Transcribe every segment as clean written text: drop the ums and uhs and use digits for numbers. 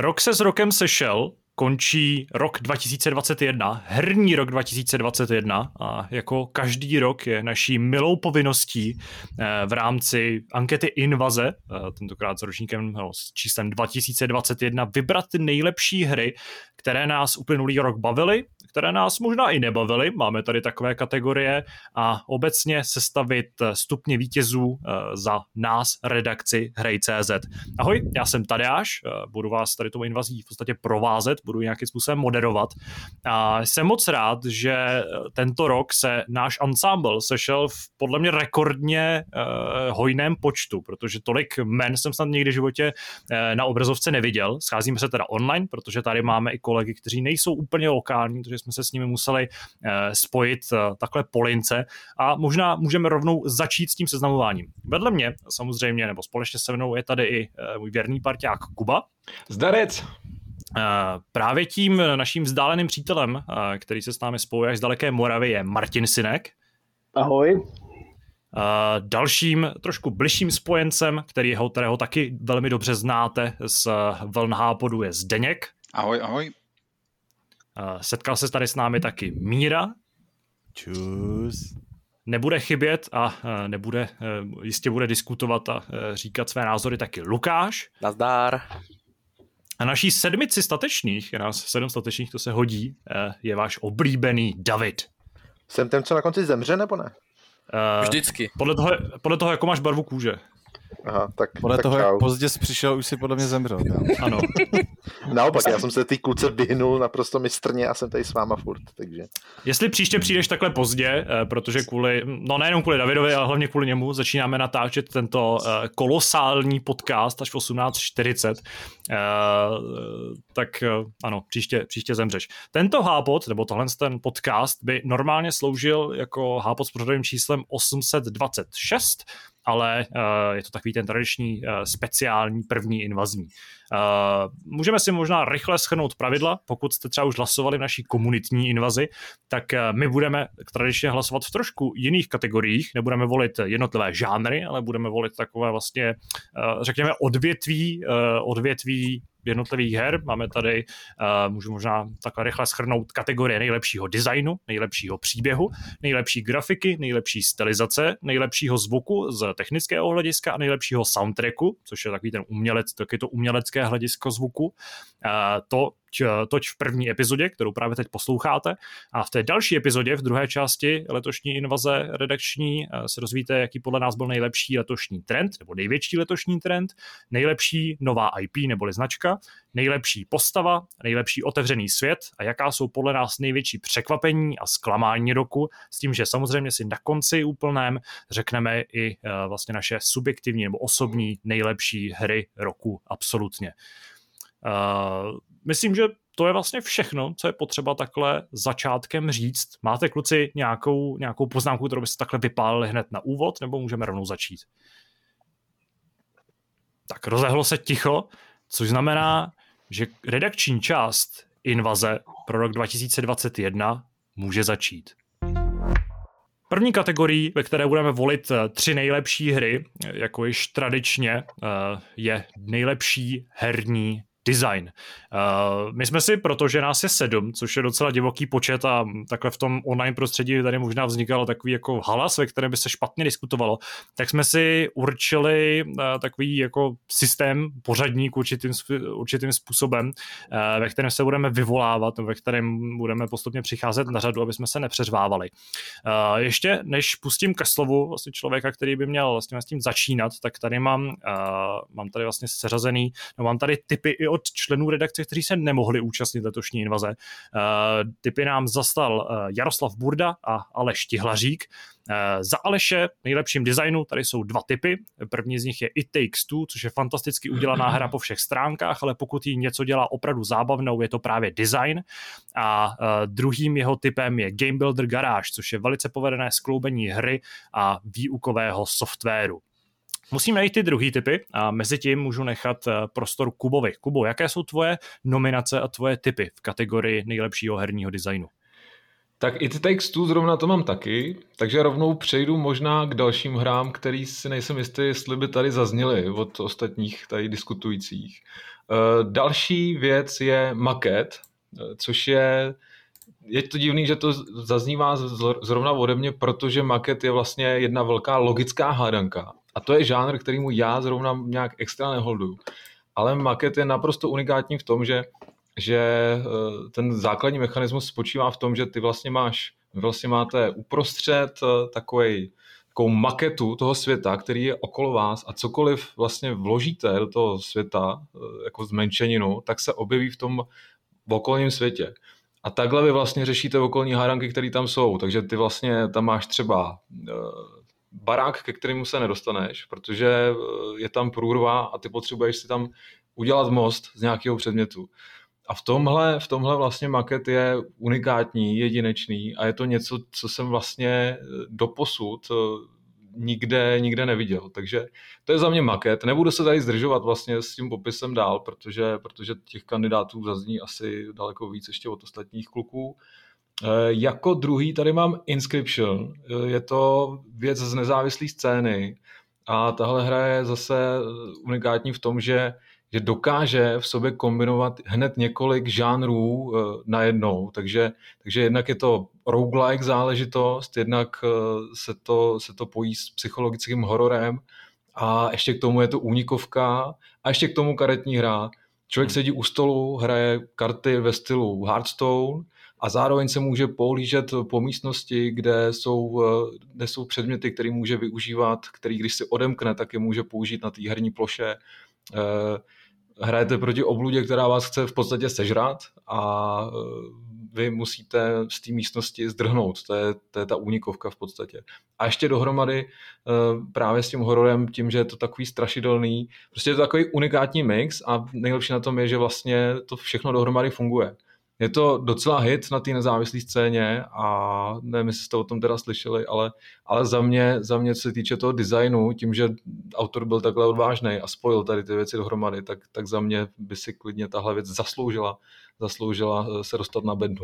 Rok se s rokem sešel, končí rok 2021, herní rok 2021 a jako každý rok je naší milou povinností v rámci ankety Invaze, tentokrát s ročníkem s číslem 2021, vybrat ty nejlepší hry, které nás uplynulý rok bavily, které nás možná i nebavily, máme tady takové kategorie, a obecně sestavit stupně vítězů za nás, redakci Hrej.cz. Ahoj, já jsem Tadeáš, budu vás tady tou invazí v podstatě provázet, budu nějakým způsobem moderovat. A jsem moc rád, že tento rok se náš ansámbl sešel v podle mě rekordně hojném počtu, protože tolik men jsem snad nikdy v životě na obrazovce neviděl. Scházíme se teda online, protože tady máme i kolegy, kteří nejsou úplně lokální, protože jsme se s nimi museli spojit takhle po lince a možná můžeme rovnou začít s tím seznamováním. Vedle mě samozřejmě, nebo společně se mnou je tady i můj věrný parťák Kuba. Zdarec! Právě tím naším vzdáleným přítelem, který se s námi spojuje až z daleké Moravy, je Martin Synek. Ahoj. Dalším trošku bližším spojencem, kterého taky velmi dobře znáte z vln Hápodu, je Zdeněk. Ahoj, ahoj. Setkal se tady s námi taky Míra. Čus. Nebude chybět a jistě bude diskutovat a říkat své názory taky Lukáš. Nazdár. A naší sedmici statečných, je nás 7 statečných, to se hodí, je váš oblíbený David. Jsem ten, co na konci zemře, nebo ne? Vždycky. Podle toho, jako máš barvu kůže. Aha, tak Podle tak toho, čau. jak pozdě jsi přišel, už si podle mě zemřel. Ano. Naopak, já jsem se té kluce vyhnul naprosto mistrně a jsem tady s váma furt, takže... Jestli příště přijdeš takhle pozdě, protože nejenom kvůli Davidovi, ale hlavně kvůli němu, začínáme natáčet tento kolosální podcast až v 18:40, tak ano, příště zemřeš. Tento hápod, nebo tohle ten podcast by normálně sloužil jako hápod s pořadovým číslem 826, ale je to takový ten tradiční speciální první invazní. Můžeme si možná rychle shrnout pravidla, pokud jste třeba už hlasovali v naší komunitní invazi, tak my budeme tradičně hlasovat v trošku jiných kategoriích, nebudeme volit jednotlivé žánry, ale budeme volit takové vlastně, řekněme, odvětví jednotlivých her. Máme tady, můžu možná takhle rychle shrnout kategorie nejlepšího designu, nejlepšího příběhu, nejlepší grafiky, nejlepší stylizace, nejlepšího zvuku z technického hlediska a nejlepšího soundtracku, což je takový ten taky to umělecké hledisko zvuku. Toť v první epizodě, kterou právě teď posloucháte. A v té další epizodě, v druhé části letošní invaze redakční, se dozvíte, jaký podle nás byl nejlepší letošní trend, nebo největší letošní trend, nejlepší nová IP neboli značka, nejlepší postava, nejlepší otevřený svět a jaká jsou podle nás největší překvapení a zklamání roku, s tím, že samozřejmě si na konci úplném řekneme i vlastně naše subjektivní nebo osobní nejlepší hry roku absolutně. Myslím, že to je vlastně všechno, co je potřeba takhle začátkem říct. Máte, kluci, nějakou poznámku, kterou byste takhle vypálili hned na úvod, nebo můžeme rovnou začít? Tak rozehlo se ticho, což znamená, že redakční část invaze pro rok 2021 může začít. První kategorii, ve které budeme volit 3 nejlepší hry, jako již tradičně, je nejlepší herní design. My jsme si, protože nás je 7, což je docela divoký počet a takhle v tom online prostředí tady možná vznikal takový jako halas, ve kterém by se špatně diskutovalo, tak jsme si určili takový jako systém, pořadník určitým způsobem, ve kterém se budeme vyvolávat, ve kterém budeme postupně přicházet na řadu, aby jsme se nepřeřvávali. Ještě než pustím ke slovu vlastně člověka, který by měl vlastně s tím začínat, tak tady mám tady vlastně seřazený, mám tady tipy i od členů redakce, kteří se nemohli účastnit letošní invaze. Tipy nám zastal Jaroslav Burda a Aleš Tihlařík. Za Aleše nejlepším designu tady jsou 2 tipy. První z nich je It Takes Two, což je fantasticky udělaná hra po všech stránkách, ale pokud jí něco dělá opravdu zábavnou, je to právě design. A druhým jeho typem je Game Builder Garage, což je velice povedené skloubení hry a výukového softwaru. Musím najít ty druhý typy a mezi tím můžu nechat prostor Kubovi. Kubo, jaké jsou tvoje nominace a tvoje tipy v kategorii nejlepšího herního designu? Tak It Takes Two zrovna to mám taky, takže rovnou přejdu možná k dalším hrám, který si nejsem jistý, jestli by tady zazněly od ostatních tady diskutujících. Další věc je maket, což je to divný, že to zaznívá zrovna ode mě, protože maket je vlastně jedna velká logická hádanka. A to je žánr, kterýmu já zrovna nějak extra neholduju. Ale maket je naprosto unikátní v tom, že ten základní mechanismus spočívá v tom, že ty vlastně máte uprostřed takovou maketu toho světa, který je okolo vás a cokoliv vlastně vložíte do toho světa jako zmenšeninu, tak se objeví v tom okolním světě. A takhle vy vlastně řešíte okolní hádanky, které tam jsou. Takže ty vlastně tam máš třeba barák, ke kterému se nedostaneš, protože je tam průrva a ty potřebuješ si tam udělat most z nějakého předmětu. A v tomhle vlastně maket je unikátní, jedinečný a je to něco, co jsem vlastně doposud nikde neviděl. Takže to je za mě maket. Nebudu se tady zdržovat vlastně s tím popisem dál, protože těch kandidátů zazní asi daleko víc ještě od ostatních kluků. Jako druhý tady mám Inscription. Je to věc z nezávislé scény a tahle hra je zase unikátní v tom, že dokáže v sobě kombinovat hned několik žánrů najednou. Takže jednak je to roguelike záležitost, jednak se to pojí s psychologickým hororem a ještě k tomu je to únikovka a ještě k tomu karetní hra. Člověk sedí u stolu, hraje karty ve stylu Hearthstone a zároveň se může pohlížet po místnosti, kde jsou předměty, které může využívat, který když si odemkne, tak je může použít na té herní ploše. Hrajete proti obludě, která vás chce v podstatě sežrat a vy musíte z té místnosti zdrhnout. To je ta únikovka v podstatě. A ještě dohromady právě s tím hororem, tím, že je to takový strašidelný, prostě je to takový unikátní mix a nejlepší na tom je, že vlastně to všechno dohromady funguje. Je to docela hit na té nezávislé scéně a nevím, jestli jste o tom teda slyšeli, ale za mě, co se týče toho designu, tím, že autor byl takhle odvážný a spojil tady ty věci dohromady, tak za mě by si klidně tahle věc zasloužila se dostat na bednu.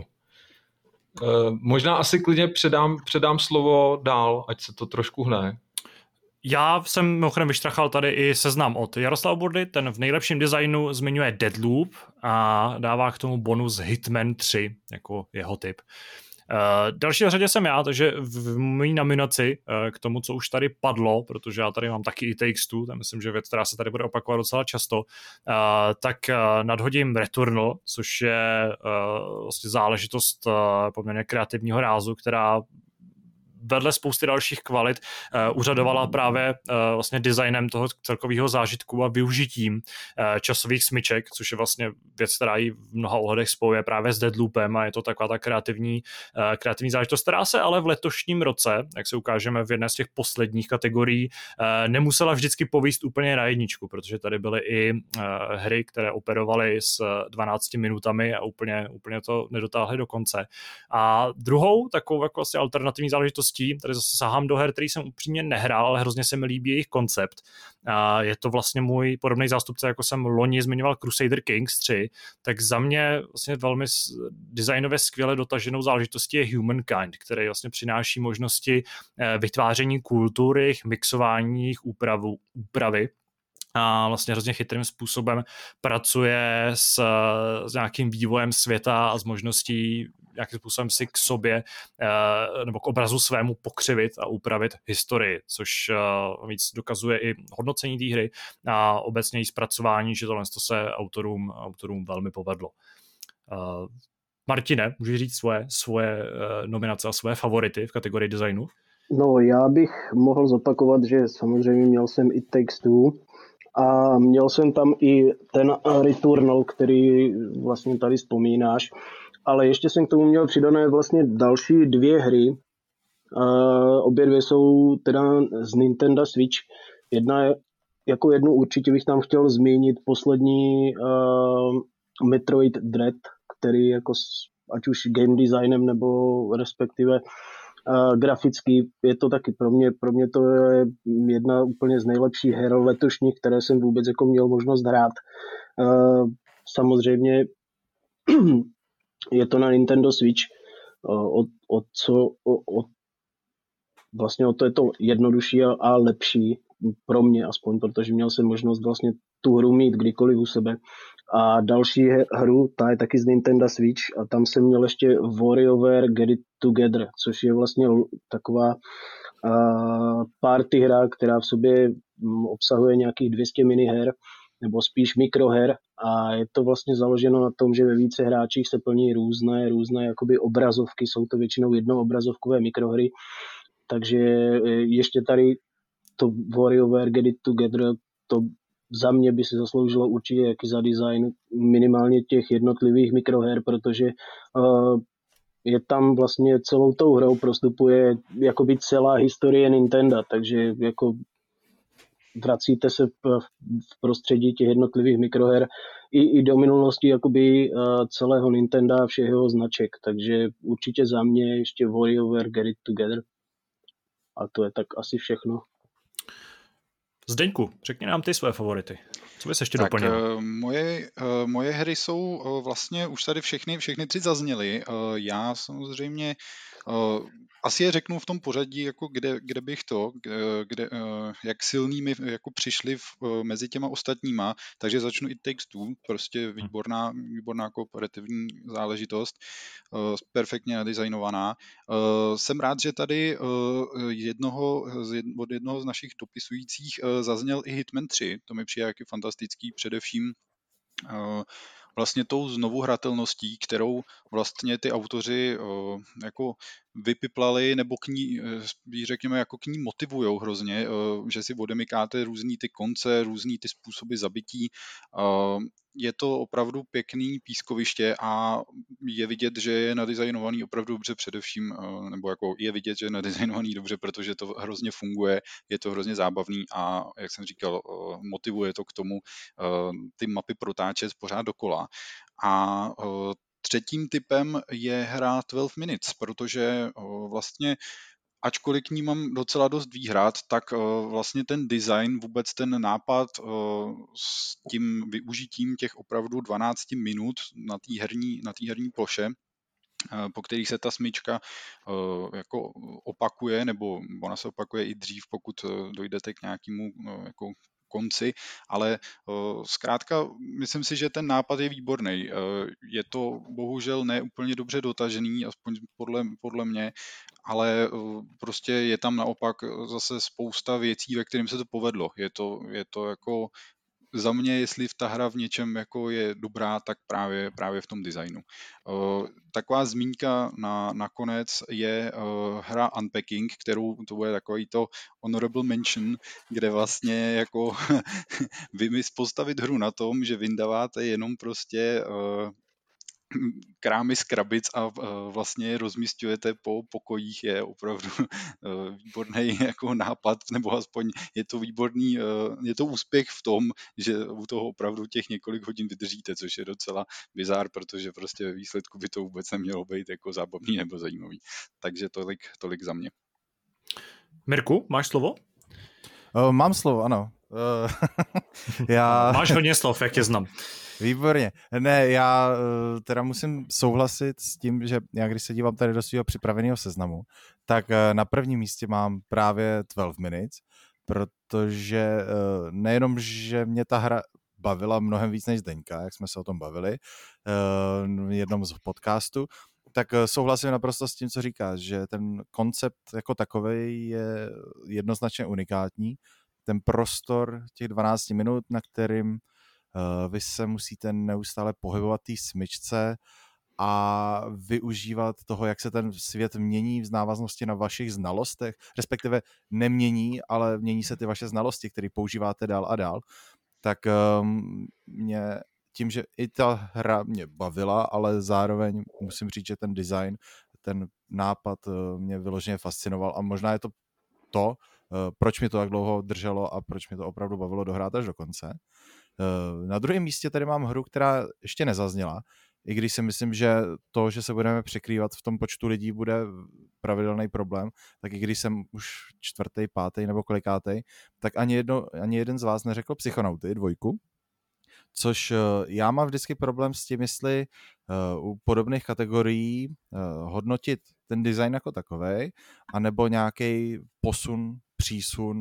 Možná asi klidně předám slovo dál, ať se to trošku hne. Já jsem mimochodem vyštrachal tady i seznam od Jaroslava Burdy, ten v nejlepším designu zmiňuje Deadloop a dává k tomu bonus Hitman 3 jako jeho typ. Další na řadě jsem já, takže v mý nominaci k tomu, co už tady padlo, protože já tady mám taky i Takes Two, tam myslím, že věc, která se tady bude opakovat docela často, tak nadhodím Returnal, což je vlastně záležitost poměrně kreativního rázu, která vedle spousty dalších kvalit uřadovala právě vlastně designem toho celkového zážitku a využitím časových smyček, což je vlastně věc, která ji v mnoha ohledech spojuje právě s Deadloopem a je to taková ta kreativní zážitost, která se ale v letošním roce, jak se ukážeme v jedné z těch posledních kategorií, nemusela vždycky povíst úplně na jedničku, protože tady byly i hry, které operovaly s 12 minutami a úplně to nedotáhly do konce. A druhou takovou jako vlastně alternativní záležitostí, tady zase sahám do her, který jsem upřímně nehrál, ale hrozně se mi líbí jejich koncept. A je to vlastně můj podobný zástupce, jako jsem loni zmiňoval Crusader Kings 3, tak za mě vlastně velmi designově skvěle dotaženou záležitostí je Humankind, který vlastně přináší možnosti vytváření kultury, jejich mixování, jejich úpravy. A vlastně hrozně chytrým způsobem pracuje s nějakým vývojem světa a s možností nějakým způsobem si k sobě nebo k obrazu svému pokřivit a upravit historii, což víc dokazuje i hodnocení té hry a obecně i zpracování, že tohle se autorům velmi povedlo. Martine, můžeš říct svoje nominace a svoje favority v kategorii designu? No, já bych mohl zopakovat, že samozřejmě měl jsem i Takes Two a měl jsem tam i ten Returnal, který vlastně tady vzpomínáš, ale ještě jsem k tomu měl přidané vlastně další dvě hry. Obě dvě jsou teda z Nintendo Switch. Jako jednu určitě bych tam chtěl zmínit poslední Metroid Dread, který jako ať už game designem nebo respektive graficky je to taky pro mě to je jedna úplně z nejlepších her letošních, které jsem vůbec jako měl možnost hrát. Samozřejmě je to na Nintendo Switch, vlastně o to je to jednodušší a lepší pro mě aspoň, protože měl jsem možnost vlastně tu hru mít kdykoliv u sebe. A další hru, ta je taky z Nintendo Switch a tam jsem měl ještě WarioWare Get It Together, což je vlastně taková party hra, která v sobě obsahuje nějakých 200 miniher, nebo spíš mikroher a je to vlastně založeno na tom, že ve více hráčích se plní různé jakoby obrazovky, jsou to většinou jednoobrazovkové mikrohry, takže ještě tady to WarioWare Get It Together, to za mě by si zasloužilo určitě jaký za design minimálně těch jednotlivých mikroher, protože je tam vlastně celou tou hrou prostupuje jakoby celá historie Nintendo, takže jako vracíte se v prostředí těch jednotlivých mikroher i do minulosti jakoby celého Nintendo a všech jeho značek, takže určitě za mě ještě WarioWare Get It Together. A to je tak asi všechno. Zdeňku, řekni nám ty své favority. Co bys ještě doplnil? Moje hry jsou vlastně už tady všechny tři zazněly. Já samozřejmě asi je řeknu v tom pořadí, jako kde bych jak silný mi jako přišli mezi těma ostatníma, takže začnu It Takes Two, prostě výborná kooperativní záležitost, perfektně nadizajnovaná. Jsem rád, že tady od jednoho z našich dopisujících zazněl i Hitman 3, to mi přijde jaký fantastický, především vlastně tou znovuhratelností, kterou vlastně ty autoři jako vypiplali, nebo k ní, řekněme, jako k ní motivujou hrozně, že si odemykáte různý ty konce, různý ty způsoby zabití. Je to opravdu pěkný pískoviště a je vidět, že je nadizajnovaný opravdu dobře především, nebo jako je vidět, že je nadizajnovaný dobře, protože to hrozně funguje, je to hrozně zábavný a, jak jsem říkal, motivuje to k tomu ty mapy protáčet pořád dokola. A třetím typem je hra 12 Minutes, protože vlastně ačkoliv k ní mám docela dost výhrad, tak vlastně ten design, vůbec ten nápad s tím využitím těch opravdu 12 minut na té herní ploše, po kterých se ta smyčka jako opakuje, nebo ona se opakuje i dřív, pokud dojdete k nějakému jako konci, ale zkrátka myslím si, že ten nápad je výborný. Je to bohužel ne úplně dobře dotažený, aspoň podle mě, ale prostě je tam naopak zase spousta věcí, ve kterým se to povedlo. Je to jako za mě, jestli ta hra v něčem jako je dobrá, tak právě v tom designu. Taková zmínka nakonec je hra Unpacking, kterou to bude takový to honorable mention, kde vlastně jako vy mi postavit hru na tom, že vyndáváte jenom prostě krámy z krabic a vlastně je rozmisťujete po pokojích, je opravdu výborný jako nápad, nebo aspoň je to výborný, je to úspěch v tom, že u toho opravdu těch několik hodin vydržíte, což je docela bizár, protože prostě ve výsledku by to vůbec nemělo být jako zábavný nebo zajímavý. Takže tolik za mě. Mirku, máš slovo? Mám slovo, ano. Máš hodně slov, jak tě znám. Výborně. Ne, já teda musím souhlasit s tím, že já když se dívám tady do svého připraveného seznamu, tak na prvním místě mám právě 12 Minutes, protože nejenom, že mě ta hra bavila mnohem víc než Zdeňka, jak jsme se o tom bavili v jednom z podcastů, tak souhlasím naprosto s tím, co říkáš, že ten koncept jako takovej je jednoznačně unikátní. Ten prostor těch 12 minut, na kterým vy se musíte neustále pohybovat té smyčce a využívat toho, jak se ten svět mění v návaznosti na vašich znalostech, respektive nemění, ale mění se ty vaše znalosti, které používáte dál a dál, tak mě tím, že i ta hra mě bavila, ale zároveň musím říct, že ten design, ten nápad mě vyloženě fascinoval a možná je to, proč mi to tak dlouho drželo a proč mě to opravdu bavilo dohrát až do konce. Na druhém místě tady mám hru, která ještě nezazněla, i když si myslím, že to, že se budeme překrývat v tom počtu lidí, bude pravidelný problém, tak i když jsem už 4., 5. nebo kolikátej, tak ani jeden z vás neřekl Psychonauty 2, což já mám vždycky problém s tím, jestli u podobných kategorií hodnotit ten design jako takovej, anebo nějaký posun, přísun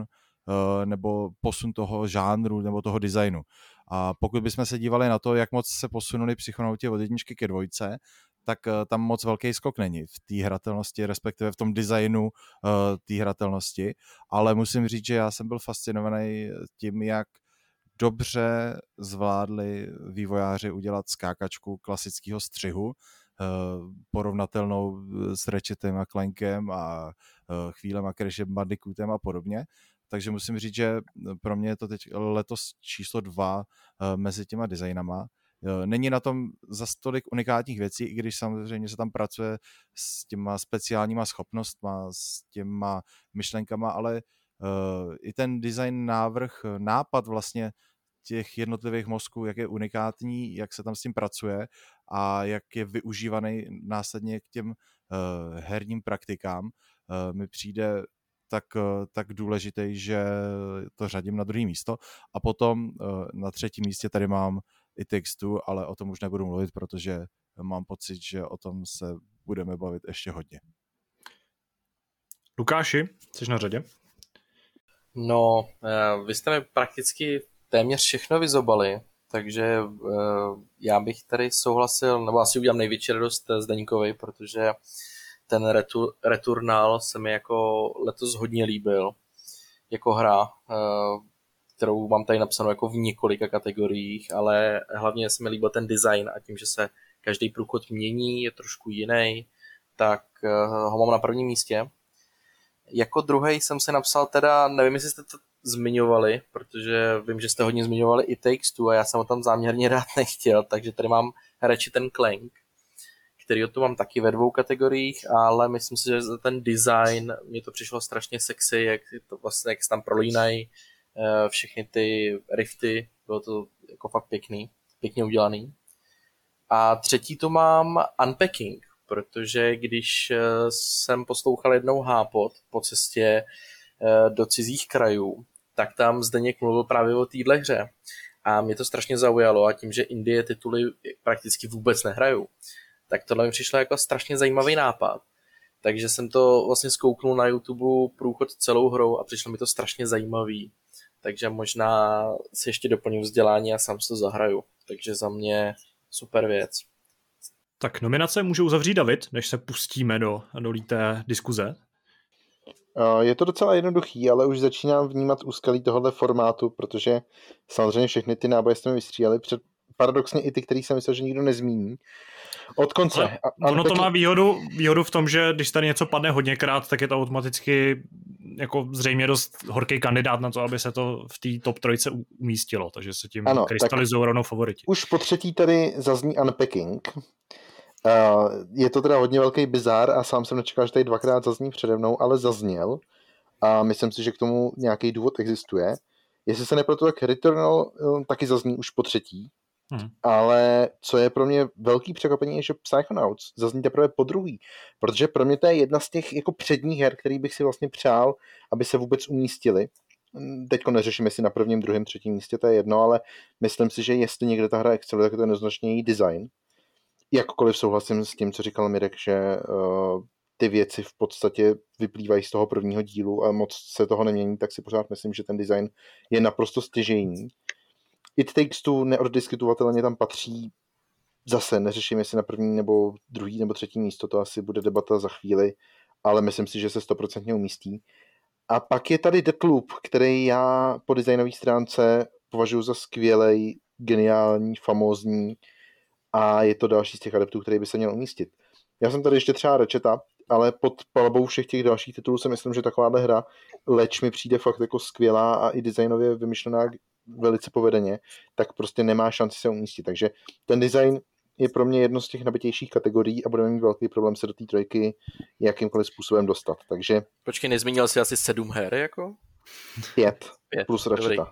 nebo posun toho žánru nebo toho designu. A pokud bychom se dívali na to, jak moc se posunuli Psychonautě od 1 ke 2, tak tam moc velký skok není v té hratelnosti, respektive v tom designu té hratelnosti, ale musím říct, že já jsem byl fascinovaný tím, jak dobře zvládli vývojáři udělat skákačku klasického střihu, porovnatelnou s Ratchetem a Clankem a chvílema Crashem Bandicootem a podobně. Takže musím říct, že pro mě je to teď letos číslo 2 mezi těma designama. Není na tom za tolik unikátních věcí, i když samozřejmě se tam pracuje s těma speciálníma schopnostma, s těma myšlenkama, ale i ten design nápad vlastně těch jednotlivých mozků, jak je unikátní, jak se tam s tím pracuje a jak je využívaný následně k těm herním praktikám, mi přijde tak důležitý, že to řadím na druhé místo. A potom na 3. místě tady mám i textu, ale o tom už nebudu mluvit, protože mám pocit, že o tom se budeme bavit ještě hodně. Lukáši, jsi na řadě? No, vy jste mi prakticky téměř všechno vyzobali, takže já bych tady souhlasil, nebo asi udělám největší radost Zdeňkovi, protože ten Returnal se mi jako letos hodně líbil jako hra, kterou mám tady napsanou jako v několika kategoriích, ale hlavně se mi líbil ten design a tím, že se každý průchod mění, je trošku jiný, tak ho mám na prvním místě. Jako druhý jsem se napsal teda, nevím, jestli jste to zmiňovali, protože vím, že jste hodně zmiňovali i Takes-Two a já jsem ho tam záměrně rád nechtěl, takže tady mám Ratchet & Clank, který tu mám taky ve 2 kategoriích, ale myslím si, že ten design, mně to přišlo strašně sexy, jak se tam prolínají všechny ty rifty, bylo to jako fakt pěkně udělaný. A 3. tu mám Unpacking, protože když jsem poslouchal jednou Hápot po cestě do cizích krajů, tak tam Zdeněk mluvil právě o téhle hře. A mě to strašně zaujalo a tím, že Indie tituly prakticky vůbec nehrajou, tak tohle mi přišlo jako strašně zajímavý nápad. Takže jsem to vlastně zkouknul na YouTube průchod celou hrou a přišlo mi to strašně zajímavý. Takže možná si ještě doplním vzdělání a sám si to zahraju. Takže za mě super věc. Tak nominace může uzavřít David, než se pustíme do té diskuze. Je to docela jednoduchý, ale už začínám vnímat úskalí tohohle formátu, protože samozřejmě všechny ty náboje jsme vystříleli, paradoxně i ty, který jsem myslel, že nikdo nezmíní. Od konce. Ono to má výhodu v tom, že když tady něco padne hodněkrát, tak je to automaticky jako zřejmě dost horký kandidát na to, aby se to v té top 3 umístilo, takže se tím krystalizují rovnou favoriti. Už po 3. tady zazní Unpacking. Je to teda hodně velký bizár a sám jsem nečekal, že tady 2krát zazní přede mnou, ale zazněl a myslím si, že k tomu nějaký důvod existuje. Jestli se nepletu, tak Returnal taky zazní už po 3. Ale co je pro mě velký překvapení, je, že Psychonauts zazní teprve po 2. Protože pro mě to je jedna z těch jako předních her, který bych si vlastně přál, aby se vůbec umístili. Teďko neřeším, jestli na 1., 2., 3. místě, to je jedno, ale myslím si, že jestli někde ta hra exceluje, tak je to jednoznačně její design. Jakkoliv souhlasím s tím, co říkal Mirek, že ty věci v podstatě vyplývají z toho prvního dílu a moc se toho nemění, tak si pořád myslím, že ten design je naprosto stěžejní. It Takes Two neoddiskutovatelně tam patří, zase neřeším, jestli na 1., nebo 2., nebo 3. místo, to asi bude debata za chvíli, ale myslím si, že se 100% umístí. A pak je tady Deathloop, který já po designové stránce považuji za skvělej, geniální, famózní a je to další z těch adeptů, který by se měl umístit. Já jsem tady ještě třeba Ratcheta, ale pod palbou všech těch dalších titulů si myslím, že takováhle hra leč mi přijde fakt jako skvělá a i designově vymyšlená velice povedeně, tak prostě nemá šanci se umístit. Takže ten design je pro mě jedno z těch nabitějších kategorií a budeme mít velký problém se do té 3 jakýmkoliv způsobem dostat. Takže... Počkej, nezmínil jsi asi 7 her, jako? 5 plus Ratcheta.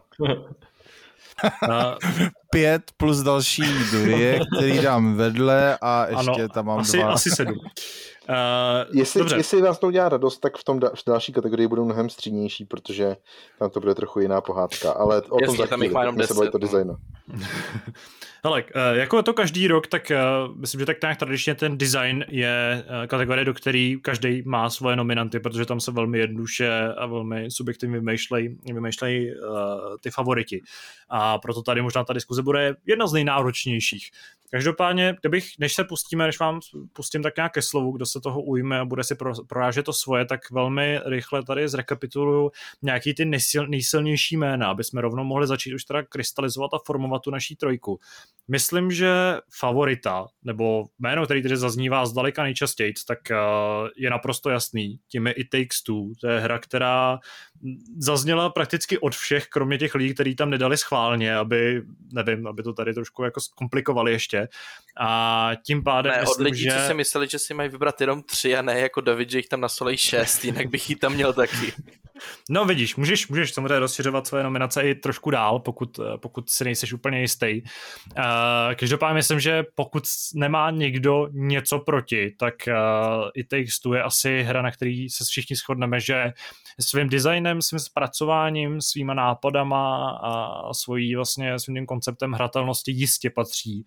5 plus další 2, který dám vedle a ještě ano, tam mám 2. Asi 7. Jestli vás to udělá radost, tak v další kategorii budou mnohem střídnější, protože tam to bude trochu jiná pohádka, ale o tom za chvíli, tak se bavit o designu. Hele, jako je to každý rok, tak myslím, že tak nějak tradičně ten design je kategorie, do který každý má svoje nominanty, protože tam se velmi jednoduše a velmi subjektivně vymýšlejí ty favoriti. A proto tady možná ta diskuze bude jedna z nejnáročnějších. Každopádně, než vám pustím tak nějak ke slovu, kdo se toho ujme a bude si prorážet to svoje, tak velmi rychle tady zrekapituluju nějaký ty nejsilnější jména, aby jsme rovnou mohli začít už teda krystalizovat a formovat tu naší trojku. Myslím, že favorita, nebo jméno, který tady zaznívá zdaleka nejčastěji, tak je naprosto jasný. Tím je It Takes Two. To je hra, která zazněla prakticky od všech, kromě těch lidí, kteří tam nedali schválně, aby to tady trošku jako zkomplikovali ještě. A tím pádem od lidí, co si mysleli, že si mají vybrat jenom 3 a ne jako David, že jich tam nasolej 6, jinak bych ji tam měl taky. No vidíš, můžeš samozřejmě rozšiřovat své nominace i trošku dál, pokud si nejseš úplně jistý. Každopádně myslím, že pokud nemá někdo něco proti, tak It Takes Two je asi hra, na který se všichni shodneme, že svým designem, svým zpracováním, svýma nápadama a svým konceptem hratelnosti jistě patří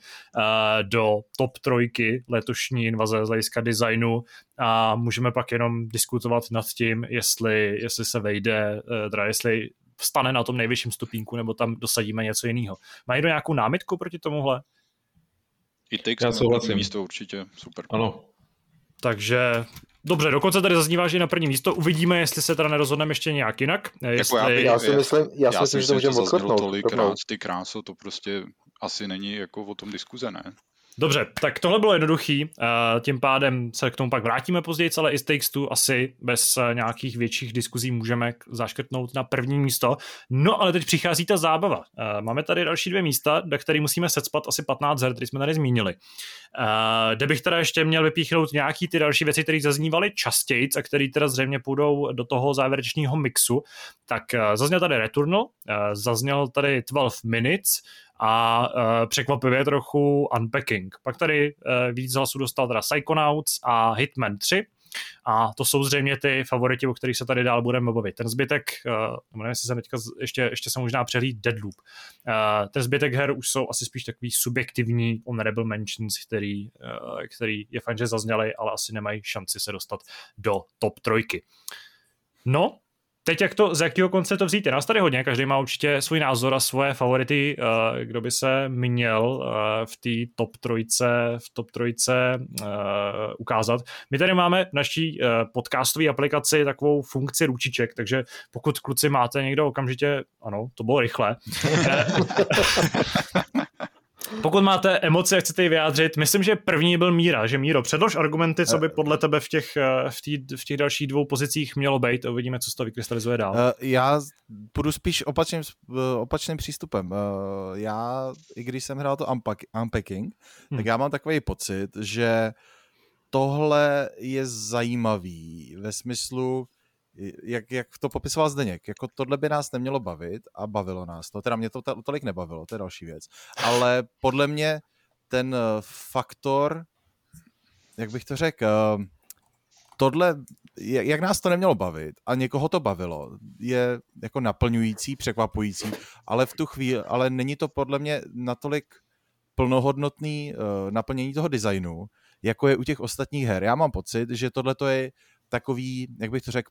do top 3 letošní invaze z hlediska designu a můžeme pak jenom diskutovat nad tím, jestli se vejde, jestli vstane na tom nejvyšším stupínku, nebo tam dosadíme něco jiného. Má někdo nějakou námitku proti tomuhle? It Takes Two na místo určitě, super. Ano. Takže dobře, dokonce tady zaznívá, že na první místo. Uvidíme, jestli se teda nerozhodneme ještě nějak jinak. Já si myslím, že to můžeme odkrtnout. Ty kráso, to prostě asi není jako o tom diskuze, ne? Dobře, tak tohle bylo jednoduchý, tím pádem se k tomu pak vrátíme později, ale It Takes Two asi bez nějakých větších diskuzí můžeme zaškrtnout na první místo. No ale teď přichází ta zábava. Máme tady další 2 místa, do kterých musíme secpat asi 15 her, které jsme tady zmínili. Kde bych teda ještě měl vypíchnout nějaký ty další věci, které zaznívaly častěji a které teda zřejmě půjdou do toho závěrečného mixu. Tak zazněl tady Returnal, zazněl tady 12 Minutes, a překvapivě trochu Unpacking. Pak tady víc hlasů dostal teda Psychonauts a Hitman 3 a to jsou zřejmě ty favoriti, o kterých se tady dál budeme bavit. Ten zbytek, nevím, jestli jsem teďka ještě se možná přehlíd Deadloop. Ten zbytek her už jsou asi spíš takový subjektivní honorable mentions, který je fajn, že zazněli, ale asi nemají šanci se dostat do top 3. No, teď z jakého konce to vzít? Je nás tady hodně, každý má určitě svůj názor a svoje favority, kdo by se měl v té top 3 ukázat. My tady máme v naší podcastové aplikaci takovou funkci ručiček, takže pokud kluci máte někdo okamžitě, ano, to bylo rychle, pokud máte emoce a chcete ji vyjádřit, myslím, že první byl Míra, že Míro, předlož argumenty, co by podle tebe v těch dalších 2 pozicích mělo být a uvidíme, co z toho vykrystalizuje dál. Já půjdu spíš opačným přístupem. Já, i když jsem hrál to Unpacking, tak já mám takový pocit, že tohle je zajímavý ve smyslu, jak to popisoval Zdeněk, jako tohle by nás nemělo bavit a bavilo nás to, teda mě to tolik nebavilo, to je další věc, ale podle mě ten faktor, jak bych to řekl, tohle, jak nás to nemělo bavit a někoho to bavilo, je jako naplňující, překvapující, ale v tu chvíli, ale není to podle mě natolik plnohodnotný naplnění toho designu, jako je u těch ostatních her. Já mám pocit, že tohle to je takový, jak bych to řekl,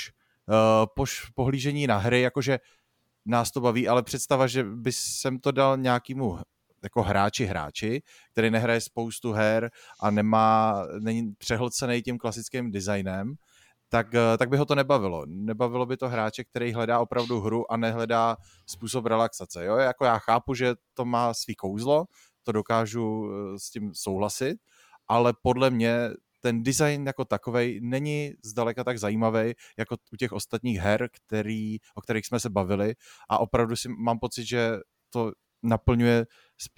poš pohlížení na hry, jakože nás to baví, ale představa, že by jsem to dal nějakému jako hráči, který nehraje spoustu her a není přehlcený tím klasickým designem, tak by ho to nebavilo. Nebavilo by to hráče, který hledá opravdu hru a nehledá způsob relaxace. Jo? Jako já chápu, že to má svý kouzlo, to dokážu s tím souhlasit, ale podle mě ten design jako takovej není zdaleka tak zajímavý jako u těch ostatních her, o kterých jsme se bavili a opravdu mám pocit, že to naplňuje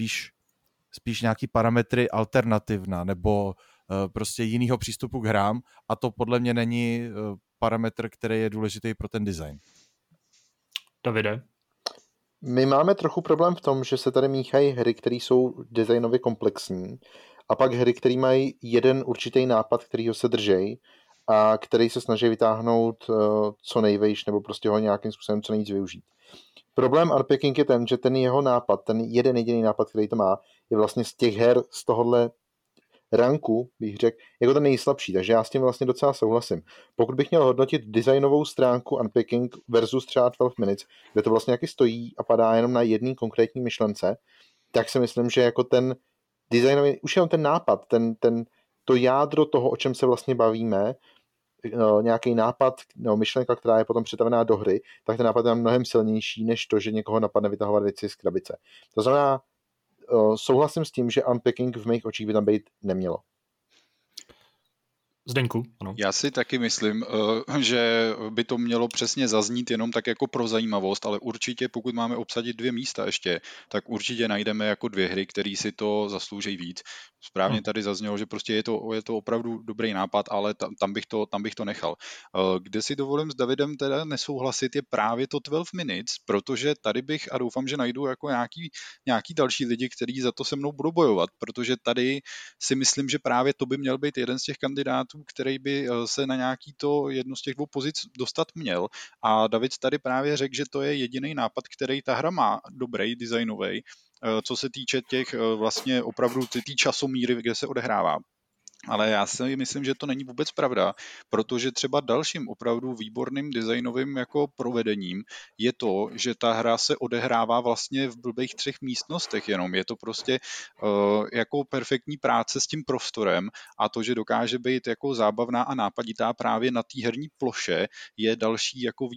spíš nějaký parametry alternativna nebo prostě jinýho přístupu k hrám a to podle mě není parametr, který je důležitý pro ten design. Davide? My máme trochu problém v tom, že se tady míchají hry, které jsou designově komplexní a pak hry, které mají jeden určitý nápad, kterýho se držej a který se snaží vytáhnout co nejvejš nebo prostě ho nějakým způsobem co nejvíc využít. Problém Unpacking je ten, že ten jeho nápad, ten jeden jediný nápad, který to má, je vlastně z těch her z tohohle ranku, bych řekl, jako ten nejslabší, takže já s tím vlastně docela souhlasím. Pokud bych měl hodnotit designovou stránku Unpacking versus třeba 12 Minutes, kde to vlastně jaký stojí a padá jenom na jedné konkrétní myšlence, tak si myslím, že jako ten designový, už jenom ten nápad, to jádro toho, o čem se vlastně bavíme, nějaký nápad, no, myšlenka, která je potom přetavená do hry, tak ten nápad je mnohem silnější, než to, že někoho napadne vytahovat věci z krabice. To znamená, souhlasím s tím, že Unpacking v mých očích by tam být nemělo. Zdeňku, ano. Já si taky myslím, že by to mělo přesně zaznít jenom tak jako pro zajímavost, ale určitě pokud máme obsadit 2 místa ještě, tak určitě najdeme jako 2 hry, které si to zaslouží víc. Správně tady zaznělo, že prostě je to opravdu dobrý nápad, ale tam bych to nechal. Kde si dovolím s Davidem teda nesouhlasit je právě to 12 Minutes, protože tady bych a doufám, že najdu jako nějaký další lidi, kteří za to se mnou budou bojovat, protože tady si myslím, že právě to by měl být jeden z těch kandidátů, který by se na nějaký to jednu z těch 2 pozic dostat měl. A David tady právě řekl, že to je jediný nápad, který ta hra má dobrý, designový, co se týče těch vlastně opravdu ty časomíry, kde se odehrává. Ale já si myslím, že to není vůbec pravda, protože třeba dalším opravdu výborným designovým jako provedením je to, že ta hra se odehrává vlastně v blbých 3 místnostech jenom. Je to prostě jako perfektní práce s tím prostorem a to, že dokáže být jako zábavná a nápaditá právě na té herní ploše, je další jako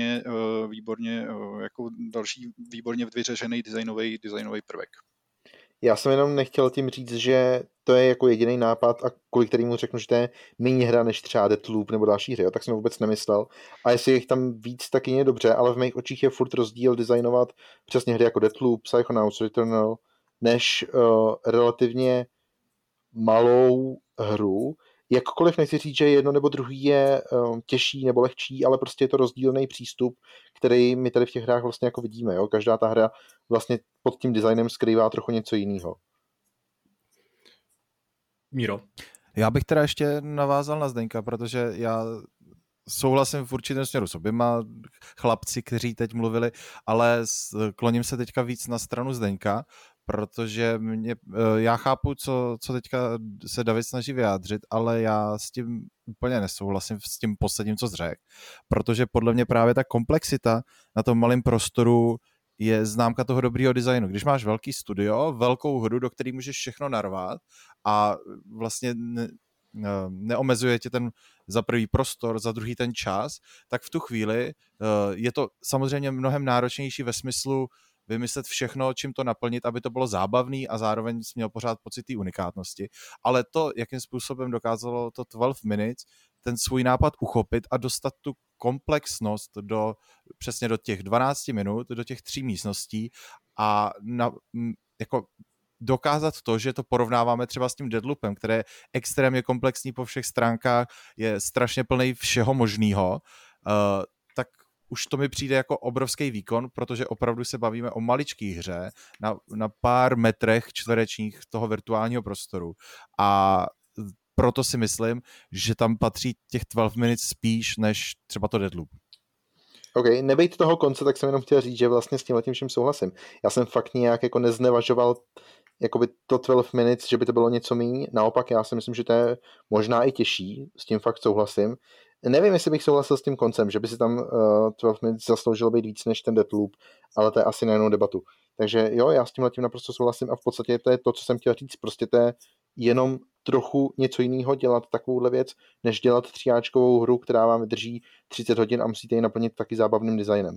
výborně vyřešený designový prvek. Já jsem jenom nechtěl tím říct, že to je jako jediný nápad a kvůli kterému řeknu, že to je méně hra než třeba Deathloop nebo další hry, jo? Tak jsem vůbec nemyslel. A jestli jich tam víc, tak je dobře, ale v mých očích je furt rozdíl designovat přesně hry jako Deathloop, Psychonauts, Returnal, než relativně malou hru. Jakkoliv nechci říct, že jedno nebo druhý je těžší nebo lehčí, ale prostě je to rozdílný přístup, který my tady v těch hrách vlastně jako vidíme. Jo? Každá ta hra vlastně pod tím designem skrývá trochu něco jiného. Míro. Já bych teda ještě navázal na Zdeňka, protože já souhlasím v určitém směru s oběma chlapci, kteří teď mluvili, ale kloním se teďka víc na stranu Zdeňka, protože já chápu, co teďka se David snaží vyjádřit, ale já s tím úplně nesouhlasím s tím posledním, co řekl, protože podle mě právě ta komplexita na tom malém prostoru je známka toho dobrýho designu. Když máš velký studio, velkou hru, do které můžeš všechno narvat a vlastně neomezuje tě ten za prvý prostor, za druhý ten čas, tak v tu chvíli je to samozřejmě mnohem náročnější ve smyslu vymyslet všechno, čím to naplnit, aby to bylo zábavný a zároveň jsi měl pořád pocit té unikátnosti. Ale to, jakým způsobem dokázalo to 12 Minutes ten svůj nápad uchopit a dostat tu komplexnost přesně do těch 12 minut, do těch 3 místností a jako dokázat to, že to porovnáváme třeba s tím Deathloopem, který je extrémně komplexní po všech stránkách, je strašně plný všeho možného, tak už to mi přijde jako obrovský výkon, protože opravdu se bavíme o maličký hře na pár metrech čtverečních toho virtuálního prostoru. A proto si myslím, že tam patří těch 12 minut spíš než třeba to Deathloop. OK, nebejt toho konce, tak jsem jenom chtěl říct, že vlastně s tímhletím vším souhlasím. Já jsem fakt nějak jako neznevažoval jakoby to 12 minutes, že by to bylo něco méně. Naopak já si myslím, že to je možná i těžší, s tím fakt souhlasím. Nevím, jestli bych souhlasil s tím koncem, že by si tam 12 minutes zasloužilo být víc než ten Deathloop, ale to je asi na jinou debatu. Takže jo, já s tímhletím naprosto souhlasím a v podstatě to je to, co jsem chtěl říct. Prostě to je jenom trochu něco jiného dělat takovouhle věc, než dělat 3áčkovou hru, která vám vydrží 30 hodin a musíte ji naplnit taky zábavným designem.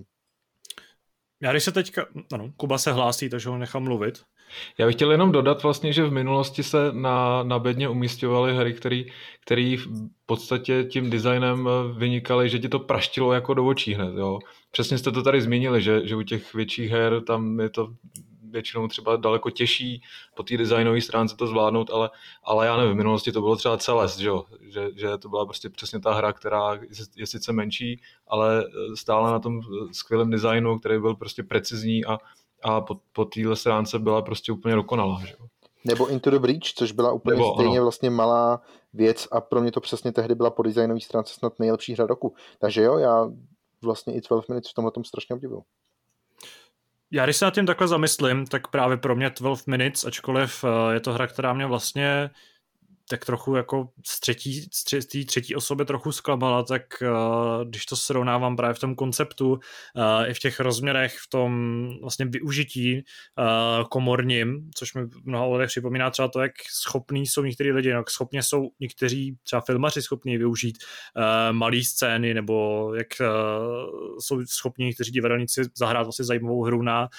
Já když se teďka, ano, Kuba se hlásí, takže ho nechám mluvit. Já bych chtěl jenom dodat vlastně, že v minulosti se na bedně umísťovaly hry, které v podstatě tím designem vynikaly, že ti to praštilo jako do očí hned. Jo. Přesně jste to tady zmínili, že u těch větších her tam je to většinou třeba daleko těžší po té designové stránce to zvládnout, ale já nevím, v minulosti to bylo třeba Celeste, že to byla prostě přesně ta hra, která je sice menší, ale stále na tom skvělém designu, který byl prostě precizní a po téhle stránce byla prostě úplně dokonalá. Že? Nebo Into the Breach, což byla úplně stejně vlastně malá věc a pro mě to přesně tehdy byla po designové stránce snad nejlepší hra roku. Takže jo, já vlastně i 12 minut v tomhletom strašně obdivuju. Já když se nad tím takhle zamyslím, tak právě pro mě 12 Minutes, ačkoliv je to hra, která mě vlastně tak trochu jako z třetí osoby trochu zklamala, tak když to srovnávám právě v tom konceptu, i v těch rozměrech, v tom vlastně využití komorním, což mi v mnoha ohledech připomíná třeba to, jak schopní jsou některý lidi, jak schopně jsou někteří třeba filmaři schopní využít malé scény, nebo jak jsou schopní někteří divadelníci zahrát vlastně zajímavou hru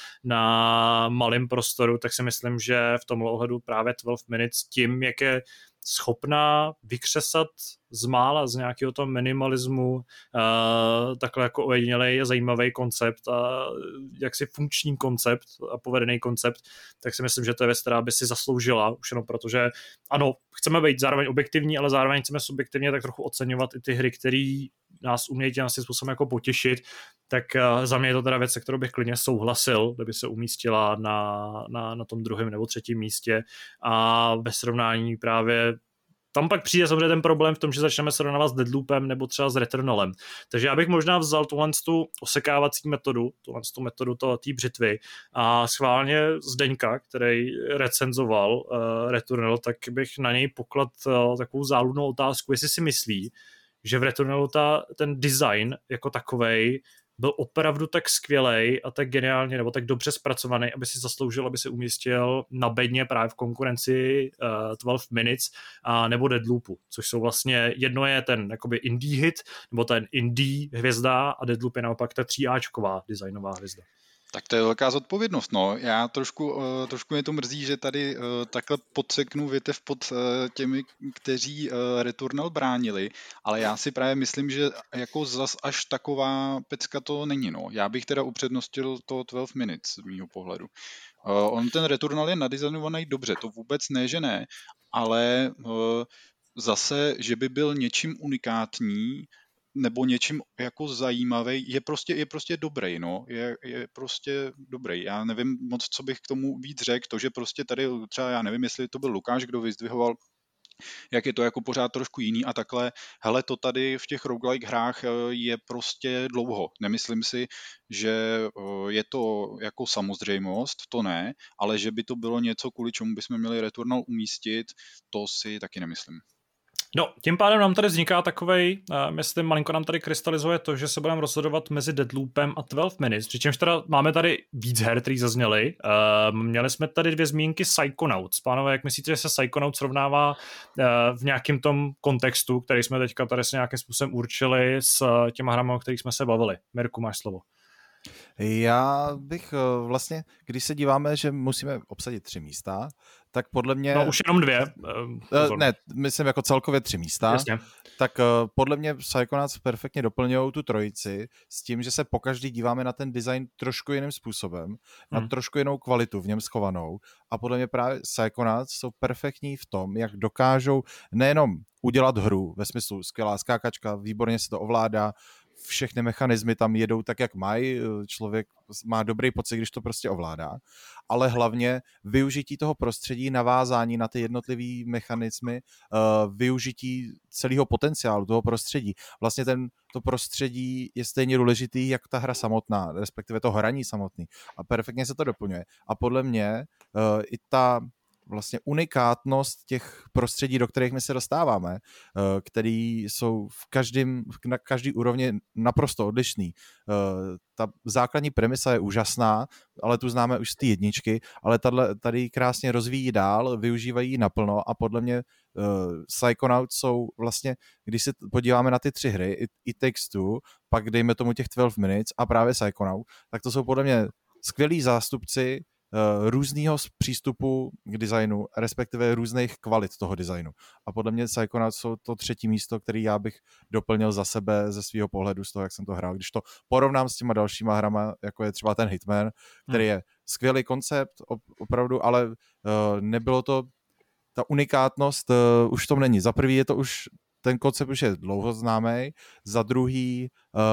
na malém prostoru, tak si myslím, že v tomhle ohledu právě 12 Minutes tím, jak je schopná vykřesat z mála, z nějakého toho minimalismu takhle jako ojedinělej a zajímavý koncept a jaksi funkční koncept a povedený koncept, tak si myslím, že to je věc, která by si zasloužila, už jenom protože ano, chceme být zároveň objektivní, ale zároveň chceme subjektivně tak trochu oceňovat i ty hry, které nás umějí tím asi způsobem jako potěšit, tak za mě je to teda věc, se kterou bych klidně souhlasil, kdyby se umístila na tom druhém nebo třetím místě a ve srovnání právě tam pak přijde samozřejmě ten problém v tom, že začneme srovnávat s Deadloopem nebo třeba s Returnalem. Takže já bych možná vzal tu osekávací metodu, tu metodu té břitvy a schválně Zdeňka, který recenzoval Returnal, tak bych na něj poklad takovou záludnou otázku, jestli si myslí, že v Returnalu ten design jako takovej byl opravdu tak skvělej a tak geniálně nebo tak dobře zpracovaný, aby si zasloužil, aby se umístil na bedně právě v konkurenci 12 Minutes nebo Deadloopu, což jsou vlastně, jedno je ten jakoby indie hit, nebo ten indie hvězda a Deadloop je naopak ta 3Ačková designová hvězda. Tak to je velká zodpovědnost, no. Já trošku mě to mrzí, že tady takhle podseknu větev pod těmi, kteří Returnal bránili, ale já si právě myslím, že jako zas až taková pecka to není, no. Já bych teda upřednostil to 12 Minutes z mýho pohledu. On ten Returnal je nadizajnovaný dobře, to vůbec ne, že ne, ale zase, že by byl něčím unikátní, nebo něčím jako zajímavý, je prostě dobrý, no, je prostě dobrý. Já nevím moc, co bych k tomu víc řekl, to, že prostě tady třeba, já nevím, jestli to byl Lukáš, kdo vyzdvihoval, jak je to jako pořád trošku jiný a takhle, hele, to tady v těch roguelike hrách je prostě dlouho. Nemyslím si, že je to jako samozřejmost, to ne, ale že by to bylo něco, kvůli čemu bychom měli Returnal umístit, to si taky nemyslím. No, tím pádem nám tady vzniká takovej, myslím, malinko nám tady krystalizuje to, že se budeme rozhodovat mezi Deadloopem a 12 Minutes, přičemž teda máme tady víc her, který zazněly. Měli jsme tady 2 zmínky Psychonauts. Pánové, jak myslíte, že se Psychonauts srovnává v nějakém tom kontextu, který jsme teďka tady se nějakým způsobem určili s těma hrama, o kterých jsme se bavili? Mirku, máš slovo. Já bych vlastně, když se díváme, že musíme obsadit 3 místa, tak podle mě... No už jenom 2. Ne, myslím jako celkově 3 místa. Jasně. Tak podle mě Psychonauts perfektně doplňují tu trojici s tím, že se pokaždý díváme na ten design trošku jiným způsobem, na trošku jinou kvalitu v něm schovanou a podle mě právě Psychonauts jsou perfektní v tom, jak dokážou nejenom udělat hru, ve smyslu skvělá skákačka, výborně se to ovládá, všechny mechanismy tam jedou tak, jak mají, člověk má dobrý pocit, když to prostě ovládá, ale hlavně využití toho prostředí, navázání na ty jednotlivý mechanismy, využití celého potenciálu toho prostředí. Vlastně to prostředí je stejně důležitý, jak ta hra samotná, respektive to hraní samotný. A perfektně se to doplňuje. A podle mě i ta vlastně unikátnost těch prostředí, do kterých my se dostáváme, který jsou na každý úrovni naprosto odlišný. Ta základní premisa je úžasná, ale tu známe už z té jedničky, ale tady ji krásně rozvíjí dál, využívají ji naplno a podle mě Psychonauts jsou vlastně, když se podíváme na ty 3 hry, i Takes Two, pak dejme tomu těch 12 Minutes a právě Psychonauts, tak to jsou podle mě skvělí zástupci různýho přístupu k designu, respektive různých kvalit toho designu. A podle mě Psychonauts jsou to 3. místo, který já bych doplnil za sebe ze svého pohledu, z toho, jak jsem to hrál. Když to porovnám s těma dalšíma hrama, jako je třeba ten Hitman, který je skvělý koncept, opravdu, ale nebylo to, ta unikátnost už v tom není. Za prvý je to už, ten koncept už je dlouho známý, za druhý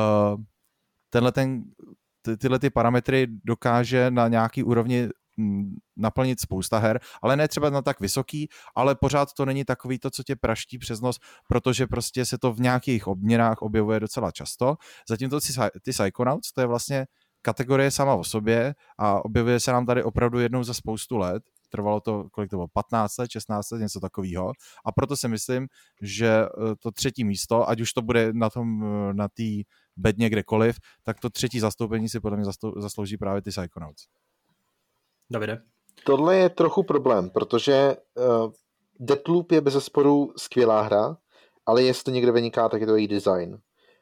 tyhle ty parametry dokáže na nějaký úrovni naplnit spousta her, ale ne třeba na tak vysoký, ale pořád to není takový to, co tě praští přes nos, protože prostě se to v nějakých obměnách objevuje docela často. Zatímco ty Psychonauts, to je vlastně kategorie sama o sobě a objevuje se nám tady opravdu jednou za spoustu let. Trvalo to, kolik to bylo, 15 let, 16 let, něco takového. A proto si myslím, že to třetí místo, ať už to bude na té bedně kdekoliv, tak to třetí zastoupení si podle mě zaslouží právě ty Psychonauts. Davide? Tohle je trochu problém, protože Deathloop je bezesporu skvělá hra, ale jestli někde vyniká, tak je to její design.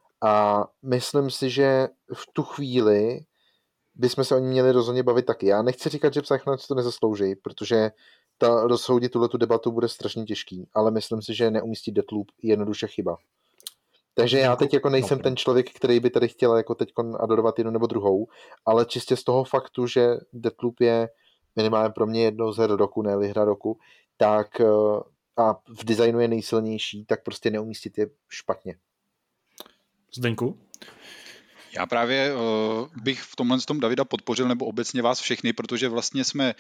A myslím si, že v tu chvíli bychom se o ní měli rozhodně bavit taky. Já nechci říkat, že Psychonauts to nezaslouží, protože rozsoudit tuhletu debatu bude strašně těžký, ale myslím si, že neumístit Deathloop je jednoduše chyba. Takže já teď jako nejsem ten člověk, který by tady chtěl jako teď adorovat jednu nebo druhou, ale čistě z toho faktu, že Deathloop je minimálně pro mě jednou z her roku, ne hra roku, tak a v designu je nejsilnější, tak prostě neumístit je špatně. Zdeňku? Já právě bych v tomhle tom Davida podpořil, nebo obecně vás všechny, protože vlastně jsme,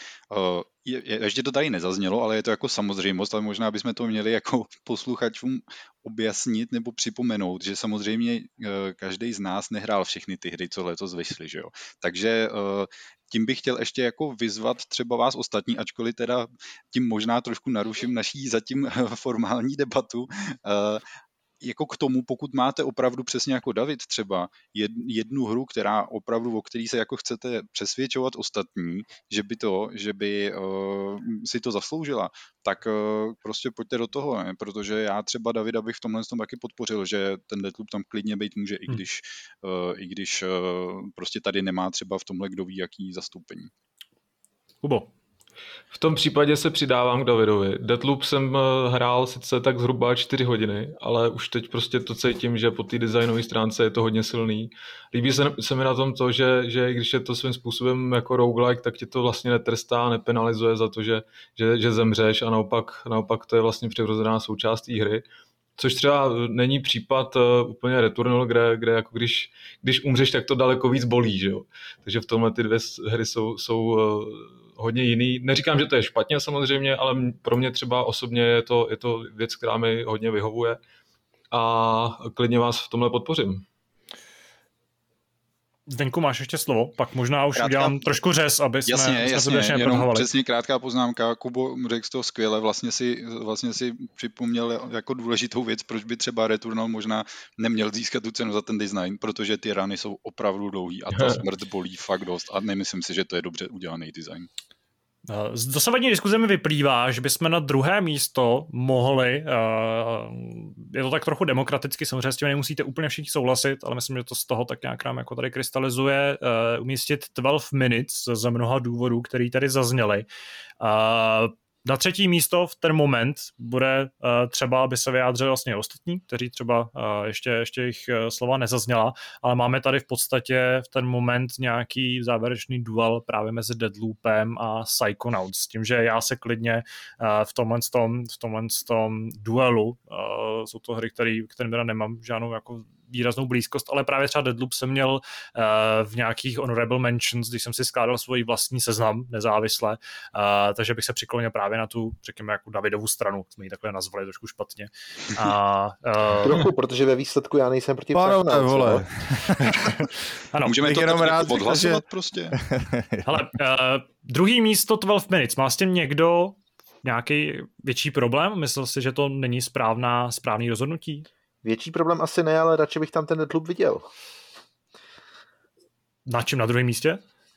ještě to tady nezaznělo, ale je to jako samozřejmost, ale možná bychom to měli jako posluchačům objasnit nebo připomenout, že samozřejmě každý z nás nehrál všechny ty hry, co letos vyšly, že jo. Takže tím bych chtěl ještě jako vyzvat třeba vás ostatní, ačkoliv teda tím možná trošku naruším naší zatím formální debatu, jako k tomu, pokud máte opravdu přesně jako David třeba jednu hru, která opravdu, o který se jako chcete přesvědčovat ostatní, že by si to zasloužila, tak prostě pojďte do toho, ne? Protože já třeba Davida bych v tomhle tom taky podpořil, že ten Deathloop tam klidně být může, i když prostě tady nemá třeba v tomhle kdo ví jaký zastoupení. Kubo? V tom případě se přidávám k Davidovi. Deathloop jsem hrál sice tak zhruba 4 hodiny, ale už teď prostě to cítím, že po té designové stránce je to hodně silný. Líbí se mi na tom to, že když je to svým způsobem jako roguelike, tak tě to vlastně netrestá, nepenalizuje za to, že zemřeš a naopak to je vlastně přirozená součást té hry. Což třeba není případ úplně Returnal, kde jako když umřeš, tak to daleko víc bolí, že jo. Takže v tomhle ty dvě hry jsou hodně jiný. Neříkám, že to je špatně samozřejmě, ale pro mě třeba osobně je to věc, která mi hodně vyhovuje a klidně vás v tomhle podpořím. Zdeňku, máš ještě slovo, pak možná už udělám trošku řez, aby jsme zbytečně jenom přesně krátká poznámka. Kubo řekl to skvěle, vlastně si připomněl jako důležitou věc, proč by třeba Returnal možná neměl získat tu cenu za ten design, protože ty rany jsou opravdu dlouhý a ta smrt bolí fakt dost a nemyslím si, že to je dobře udělaný design. Z dosavadní diskuze mi vyplývá, že bychom na druhé místo mohli, je to tak trochu demokraticky, samozřejmě s tím nemusíte úplně všichni souhlasit, ale myslím, že to z toho tak nějak nám jako tady krystalizuje, umístit 12 Minutes z mnoha důvodů, který tady zazněly. Na třetí místo v ten moment bude třeba, aby se vyjádřili vlastně ostatní, kteří třeba ještě jejich slova nezazněla, ale máme tady v podstatě v ten moment nějaký závěrečný duel právě mezi Deathloopem a Psychonauts, s tím, že já se klidně v tomhle duelu, jsou to hry, kterým teda nemám žádnou jako výraznou blízkost, ale právě třeba Deathloop jsem měl v nějakých honorable mentions, když jsem si skládal svůj vlastní seznam nezávisle, takže bych se přiklonil právě na tu, řekněme, jako Davidovu stranu, jsme ji takhle nazvali trošku špatně. Trochu, protože ve výsledku já nejsem proti vole. Ano, můžeme to jenom rád odhlasovat prostě. Hele, druhý místo 12 Minutes, má s tím někdo nějaký větší problém? Myslel si, že to není správný rozhodnutí? Větší problém asi ne, ale radši bych tam ten Deathloop viděl. Na čem? Na druhém místě?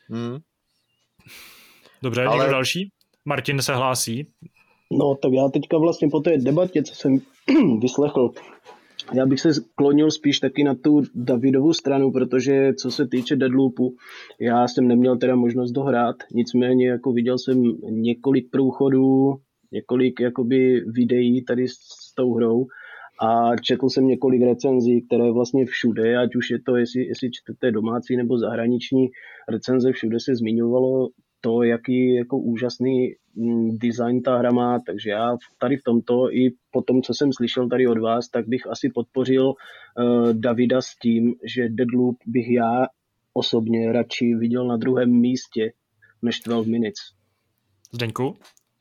Dobře, někdo další? Martin se hlásí. No, tak já teďka vlastně po té debatě, co jsem vyslechl, já bych se klonil spíš taky na tu Davidovu stranu, protože co se týče Deathloopu, já jsem neměl teda možnost dohrát, nicméně jako viděl jsem několik průchodů, několik jakoby videí tady s tou hrou, a četl jsem několik recenzí, které vlastně všude, ať už je to, jestli čtete domácí nebo zahraniční recenze, všude se zmiňovalo to, jaký jako úžasný design ta hra má, takže já tady v tomto i po tom, co jsem slyšel tady od vás, tak bych asi podpořil Davida s tím, že Deathloop bych já osobně radši viděl na druhém místě než 12 Minutes. Zdeňku?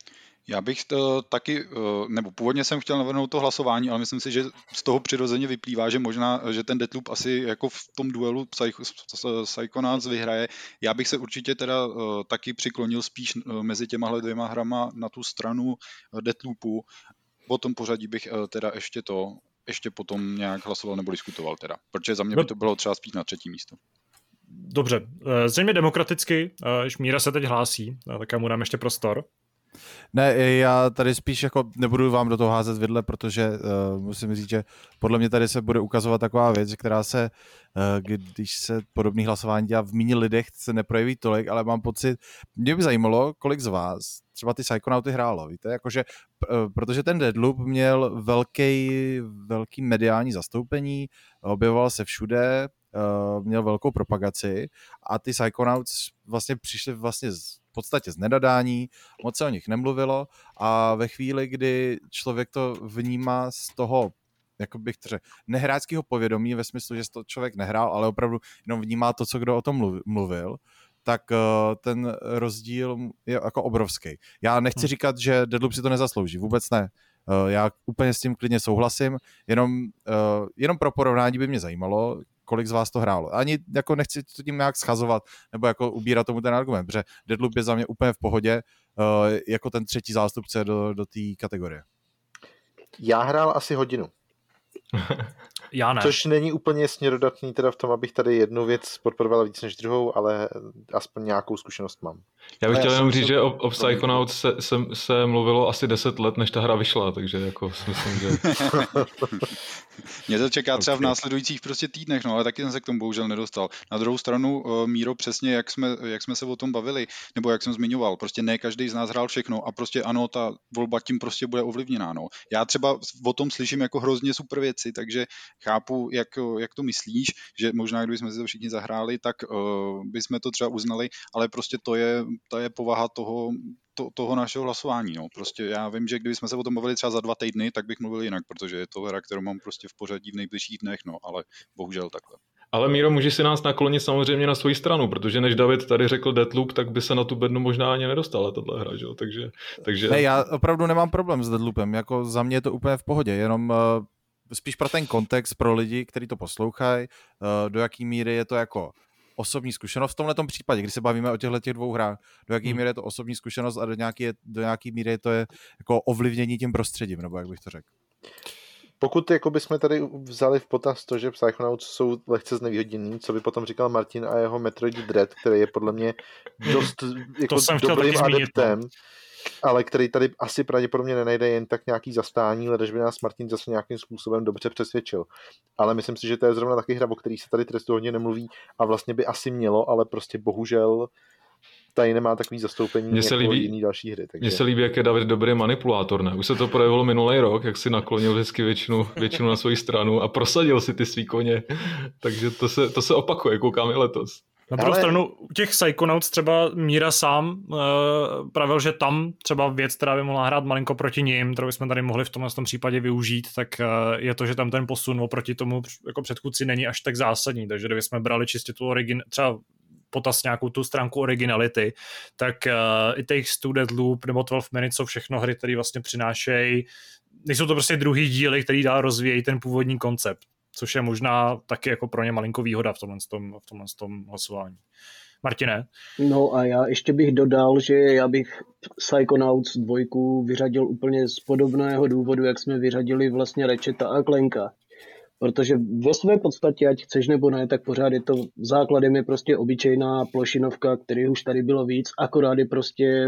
Já bych to taky, nebo původně jsem chtěl navrhnout to hlasování, ale myslím si, že z toho přirozeně vyplývá, že možná, že ten Deathloop asi jako v tom duelu Psychonauts vyhraje. Já bych se určitě teda taky přiklonil spíš mezi těmahle dvěma hrama na tu stranu Deathloopu. Po tom pořadí bych teda ještě potom nějak hlasoval nebo diskutoval teda, protože za mě by to bylo třeba spíš na třetí místo. Dobře, zřejmě demokraticky, Míra se teď hlásí, tak já mu dám ještě prostor. Ne, já tady spíš jako nebudu vám do toho házet vidle, protože musím říct, že podle mě tady se bude ukazovat taková věc, která se, když se podobný hlasování dělá v méně lidech, se neprojeví tolik, ale mám pocit, mě by zajímalo, kolik z vás třeba ty Psychonauty hrálo, víte, jakože, protože ten Deathloop měl velký mediální zastoupení, objevoval se všude, měl velkou propagaci a ty Psychonauts vlastně přišly vlastně v podstatě z nedadání, moc se o nich nemluvilo a ve chvíli, kdy člověk to vnímá z toho, jako bych to řekl, nehráčského povědomí, ve smyslu, že to člověk nehrál, ale opravdu jenom vnímá to, co kdo o tom mluvil, tak ten rozdíl je jako obrovský. Já nechci říkat, že Deathloop si to nezaslouží, vůbec ne. Já úplně s tím klidně souhlasím, jenom pro porovnání by mě zajímalo, kolik z vás to hrálo. Ani jako nechci to tím nějak schazovat, nebo jako ubírat tomu ten argument, protože Deathloop je za mě úplně v pohodě, jako ten třetí zástupce do té kategorie. Já hrál asi hodinu. Já ne. Což není úplně směrodatný teda v tom, abych tady jednu věc podporoval víc než druhou, ale aspoň nějakou zkušenost mám. Já bych chtěl jenom říct, že o Psychonauts se mluvilo asi 10 let, než ta hra vyšla, takže jako myslím, že... Mě to čeká třeba v následujících prostě týdnech, no, ale taky jsem se k tomu bohužel nedostal. Na druhou stranu, Míro, přesně jak jsme se o tom bavili, nebo jak jsem zmiňoval, prostě ne každý z nás hrál všechno a prostě ano, ta volba tím prostě bude ovlivněná, no. Já třeba o tom slyším jako hrozně super věci, takže chápu, jak to myslíš, že možná kdybychom si to všichni zahráli, tak bychom to třeba uznali, ale prostě to je povaha toho našeho hlasování. No. Prostě já vím, že kdybychom se o tom bavili třeba za 2 týdny, tak bych mluvil jinak, protože je to hra, kterou mám prostě v pořadí v nejbližších dnech, no, ale bohužel takhle. Ale Míro, můžeš si nás naklonit samozřejmě na svoji stranu, protože než David tady řekl Deathloop, tak by se na tu bednu možná ani nedostala tato hra, že? Takže... Ne, já opravdu nemám problém s Deathloopem, jako za mě je to úplně v pohodě, jenom spíš pro ten kontext, pro lidi, kteří to poslouchají, do jaký míry je to jako osobní zkušenost v tomhletom případě, když se bavíme o těchto dvou hrách, do jaký míry je to osobní zkušenost a do nějaký míry to je jako ovlivnění tím prostředím, nebo jak bych to řekl. Pokud jako bychom tady vzali v potaz to, že Psychonauts jsou lehce znevýhodnění, co by potom říkal Martin a jeho Metroid Dread, který je podle mě dost jako dobrým adeptem, ale který tady asi pravděpodobně nenajde jen tak nějaký zastání, ledaž by nás Martin zase nějakým způsobem dobře přesvědčil. Ale myslím si, že to je zrovna taky hra, o který se tady trestu hodně nemluví a vlastně by asi mělo, ale prostě bohužel tady nemá takový zastoupení jako jiný další hry. Takže... Mně se líbí, jak je David dobrý manipulátor, ne? Už se to projevilo minulý rok, jak si naklonil vždycky většinu na svou stranu a prosadil si ty svý koně. Takže to se opakuje, koukám i letos. Na druhou stranu, u těch Psychonauts třeba Míra sám pravil, že tam třeba věc, která by mohla hrát malinko proti ním, kterou bychom tady mohli v tomhle případě využít, tak je to, že tam ten posun oproti tomu jako předchůdci není až tak zásadní, takže kdybychom brali čistě tu třeba potaz nějakou tu stránku originality, tak It Takes Two, Deathloop nebo 12 Minutes jsou všechno hry, které vlastně přinášejí, nejsou to prostě druhý díly, který dál rozvíjejí ten původní koncept, což je možná taky jako pro ně malinko výhoda v tomhle hlasování. Martine? No a já ještě bych dodal, že já bych Psychonauts 2 vyřadil úplně z podobného důvodu, jak jsme vyřadili vlastně Ratcheta a Clanka. Protože ve své podstatě, ať chceš nebo ne, tak pořád je to základem je prostě obyčejná plošinovka, který už tady bylo víc, akorát je prostě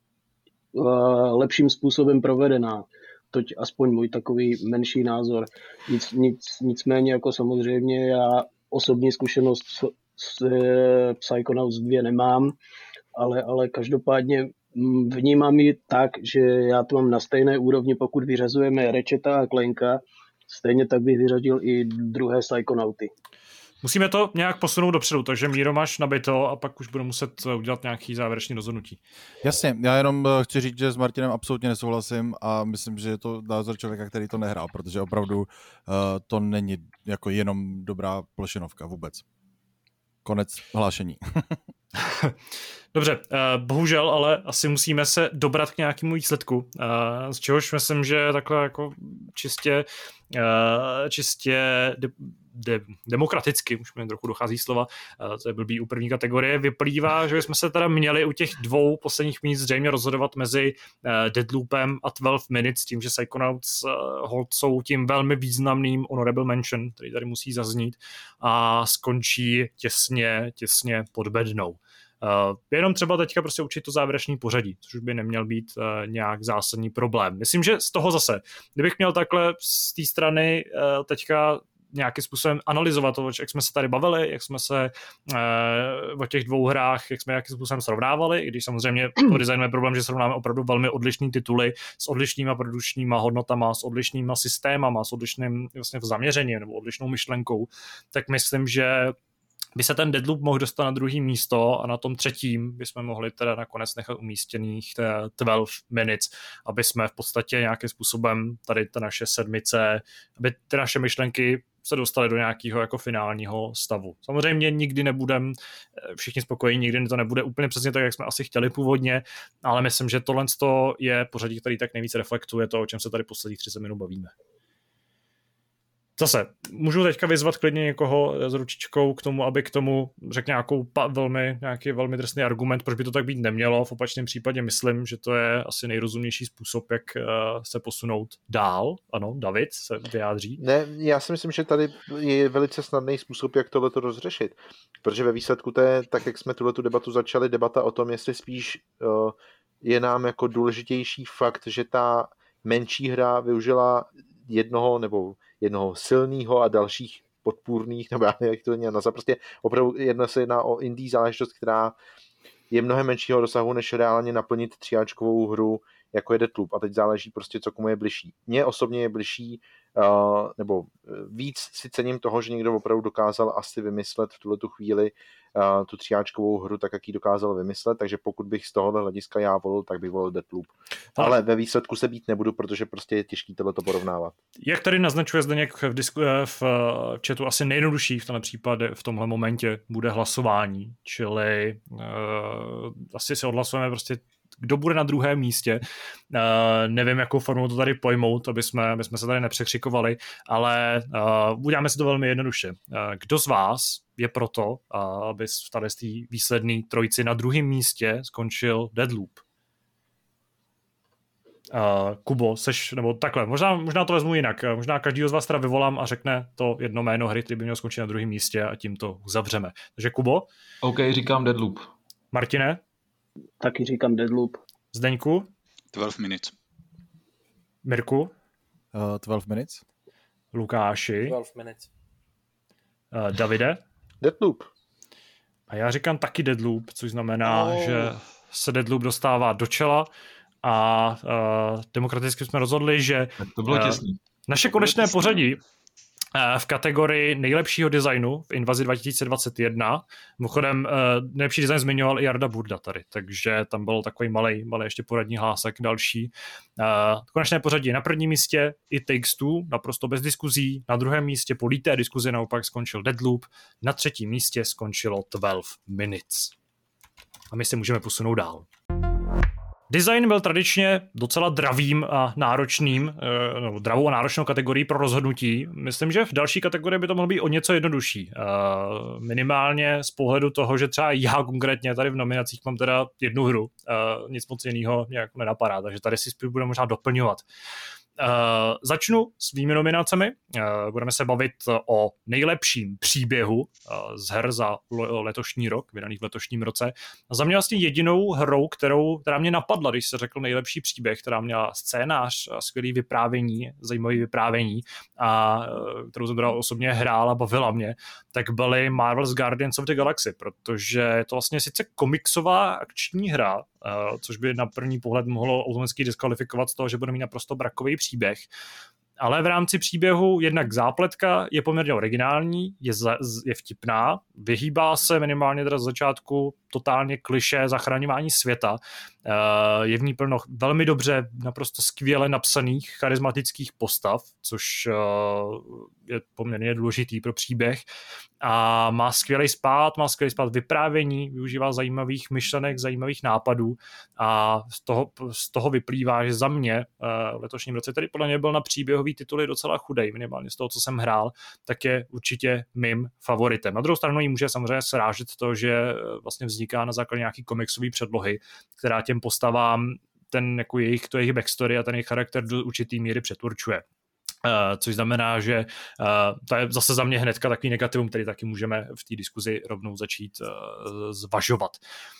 lepším způsobem provedená. Toť aspoň můj takový menší názor. Nicméně jako samozřejmě já osobní zkušenost s Psychonauts 2 nemám, ale každopádně vnímám ji tak, že já to mám na stejné úrovni, pokud vyřazujeme Ratcheta a Clanka, stejně tak bych vyřadil i druhé Psychonauty. Musíme to nějak posunout dopředu, takže Míro, máš nabito a pak už budu muset udělat nějaký závěrečný rozhodnutí. Jasně, já jenom chci říct, že s Martinem absolutně nesouhlasím a myslím, že je to názor člověka, který to nehrál, protože opravdu to není jako jenom dobrá plošinovka vůbec. Konec hlášení. Dobře, bohužel, ale asi musíme se dobrat k nějakému výsledku, z čehož myslím, že takhle jako čistě demokraticky, už mi trochu dochází slova, to je blbý u první kategorie, vyplývá, že jsme se teda měli u těch dvou posledních míst zřejmě rozhodovat mezi Deadloopem a 12 Minutes, tím, že Psychonauts hold jsou tím velmi významným honorable mention, který tady musí zaznít a skončí těsně pod bednou. Jenom třeba teďka prostě učit to závěrečný pořadí, což by neměl být nějak zásadní problém. Myslím, že z toho zase, kdybych měl takhle z té strany teďka nějakým způsobem analyzovat to, jak jsme se tady bavili, jak jsme se o těch dvou hrách, jak jsme nějakým způsobem srovnávali, i když samozřejmě to designuje problém, že srovnáme opravdu velmi odlišný tituly s odlišnýma produčníma hodnotama, s odlišnýma systémama, s odlišným vlastně zaměřením nebo odlišnou myšlenkou, tak myslím, že by se ten Deadloop mohl dostat na druhé místo a na tom třetím bychom mohli teda nakonec nechat umístěných 12 Minutes, aby jsme v podstatě nějakým způsobem tady ta naše sedmice, aby ty naše myšlenky se dostaly do nějakého jako finálního stavu. Samozřejmě nikdy nebudeme všichni spokojení, nikdy to nebude úplně přesně tak, jak jsme asi chtěli původně, ale myslím, že tohle je pořadí, který tak nejvíc reflektuje to, o čem se tady posledních 30 minut bavíme. Zase, můžu teďka vyzvat klidně někoho s ručičkou k tomu, aby k tomu řekl nějaký velmi drsný argument, proč by to tak být nemělo. V opačném případě myslím, že to je asi nejrozumnější způsob, jak se posunout dál. Ano, David se vyjádří. Ne, já si myslím, že tady je velice snadný způsob, jak tohleto rozřešit. Protože ve výsledku to je, tak jak jsme tu debatu začali, debata o tom, jestli spíš je nám jako důležitější fakt, že ta menší hra využila jednoho silného a dalších podpůrných, nebo jak to nazvat, prostě opravdu se jedná o indie záležitost, která je mnohem menšího dosahu, než reálně naplnit 3áčkovou hru, jako je Deadloop. A teď záleží prostě, co komu je bližší. Mně osobně je bližší, nebo víc si cením toho, že někdo opravdu dokázal asi vymyslet v tuhletu chvíli tu 3áčkovou hru, tak jak ji dokázal vymyslet, takže pokud bych z tohohle hlediska já volil, tak bych volil Deadloop. Ale ve výsledku se být nebudu, protože prostě je těžký tohleto porovnávat. Jak tady naznačuje Zdeněk v chatu, asi nejjednodušší v tomhle případě, v tomhle momentě bude hlasování, čili asi si odhlasujeme prostě kdo bude na druhém místě. Nevím, jakou formou to tady pojmout, aby jsme se tady nepřekřikovali, ale uděláme si to velmi jednoduše. Kdo z vás je proto, aby v tady z té výsledné trojici na druhém místě skončil Deadloop? Kubo, nebo takhle, možná to vezmu jinak. Možná každýho z vás teda vyvolám a řekne to jedno jméno hry, který by měl skončit na druhém místě a tím to uzavřeme. Takže Kubo? OK, říkám Deadloop. Martine? Taky říkám Deadloop. Zdeňku? 12 Minutes. Mirku? 12 Minutes. Lukáši? 12 Minutes. Davide? Deadloop. A já říkám taky Deadloop, což znamená, že se Deadloop dostává do čela a demokraticky jsme rozhodli, že to bylo těsný. Naše konečné pořadí v kategorii nejlepšího designu v Invazi 2021. Mimochodem, nejlepší design zmiňoval i Jarda Burda tady, takže tam byl takový malej ještě poradní hlásek další. Konečné pořadí na prvním místě It Takes Two, naprosto bez diskuzí. Na druhém místě po líté diskuzi naopak skončil Deadloop. Na třetím místě skončilo 12 Minutes. A my se můžeme posunout dál. Design byl tradičně docela dravým a náročným, dravou a náročnou kategorií pro rozhodnutí. Myslím, že v další kategorii by to mohlo být o něco jednodušší. Minimálně z pohledu toho, že třeba já konkrétně tady v nominacích mám teda jednu hru, nic moc jiného nějak nenapadá, takže tady si spíš budeme možná doplňovat. Začnu svými nominacemi. Budeme se bavit o nejlepším příběhu z her za letošní rok, vydaných v letošním roce. A za mě vlastně jedinou hrou, která mě napadla, když se řekl nejlepší příběh, která měla scénář a skvělý vyprávění, zajímavý vyprávění, a kterou jsem teda osobně hrál a bavila mě, tak byly Marvel's Guardians of the Galaxy, protože je to vlastně sice komiksová akční hra, což by na první pohled mohlo automaticky diskvalifikovat z toho, že bude mít naprosto brakový příběh. Ale v rámci příběhu jednak zápletka je poměrně originální, je vtipná, vyhýbá se minimálně teda z začátku totálně klišé zachraňování světa. Je v ní plno velmi dobře, naprosto skvěle napsaných charismatických postav, což je poměrně důležitý pro příběh. A má skvělý spád vyprávění, využívá zajímavých myšlenek, zajímavých nápadů a z toho vyplývá, že za mě v letošním roce, tady podle mě byl na příběhový tituly docela chudej, minimálně z toho, co jsem hrál, tak je určitě mým favoritem. Na druhou stranu jí může samozřejmě srážet to, že vlastně vzniká na základě nějaký komiksový předlohy, která těm postavám jako jejich backstory a ten jejich charakter do určitý míry přetvurčuje. Což znamená, že to je zase za mě hnedka takový negativum, který taky můžeme v té diskuzi rovnou začít zvažovat.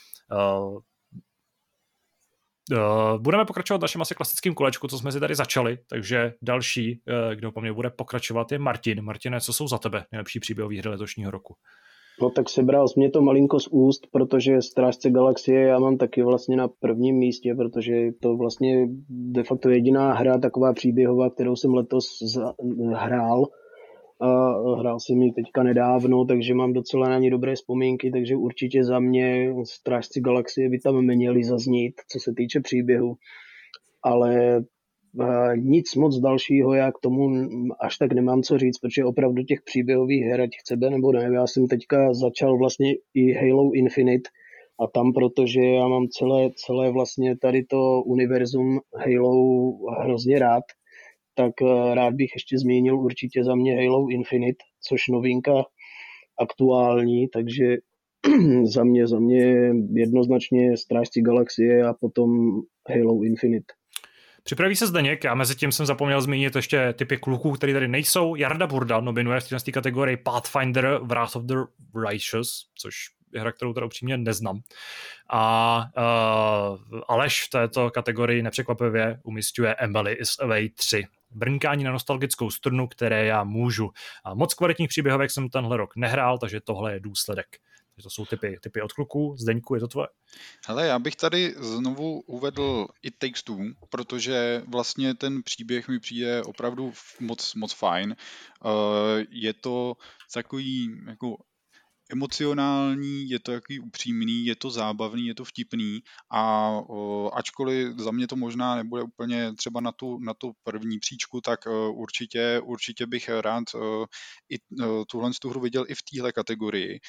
Budeme pokračovat naším asi klasickým kolečku, co jsme si tady začali, takže další, kdo po mně bude pokračovat, je Martin. Martine, co jsou za tebe nejlepší příběhové hry letošního roku? No tak sebral jsi mě to malinko z úst, protože Strážce galaxie já mám taky vlastně na prvním místě, protože je to vlastně de facto jediná hra taková příběhová, kterou jsem letos hrál. A hrál jsem ji teďka nedávno, takže mám docela na ní dobré vzpomínky, takže určitě za mě Strážci galaxie by tam měli zaznít, co se týče příběhu. Ale nic moc dalšího já k tomu až tak nemám co říct, protože opravdu těch příběhových her, ať chceme nebo ne, já jsem teďka začal vlastně i Halo Infinite a tam, protože já mám celé vlastně tady to univerzum Halo hrozně rád, tak rád bych ještě zmínil určitě za mě Halo Infinite, což novinka aktuální, takže za mě jednoznačně Strážci galaxie a potom Halo Infinite. Připraví se Zdeněk, já mezi tím jsem zapomněl zmínit ještě typy kluků, který tady nejsou. Jarda Burda nominuje v té kategorii Pathfinder Wrath of the Righteous, což je hra, kterou teda upřímně neznám. A Aleš v této kategorii nepřekvapivě umísťuje Emily is Away 3. Brnkání na nostalgickou strunu, které já můžu. A moc kvalitních příběhovek jsem tenhle rok nehrál, takže tohle je důsledek. To jsou typy od kluků. Zdeňku, je to tvoje? Hele, já bych tady znovu uvedl It Takes Two, protože vlastně ten příběh mi přijde opravdu moc fajn. Je to takový jako emocionální, je to jaký upřímný, je to zábavný, je to vtipný a ačkoliv za mě to možná nebude úplně třeba na tu první příčku, tak určitě bych rád i tuhle hru viděl i v téhle kategorii.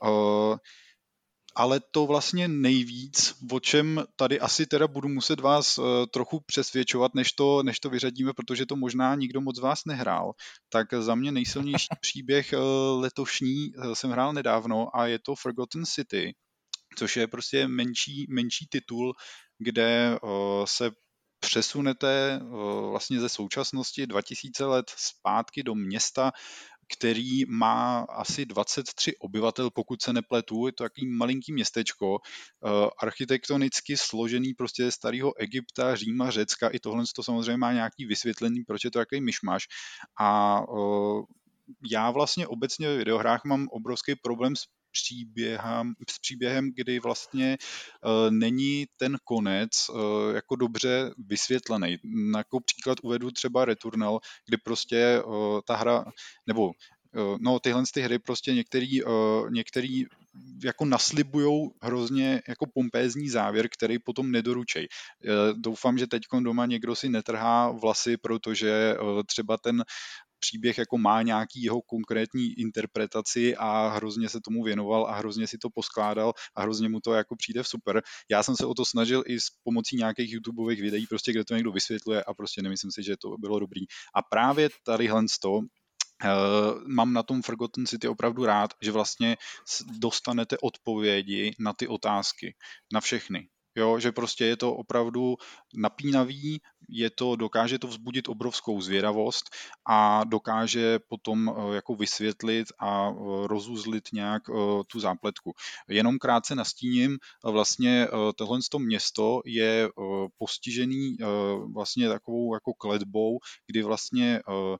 Ale to vlastně nejvíc, o čem tady asi teda budu muset vás trochu přesvědčovat, než to vyřadíme, protože to možná nikdo moc z vás nehrál, tak za mě nejsilnější příběh letošní jsem hrál nedávno a je to Forgotten City, což je prostě menší titul, kde se přesunete vlastně ze současnosti 2000 let zpátky do města, který má asi 23 obyvatel, pokud se nepletu, je to takový malinký městečko, architektonicky složený prostě ze starého Egypta, Říma, Řecka, i tohle to samozřejmě má nějaký vysvětlení, proč je to takový myšmaš. A já vlastně obecně v videohrách mám obrovský problém s příběhem, kdy vlastně není ten konec jako dobře vysvětlený. Jako příklad uvedu třeba Returnal, kdy prostě ta hra, nebo tyhle hry prostě některý jako naslibujou hrozně jako pompézní závěr, který potom nedoručej. Doufám, že teďkon doma někdo si netrhá vlasy, protože třeba ten příběh jako má nějaký jeho konkrétní interpretaci a hrozně se tomu věnoval a hrozně si to poskládal a hrozně mu to jako přijde super. Já jsem se o to snažil i s pomocí nějakých YouTubeových videí, prostě kde to někdo vysvětluje a prostě nemyslím si, že to bylo dobrý. A právě tadyhle mám na tom Forgotten City opravdu rád, že vlastně dostanete odpovědi na ty otázky, na všechny. Jo, že prostě je to opravdu napínavý, dokáže to vzbudit obrovskou zvědavost a dokáže potom jako vysvětlit a rozuzlit nějak tu zápletku. Jenom krátce nastíním, vlastně tohle město je postižený vlastně takovou jako kletbou, kdy vlastně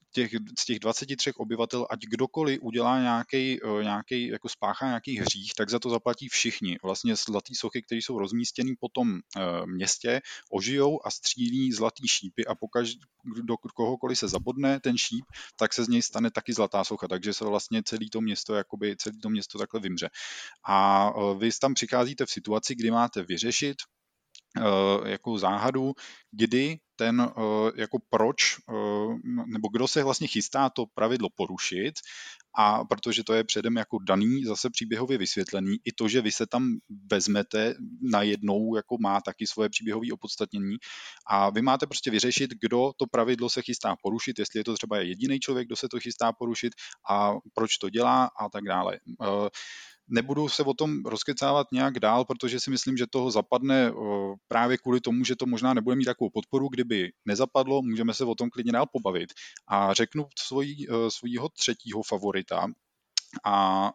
z těch 23 obyvatel, ať kdokoliv udělá nějaký jako spáchá nějaký hřích, tak za to zaplatí všichni. Vlastně zlatý sochy, které jsou rozmístěny po tom městě, ožijou a střílí zlatý šípy a do kohokoliv se zabodne ten šíp, tak se z něj stane taky zlatá socha, takže se vlastně celé to město takhle vymře. A vy tam přicházíte v situaci, kdy máte vyřešit jako záhadu, kdy jako proč, nebo kdo se vlastně chystá to pravidlo porušit, a protože to je předem jako daný, zase příběhově vysvětlený, i to, že vy se tam vezmete najednou, jako má taky svoje příběhové opodstatnění a vy máte prostě vyřešit, kdo to pravidlo se chystá porušit, jestli je to třeba jediný člověk, kdo se to chystá porušit a proč to dělá a tak dále. Nebudu se o tom rozkecávat nějak dál, protože si myslím, že toho zapadne právě kvůli tomu, že to možná nebude mít takovou podporu. Kdyby nezapadlo, můžeme se o tom klidně dál pobavit. A řeknu svýho třetího favorita a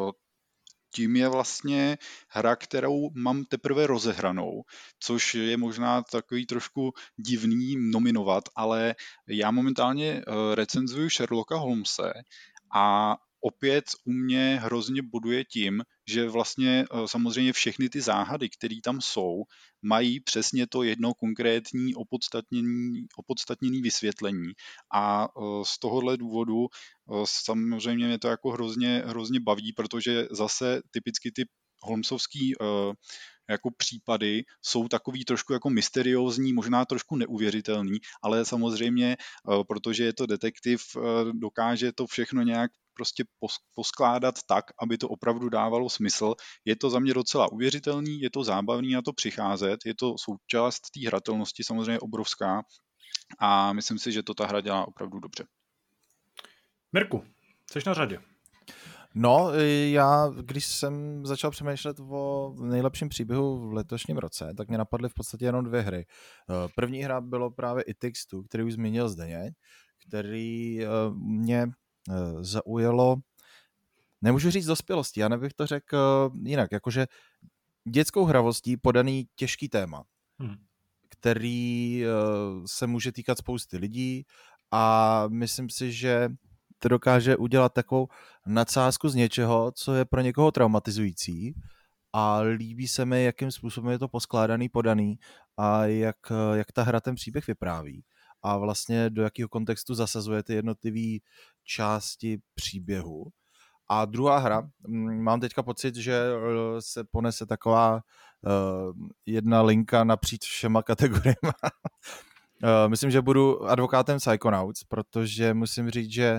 tím je vlastně hra, kterou mám teprve rozehranou, což je možná takový trošku divný nominovat, ale já momentálně recenzuju Sherlocka Holmese a opět u mě hrozně buduje tím, že vlastně samozřejmě všechny ty záhady, které tam jsou, mají přesně to jedno konkrétní opodstatněné vysvětlení. A z tohohle důvodu samozřejmě mě to jako hrozně baví, protože zase typicky ty Holmesovský jako případy jsou takový trošku jako mysteriózní, možná trošku neuvěřitelný, ale samozřejmě, protože je to detektiv, dokáže to všechno nějak prostě poskládat tak, aby to opravdu dávalo smysl. Je to za mě docela uvěřitelný, je to zábavný na to přicházet, je to součást té hratelnosti samozřejmě obrovská a myslím si, že to ta hra dělá opravdu dobře. Mirku, jsi na řadě. No, já, když jsem začal přemýšlet o nejlepším příběhu v letošním roce, tak mě napadly v podstatě jenom 2 hry. První hra bylo právě It Takes Two, který už zmínil Zdeněk, který mě zaujalo, nemůžu říct dospělosti, já nebych to řekl jinak, jakože dětskou hravostí podaný těžký téma, který se může týkat spousty lidí a myslím si, že to dokáže udělat takovou nadsázku z něčeho, co je pro někoho traumatizující a líbí se mi, jakým způsobem je to poskládaný, podaný a jak ta hra ten příběh vypráví a vlastně do jakého kontextu zasazuje ty jednotlivé části příběhu. A druhá hra, mám teďka pocit, že se ponese taková jedna linka napříč všema kategoriemi. Myslím, že budu advokátem Psychonauts, protože musím říct, že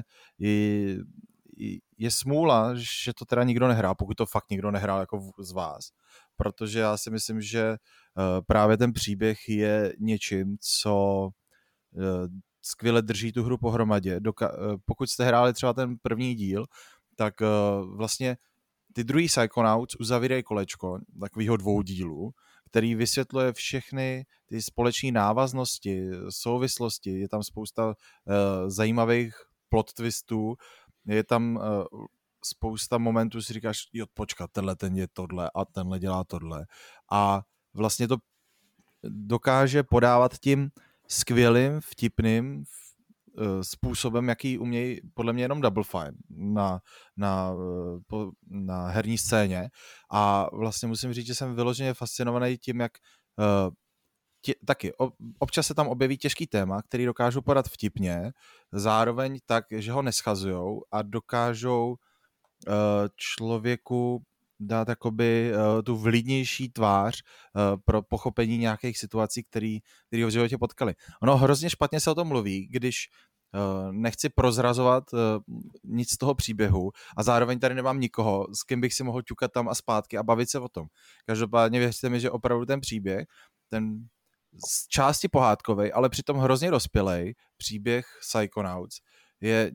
je smůla, že to teda nikdo nehrál, pokud to fakt nikdo nehrál jako z vás. Protože já si myslím, že právě ten příběh je něčím, co skvěle drží tu hru pohromadě. Pokud jste hráli třeba ten první díl, tak vlastně ty druhý Psychonauts uzavírají kolečko takového 2 dílů, který vysvětluje všechny ty společné návaznosti, souvislosti, je tam spousta zajímavých plot twistů, je tam spousta momentů, si říkáš, jo, počkat, tenhle ten je tohle a tenhle dělá tohle. A vlastně to dokáže podávat tím skvělým, vtipným způsobem, jaký umějí podle mě jenom Double Fine na herní scéně. A vlastně musím říct, že jsem vyloženě fascinovaný tím, jak taky občas se tam objeví těžký téma, který dokážou podat vtipně, zároveň tak, že ho neschazujou a dokážou člověku dát jakoby tu vlídnější tvář pro pochopení nějakých situací, který ho v životě potkali. Ono hrozně špatně se o tom mluví, když nechci prozrazovat nic z toho příběhu a zároveň tady nemám nikoho, s kým bych si mohl ťukat tam a zpátky a bavit se o tom. Každopádně věřte mi, že opravdu ten příběh, ten z části pohádkovej, ale přitom hrozně dospělej příběh Psychonauts je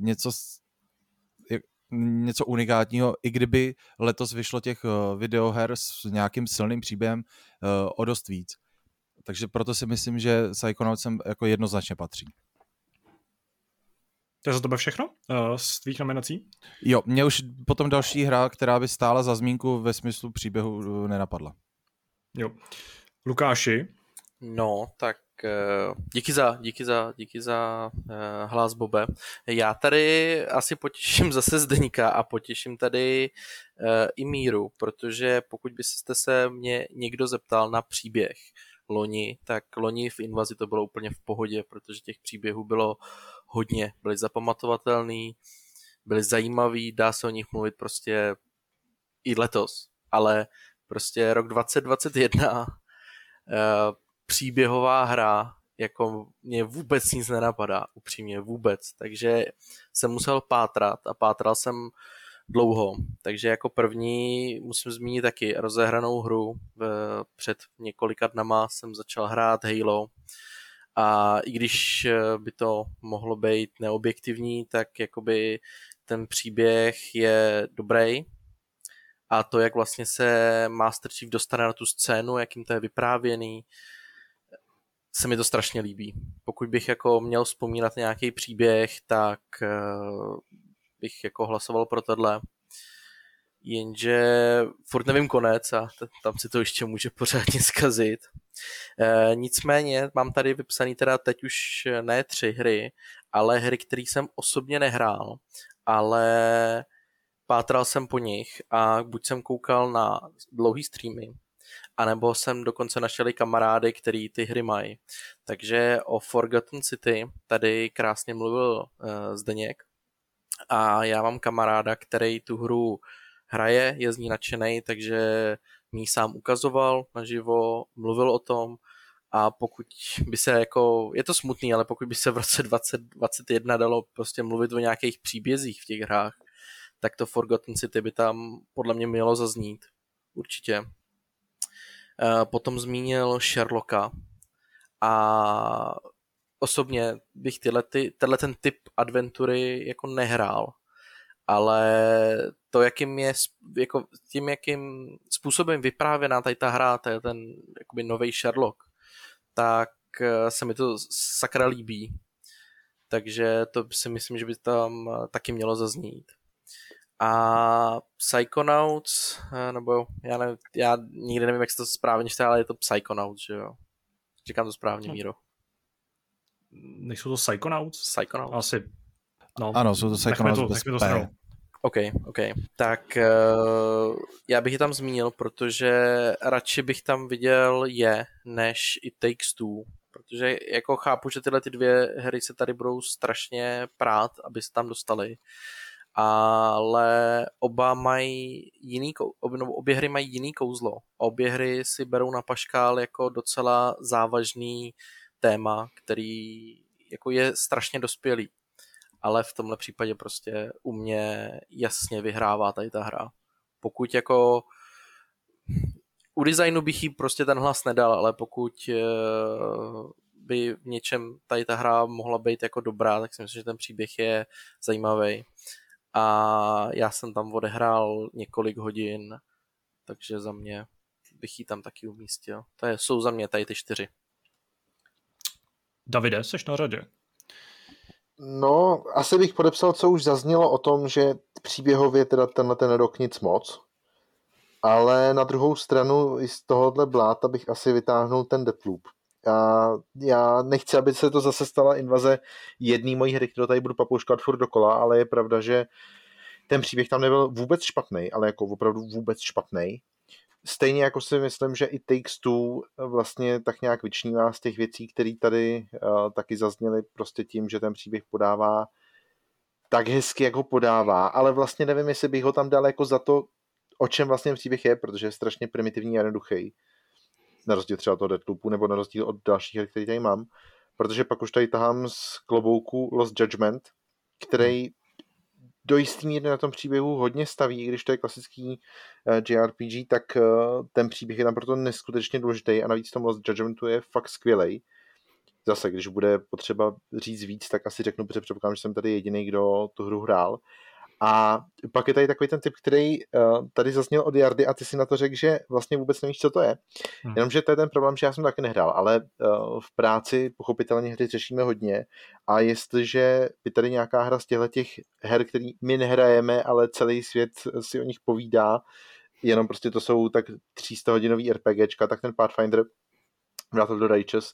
něco unikátního, i kdyby letos vyšlo těch videoher s nějakým silným příběhem o dost víc. Takže proto si myslím, že Psychonauts sem jako jednoznačně patří. To je za tebe všechno z tvých nominací? Jo, mě už potom další hra, která by stála za zmínku ve smyslu příběhu, nenapadla. Jo. Lukáši? No, tak díky za hlas, Bobe. Já tady asi potěším zase Zdeňka a potěším tady i Míru, protože pokud byste se mě někdo zeptal na příběh loni, tak loni v Invazi to bylo úplně v pohodě, protože těch příběhů bylo hodně, byly zapamatovatelný, byly zajímavý, dá se o nich mluvit prostě i letos, ale prostě rok 2021 příběhová hra, jako mě vůbec nic nenapadá, upřímně vůbec, takže jsem musel pátrat a pátral jsem dlouho, takže jako první musím zmínit taky rozehranou hru. Před několika dnama jsem začal hrát Halo a i když by to mohlo být neobjektivní, tak jakoby ten příběh je dobrý a to, jak vlastně se Master Chief dostane na tu scénu, jakým to je vyprávěný, se mi to strašně líbí. Pokud bych jako měl vzpomínat nějaký příběh, tak bych jako hlasoval pro tohle. Jenže furt nevím konec a tam si to ještě může pořádně zkazit. Nicméně mám tady vypsaný teda teď už ne 3 hry, ale hry, které jsem osobně nehrál, ale pátral jsem po nich a buď jsem koukal na dlouhý streamy, anebo jsem dokonce našel i kamarády, který ty hry mají. Takže o Forgotten City tady krásně mluvil Zdeněk a já mám kamaráda, který tu hru hraje, je z ní nadšenej, takže mi sám ukazoval naživo, mluvil o tom a pokud by se jako, je to smutný, ale pokud by se v roce 2021 dalo prostě mluvit o nějakých příbězích v těch hrách, tak to Forgotten City by tam podle mě mělo zaznít. Určitě. Potom zmínil Sherlocka a osobně bych tenhle ten typ adventury jako nehrál, ale to, jakým způsobem vyprávěná tady ta hra, to je ten jakoby novej Sherlock, tak se mi to sakra líbí. Takže to si myslím, že by tam taky mělo zaznít. A Psychonauts, nebo já nikdy nevím, jak se to správně čte, ale je to Psychonauts, že jo? Říkám to správně, Míro. Nejsou to Psychonauts? Psychonauts. Asi. No. Ano, jsou to Psychonauts bez P. OK. Tak já bych je tam zmínil, protože radši bych tam viděl než i Takes Two, protože jako chápu, že tyhle ty 2 hry se tady budou strašně prát, aby se tam dostali, ale obě hry mají jiný kouzlo. Obě hry si berou na paškál jako docela závažný téma, který jako je strašně dospělý. Ale v tomhle případě prostě u mě jasně vyhrává tady ta hra. Pokud jako u designu bych jí prostě ten hlas nedal, ale pokud by v něčem tady ta hra mohla být jako dobrá, tak si myslím, že ten příběh je zajímavý. A já jsem tam odehrál několik hodin, takže za mě bych ji tam taky umístil. Jsou za mě tady ty 4. Davide, seš na řadě. No, asi bych podepsal, co už zaznělo o tom, že příběhově teda ten rok nic moc, ale na druhou stranu i z tohohle bláta bych asi vytáhnul ten Deathloop. A já nechci, aby se to zase stala invaze jedné mojí hry, kterou tady budu papouškat furt dokola, ale je pravda, že ten příběh tam nebyl vůbec špatný, ale jako opravdu vůbec špatný. Stejně jako si myslím, že i Takes Two vlastně tak nějak vyčnívá z těch věcí, které tady taky zazněly prostě tím, že ten příběh podává tak hezky, jak ho podává, ale vlastně nevím, jestli bych ho tam dal jako za to, o čem vlastně příběh je, protože je strašně primitivní a jednoduchý. Na rozdíl třeba toho Deathloopu, nebo na rozdíl od dalších her, které tady mám, protože pak už tady tahám z klobouku Lost Judgment, který do jistý míry na tom příběhu hodně staví, když to je klasický JRPG, tak ten příběh je tam proto neskutečně důležitý a navíc v tom Lost Judgmentu je fakt skvělej. Zase, když bude potřeba říct víc, tak asi řeknu, protože předpokládám, že jsem tady jediný, kdo tu hru hrál. A pak je tady takový ten typ, který tady zazněl od Jardy a ty si na to řekl, že vlastně vůbec nevíš, co to je. Jenomže to je ten problém, že já jsem taky nehrál, ale v práci pochopitelně hry řešíme hodně a jestliže by tady nějaká hra z těch her, který my nehrajeme, ale celý svět si o nich povídá, jenom prostě to jsou tak 300 hodinový RPGčka, tak ten Pathfinder Wrath of the Righteous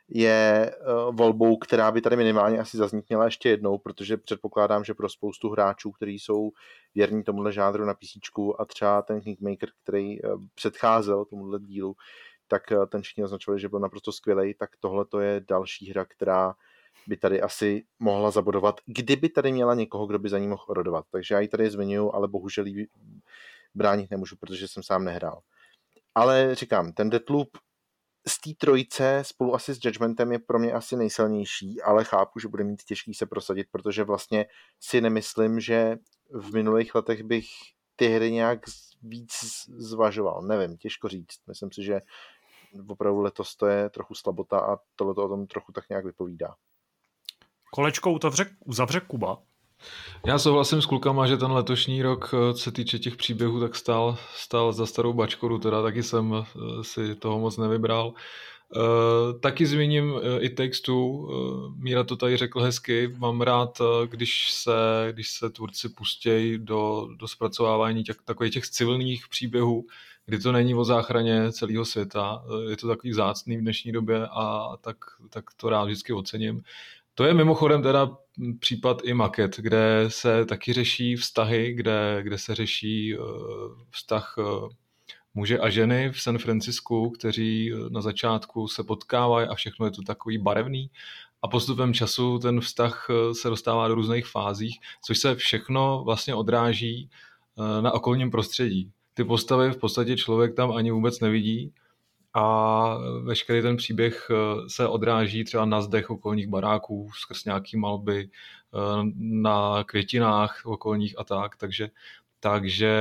je volbou, která by tady minimálně asi zaznít měla ještě jednou, protože předpokládám, že pro spoustu hráčů, kteří jsou věrní tomuhle žánru na PC a třeba ten Kingmaker, který předcházel tomuhle dílu, tak ten všichni označovali, že byl naprosto skvělej, tak tohle to je další hra, která by tady asi mohla zabodovat, kdyby tady měla někoho, kdo by za ní mohl orodovat. Takže já ji tady zmiňuji, ale bohužel ji bránit nemůžu, protože jsem sám nehrál. Ale říkám, ten Deathloop z té trojice spolu asi s Judgmentem je pro mě asi nejsilnější, ale chápu, že bude mít těžký se prosadit, protože vlastně si nemyslím, že v minulých letech bych ty hry nějak víc zvažoval. Nevím, těžko říct. Myslím si, že opravdu letos to je trochu slabota a tohle to o tom trochu tak nějak vypovídá. Kolečko uzavře Kuba. Já souhlasím s klukama, že ten letošní rok, co se týče těch příběhů, tak stál za starou bačkoru, teda taky jsem si toho moc nevybral. Taky zmíním It Takes Two, Míra to tady řekl hezky, mám rád, když se tvůrci pustějí do zpracovávání takových těch civilních příběhů, kdy to není o záchraně celého světa, je to takový vzácný v dnešní době a tak to rád vždycky ocením. To je mimochodem teda případ i Maket, kde se taky řeší vztahy, kde se řeší vztah muže a ženy v San Francisku, kteří na začátku se potkávají a všechno je to takový barevný a postupem času ten vztah se dostává do různých fázích, což se všechno vlastně odráží na okolním prostředí. Ty postavy v podstatě člověk tam ani vůbec nevidí a veškerý ten příběh se odráží třeba na zdech okolních baráků skrz nějaký malby, na květinách okolních a tak, takže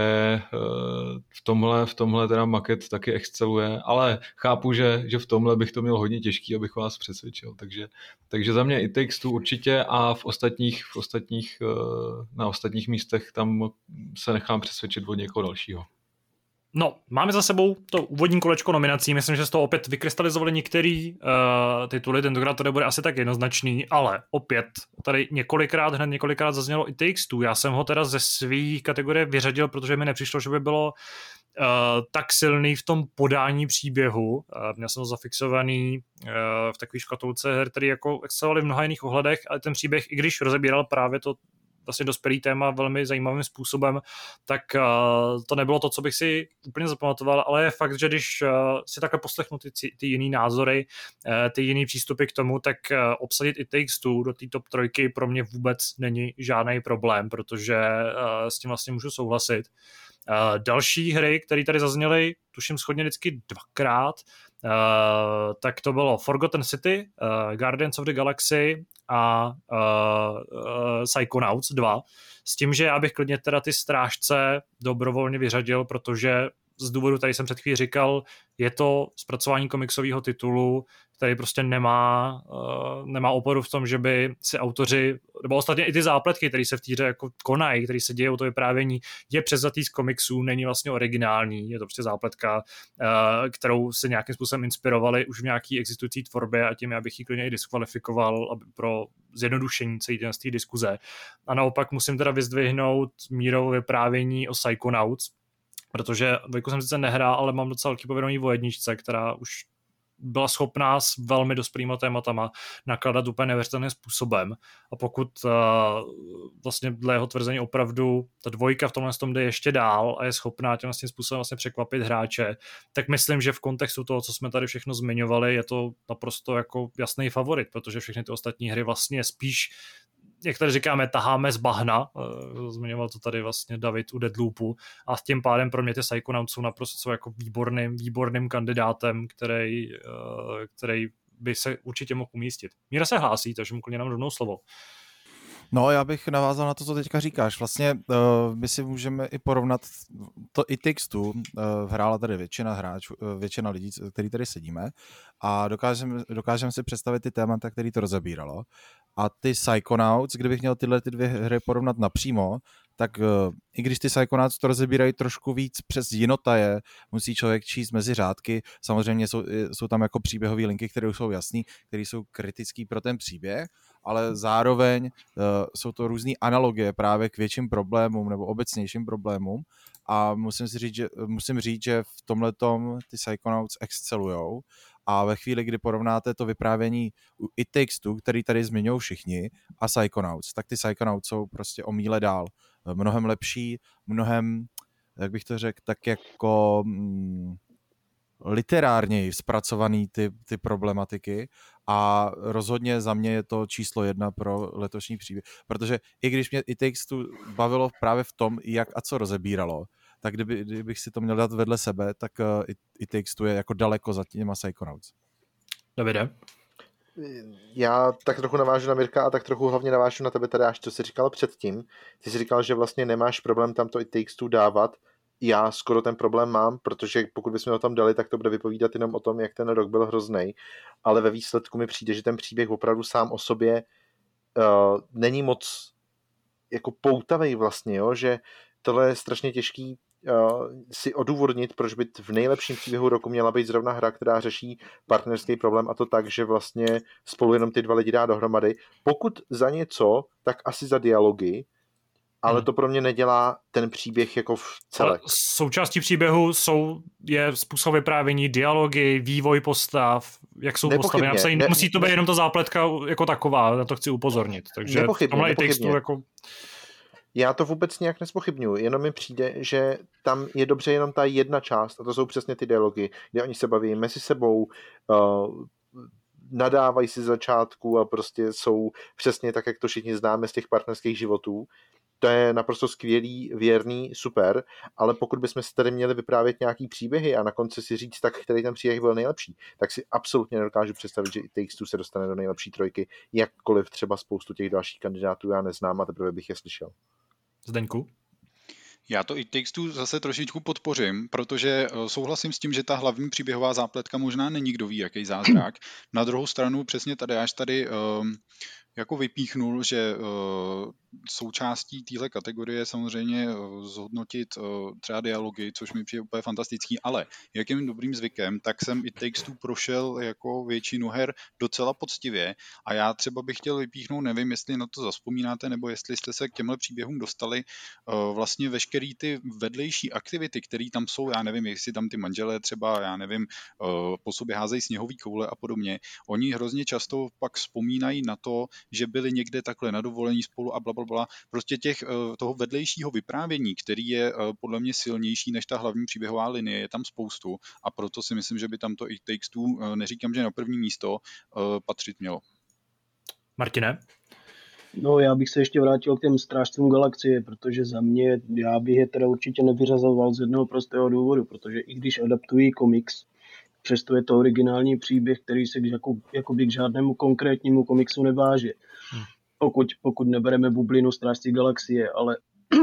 v tomhle teda Maket taky exceluje, ale chápu, že v tomhle bych to měl hodně těžký, abych vás přesvědčil, takže za mě It Takes Two určitě a na ostatních místech tam se nechám přesvědčit od někoho dalšího. No, máme za sebou to úvodní kolečko nominací, myslím, že z toho opět vykrystalizovali některý tituly, tentokrát to nebude asi tak jednoznačný, ale opět tady hned několikrát zaznělo It Takes Two, já jsem ho teda ze svých kategorie vyřadil, protože mi nepřišlo, že by bylo tak silný v tom podání příběhu. Měl jsem ho zafixovaný v takové škatulce her, který jako excelovaly v mnoha jiných ohledech, ale ten příběh, i když rozebíral právě to vlastně dospělý téma velmi zajímavým způsobem, tak to nebylo to, co bych si úplně zapamatoval, ale je fakt, že když si takhle poslechnu ty jiný názory, ty jiný přístupy k tomu, tak obsadit It Takes Two do té top trojky pro mě vůbec není žádný problém, protože s tím vlastně můžu souhlasit. Další hry, které tady zazněly, tuším shodně vždycky dvakrát, tak to bylo Forgotten City, Guardians of the Galaxy a Psychonauts 2. S tím, že já bych klidně teda ty Strážce dobrovolně vyřadil, protože z důvodu, tady jsem před chvílí říkal, je to zpracování komiksového titulu, který prostě nemá oporu v tom, že by si autoři, nebo ostatně i ty zápletky, které se v té hře jako konají, které se dějí, to vyprávění, je převzatý z komiksů, není vlastně originální, je to prostě zápletka, kterou se nějakým způsobem inspirovali už v nějaký existující tvorbě a tím já bych ji klidně i diskvalifikoval pro zjednodušení celé té diskuze. A naopak musím teda vyzdvihnout Mírovo vyprávění o Psychonauts, protože dvojku jsem sice nehrál, ale mám docela velký povědomí o jedničce, která už byla schopná s velmi dospělýma tématama nakladat úplně neuvěřitelným způsobem. A pokud vlastně dle jeho tvrzení opravdu ta dvojka v tomhle tom jde ještě dál a je schopná tím vlastně způsobem vlastně překvapit hráče, tak myslím, že v kontextu toho, co jsme tady všechno zmiňovali, je to naprosto jako jasný favorit, protože všechny ty ostatní hry vlastně spíš, jak tady říkáme, taháme z bahna, zmiňoval to tady vlastně David u Deathloopu, a s tím pádem pro mě ty Psychonauts jsou naprosto jako výborným kandidátem, který by se určitě mohl umístit. Míra se hlásí, takže mu klidně dám rovnou slovo. No, já bych navázal na to, co teďka říkáš. Vlastně my si můžeme i porovnat to It Takes Two, hrála tady většina lidí, kteří tady sedíme, a dokážeme si představit ty témata, který to rozebíralo. A ty Psychonauts, kdybych měl tyhle ty dvě hry porovnat napřímo, tak i když ty Psychonauts to rozebírají trošku víc přes jinotaje, musí člověk číst mezi řádky, samozřejmě jsou tam jako příběhové linky, které jsou jasný, které jsou kritický pro ten příběh, ale zároveň jsou to různý analogie právě k větším problémům nebo obecnějším problémům a musím říct, že v tomhletom ty Psychonauts excelujou A ve chvíli, kdy porovnáte to vyprávění It Takes Two, který tady zmiňují všichni, a Psychonauts, tak ty Psychonauts jsou prostě o míle dál. Mnohem lepší, mnohem, jak bych to řekl, tak jako literárněji zpracovaný ty problematiky a rozhodně za mě je to číslo 1 pro letošní příběh, protože i když mě It Takes Two bavilo právě v tom, jak a co rozebíralo, tak kdybych si to měl dát vedle sebe, tak It Takes Two je jako daleko za těma Psychonauts. Davide? Já tak trochu navážu na Mirka a tak trochu hlavně navážu na tebe, Tadeáš, co jsi říkal předtím. Ty jsi říkal, že vlastně nemáš problém tam to It Takes Two dávat. Já skoro ten problém mám, protože pokud bychom ho tam dali, tak to bude vypovídat jenom o tom, jak ten rok byl hroznej. Ale ve výsledku mi přijde, že ten příběh opravdu sám o sobě není moc jako poutavej vlastně, jo? Že tohle je strašně těžký si odůvodnit, proč by v nejlepším příběhu roku měla být zrovna hra, která řeší partnerský problém, a to tak, že vlastně spolu jenom ty dva lidi dá dohromady. Pokud za něco, tak asi za dialogy, ale to pro mě nedělá ten příběh jako v celek. Součástí příběhu je způsob vyprávění, dialogy, vývoj postav, jak jsou postavy napsané. Nemusí to být jenom ta zápletka jako taková, na to chci upozornit. Takže v tomhle textu jako... Já to vůbec nějak nespochybnuju, jenom mi přijde, že tam je dobře jenom ta jedna část, a to jsou přesně ty dialogy, kde oni se baví mezi sebou, nadávají si začátku a prostě jsou přesně tak, jak to všichni známe z těch partnerských životů. To je naprosto skvělý, věrný, super, ale pokud bychom si tady měli vyprávět nějaký příběhy a na konci si říct, tak který ten příběh byl nejlepší, tak si absolutně nedokážu představit, že It Takes Two se dostane do nejlepší trojky, jakkoliv třeba spoustu těch dalších kandidátů já neznám a teprve bych je slyšel. Zdeňku? Já to It Takes Two zase trošičku podpořím, protože souhlasím s tím, že ta hlavní příběhová zápletka možná není kdo ví jaký zázrak. Na druhou stranu přesně tady jako vypíchnul, že součástí téhle kategorie samozřejmě zhodnotit třeba dialogy, což mi přijde úplně fantastický, ale jakým dobrým zvykem, tak jsem It Takes Two prošel jako většinu her docela poctivě a já třeba bych chtěl vypíchnout, nevím, jestli na to zazpomínáte, nebo jestli jste se k těmhle příběhům dostali, vlastně veškerý ty vedlejší aktivity, které tam jsou, já nevím, jestli tam ty manželé třeba, já nevím, po sobě házejí sněhový koule a podobně, oni hrozně často pak vzpomínají na to, že byli někde takhle na dovolení spolu a blablabla. Prostě toho vedlejšího vyprávění, který je podle mě silnější než ta hlavní příběhová linie, je tam spoustu a proto si myslím, že by tam to It Takes Two, neříkám, že na první místo, patřit mělo. Martine? No, já bych se ještě vrátil k těm Strážcům galaxie, protože za mě, já bych je teda určitě nevyřazoval z jednoho prostého důvodu, protože i když adaptují komiks, přesto je to originální příběh, který se jakoby k žádnému konkrétnímu komiksu neváže. Pokud nebereme bublinu Strážci galaxie, ale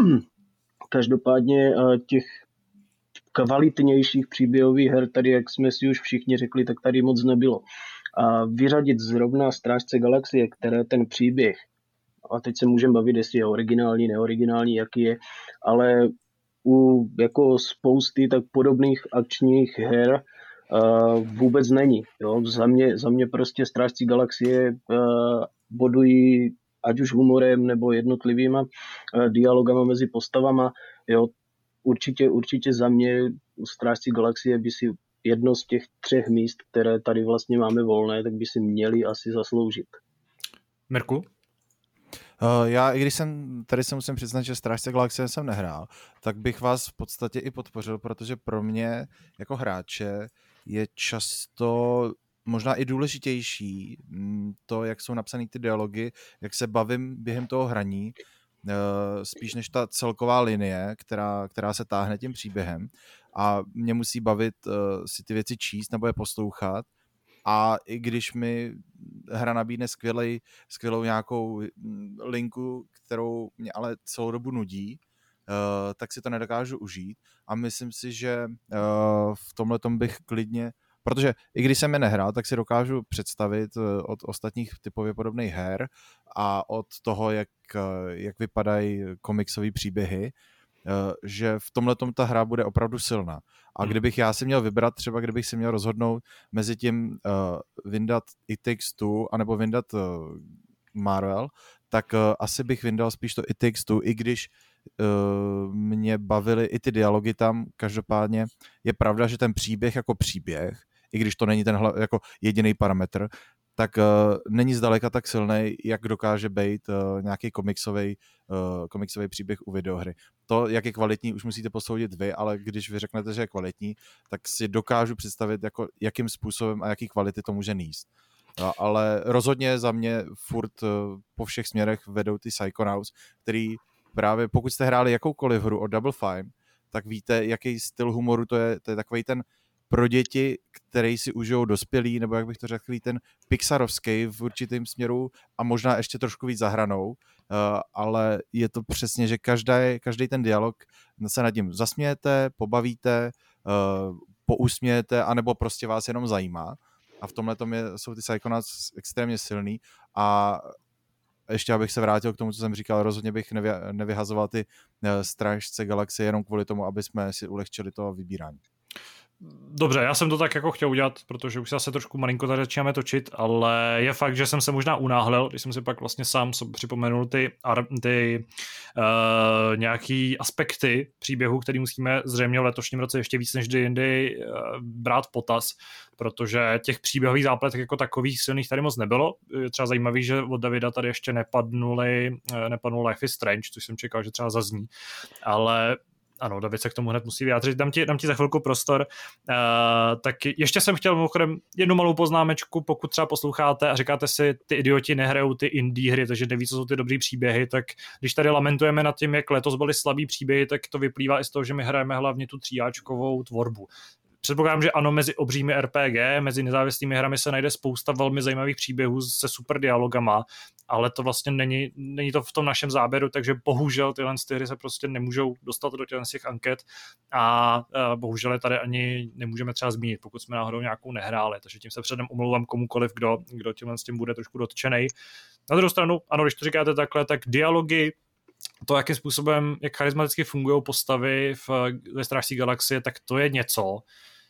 každopádně těch kvalitnějších příběhových her tady, jak jsme si už všichni řekli, tak tady moc nebylo. A vyřadit zrovna Strážce galaxie, které ten příběh, a teď se můžeme bavit, jestli je originální, neoriginální, jaký je, ale u jako spousty tak podobných akčních her vůbec není. Jo? Za mě prostě Strážci galaxie bodují ať už humorem nebo jednotlivýma dialogama mezi postavama. Jo? Určitě za mě Strážci galaxie by si jedno z těch 3 míst, které tady vlastně máme volné, tak by si měli asi zasloužit. Mirku? Já, i když tady se musím přiznat, že Strážce galaxie jsem nehrál, tak bych vás v podstatě i podpořil, protože pro mě jako hráče je často možná i důležitější to, jak jsou napsané ty dialogy, jak se bavím během toho hraní, spíš než ta celková linie, která se táhne tím příběhem a mě musí bavit si ty věci číst nebo je poslouchat. A i když mi hra nabídne skvělou nějakou linku, kterou mě ale celou dobu nudí, tak si to nedokážu užít. A myslím si, že v tomhletom bych klidně, protože i když jsem je nehrál, tak si dokážu představit od ostatních typově podobných her a od toho, jak vypadají komiksové příběhy, že v tomhletom ta hra bude opravdu silná. A kdybych já si měl vybrat, třeba kdybych si měl rozhodnout mezi tím vyndat It Takes Two anebo vyndat Marvel, tak asi bych vyndal spíš to It Takes Two, i když mě bavily i ty dialogy tam. Každopádně je pravda, že ten příběh jako příběh, i když to není ten jako jediný parametr, tak není zdaleka tak silný, jak dokáže být nějaký komiksový příběh u videohry. To, jak je kvalitní, už musíte posoudit vy, ale když vy řeknete, že je kvalitní, tak si dokážu představit, jako, jakým způsobem a jaký kvality to může nést. Ale rozhodně za mě furt po všech směrech vedou ty Psychonauts, který právě pokud jste hráli jakoukoliv hru o Double Fine, tak víte, jaký styl humoru to je takovej ten pro děti, který si užijou dospělí, nebo jak bych to řekl, ten pixarovský v určitém směru a možná ještě trošku víc za hranou, ale je to přesně, že každý ten dialog se nad tím zasmějete, pobavíte, pousmějete, anebo prostě vás jenom zajímá. A v tomhle jsou ty Psychonauts extrémně silný a ještě abych se vrátil k tomu, co jsem říkal, rozhodně bych nevyhazoval ty Strážce galaxie jenom kvůli tomu, aby jsme si ulehčili to vybírání. Dobře, já jsem to tak jako chtěl udělat, protože už se zase trošku malinko tady začínáme točit, ale je fakt, že jsem se možná unáhlil, když jsem si pak vlastně sám připomenul ty nějaký aspekty příběhu, který musíme zřejmě v letošním roce ještě víc než jindy brát v potaz, protože těch příběhových zápletek jako takových silných tady moc nebylo. Je třeba zajímavý, že od Davida tady ještě nepadnul Life is Strange, což jsem čekal, že třeba zazní, ale ano, David se k tomu hned musí vyjádřit. Dám ti za chvilku prostor. Tak ještě jsem chtěl mimochodem jednu malou poznámečku, pokud třeba posloucháte a říkáte si, ty idioti nehrajou ty indie hry, takže neví, co jsou ty dobrý příběhy, tak když tady lamentujeme nad tím, jak letos byly slabý příběhy, tak to vyplývá i z toho, že my hrajeme hlavně tu tříáčkovou tvorbu. Předpokládám, že ano, mezi obřími RPG, mezi nezávislými hrami se najde spousta velmi zajímavých příběhů se super dialogama, ale to vlastně není to v tom našem záběru, takže bohužel tyhle hry se prostě nemůžou dostat do těch anket a bohužel je tady ani nemůžeme třeba zmínit, pokud jsme náhodou nějakou nehráli, takže tím se předem omlouvám komukoliv, kdo tímhle s tím bude trošku dotčenej. Na druhou stranu, ano, když to říkáte takhle, tak dialogy, to, jakým způsobem, jak charismaticky fungují postavy ve Strážcích galaxie, tak to je něco,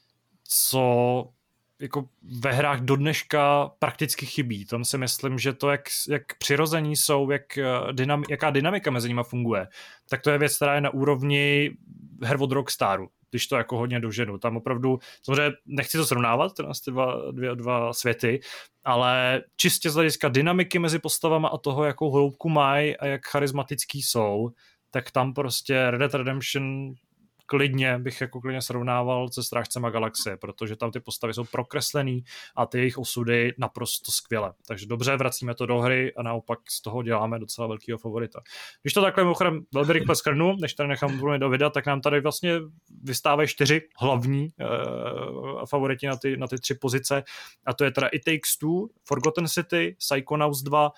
co jako ve hrách do dneška prakticky chybí. Tam si myslím, že to, jak přirození jsou, jaká dynamika mezi nimi funguje, tak to je věc, která je na úrovni her od Rockstaru, když to jako hodně doženu. Tam opravdu, samozřejmě nechci to srovnávat, ty dva světy, ale čistě z hlediska dynamiky mezi postavama a toho, jakou hloubku mají a jak charismatický jsou, tak tam prostě Red Dead Redemption bych klidně srovnával se Strážcema galaxie, protože tam ty postavy jsou prokreslený a ty jejich osudy naprosto skvěle. Takže dobře, vracíme to do hry a naopak z toho děláme docela velkýho favorita. Když to takhle mimochodem velmi rychle skrnu, než tady nechám mluvit do videa, tak nám tady vlastně vystávají 4 hlavní favoriti na ty 3 pozice a to je teda It Takes Two, Forgotten City, Psychonauts 2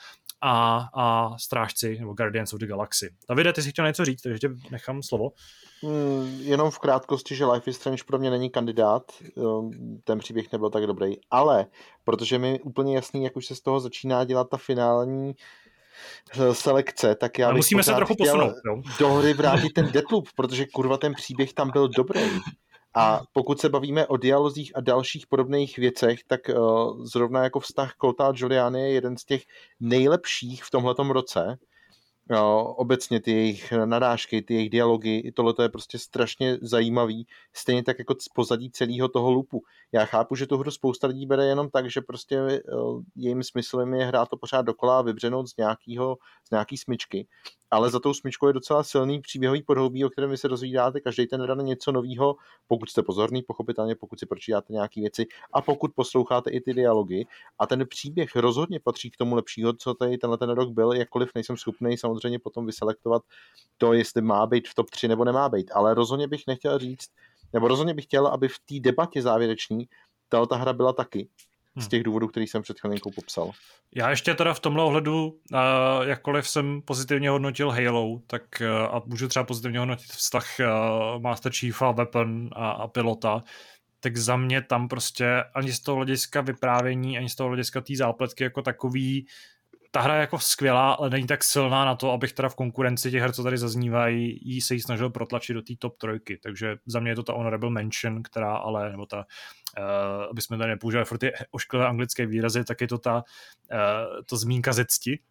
a Strážci nebo Guardians of the Galaxy. Davide, ty jsi chtěl něco říct, takže tě nechám slovo. Jenom v krátkosti, že Life is Strange pro mě není kandidát, ten příběh nebyl tak dobrý, ale protože mi úplně jasný, jak už se z toho začíná dělat ta finální selekce, tak já bych musíme se trochu posunout, do hry vrátit ten Deathloop, protože kurva ten příběh tam byl dobrý. A pokud se bavíme o dialozích a dalších podobných věcech, tak zrovna jako vztah Colta a Giuliani je jeden z těch nejlepších v tomhletom roce. Obecně ty jejich narážky, ty jejich dialogy, i tohle je prostě strašně zajímavý, stejně tak jako z pozadí celého toho loopu. Já chápu, že tu hru spousta lidí bere jenom tak, že prostě jejím smyslem je hrát to pořád dokola a vybřenout z nějaký smyčky, ale za tou smyčkou je docela silný příběhový podhoubí, o kterém vy se dozvídáte každý ten den něco novýho, pokud jste pozorný, pochopitelně, pokud si pročítáte nějaké věci a pokud posloucháte i ty dialogy. A ten příběh rozhodně patří k tomu lepšího, co tady tenhle rok byl, jakkoliv nejsem schopný samozřejmě potom vyselektovat to, jestli má být v top 3 nebo nemá být. Ale rozhodně bych nechtěl říct, nebo rozhodně bych chtěl, aby v té debatě závěreční ta hra byla taky. Z těch důvodů, který jsem před chvílinkou popsal. Já ještě teda v tomhle ohledu, jakkoliv jsem pozitivně hodnotil Halo, tak a můžu třeba pozitivně hodnotit vztah Master Chiefa, Weapon a pilota, tak za mě tam prostě ani z toho hlediska vyprávění, ani z toho hlediska té zápletky jako takový, ta hra je jako skvělá, ale není tak silná na to, abych teda v konkurenci těch her, co tady zaznívají, se jí snažil protlačit do té top 3. Takže za mě je to ta honorable mention, která ale, nebo ta, aby jsme tady nepoužívali furt ty ošklivé anglické výrazy, tak je to ta zmínka ze cti.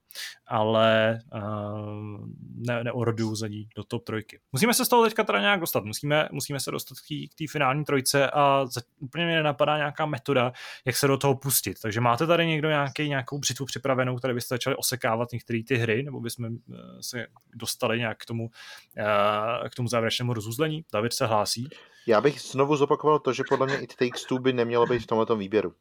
ale neoroduju za ní do top 3. Musíme se z toho teďka teda nějak dostat, musíme se dostat k té finální trojce a úplně mě nenapadá nějaká metoda, jak se do toho pustit. Takže máte tady někdo nějakou břitvu připravenou, které byste začali osekávat některé ty hry, nebo bychom se dostali nějak k tomu závěrečnému rozuzlení? David se hlásí. Já bych znovu zopakoval to, že podle mě It Takes Two by nemělo být v tomhletom výběru.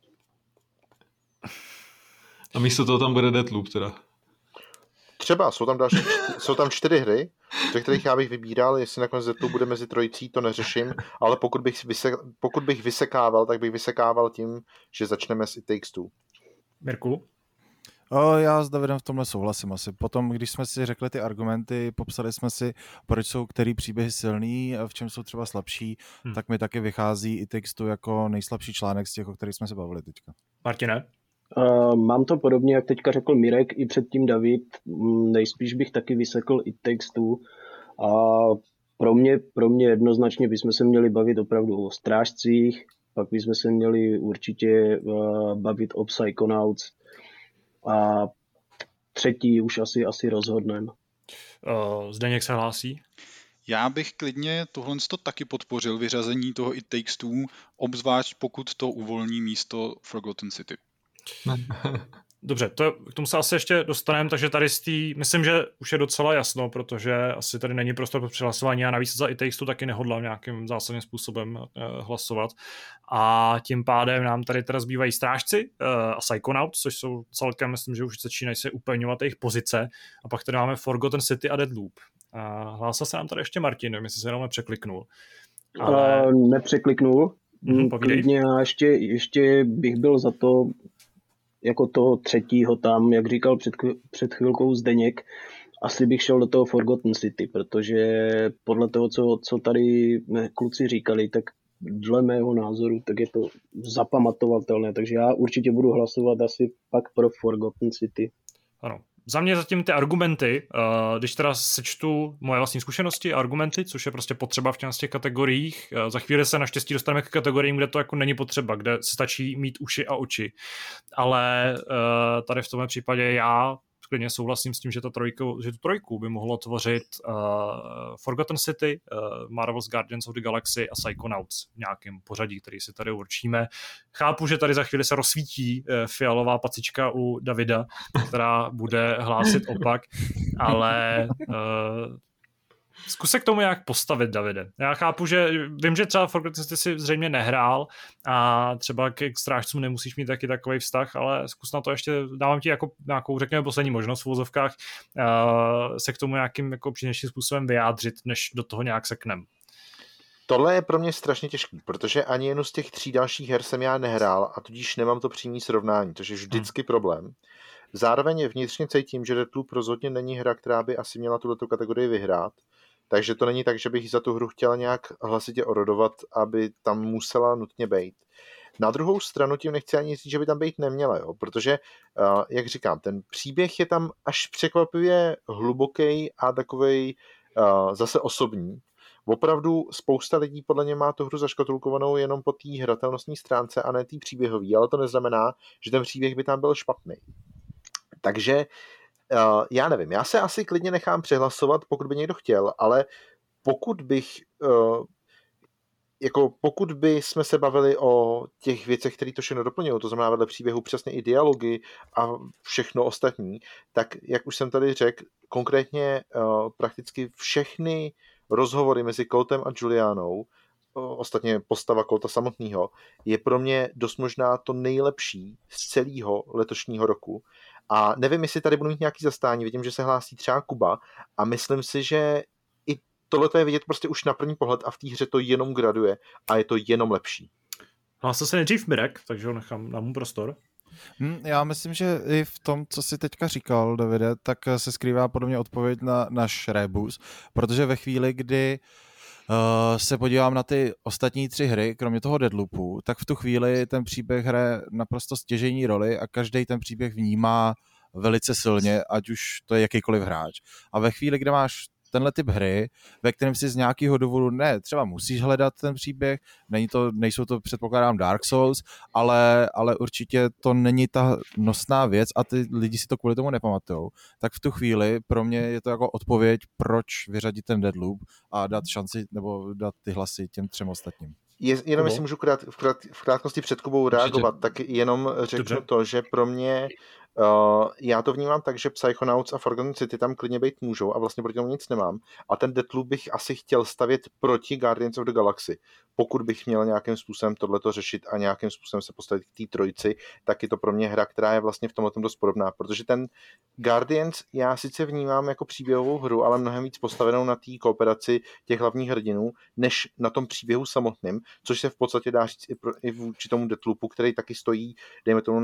A místo toho tam bude Deathloop teda. Třeba, jsou tam 4 hry, ze kterých já bych vybíral, jestli nakonec Deathloop bude mezi trojicí, to neřeším, ale pokud bych vysekával, tak bych vysekával tím, že začneme s It Takes Two. Mirku? Já s Davidem v tomhle souhlasím asi. Potom, když jsme si řekli ty argumenty, popsali jsme si, proč jsou který příběhy silný, v čem jsou třeba slabší, tak mi taky vychází i textu jako nejslabší článek z těch, o kterých jsme se bavili teďka. Martine? Mám to podobně, jak teďka řekl Mirek, i předtím David. Nejspíš bych taky vysekl i textu. A pro mě jednoznačně bychom se měli bavit opravdu o Strážcích, pak bychom se měli určitě bavit o Psychonauts a třetí už asi rozhodneme. Zdeněk se hlásí? Já bych klidně tohle taky podpořil, vyřazení toho It Takes Two, obzvlášť pokud to uvolní místo Forgotten City. Dobře, k tomu se asi ještě dostaneme, takže tady myslím, že už je docela jasno, protože asi tady není prostor pro přihlasování a navíc za It Takes Two taky nehodlám nějakým zásadním způsobem hlasovat. A tím pádem nám tady teda zbývají Strážci a Psychonauts, což jsou celkem, myslím, že už začínají se upevňovat jejich pozice. A pak tady máme Forgotten City a Deathloop. Hlásil se nám tady ještě Martin, nevím, jestli se jenom nepřekliknul. Ale... Nepřekliknul. Klidně a ještě bych byl za to, jako toho třetího tam, jak říkal před chvilkou Zdeněk, asi bych šel do toho Forgotten City, protože podle toho, co tady kluci říkali, tak dle mého názoru, tak je to zapamatovatelné, takže já určitě budu hlasovat asi pak pro Forgotten City. Ano. Za mě zatím ty argumenty, když teda sečtu moje vlastní zkušenosti a argumenty, což je prostě potřeba v těch kategoriích, za chvíli se naštěstí dostaneme k kategoriím, kde to jako není potřeba, kde stačí mít uši a oči. Ale tady v tomhle případě já klidně souhlasím s tím, že tu trojku by mohlo tvořit Forgotten City, Marvel's Guardians of the Galaxy a Psychonauts v nějakém pořadí, který si tady určíme. Chápu, že tady za chvíli se rozsvítí fialová pacička u Davida, která bude hlásit opak, ale zkus se k tomu nějak postavit, Davide. Já chápu, že vím, že třeba Forgotten City si zřejmě nehrál a třeba k Strážcům nemusíš mít taky takový vztah, ale zkus na to ještě, dávám ti jako nějakou, řekněme, poslední možnost v uvozovkách se k tomu nějakým jako příjemnějším způsobem vyjádřit, než do toho nějak seknem. Tohle je pro mě strašně těžký, protože ani jednu z těch 3 dalších her jsem já nehrál a tudíž nemám to přímý srovnání, což je vždycky problém. Zároveň vnitřně cítím, že Deathloop rozhodně není hra, která by asi měla tuto kategorii vyhrát. Takže to není tak, že bych za tu hru chtěl nějak hlasitě orodovat, aby tam musela nutně být. Na druhou stranu tím nechci ani říct, že by tam být neměla, jo? Protože, jak říkám, ten příběh je tam až překvapivě hluboký a takovej zase osobní. Opravdu spousta lidí podle mě má tu hru zaškatulkovanou jenom po té hratelnostní stránce a ne té příběhové, ale to neznamená, že ten příběh by tam byl špatný. Takže já nevím, já se asi klidně nechám přehlasovat, pokud by někdo chtěl, ale pokud by jsme se bavili o těch věcech, které to všechno doplňují, to znamená vedle příběhu přesně i dialogy a všechno ostatní, tak jak už jsem tady řekl, konkrétně prakticky všechny rozhovory mezi Coltem a Julianou, ostatně postava Colta samotného, je pro mě dost možná to nejlepší z celého letošního roku. A nevím, jestli tady budu mít nějaký zastání, vidím, že se hlásí třeba Kuba a myslím si, že i tohle je vidět prostě už na první pohled a v té hře to jenom graduje a je to jenom lepší. Hlásil se nejdřív Mirek, takže ho nechám na mu prostor. Já myslím, že i v tom, co jsi teďka říkal, Davide, tak se skrývá podobně odpověď na náš rebus, protože ve chvíli, kdy se podívám na ty ostatní 3 hry, kromě toho Deadloopu, tak v tu chvíli ten příběh hraje naprosto stěžejní roli a každý ten příběh vnímá velice silně, ať už to je jakýkoliv hráč. A ve chvíli, kdy máš tenhle typ hry, ve kterém si z nějakého důvodu třeba musíš hledat ten příběh, nejsou to předpokládám Dark Souls, ale určitě to není ta nosná věc a ty lidi si to kvůli tomu nepamatujou, tak v tu chvíli pro mě je to jako odpověď, proč vyřadit ten Deadloop a dát šanci nebo dát ty hlasy těm 3 ostatním. Jenom jestli můžu v krátkosti před Kubou reagovat, tak jenom řeknu to, že pro mě já to vnímám tak, že Psychonauts a Forgotten City tam klidně být můžou a vlastně proti tomu nic nemám. A ten Deathloop bych asi chtěl stavět proti Guardians of the Galaxy. Pokud bych měl nějakým způsobem tohleto řešit a nějakým způsobem se postavit k té trojici, tak je to pro mě hra, která je vlastně v tomhle dost podobná, protože ten Guardians já sice vnímám jako příběhovou hru, ale mnohem víc postavenou na té kooperaci těch hlavních hrdinů, než na tom příběhu samotným, což se v podstatě dá říct i vůči tomu Deathloopu, který taky stojí, dejme tomu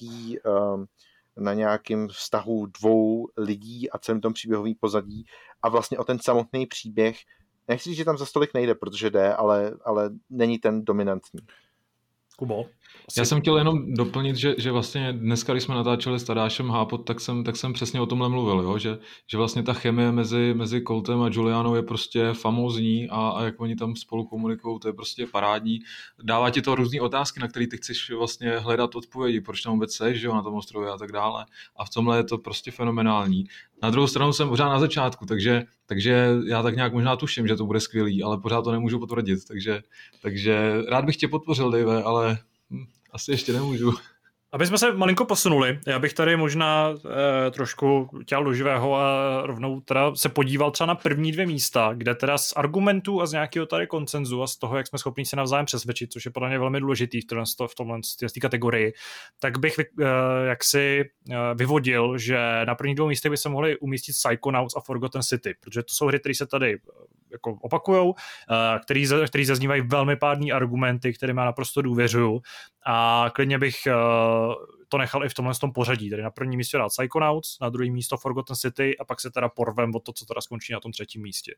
na nějakým vztahu 2 lidí a celém tom příběhový pozadí a vlastně o ten samotný příběh, nechci říct, že tam za stolik nejde, protože jde, ale není ten dominantní. Kubo? Já jsem chtěl jenom doplnit, že vlastně dneska, když jsme natáčeli s Tadášem Hápot, tak jsem přesně o tomhle mluvil, jo? Že vlastně ta chemie mezi Coltem a Julianou je prostě famózní a jak oni tam spolu komunikují, to je prostě parádní. Dává ti to různé otázky, na které ty chceš vlastně hledat odpovědi, proč tam vůbec seš, že jo, na tom ostrově a tak dále. A v tomhle je to prostě fenomenální. Na druhou stranu jsem pořád na začátku, takže já tak nějak možná tuším, že to bude skvělý, ale pořád to nemůžu potvrdit, takže rád bych tě podpořil, Dave, ale asi ještě nemůžu. Aby jsme se malinko posunuli, já bych tady možná trošku těl do živého a rovnou teda se podíval třeba na první 2 místa, kde teda z argumentů a z nějakého tady konsenzu a z toho, jak jsme schopni se navzájem přesvědčit, což je podle mě velmi důležitý v tomhle kategorii, tak bych jaksi vyvodil, že na prvních 2 místech by se mohli umístit Psychonauts a Forgotten City, protože to jsou hry, které se tady jako opakujou, který zaznívají velmi pádný argumenty, kterým já naprosto důvěřuju a klidně bych to nechal i v tomhle tom pořadí, tedy na první místě dát Psychonauts, na druhé místo Forgotten City a pak se teda porvem o to, co teda skončí na tom 3. místě.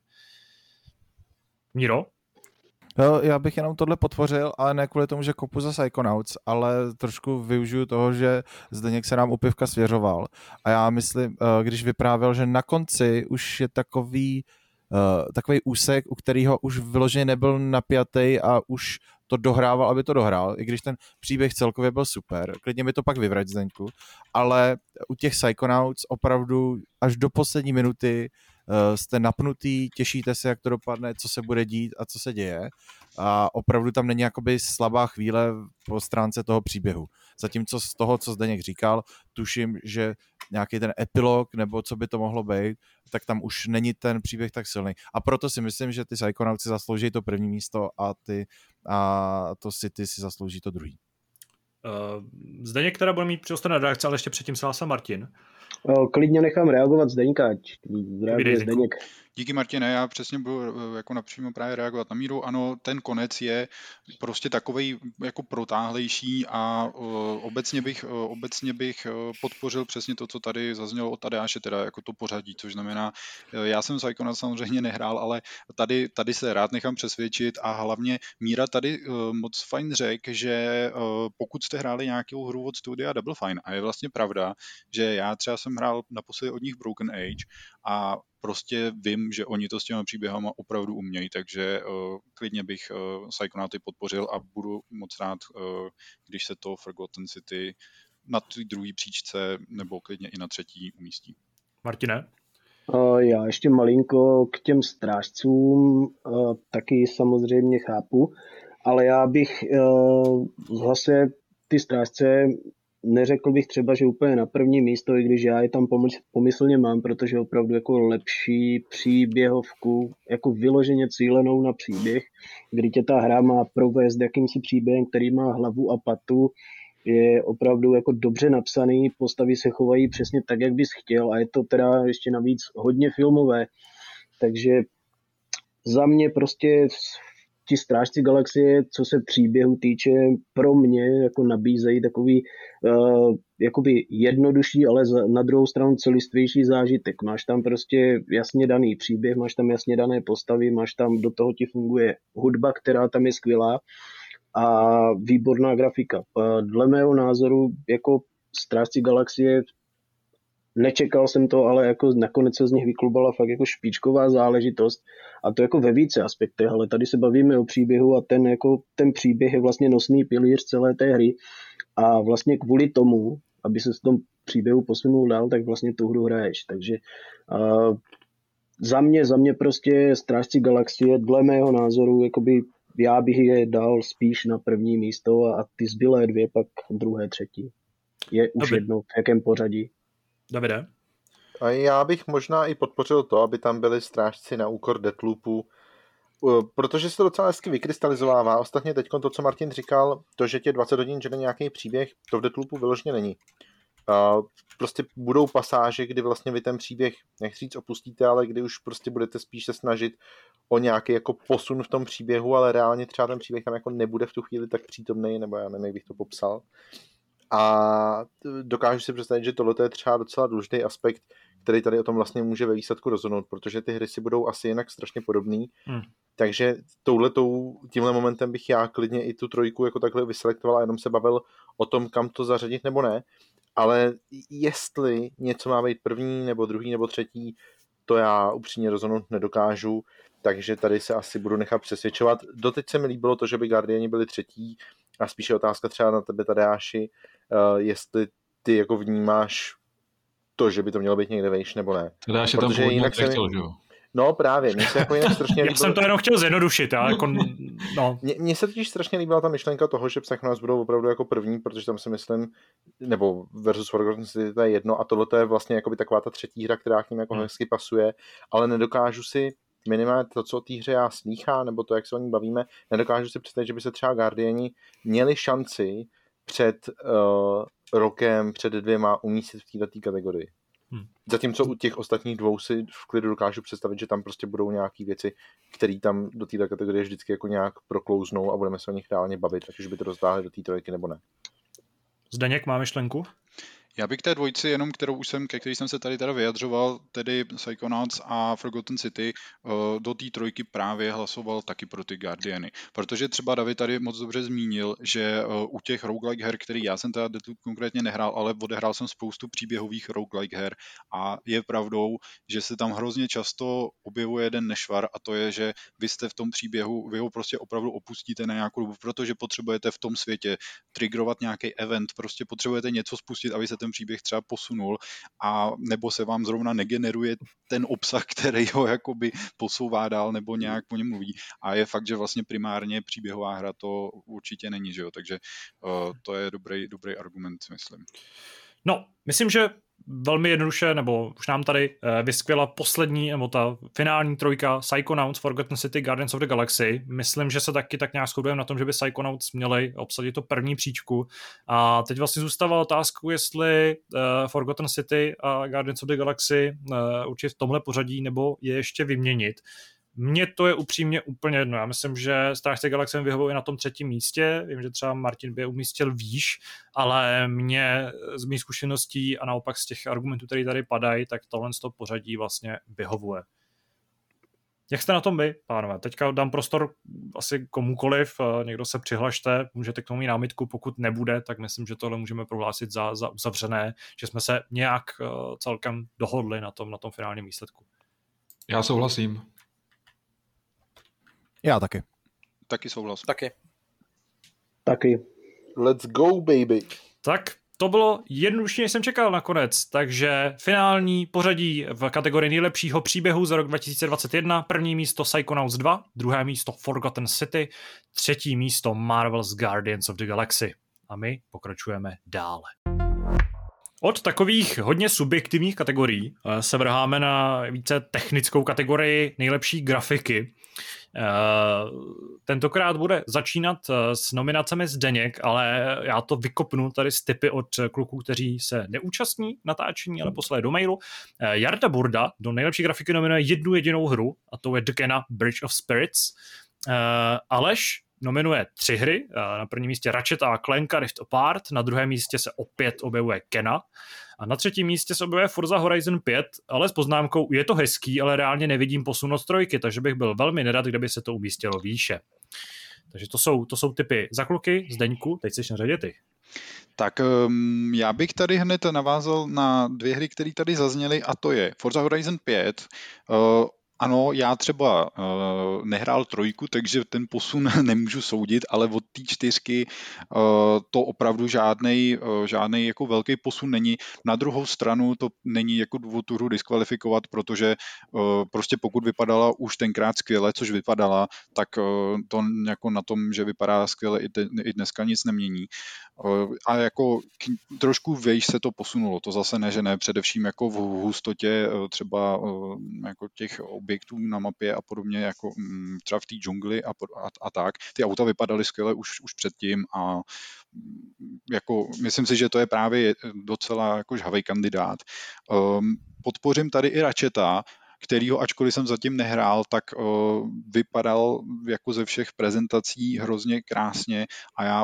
Míro? Jo, já bych jenom tohle potvořil, ale ne kvůli tomu, že kopu za Psychonauts, ale trošku využiju toho, že Zdeněk se nám u pivka svěřoval a já myslím, když vyprávěl, že na konci už je takový úsek, u kterého už vyloženě nebyl napjatý a už to dohrával, aby to dohrál, i když ten příběh celkově byl super. Klidně mi to pak vyvrať, Zdeňku, ale u těch Psychonauts opravdu až do poslední minuty jste napnutý, těšíte se, jak to dopadne, co se bude dít a co se děje a opravdu tam není jakoby slabá chvíle po stránce toho příběhu. Zatímco z toho, co Zdeněk říkal, tuším, že nějaký ten epilog, nebo co by to mohlo být, tak tam už není ten příběh tak silný. A proto si myslím, že ty Psychonauts si zaslouží to první místo a to City si zaslouží to druhý. Zdeněk, která bude mít přiostor na reakci, ale ještě předtím se hlásí Martin. Klidně nechám reagovat Zdeňka, reaguje Zdeněk. Díky, Martine, já přesně budu jako napřímo právě reagovat na Míru. Ano, ten konec je prostě takovej jako protáhlejší a obecně bych podpořil přesně to, co tady zaznělo od Tadeáše, teda jako to pořadí, což znamená, já jsem Psychonauts samozřejmě nehrál, ale tady se rád nechám přesvědčit a hlavně Míra tady moc fajn řekl, že pokud jste hráli nějakou hru od studia Double Fine, a je vlastně pravda, že já třeba jsem hrál naposledy od nich Broken Age a prostě vím, že oni to s těma příběhama opravdu umějí, takže klidně bych Psychonauty podpořil a budu moc rád, když se to Forgotten City na té druhé příčce nebo klidně i na 3. umístí. Martine? Já ještě malinko k těm strážcům taky samozřejmě chápu, ale já bych zase ty strážce neřekl bych třeba, že úplně na první místo, i když já je tam pomyslně mám, protože opravdu jako lepší příběhovku, jako vyloženě cílenou na příběh, kdy tě ta hra má provést jakýmsi příběhem, který má hlavu a patu, je opravdu jako dobře napsaný, postavy se chovají přesně tak, jak bys chtěl a je to teda ještě navíc hodně filmové, takže za mě prostě ti Strážci galaxie, co se příběhu týče, pro mě jako nabízejí takový jakoby jednodušší, ale na druhou stranu celistvější zážitek. Máš tam prostě jasně daný příběh, máš tam jasně dané postavy, máš tam, do toho ti funguje hudba, která tam je skvělá a výborná grafika. Dle mého názoru jako Strážci galaxie nečekal jsem to, ale jako nakonec se z nich vyklubala fakt jako špičková záležitost a to jako ve více aspektech, ale tady se bavíme o příběhu a ten příběh je vlastně nosný pilíř celé té hry a vlastně kvůli tomu, aby se v tom příběhu posunul dál, tak vlastně tu hru hraješ, takže za mě prostě Strážci galaxie, dle mého názoru, jakoby já bych je dal spíš na první místo a ty zbylé dvě pak druhé, třetí. Je už jedno v jakém pořadí. Davide? A já bych možná i podpořil to, aby tam byli Strážci na úkor Deathloopu, protože se to docela hezky vykrystalizovává. Ostatně teď to, co Martin říkal, to, že tě 20 hodin žene nějaký příběh, to v Deathloopu vyloženě není. Prostě budou pasáže, kdy vlastně vy ten příběh, nechci říct opustíte, ale kdy už prostě budete spíš se snažit o nějaký jako posun v tom příběhu, ale reálně třeba ten příběh tam jako nebude v tu chvíli tak přítomný, nebo já nevím, jak bych to popsal. A dokážu si představit, že tohle je třeba docela důležitý aspekt, který tady o tom vlastně může ve výsledku rozhodnout, protože ty hry si budou asi jinak strašně podobný. Takže tímhle momentem bych já klidně i tu trojku jako takhle vyselektoval a jenom se bavil o tom, kam to zařadit nebo ne. Ale jestli něco má být první, nebo druhý, nebo třetí, to já upřímně rozhodnout nedokážu, takže tady se asi budu nechat přesvědčovat. Doteď se mi líbilo to, že by Guardiani byli třetí a spíše otázka třeba na tebe, Tadeáši, jestli ty jako vnímáš to, že by to mělo být někde vejš, nebo ne. Tadeáš je tam původně nechtěl, že jo? No právě, mně se jako jinak strašně líbilo. Já jsem to jenom chtěl zjednodušit, Mně se totiž strašně líbila ta myšlenka toho, že Psychonauts budou opravdu jako první, protože tam si myslím, nebo versus Forgotten City to je jedno a tohle je vlastně jako by taková ta třetí hra, která k ním jako hezky pasuje, ale nedokážu si minimálně to, co o té hře já smíchá, nebo to, jak se o ní bavíme, nedokážu si představit, že by se třeba Guardiani měli šanci před rokem, před 2 umístit v této kategorii. Zatímco u těch ostatních dvou si v klidu dokážu představit, že tam prostě budou nějaké věci, které tam do této kategorie vždycky jako nějak proklouznou a budeme se o nich reálně bavit, ať už by to rozdáhli do té trojky nebo ne. Zdeněk, má myšlenku? Já bych k té dvojici, jenom ke který jsem se tady teda vyjadřoval, tedy Psychonauts a Forgotten City, do té trojky právě hlasoval taky pro ty Guardiany. Protože třeba David tady moc dobře zmínil, že u těch roguelike her, který já jsem teda konkrétně nehrál, ale odehrál jsem spoustu příběhových roguelike her a je pravdou, že se tam hrozně často objevuje jeden nešvar a to je, že vy jste v tom příběhu, vy ho prostě opravdu opustíte na nějakou dobu, protože potřebujete v tom světě triggerovat nějaký event, prostě potřebujete něco spustit, aby se ten příběh třeba posunul a nebo se vám zrovna negeneruje ten obsah, který ho jakoby posouvá dál nebo nějak po něm mluví. A je fakt, že vlastně primárně příběhová hra to určitě není, že jo? Takže to je dobrý argument, myslím. No, myslím, že velmi jednoduše, nebo už nám tady vyskvěla poslední, nebo ta finální trojka Psychonauts, Forgotten City, Guardians of the Galaxy. Myslím, že se taky tak nějak shodujeme na tom, že by Psychonauts měli obsadit to první příčku. A teď vlastně zůstává otázku, jestli Forgotten City a Guardians of the Galaxy určitě v tomhle pořadí, nebo je ještě vyměnit. Mně to je upřímně úplně jedno. Já myslím, že Strážci galaxie vyhovují na tom třetím místě. Vím, že třeba Martin by je umístil výš, ale mě z mých zkušeností a naopak z těch argumentů, které tady padají, tak tohle z toho pořadí vlastně vyhovuje. Jak jste na tom vy, pánové? Teďka dám prostor asi komukoliv, někdo se přihlašte, můžete k tomu mít námitku, pokud nebude, tak myslím, že tohle můžeme prohlásit za uzavřené, že jsme se nějak celkem dohodli na tom finálním výsledku. Já souhlasím. Já taky. Taky souhlas. Taky. Let's go, baby. Tak to bylo jednodušší, než jsem čekal nakonec. Takže finální pořadí v kategorii nejlepšího příběhu za rok 2021. První místo Psychonauts 2, druhé místo Forgotten City, třetí místo Marvel's Guardians of the Galaxy. A my pokračujeme dále. Od takových hodně subjektivních kategorií se vrháme na více technickou kategorii nejlepší grafiky. Tentokrát bude začínat s nominacemi Zdeněk, ale já to vykopnu tady z tipy od kluků, kteří se neúčastní natáčení, ale poslali do mailu. Jarda Burda do nejlepší grafiky nominuje jednu jedinou hru, a to je The Kena Bridge of Spirits. Aleš nominuje 3 hry, na prvním místě Ratchet & Clank Rift Apart, na druhém místě se opět objevuje Kena a na třetím místě se objevuje Forza Horizon 5, ale s poznámkou je to hezký, ale reálně nevidím posun od trojky, takže bych byl velmi nerad, kdyby se to umístilo výše. Takže to jsou tipy za kluky. Zdeňku, teď jsi na řadě ty. Tak já bych tady hned navázal na 2 hry, které tady zazněly, a to je Forza Horizon 5. Ano, já třeba nehrál 3, takže ten posun nemůžu soudit, ale od té 4 to opravdu žádnej jako velký posun není. Na druhou stranu to není jako důvod tu hru diskvalifikovat, protože prostě pokud vypadala už tenkrát skvěle, což vypadala, tak to jako na tom, že vypadá skvěle i dneska nic nemění. A jako trošku vejš se to posunulo, to zase ne, že ne, především jako v hustotě třeba jako těch objektů na mapě a podobně, jako třeba v té džungli a tak. Ty auta vypadaly skvěle už předtím a jako myslím si, že to je právě docela jako žhavej kandidát. Podpořím tady i Ratcheta, kterýho, ačkoliv jsem zatím nehrál, tak vypadal jako ze všech prezentací hrozně krásně a já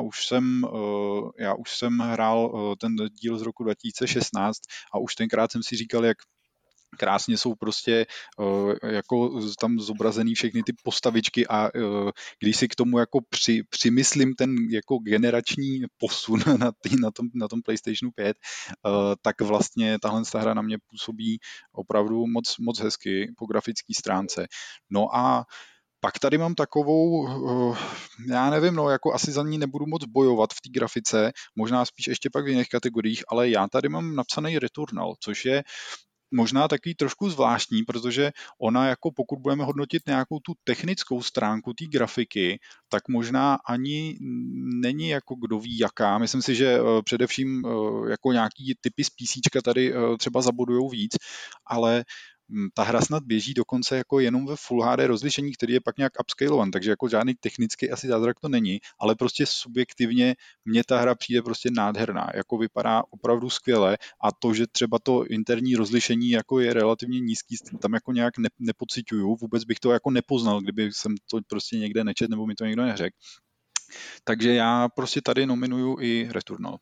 už jsem hrál ten díl z roku 2016 a už tenkrát jsem si říkal, jak krásně jsou prostě jako tam zobrazený všechny ty postavičky a když si k tomu jako přimyslím ten jako generační posun na tom PlayStationu 5, tak vlastně tahle hra na mě působí opravdu moc hezky po grafické stránce. No a pak tady mám takovou, já nevím, no, jako asi za ní nebudu moc bojovat v té grafice, možná spíš ještě pak v jiných kategoriích, ale já tady mám napsaný Returnal, což je možná takový trošku zvláštní, protože ona jako pokud budeme hodnotit nějakou tu technickou stránku té grafiky, tak možná ani není jako kdo ví jaká. Myslím si, že především jako nějaký typy z PCčka tady třeba zabudujou víc, ale ta hra snad běží dokonce jako jenom ve Full HD rozlišení, který je pak nějak upscalovan, takže jako žádný technický asi zázrak to není, ale prostě subjektivně mně ta hra přijde prostě nádherná, jako vypadá opravdu skvěle a to, že třeba to interní rozlišení jako je relativně nízký, tam jako nějak nepociťuju, vůbec bych to jako nepoznal, kdyby jsem to prostě někde nečet nebo mi to někdo neřekl. Takže já prostě tady nominuju i Returnal.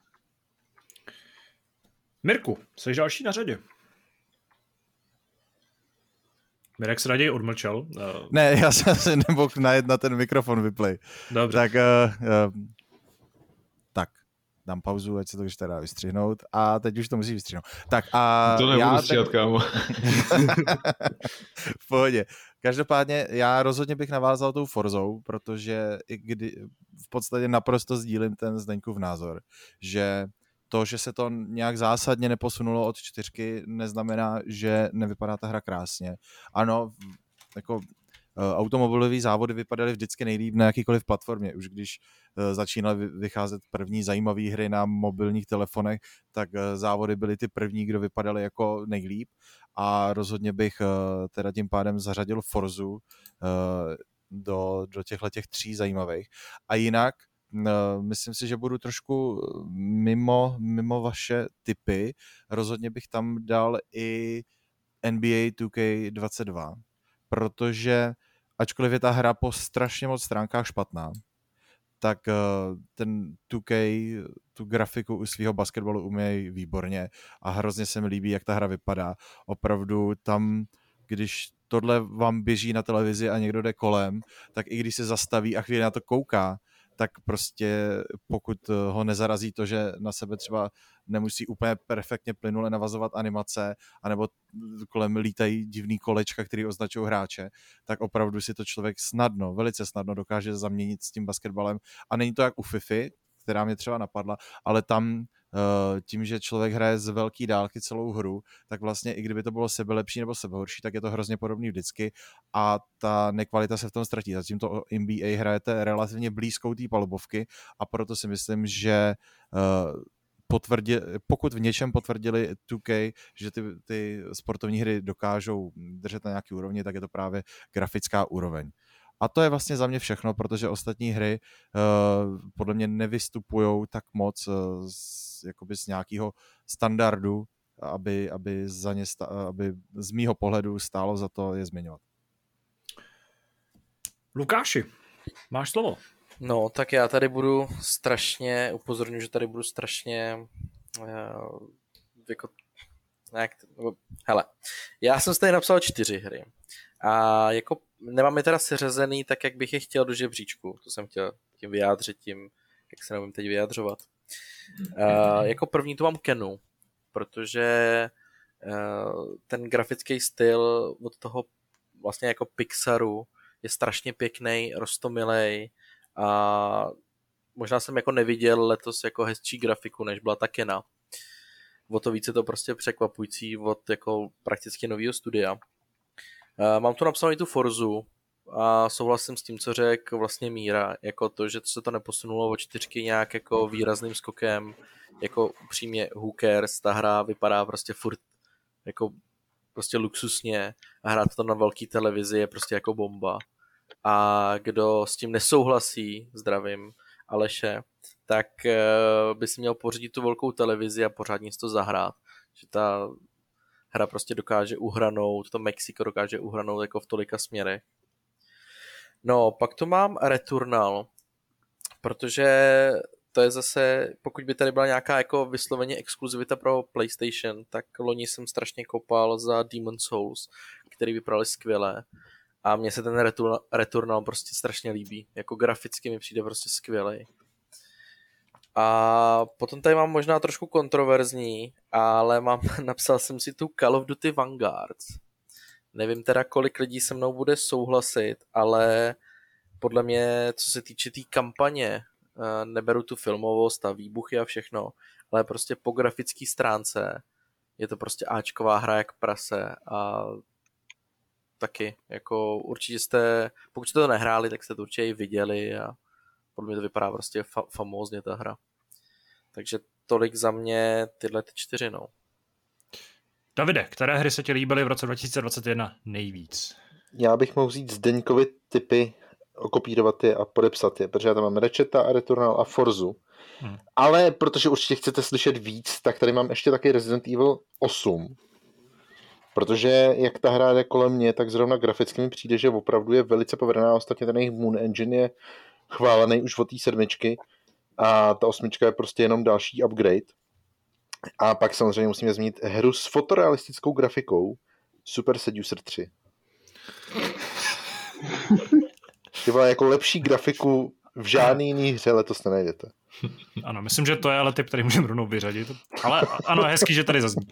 Mirku, jsi další na řadě. Mirek se raději odmlčel. Ne, já jsem si nemohl najet na ten mikrofon vyplay. Dobře. Tak, dám pauzu, ať se to už teda vystřihnout a teď už to musí vystřihnout. Tak a to nebudu stříhat, kámo. V pohodě. Každopádně já rozhodně bych navázal tou Forzou, protože i kdy v podstatě naprosto sdílím ten Zdeňkův názor, že to, že se to nějak zásadně neposunulo od 4, neznamená, že nevypadá ta hra krásně. Ano, jako automobilové závody vypadaly vždycky nejlíp na jakýkoliv platformě. Už když začínaly vycházet první zajímavé hry na mobilních telefonech, tak závody byly ty první, kdo vypadaly jako nejlíp a rozhodně bych teda tím pádem zařadil Forzu do těchto 3 zajímavých. A jinak myslím si, že budu trošku mimo vaše tipy. Rozhodně bych tam dal i NBA 2K22, protože ačkoliv je ta hra po strašně moc stránkách špatná, tak ten 2K tu grafiku u svého basketbalu umějí výborně a hrozně se mi líbí, jak ta hra vypadá. Opravdu tam, když tohle vám běží na televizi a někdo jde kolem, tak i když se zastaví a chvíli na to kouká, tak prostě pokud ho nezarazí to, že na sebe třeba nemusí úplně perfektně plynule navazovat animace, anebo kolem lítají divný kolečka, který označují hráče, tak opravdu si to člověk velice snadno dokáže zaměnit s tím basketbalem. A není to jak u FIFA, která mě třeba napadla, ale tam tím, že člověk hraje z velké dálky celou hru, tak vlastně i kdyby to bylo sebelepší nebo sebehorší, tak je to hrozně podobný vždycky a ta nekvalita se v tom ztratí. Zatímto NBA hrajete relativně blízkou té palubovky a proto si myslím, že pokud v něčem potvrdili 2K, že ty sportovní hry dokážou držet na nějaký úrovni, tak je to právě grafická úroveň. A to je vlastně za mě všechno, protože ostatní hry podle mě nevystupují tak moc jakoby z nějakého standardu, aby z mýho pohledu stálo za to je zmiňovat. Lukáši, máš slovo. No, tak já tady budu upozorňuji, že tady budu strašně hele, já jsem si tady napsal 4 hry a jako nemám je teda seřazený tak, jak bych je chtěl do žebříčku, to jsem chtěl tím vyjádřit tím, jak se nevím teď vyjadřovat. Jako první tu mám Kenu, protože ten grafický styl od toho vlastně jako Pixaru je strašně pěkný, roztomilej a možná jsem jako neviděl letos jako hezčí grafiku, než byla ta Kena. O to víc je to prostě překvapující od jako prakticky nového studia. Mám tu napsanou i tu Forzu a souhlasím s tím, co řekl vlastně Míra, jako to, že se to neposunulo o 4 nějak jako výrazným skokem, jako upřímně who cares, ta hra vypadá prostě furt jako prostě luxusně a hrát to na velký televizi je prostě jako bomba. A kdo s tím nesouhlasí, zdravím Aleše, tak by si měl pořídit tu velkou televizi a pořádně si to zahrát. Že ta hra prostě dokáže uhranout, to Mexiko dokáže uhranout jako v tolika směrech. No, pak tu mám Returnal, protože to je zase, pokud by tady byla nějaká jako vysloveně exkluzivita pro PlayStation, tak loni jsem strašně kopal za Demon's Souls, který vypadaly skvěle. A mně se ten Returnal prostě strašně líbí. Jako graficky mi přijde prostě skvělej. A potom tady mám možná trošku kontroverzní, ale napsal jsem si tu Call of Duty Vanguards. Nevím teda, kolik lidí se mnou bude souhlasit, ale podle mě, co se týče té kampaně, neberu tu filmovost a výbuchy a všechno, ale prostě po grafické stránce je to prostě áčková hra jak prase a taky, jako určitě pokud jste to nehráli, tak jste to určitě i viděli a podle mě to vypadá prostě famózně ta hra. Takže tolik za mě tyhle 4, no. Davide, které hry se ti líbily v roce 2021 nejvíc? Já bych mohl vzít Zdeňkovi tipy, okopírovat je a podepsat je, protože já tam mám Ratcheta, Returnal a Forzu. Ale protože určitě chcete slyšet víc, tak tady mám ještě taky Resident Evil 8. Protože jak ta hra jde kolem mě, tak zrovna graficky mi přijde, že opravdu je velice povedená. Ostatně ten jejich Moon Engine je chválený už od té 7. A ta 8 je prostě jenom další upgrade. A pak samozřejmě musíme zmínit hru s fotorealistickou grafikou Super Seducer 3. Třeba jako lepší grafiku v žádný jiný hře letos nenajdete. Ano, myslím, že to je ale typ, který můžeme rovnou vyřadit. Ale ano, hezký, že tady zazní.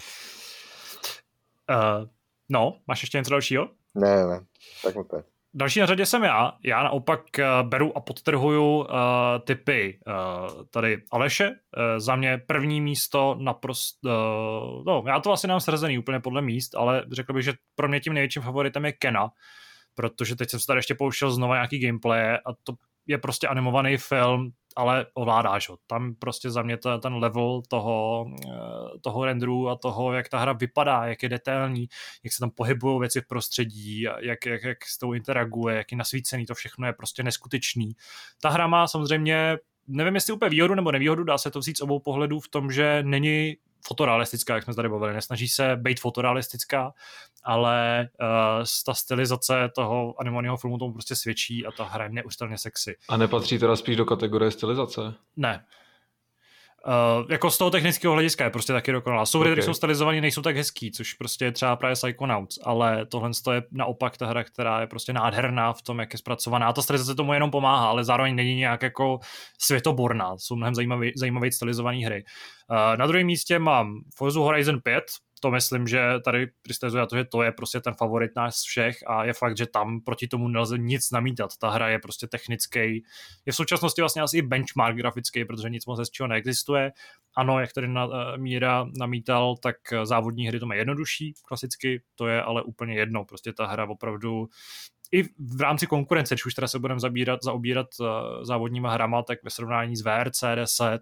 No, máš ještě něco dalšího? Ne, tak to je. Další na řadě jsem já. Já naopak beru a podtrhuju typy tady Aleše. Za mě první místo naprosto... no, já to asi nemám srazený úplně podle míst, ale řekl bych, že pro mě tím největším favoritem je Kena, protože teď jsem se tady ještě pouštěl znova nějaký gameplay a to je prostě animovaný film, ale ovládáš ho. Tam prostě za mě ten level toho renderu a toho, jak ta hra vypadá, jak je detailní, jak se tam pohybují věci v prostředí, jak s tou interaguje, jak je nasvícený, to všechno je prostě neskutečný. Ta hra má samozřejmě, nevím jestli úplně výhodu nebo nevýhodu, dá se to vzít z obou pohledů v tom, že není fotorealistická, jak jsme tady bavili, nesnaží se být fotorealistická, ale ta stylizace toho animovaného filmu tomu prostě svědčí a ta hra je neustále sexy. A nepatří teda spíš do kategorie stylizace? Ne. Jako z toho technického hlediska je prostě taky dokonalá. Jsou hry, které jsou stylizované, nejsou tak hezký, což prostě je třeba právě Psychonauts, ale tohle je naopak ta hra, která je prostě nádherná v tom, jak je zpracovaná. Ta stylizace tomu jenom pomáhá, ale zároveň není nějak jako světoborná. Jsou mnohem zajímavé stylizované hry. Na druhém místě mám Forza Horizon 5, to myslím, že tady přistazuje na to, že to je prostě ten favorit nás všech a je fakt, že tam proti tomu nelze nic namítat. Ta hra je prostě technický. Je v současnosti vlastně asi i benchmark grafický, protože nic moc hezčího neexistuje. Ano, jak tady Míra namítal, tak závodní hry to má jednodušší, klasicky, to je ale úplně jedno. Prostě ta hra opravdu i v rámci konkurence, když už teda se budeme zaobírat závodníma hrama, tak ve srovnání s VRC 10,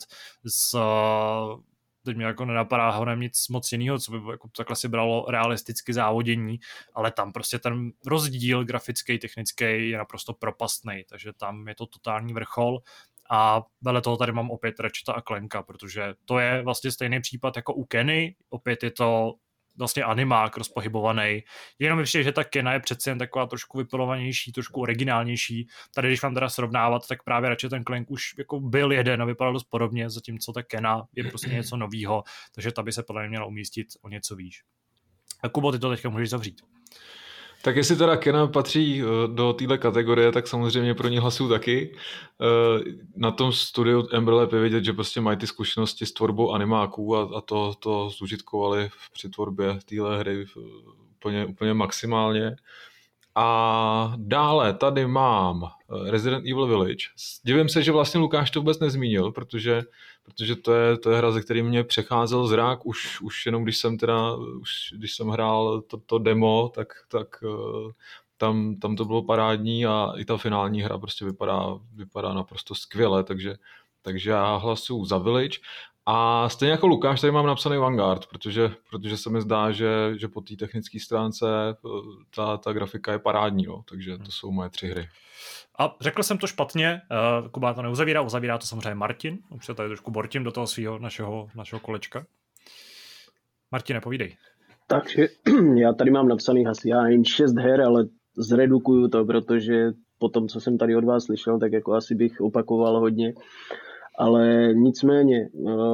teď mě jako nenapadá honem nic moc jiného, co by jako takhle si bralo realisticky závodění, ale tam prostě ten rozdíl grafický, technický je naprosto propastný, takže tam je to totální vrchol a vedle toho tady mám opět Ratcheta a Clanka, protože to je vlastně stejný případ jako u Kenny, opět je to vlastně animák rozpohybovaný. Jenom mi přijde, že ta Kena je přece jen taková trošku vypilovanější, trošku originálnější. Tady, když vám teda srovnávat, tak právě Ratchet & Clank už jako byl jeden a vypadal dost podobně, zatímco ta Kena je prostě něco novýho, takže ta by se podle mě měla umístit o něco výš. A Kubo, ty to teďka můžeš zavřít. Tak jestli teda Kena patří do téhle kategorie, tak samozřejmě pro ní hlasuju taky. Na tom studiu Ember je vidět, že prostě mají ty zkušenosti s tvorbou animáků a to zužitkovali při tvorbě téhle hry úplně maximálně. A dále tady mám Resident Evil Village. Divím se, že vlastně Lukáš to vůbec nezmínil, protože to je hra, ze který mě přecházel zrak už jenom když jsem hrál to demo, tak tam to bylo parádní a i ta finální hra prostě vypadá naprosto skvěle, takže já hlasuju za Village. A stejně jako Lukáš, tady mám napsaný Vanguard, protože se mi zdá, že po té technické stránce ta grafika je parádní, no, takže to jsou moje 3 hry. A řekl jsem to špatně, Kuba to uzavírá to samozřejmě Martin, už se tady trošku bortím do toho svého našeho kolečka. Martine, povídej. Takže já tady mám napsaných asi 6 her, ale zredukuju to, protože po tom, co jsem tady od vás slyšel, tak jako asi bych opakoval hodně. Ale nicméně,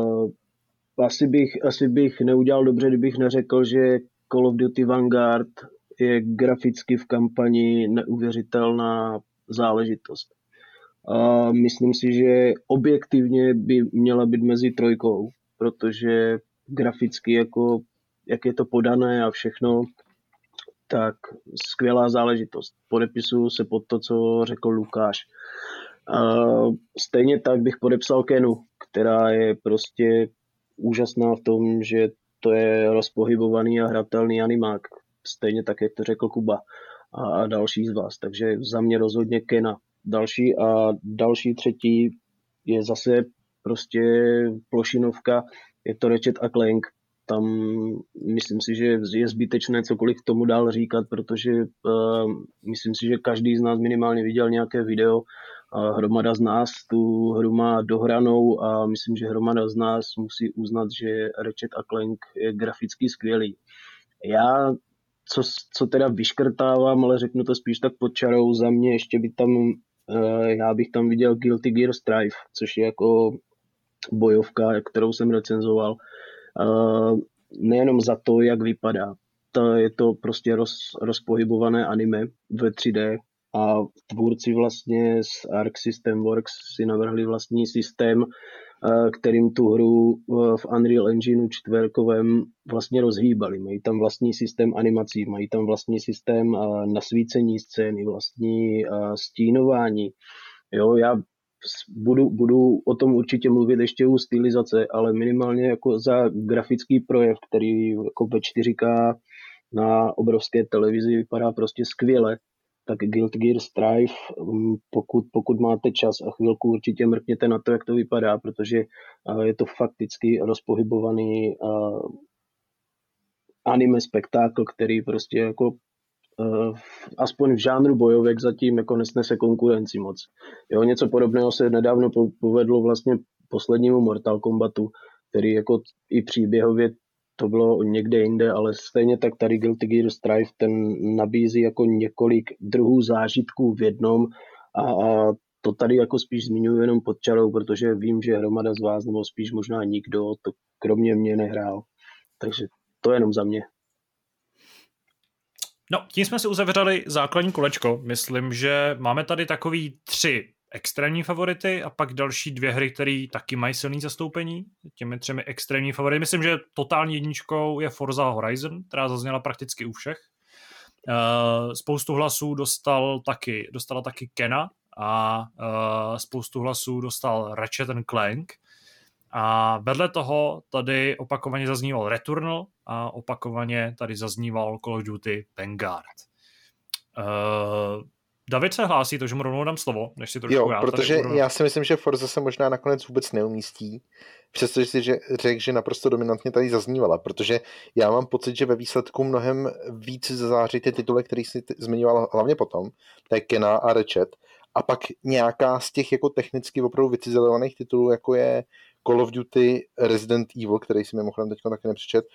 asi bych neudělal dobře, kdybych neřekl, že Call of Duty Vanguard je graficky v kampani neuvěřitelná záležitost. A myslím si, že objektivně by měla být mezi 3, protože graficky, jako, jak je to podané a všechno, tak skvělá záležitost. Podepisuju se pod to, co řekl Lukáš. Stejně tak bych podepsal Kenu, která je prostě úžasná v tom, že to je rozpohybovaný a hratelný animák. Stejně tak, jak to řekl Kuba a další z vás. Takže za mě rozhodně Kena. Další 3 je zase prostě plošinovka, je to Ratchet & Clank. Tam myslím si, že je zbytečné cokoliv k tomu dál říkat, protože myslím si, že každý z nás minimálně viděl nějaké video. Hromada z nás tu hru má dohranou a myslím, že hromada z nás musí uznat, že Ratchet & Clank je graficky skvělý. Já, co teda vyškrtávám, ale řeknu to spíš tak pod čarou, za mě ještě já bych tam viděl Guilty Gear Strive, což je jako bojovka, kterou jsem recenzoval. Nejenom za to, jak vypadá. Je to prostě rozpohybované anime ve 3D a tvůrci vlastně z Arc System Works si navrhli vlastní systém, kterým tu hru v Unreal Engineu 4 vlastně rozhýbali. Mají tam vlastní systém animací, mají tam vlastní systém nasvícení scény, vlastní stínování. Jo, já budu o tom určitě mluvit ještě u stylizace, ale minimálně jako za grafický projev, který jako ve 4K na obrovské televizi vypadá prostě skvěle, tak Guilty Gear Strive, pokud máte čas a chvilku, určitě mrkněte na to, jak to vypadá, protože je to fakticky rozpohybovaný anime spektákl, který prostě jako aspoň v žánru bojovek zatím jako nesnese konkurenci moc. Jo, něco podobného se nedávno povedlo vlastně poslednímu Mortal Kombatu, který jako i příběhově to bylo někde jinde, ale stejně tak tady Guilty Gear Strive ten nabízí jako několik druhů zážitků v jednom a to tady jako spíš zmiňuji jenom pod čarou, protože vím, že hromada z vás, nebo spíš možná nikdo, to kromě mě nehrál. Takže to je jenom za mě. No, tím jsme si uzavřeli základní kolečko. Myslím, že máme tady takový 3 extrémní favority a pak další 2 hry, které taky mají silné zastoupení. Těmi 3 extrémní favority. Myslím, že totální jedničkou je Forza Horizon, která zazněla prakticky u všech. Spoustu hlasů dostala taky Kena a spoustu hlasů dostal Ratchet & Clank. A vedle toho tady opakovaně zazníval Returnal a opakovaně tady zazníval Call of Duty Vanguard. David se hlásí, takže mu rovnou dám slovo, než si trošku protože já si myslím, že Forza se možná nakonec vůbec neumístí, přestože si řekl, že naprosto dominantně tady zaznívala, protože já mám pocit, že ve výsledku mnohem víc zazáří ty tituly, který jsi zmiňoval hlavně potom, to je Kena a Ratchet, a pak nějaká z těch jako technicky opravdu vycizelovaných titulů, jako je Call of Duty, Resident Evil, který si mimochodem teď taky nepřečet,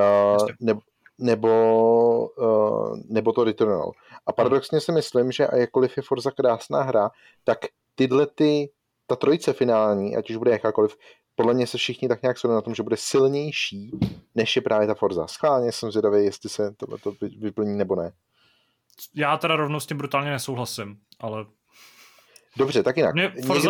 nebo to Returnal. A paradoxně si myslím, že jakkoliv je Forza krásná hra, tak ta trojice finální, ať už bude jakákoliv, podle mě se všichni tak nějak shodnou na tom, že bude silnější, než je právě ta Forza. Schválně jsem zvědavý, jestli se to vyplní nebo ne. já teda rovnou s tím brutálně nesouhlasím, ale... Dobře, tak jinak.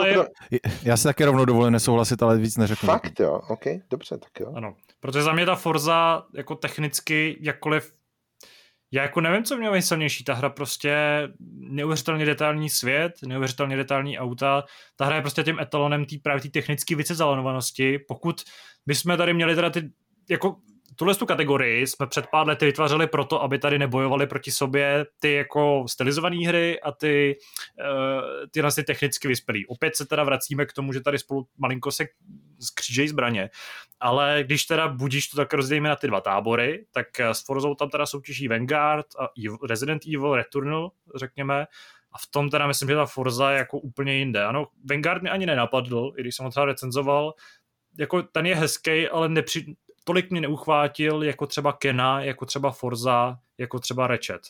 Já si taky rovnou dovolím nesouhlasit, ale víc neřeknu. Fakt jo, ok, dobře, tak jo. Ano, protože za mě ta Forza jako technicky jakkoliv, já jako nevím, co mělo nejsilnější, ta hra prostě neuvěřitelně detailní svět, neuvěřitelně detailní auta, ta hra je prostě tím etalonem právě té technické vycezalovanosti. Pokud bychom tady měli teda ty, jako tuhle tu kategorii jsme před pár lety vytvářeli proto, aby tady nebojovali proti sobě ty jako stylizované hry a ty vlastně technicky vyspělý. Opět se teda vracíme k tomu, že tady spolu malinko se skřížejí zbraně, ale když teda budíš to tak rozdělíme na ty dva tábory, tak s Forzou tam teda soutěží Vanguard a Resident Evil Returnal, řekněme, a v tom teda myslím, že ta Forza je jako úplně jinde. Ano, Vanguard mě ani nenapadl, i když jsem ho třeba recenzoval, jako ten je hezký, ale tolik mě neuchvátil jako třeba Kena, jako třeba Forza, jako třeba Ratchet.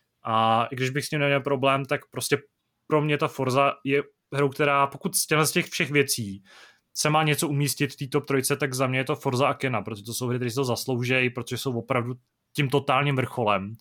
A i když bych s ním neměl problém, tak prostě pro mě ta Forza je hrou, která pokud z těch všech věcí se má něco umístit v té top 3, tak za mě je to Forza a Kena, protože to jsou hry, které si to zasloužejí, protože jsou opravdu tím totálním vrcholem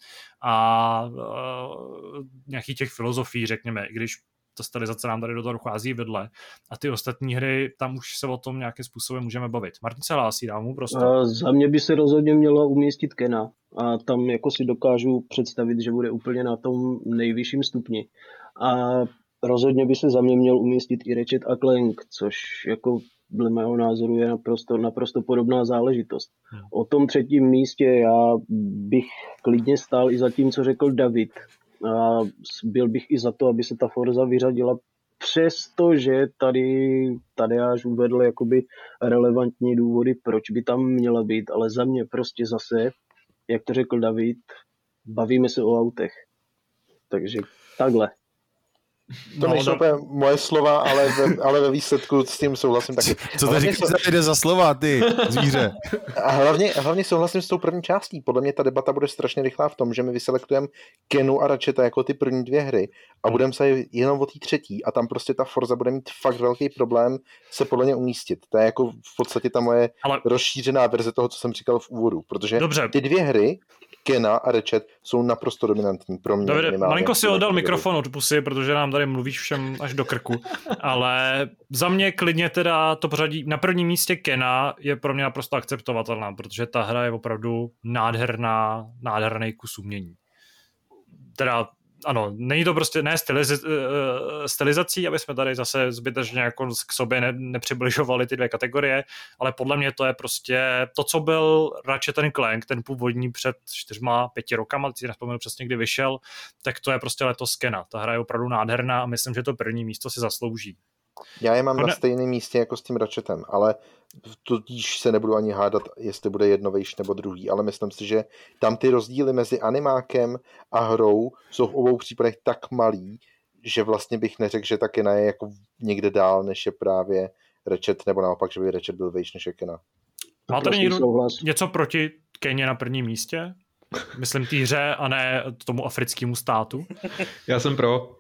a nějakých těch filozofií, řekněme, i když ta stylizace nám tady do toho dochází vedle a ty ostatní hry, tam už se o tom nějakým způsobem můžeme bavit. Martin se hlásí, dám mu prostě. Za mě by se rozhodně měla umístit Kena a tam jako si dokážu představit, že bude úplně na tom nejvyšším stupni. A rozhodně by se za mě měl umístit i Ratchet a Clank, což jako dle mého názoru je naprosto podobná záležitost. O tom třetím místě já bych klidně stál i za tím, co řekl David. A byl bych i za to, aby se ta Forza vyřadila, přestože tady až uvedl jakoby relevantní důvody, proč by tam měla být, ale za mě prostě zase, jak to řekl David, bavíme se o autech. Takže takhle. To nejsou úplně moje slova, ale ve výsledku s tím souhlasím taky. Co to říkáš, jde za slova, ty zvíře? A hlavně souhlasím s tou první částí. Podle mě ta debata bude strašně rychlá v tom, že my vyselektujeme Kenu a Ratcheta jako ty první dvě hry a budeme se jenom o té třetí a tam prostě ta Forza bude mít fakt velký problém se podle mě umístit. To je jako v podstatě ta moje rozšířená verze toho, co jsem říkal v úvodu, protože ty dvě hry Kena a Ratchet jsou naprosto dominantní pro mě. Davide, malinko si oddal mikrofon od pusy, protože nám tady mluvíš všem až do krku, ale za mě klidně teda to pořadí na prvním místě Kena je pro mě naprosto akceptovatelná, protože ta hra je opravdu nádherný kus umění. Teda ano, není to prostě stylizací, aby jsme tady zase zbytečně jako k sobě nepřibližovali ty dvě kategorie, ale podle mě to je prostě to, co byl Ratchet & Clank, ten původní před 4-5 rokama, teď nevzpomenu přesně, kdy vyšel, tak to je prostě letos Kena. Ta hra je opravdu nádherná a myslím, že to první místo si zaslouží. Já je mám na stejném místě jako s tím Ratchetem, ale tudíž se nebudu ani hádat, jestli bude jedno vejš nebo druhý, ale myslím si, že tam ty rozdíly mezi animákem a hrou jsou v obou případech tak malý, že vlastně bych neřekl, že ta Kena je jako někde dál, než je právě Ratchet, nebo naopak, že by Ratchet byl vejš než je Kena. Má tady někdo něco proti Keně na prvním místě? Myslím té hře a ne tomu africkému státu? Já jsem pro.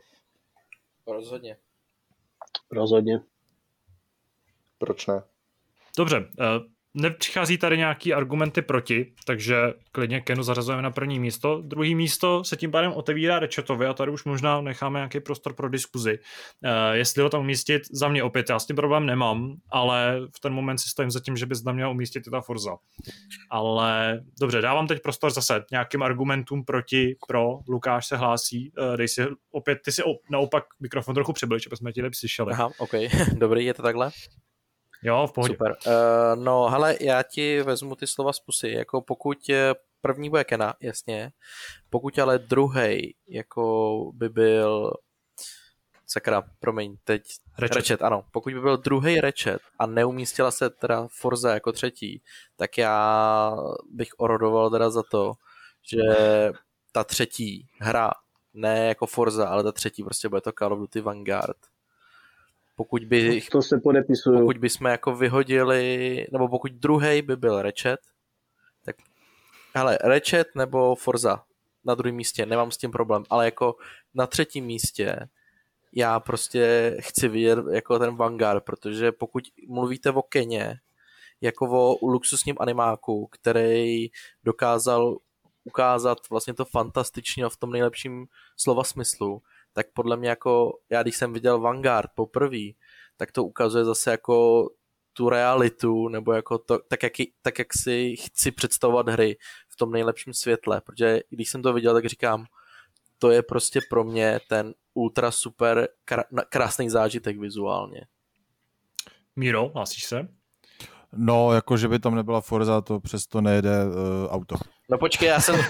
Rozhodně. Proč ne? Dobře, nepřichází tady nějaký argumenty proti, takže klidně Kenu zařazujeme na první místo. Druhý místo se tím pádem otevírá Ratchetovi a tady už možná necháme nějaký prostor pro diskuzi. Jestli ho tam umístit, za mě opět, já s tím problém nemám, ale v ten moment si stojím za tím, že bys tam měl umístit i ta Forza. Ale dobře, dávám teď prostor zase nějakým argumentům pro. Lukáš se hlásí, dej si opět, ty si naopak mikrofon trochu přibliž, aby jsme ti lepší slyšeli. Aha, ok, dobrý, je to takhle? Jo, v pohodě. Super. No, hele, já ti vezmu ty slova z pusy. Jako pokud první bude Kena, jasně. Pokud ale druhej, jako by byl sakra, promiň, teď Ratchet, ano. Pokud by byl druhej Ratchet a neumístila se teda Forza jako třetí, tak já bych orodoval teda za to, že ta třetí hra, ne jako Forza, ale ta třetí prostě bude to Call of Duty Vanguard. To se podepisuju. Pokud bychom jako vyhodili, nebo pokud druhej by byl Ratchet, tak hele, Ratchet nebo Forza na druhém místě, nemám s tím problém, ale jako na třetím místě já prostě chci vidět jako ten Vanguard, protože pokud mluvíte o Keně, jako o luxusním animáku, který dokázal ukázat vlastně to fantastičně v tom nejlepším slova smyslu, tak podle mě jako, já když jsem viděl Vanguard poprvé, tak to ukazuje zase jako tu realitu, nebo jako to, tak jak si chci představovat hry v tom nejlepším světle, protože když jsem to viděl, tak říkám, to je prostě pro mě ten ultra super krásný zážitek vizuálně. Míro, hlásíš se? No, jako že by tam nebyla Forza, to přesto nejede auto. No počkej, já jsem...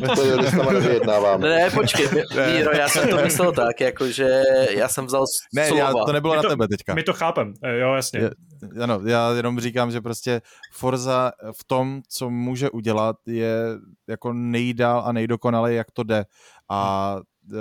Ne, počkej, Míro, já jsem to myslel tak, jakože já jsem vzal slova. To nebylo na tebe teďka. My to chápem, jo, jasně. Ano, já jenom říkám, že prostě Forza v tom, co může udělat, je jako nejdál a nejdokonalej, jak to jde. A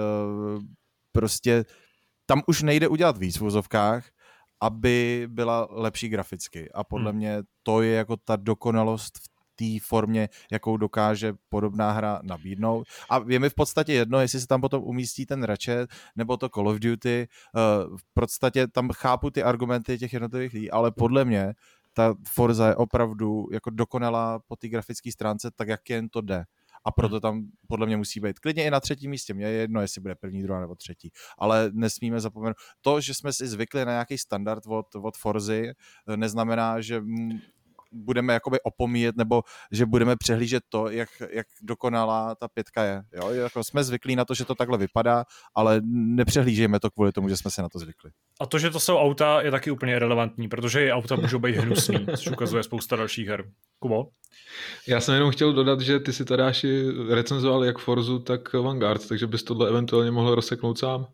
prostě tam už nejde udělat víc v vozovkách, aby byla lepší graficky. A podle mě to je jako ta dokonalost v té formě, jakou dokáže podobná hra nabídnout. A je mi v podstatě jedno, jestli se tam potom umístí ten Ratchet nebo to Call of Duty. V podstatě tam chápu ty argumenty těch jednotlivých lidí, ale podle mě ta Forza je opravdu jako dokonalá po té grafické stránce, tak jak jen to jde. A proto tam podle mě musí být klidně i na třetím místě. Mně je jedno, jestli bude první, druhá nebo třetí. Ale nesmíme zapomenout. To, že jsme si zvykli na nějaký standard od Forzy, neznamená, že budeme jakoby opomíjet nebo že budeme přehlížet to, jak dokonalá ta 5 je. Jo? Jako jsme zvyklí na to, že to takhle vypadá, ale nepřehlížejme to kvůli tomu, že jsme se na to zvykli. A to, že to jsou auta, je taky úplně irrelevantní, protože i auta můžou být hnusný, což ukazuje spousta dalších her. Kubo? Já jsem jenom chtěl dodat, že ty si Tadáši recenzoval jak Forzu, tak Vanguard, takže bys tohle eventuálně mohl rozseknout sám.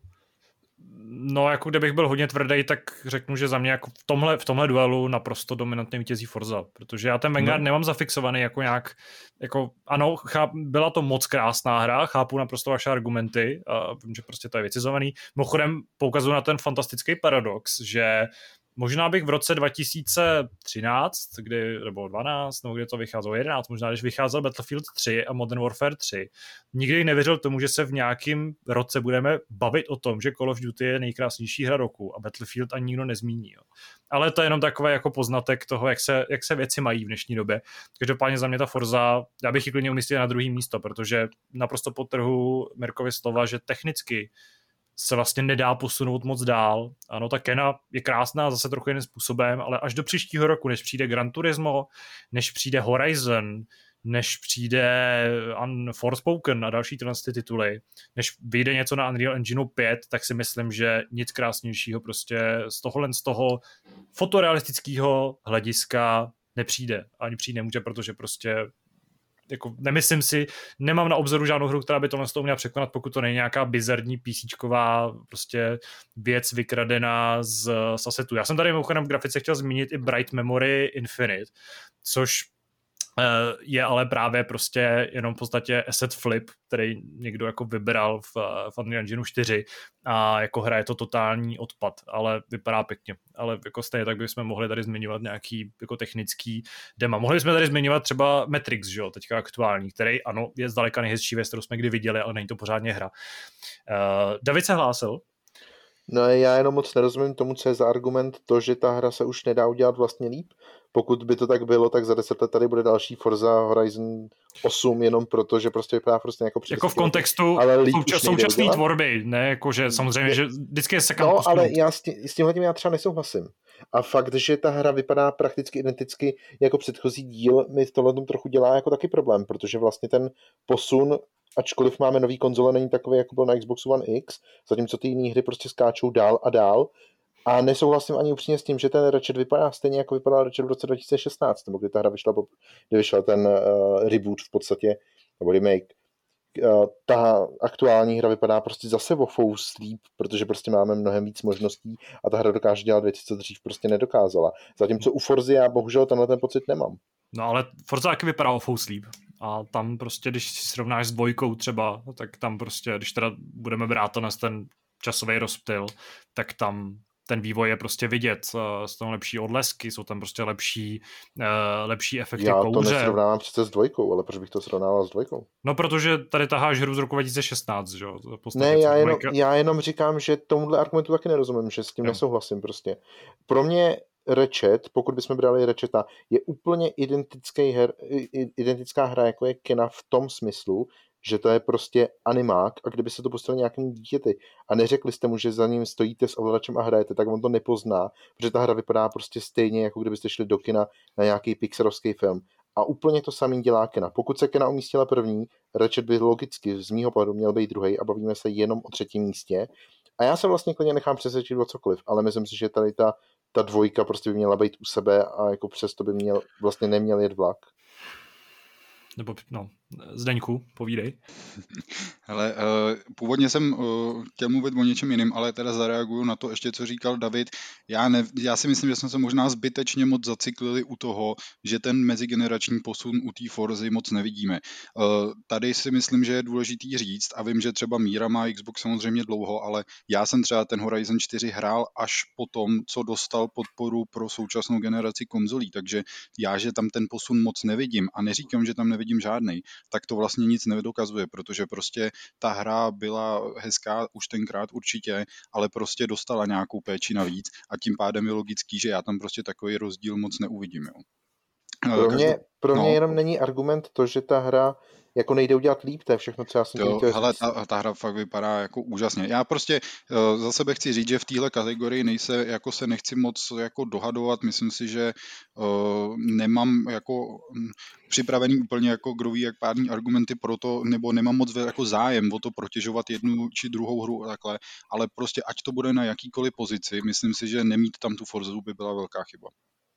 No, jako kdybych byl hodně tvrdý, tak řeknu, že za mě jako v tomhle duelu naprosto dominantně vítězí Forza, protože já ten Vanguard nemám zafixovaný jako nějak, jako ano, byla to moc krásná hra, chápu naprosto vaše argumenty a vím, že prostě to je vycizovaný. Mimochodem poukazuju na ten fantastický paradox, že možná bych v roce 2013, nebo 12, nebo kdy to vycházelo, 11, možná když vycházel Battlefield 3 a Modern Warfare 3, nikdy nevěřil tomu, že se v nějakém roce budeme bavit o tom, že Call of Duty je nejkrásnější hra roku a Battlefield ani nikdo nezmíní. Jo. Ale to je jenom takový jako poznatek toho, jak se věci mají v dnešní době. Každopádně za mě ta Forza, já bych ji klidně umístil na druhý místo, protože naprosto podtrhu Mirkovi slova, že technicky se vlastně nedá posunout moc dál. Ano, ta Kena je krásná zase trochu jiným způsobem, ale až do příštího roku, než přijde Gran Turismo, než přijde Horizon, než přijde Forspoken a další ty tituly, než vyjde něco na Unreal Engine 5, tak si myslím, že nic krásnějšího prostě z toho fotorealistického hlediska nepřijde. Ani přijít nemůže, protože prostě jako nemyslím si, nemám na obzoru žádnou hru, která by to měla překonat, pokud to není nějaká bizarní PCčková prostě věc vykradená z assetů. Já jsem tady mimochodem v grafice chtěl zmínit i Bright Memory Infinite, což je ale právě prostě jenom v podstatě asset flip, který někdo jako vybral v Unreal Engineu 4 a jako hra je to totální odpad, ale vypadá pěkně. Ale jako stejně tak bychom mohli tady zmiňovat nějaký jako technický demo. Mohli bychom tady zmiňovat třeba Matrix, že jo, teďka aktuální, který ano, je zdaleka nejhezčí věc, kterou jsme kdy viděli, ale není to pořádně hra. David se hlásil. No já jenom moc nerozumím tomu, co je za argument to, že ta hra se už nedá udělat vlastně líp. Pokud by to tak bylo, tak za 10 let tady bude další Forza Horizon 8 jenom proto, že prostě vypadá prostě jako v kontextu současné tvorby, ne, jakože samozřejmě, že vždycky je sekant postup. No, ale já s tímhletím já třeba nesouhlasím. A fakt, že ta hra vypadá prakticky identicky jako předchozí díl, mi v tomhle trochu dělá jako taky problém, protože vlastně ten posun, ačkoliv máme nový konzole, není takový, jako byl na Xboxu One X, zatímco ty jiné hry prostě skáčou dál a dál. A nesouhlasím ani upřímně s tím, že ten Ratchet vypadá stejně, jako vypadal Ratchet v roce 2016, nebo kdy ta hra vyšla, kdy vyšel ten reboot v podstatě, nebo remake. Ta aktuální hra vypadá prostě zase o fous líp, protože prostě máme mnohem víc možností a ta hra dokáže dělat věci, co dřív prostě nedokázala. Zatímco u Forzy já bohužel tenhle ten pocit nemám. No ale Forza taky vypadá o fous líp. A tam prostě, když si srovnáš s 2 třeba, tak tam prostě, když teda budeme brát ten časový rozptyl, tak tam ten vývoj je prostě vidět, jsou tam lepší odlesky, jsou tam prostě lepší efekty kouře. Já to nesrovnávám přece s 2, ale proč bych to srovnával s 2? No, protože tady taháš hru z roku 2016, že jo? Ne, já jenom říkám, že tomuhle argumentu taky nerozumím, že s tím nesouhlasím prostě. Pro mě Ratchet, pokud bychom brali Ratcheta, je úplně identická hra, jako je Kena v tom smyslu, že to je prostě animák a kdyby se to postavil nějakým dítěti a neřekli jste mu, že za ním stojíte s ovladačem a hrajete, tak on to nepozná, protože ta hra vypadá prostě stejně, jako kdybyste šli do kina na nějaký pixarovský film. A úplně to samý dělá Kena. Pokud se Kena umístila první, Ratchet by logicky z mýho pohledu měl být druhý a bavíme se jenom o třetím místě. A já se vlastně klidně nechám přesvědčit o cokoliv, ale myslím si, že tady ta dvojka prostě by měla být u sebe a jako přesto by vlastně neměl jet vlak. Nebo, Zdeňku, povídej. Hele, původně jsem chtěl mluvit o něčem jiným, ale teda zareaguju na to ještě, co říkal David. Já si myslím, že jsme se možná zbytečně moc zaciklili u toho, že ten mezigenerační posun u té Forzy moc nevidíme. Tady si myslím, že je důležitý říct, a vím, že třeba Míra má Xbox samozřejmě dlouho, ale já jsem třeba ten Horizon 4 hrál až po tom, co dostal podporu pro současnou generaci konzolí, takže já, že tam ten posun moc nevidím a neříkám, že tam nevidím žádnej, tak to vlastně nic nedokazuje, protože prostě ta hra byla hezká už tenkrát určitě, ale prostě dostala nějakou péči navíc a tím pádem je logický, že já tam prostě takový rozdíl moc neuvidím. Jo. Pro mě jenom není argument to, že ta hra jako nejde udělat líp, to je všechno, co já jsem chtěl říct. Ta hra fakt vypadá jako úžasně. Já prostě za sebe chci říct, že v téhle kategorii se nechci moc jako dohadovat, myslím si, že nemám jako připravený úplně jako kdo ví jak pádný argumenty pro to, nebo nemám moc jako zájem o to protěžovat jednu či druhou hru a takhle, ale prostě ať to bude na jakýkoliv pozici, myslím si, že nemít tam tu Forzu by byla velká chyba.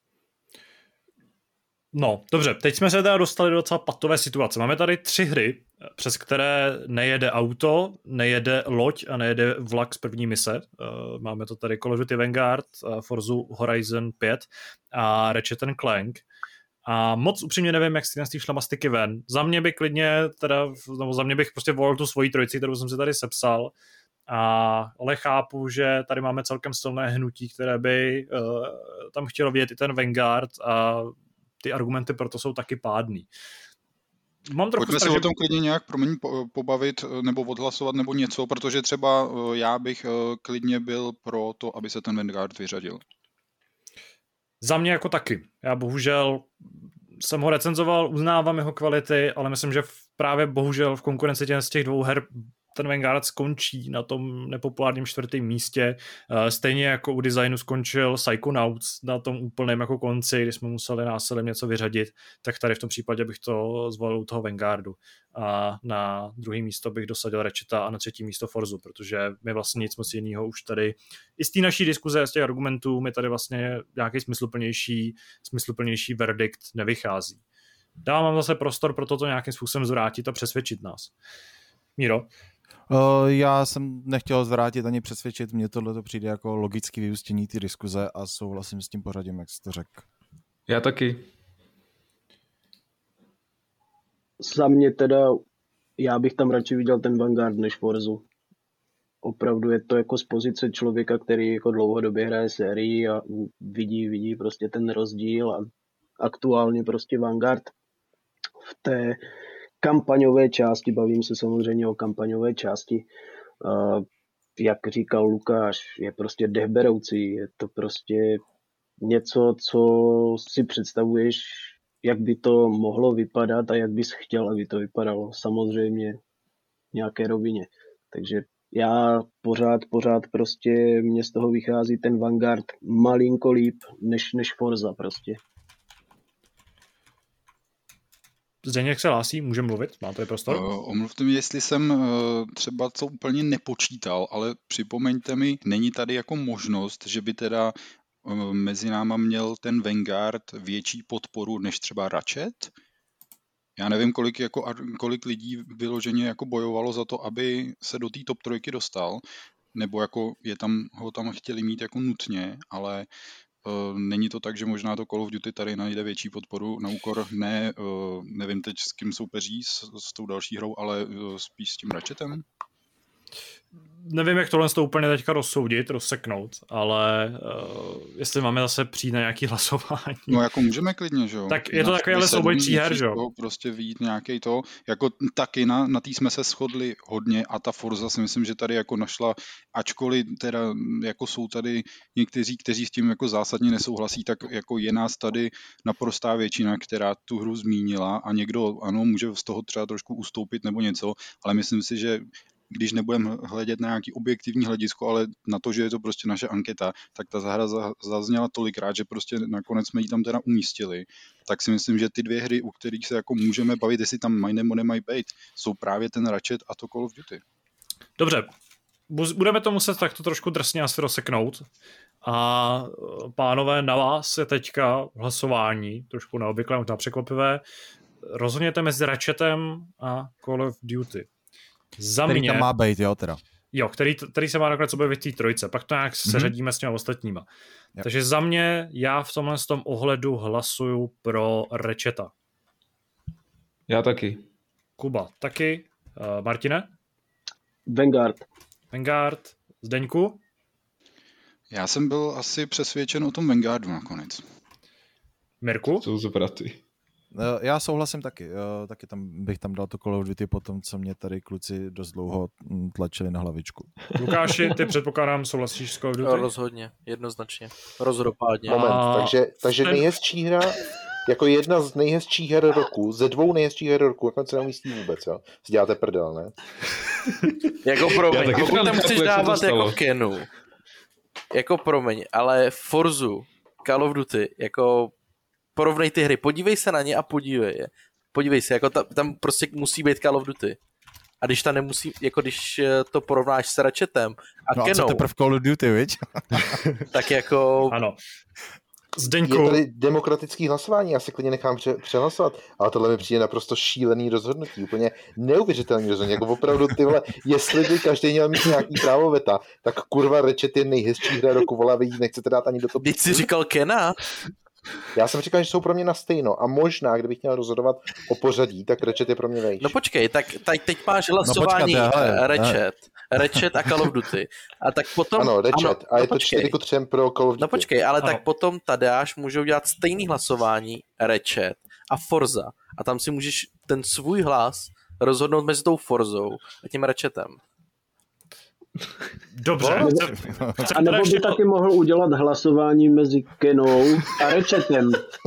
No, dobře, teď jsme se teda dostali do docela patové situace. Máme tady 3 hry, přes které nejede auto, nejede loď a nejede vlak z první mise. Máme to tady Call of Duty Vanguard, Forzu Horizon 5 a Ratchet & Clank. A moc upřímně nevím, jak si z té šlamastiky ven. Za mě by klidně, za mě bych prostě volil tu svoji trojici, kterou jsem si tady sepsal. Ale chápu, že tady máme celkem silné hnutí, které by tam chtělo vidět i ten Vanguard a ty argumenty proto jsou taky pádný. Pojďme se o tom klidně nějak pobavit nebo odhlasovat nebo něco, protože třeba já bych klidně byl pro to, aby se ten Vanguard vyřadil. Za mě jako taky. Já bohužel jsem ho recenzoval, uznávám jeho kvality, ale myslím, že právě bohužel v konkurenci z těch 2 her ten Vanguard skončí na tom nepopulárním 4. místě. Stejně jako u designu skončil Psychonauts na tom úplném jako konci, kdy jsme museli násilím něco vyřadit, tak tady v tom případě bych to zvolil u toho Vanguardu. A na 2. místo bych dosadil Ratcheta a na 3. místo Forzu, protože mi vlastně nic moc jiného už tady i z té naší diskuze, z těch argumentů mi tady vlastně nějaký smysluplnější verdikt nevychází. Dávám zase prostor pro toto nějakým způsobem zvrátit a přesvědčit nás. Míro? Já jsem nechtěl zvrátit ani přesvědčit, mně tohle přijde jako logické vyústění té diskuze a souhlasím s tím pořadím, jak jsi to řekl. Já taky. Za mě teda, já bych tam radši viděl ten Vanguard než Forzu. Opravdu je to jako z pozice člověka, který jako dlouhodobě hraje sérii a vidí prostě ten rozdíl a aktuálně prostě Vanguard v té kampaňové části, bavím se samozřejmě o kampaňové části, jak říkal Lukáš, je prostě dechberoucí, je to prostě něco, co si představuješ, jak by to mohlo vypadat a jak bys chtěl, aby to vypadalo, samozřejmě v nějaké rovině. Takže já pořád prostě mě z toho vychází ten Vanguard malinko líp než Forza prostě. Zdeněk se hlásí, může mluvit, máte prostor? Omluvte mi, jestli jsem třeba co úplně nepočítal, ale připomeňte mi, není tady jako možnost, že by teda mezi náma měl ten Vanguard větší podporu než třeba Ratchet? Já nevím, kolik lidí vyloženě jako bojovalo za to, aby se do té top 3 dostal, nebo jako ho tam chtěli mít jako nutně, ale není to tak, že možná to Call of Duty tady najde větší podporu na úkor, nevím teď s kým soupeří s tou další hrou, ale spíš s tím Ratchetem? Nevím, jak tohle to úplně teďka rozseknout, ale jestli máme zase přijít na nějaký hlasování. No jako můžeme klidně, že jo. Tak je to takovýhle souboj 3 her, že jo. Prostě vyjít nějaký to, jako taky na tý jsme se shodli hodně a ta Forza si myslím, že tady jako našla, ačkoliv teda jako jsou tady někteří, kteří s tím jako zásadně nesouhlasí, tak jako je nás tady naprostá většina, která tu hru zmínila a někdo, ano, může z toho třeba trošku ustoupit nebo něco, ale myslím si, že když nebudeme hledět na nějaký objektivní hledisko, ale na to, že je to prostě naše anketa, tak ta hra zazněla tolikrát, že prostě nakonec jsme ji tam teda umístili. Tak si myslím, že ty 2 hry, u kterých se jako můžeme bavit, jestli tam mají nebo nemají být, jsou právě ten Ratchet a to Call of Duty. Dobře, budeme to muset takto trošku drsně asi rozseknout. A pánové, na vás je teďka hlasování, trošku neobvyklé, možná překvapivé. Rozhodněte mezi Ratchetem a Call of Duty. Za který mě, tam má být, jo, teda. Jo, který se má nakonec objevit v té trojce, pak to nějak seřadíme s těma ostatníma. Yep. Takže za mě, já v tomhle tom ohledu hlasuju pro Ratcheta. Já taky. Kuba, taky. Martine? Vanguard. Zdeňku? Já jsem byl asi přesvědčen o tom Vanguardu nakonec. Mirku? Jsou zobraty. Já souhlasím taky. Taky bych tam dal to Call of Duty po tom, co mě tady kluci dost dlouho tlačili na hlavičku. Lukáši, ty předpokládám souhlasíš s Call of Duty? Rozhodně, jednoznačně. Rozhodopádně. Moment, takže nejhezčí hra, jako jedna z nejhezčích her roku, ze 2 nejhezčích her roku, jak se neumístí vůbec, jo? Si děláte prdel, ne? Jako promiň, pokud tam chceš dávat jako Kenu, jako promiň, ale Forzu, Call of Duty, jako porovnej ty hry, podívej se na ně a podívej se, jako tam prostě musí být Call of Duty. A když ta nemusí, jako když to porovnáš s Ratchetem a no Kenou. No a co teprve Call of Duty, viď? Tak jako... Ano. Zdeňku. Je tady demokratický hlasování, já se klidně nechám přehlasovat, ale tohle mi přijde naprosto šílený rozhodnutí, úplně neuvěřitelný rozhodnutí, jako opravdu tyhle, jestli by každý měl mít nějaký právo veta, tak kurva Ratchet je nejhezčí hra roku, vole, vy nechcete dát ani do toho. Teď jsi říkal Kena? Já jsem říkal, že jsou pro mě na stejno a možná, kdybych měl rozhodovat o pořadí, tak Ratchet je pro mě vejš. No počkej, tak teď máš hlasování Ratchet a Call of Duty. A tak potom... Ano, Ratchet. A je to 4:3 pro Call of Duty. No počkej, ale tak potom Tadeáš můžou dělat stejný hlasování Ratchet a Forza. A tam si můžeš ten svůj hlas rozhodnout mezi tou Forzou a tím Ratchetem. Dobře. A nebo by taky mohl udělat hlasování mezi Kenou a Ratchetem.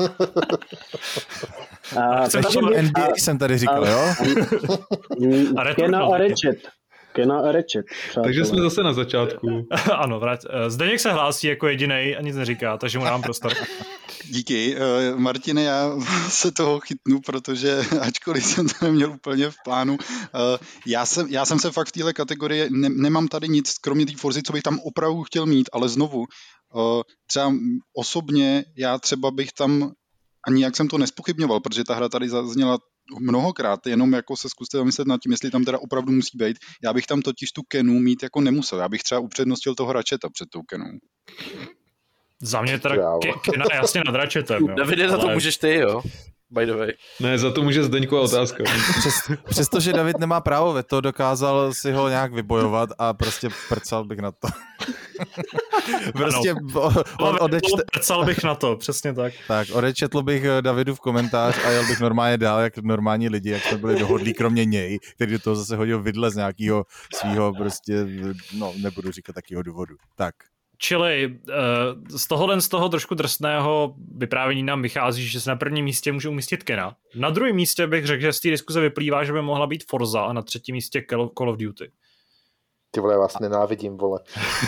NBA jsem tady říkal, jo? Kena a Ratchet. Takže jsme zase na začátku. Ano, Zdeněk se hlásí jako jedinej a nic neříká, takže mu dám prostor. Díky. Martine, já se toho chytnu, protože ačkoliv jsem to neměl úplně v plánu, já jsem se fakt v téhle kategorii, nemám tady nic, kromě té Forzy, co bych tam opravdu chtěl mít, ale znovu, třeba osobně, já třeba bych tam, ani jak jsem to nespochybňoval, protože ta hra tady zazněla mnohokrát, jenom jako se zkuste zamyslet nad tím, jestli tam teda opravdu musí být. Já bych tam totiž tu Kenu mít jako nemusel. Já bych třeba upřednostil toho Ratcheta před tou Kenou. Za mě teda Kena jasně nad Ratchetem. Davide, za to můžeš ty, jo? By the way. Ne, za to může Zdeňková otázka. Přestože David nemá právo veto, dokázal si ho nějak vybojovat a prostě prcal bych na to. Prostě prcal bych na to, přesně tak. Tak, odečetl bych Davidu v komentář a jel bych normálně dál, jak normální lidi, jak jsme byli dohodlí, kromě něj, který do toho zase hodil vidle z nějakého svýho prostě, no, nebudu říkat takého důvodu. Tak. Čili z toho trošku drsného vyprávění nám vychází, že se na prvním místě může umístit Kena. Na druhém místě bych řekl, že z té diskuze vyplývá, že by mohla být Forza a na třetím místě Call of Duty. Ty vole, já vás nenávidím, vole.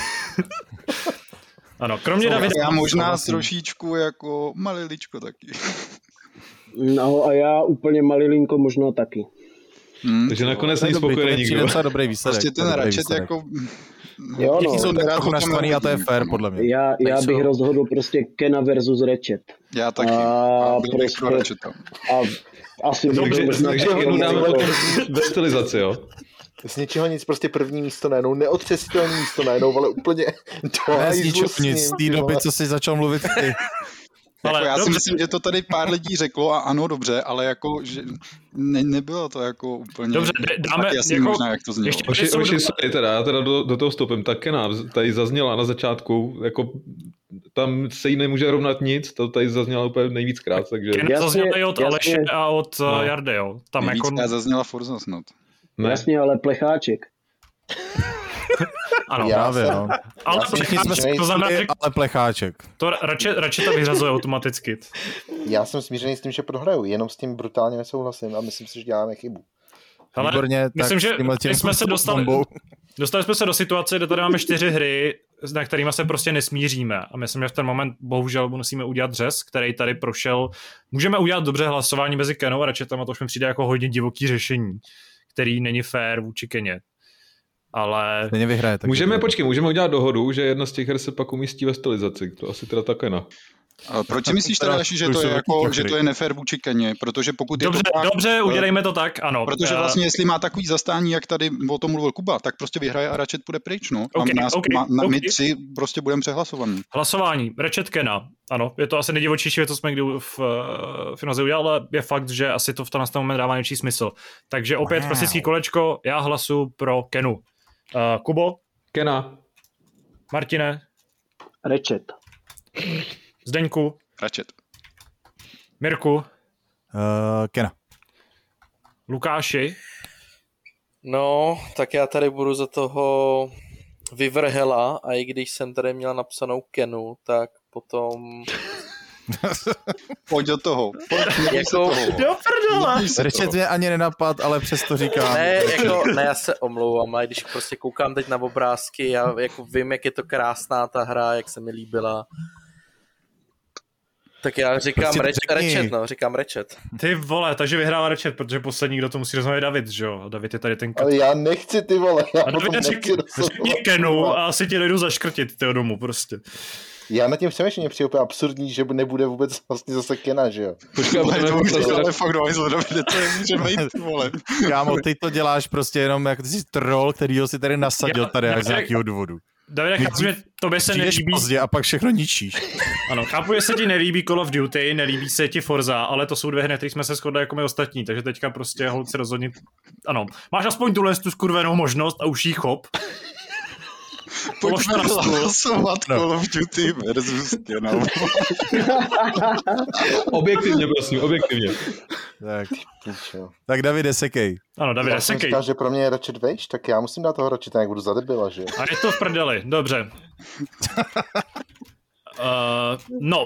Ano, kromě Davida... Já možná trošičku jako maliličko taky. No a já úplně malilinko možná taky. Takže nakonec není spokojený nikdo. To je dobrý výsledek. Prostě ten Ratchet jako... Jo, no, jsou trochu naštvaný a to je fair, podle mě. Já bych rozhodl prostě Kena versus Ratchet. Já taky. A prostě... Asi takže ho dáme ve stylizaci, jo? Z ničeho nic, prostě první místo najednou, neotřesitelné místo najednou, ale úplně ne, z ničeho nic, z té doby, co jsi začal mluvit ty. Jako já si myslím, že to tady pár lidí řeklo a ano, dobře, ale jako, že nebylo to jako úplně dobře, dáme, jasný jako, možná, jak to znělo. Já teda do toho vstoupím. Ta Kena tady zazněla na začátku, jako tam se jí nemůže rovnat nic, to tady zazněla úplně nejvíckrát, takže... Kena zazněla i od Aleše a od Jardy, jo. Tam nejvíckrát jako... zazněla Forza snad. Ne. Jasně, ale plecháček. Ano, no. Ale to znamená, ale plecháček. To radši to vyřazuje automaticky. Já jsem smířený s tím, že prohraju, jenom s tím brutálně nesouhlasím a myslím si, že děláme chybu. Ale Výborně, myslím, že jsme se dostali jsme se do situace, kde tady máme 4 hry, na kterými se prostě nesmíříme. A myslím, že v ten moment bohužel musíme udělat řez, který tady prošel. Můžeme udělat dobře hlasování mezi Kenou a Ratchetem a to už mi přijde jako hodně divoký řešení, který není fair vůči Keně. Ale... Vyhraje, můžeme udělat dohodu, že jedna z těch her se pak umístí ve stylizaci. To asi teda ta Kena. A proč si myslíš teda, že to je jako, že to je nefér vůči Keně? Protože pokud dobře, je to tak, dobře, udělejme to tak, ano. Protože vlastně, jestli má takový zastání, jak tady o tom mluvil Kuba, tak prostě vyhraje a Ratchet půjde pryč, no. My 3 prostě budeme přehlasovaní. Hlasování, Ratchet Kena, ano, je to asi nejdivočejší věc, co jsme kdy v Invazi udělali, ale je fakt, že asi to v ten moment dává něčí smysl. Takže opět klasický kolečko, já hlasu pro Kenu. Kubo? Kena. Martine? Ratchet. Zdeňku? Ratchet. Mirku? Kena. Lukáši? No, tak já tady budu za toho vyvrhela a i když jsem tady měla napsanou Kenu, tak potom... Pojď do toho. Jako... Do prdele! Ratchet mě ani nenapad, ale přesto říkám. Ne, já se omlouvám, ale když prostě koukám teď na obrázky, já jako vím, jak je to krásná ta hra, jak se mi líbila. Tak já říkám prostě říkám Ratchet. Ty vole, takže vyhrál Ratchet, protože poslední, kdo to musí rozhodnout, je David, že jo? David je tady ten Ale já nechci, ty vole. A David řekni Kenu a asi tě dojdu zaškrtit tyho domu prostě. Já na tím přemýšlím, mě přijde úplně absurdní, že nebude vůbec vlastně zase Kena, že jo? Počkej, ale fakt dojizle, Davide, to nemůže být, ty vole. Kámo, ty to děláš prostě jenom jako ty jsi troll, kterýho si tady nasadil tady z nějakého důvodu. Davide, chápu, že tobě se nelíbí... pozdě a pak všechno ničíš. Ano, chápu, že se ti nelíbí Call of Duty, nelíbí se ti Forza, ale to jsou 2 hry, které jsme se shodli jako my ostatní, takže teďka prostě holci rozhodně... Ano, máš aspoň tu skurvenou možnost a už jí chop. Pojďme hlasovat Call of Duty versus Kena. Objektivně, prosím, objektivně. Tak Davide, sekej. Ano, Davide, sekej. Já že pro mě je Ratchet vejš, tak já musím dát toho Ratcheta, jak budu za debila, že? A je to v prdeli, dobře. No.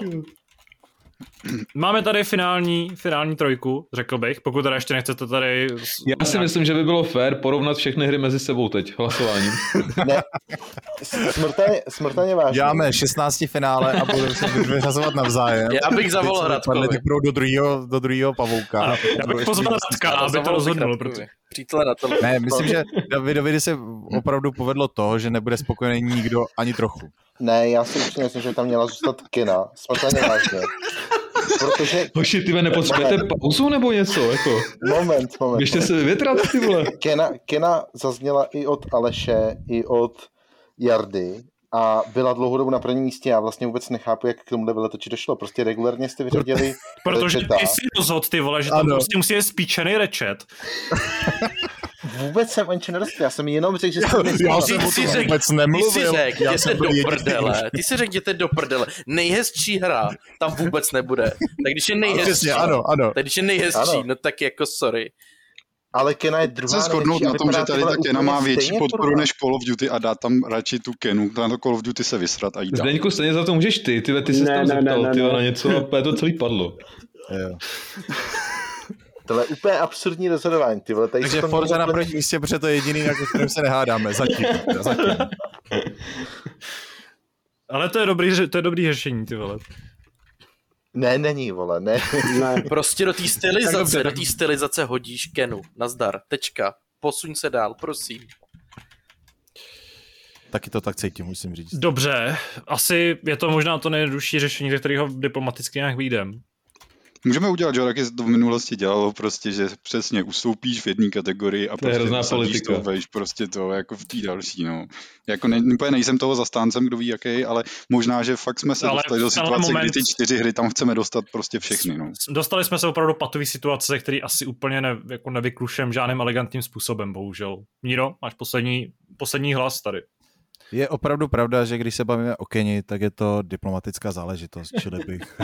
Máme tady finální trojku, řekl bych, pokud tady ještě nechcete tady... Já si myslím, že by bylo fér porovnat všechny hry mezi sebou teď, hlasováním. Ne, smrtelně vážně. Děláme 16 finále a budeme se vyřazovat navzájem. Já bych zavolal Radkovi. Teď budou do druhého pavouka. Ano, já bych pozval Radka, aby to rozhodnul. Přítele na to. Ne, myslím, že Davidovi se opravdu povedlo to, že nebude spokojený nikdo ani trochu. Ne, já si určitě myslím, že tam měla zůstat Kena. Smrtelně vážně. Protože... Hoši, ty nepotřebujete pauzu nebo něco? Jako? Moment. Běžte se vyvětrat, ty vole. Kena zazněla i od Aleše, i od Jardy a byla dlouhou dobu na prvním místě. Já vlastně vůbec nechápu, jak k tomuhle veletoči došlo. Prostě regulérně jste vyřadili Protože Ratcheta. ty si rozhodl, ty vole, že tam prostě musí je spíčený Ratchet. Vůbec jsem o ničem nedostal, já jsem jenom řekl, že jsem vůbec nemluvil. Ty si řekl, jděte do prdele. Nejhezčí hra tam vůbec nebude. Tak když je nejhezčí, ano. Tak když je nejhezčí, no tak jako sorry. Ale Kena je druhá. Chci shodnout na tom, že tady ta Kena má větší podporu než Call of Duty a dát tam radši tu Kenu, na to Call of Duty se vysrat a jít dál. Zdeňku, stejně za to můžeš ty jsi tam zeptal na něco a to celý padlo. Tohle je úplně absurdní rozhodování, ty vole. Takže Forza na prvním místě, protože to je jediný, na kterém se nehádáme. Zatím. Ale to je dobrý řešení, ty vole. Ne, není, vole, ne. Prostě do té stylizace hodíš Kenu. Nazdar, tečka. Posuň se dál, prosím. Taky to tak cítím, musím říct. Dobře, asi je to možná to nejjednodušší řešení, ze kterého diplomaticky nějak vyjdem. Můžeme udělat, že taky to v minulosti dělalo prostě, že přesně ustoupíš v jedné kategorii a To je prostě hrozná usadíš politika. to, vejš prostě to jako v té další, no. Jako úplně nejsem toho zastáncem, kdo ví jaký, ale možná, že fakt jsme se Ale dostali do v tenhle situace, moment- kdy ty 4 hry tam chceme dostat prostě všechny, no. Dostali jsme se opravdu do patové situace, který asi úplně jako nevyklušem žádným elegantním způsobem, bohužel. Míro, máš poslední hlas tady. Je opravdu pravda, že když se bavíme o Keni, tak je to diplomatická záležitost, čili bych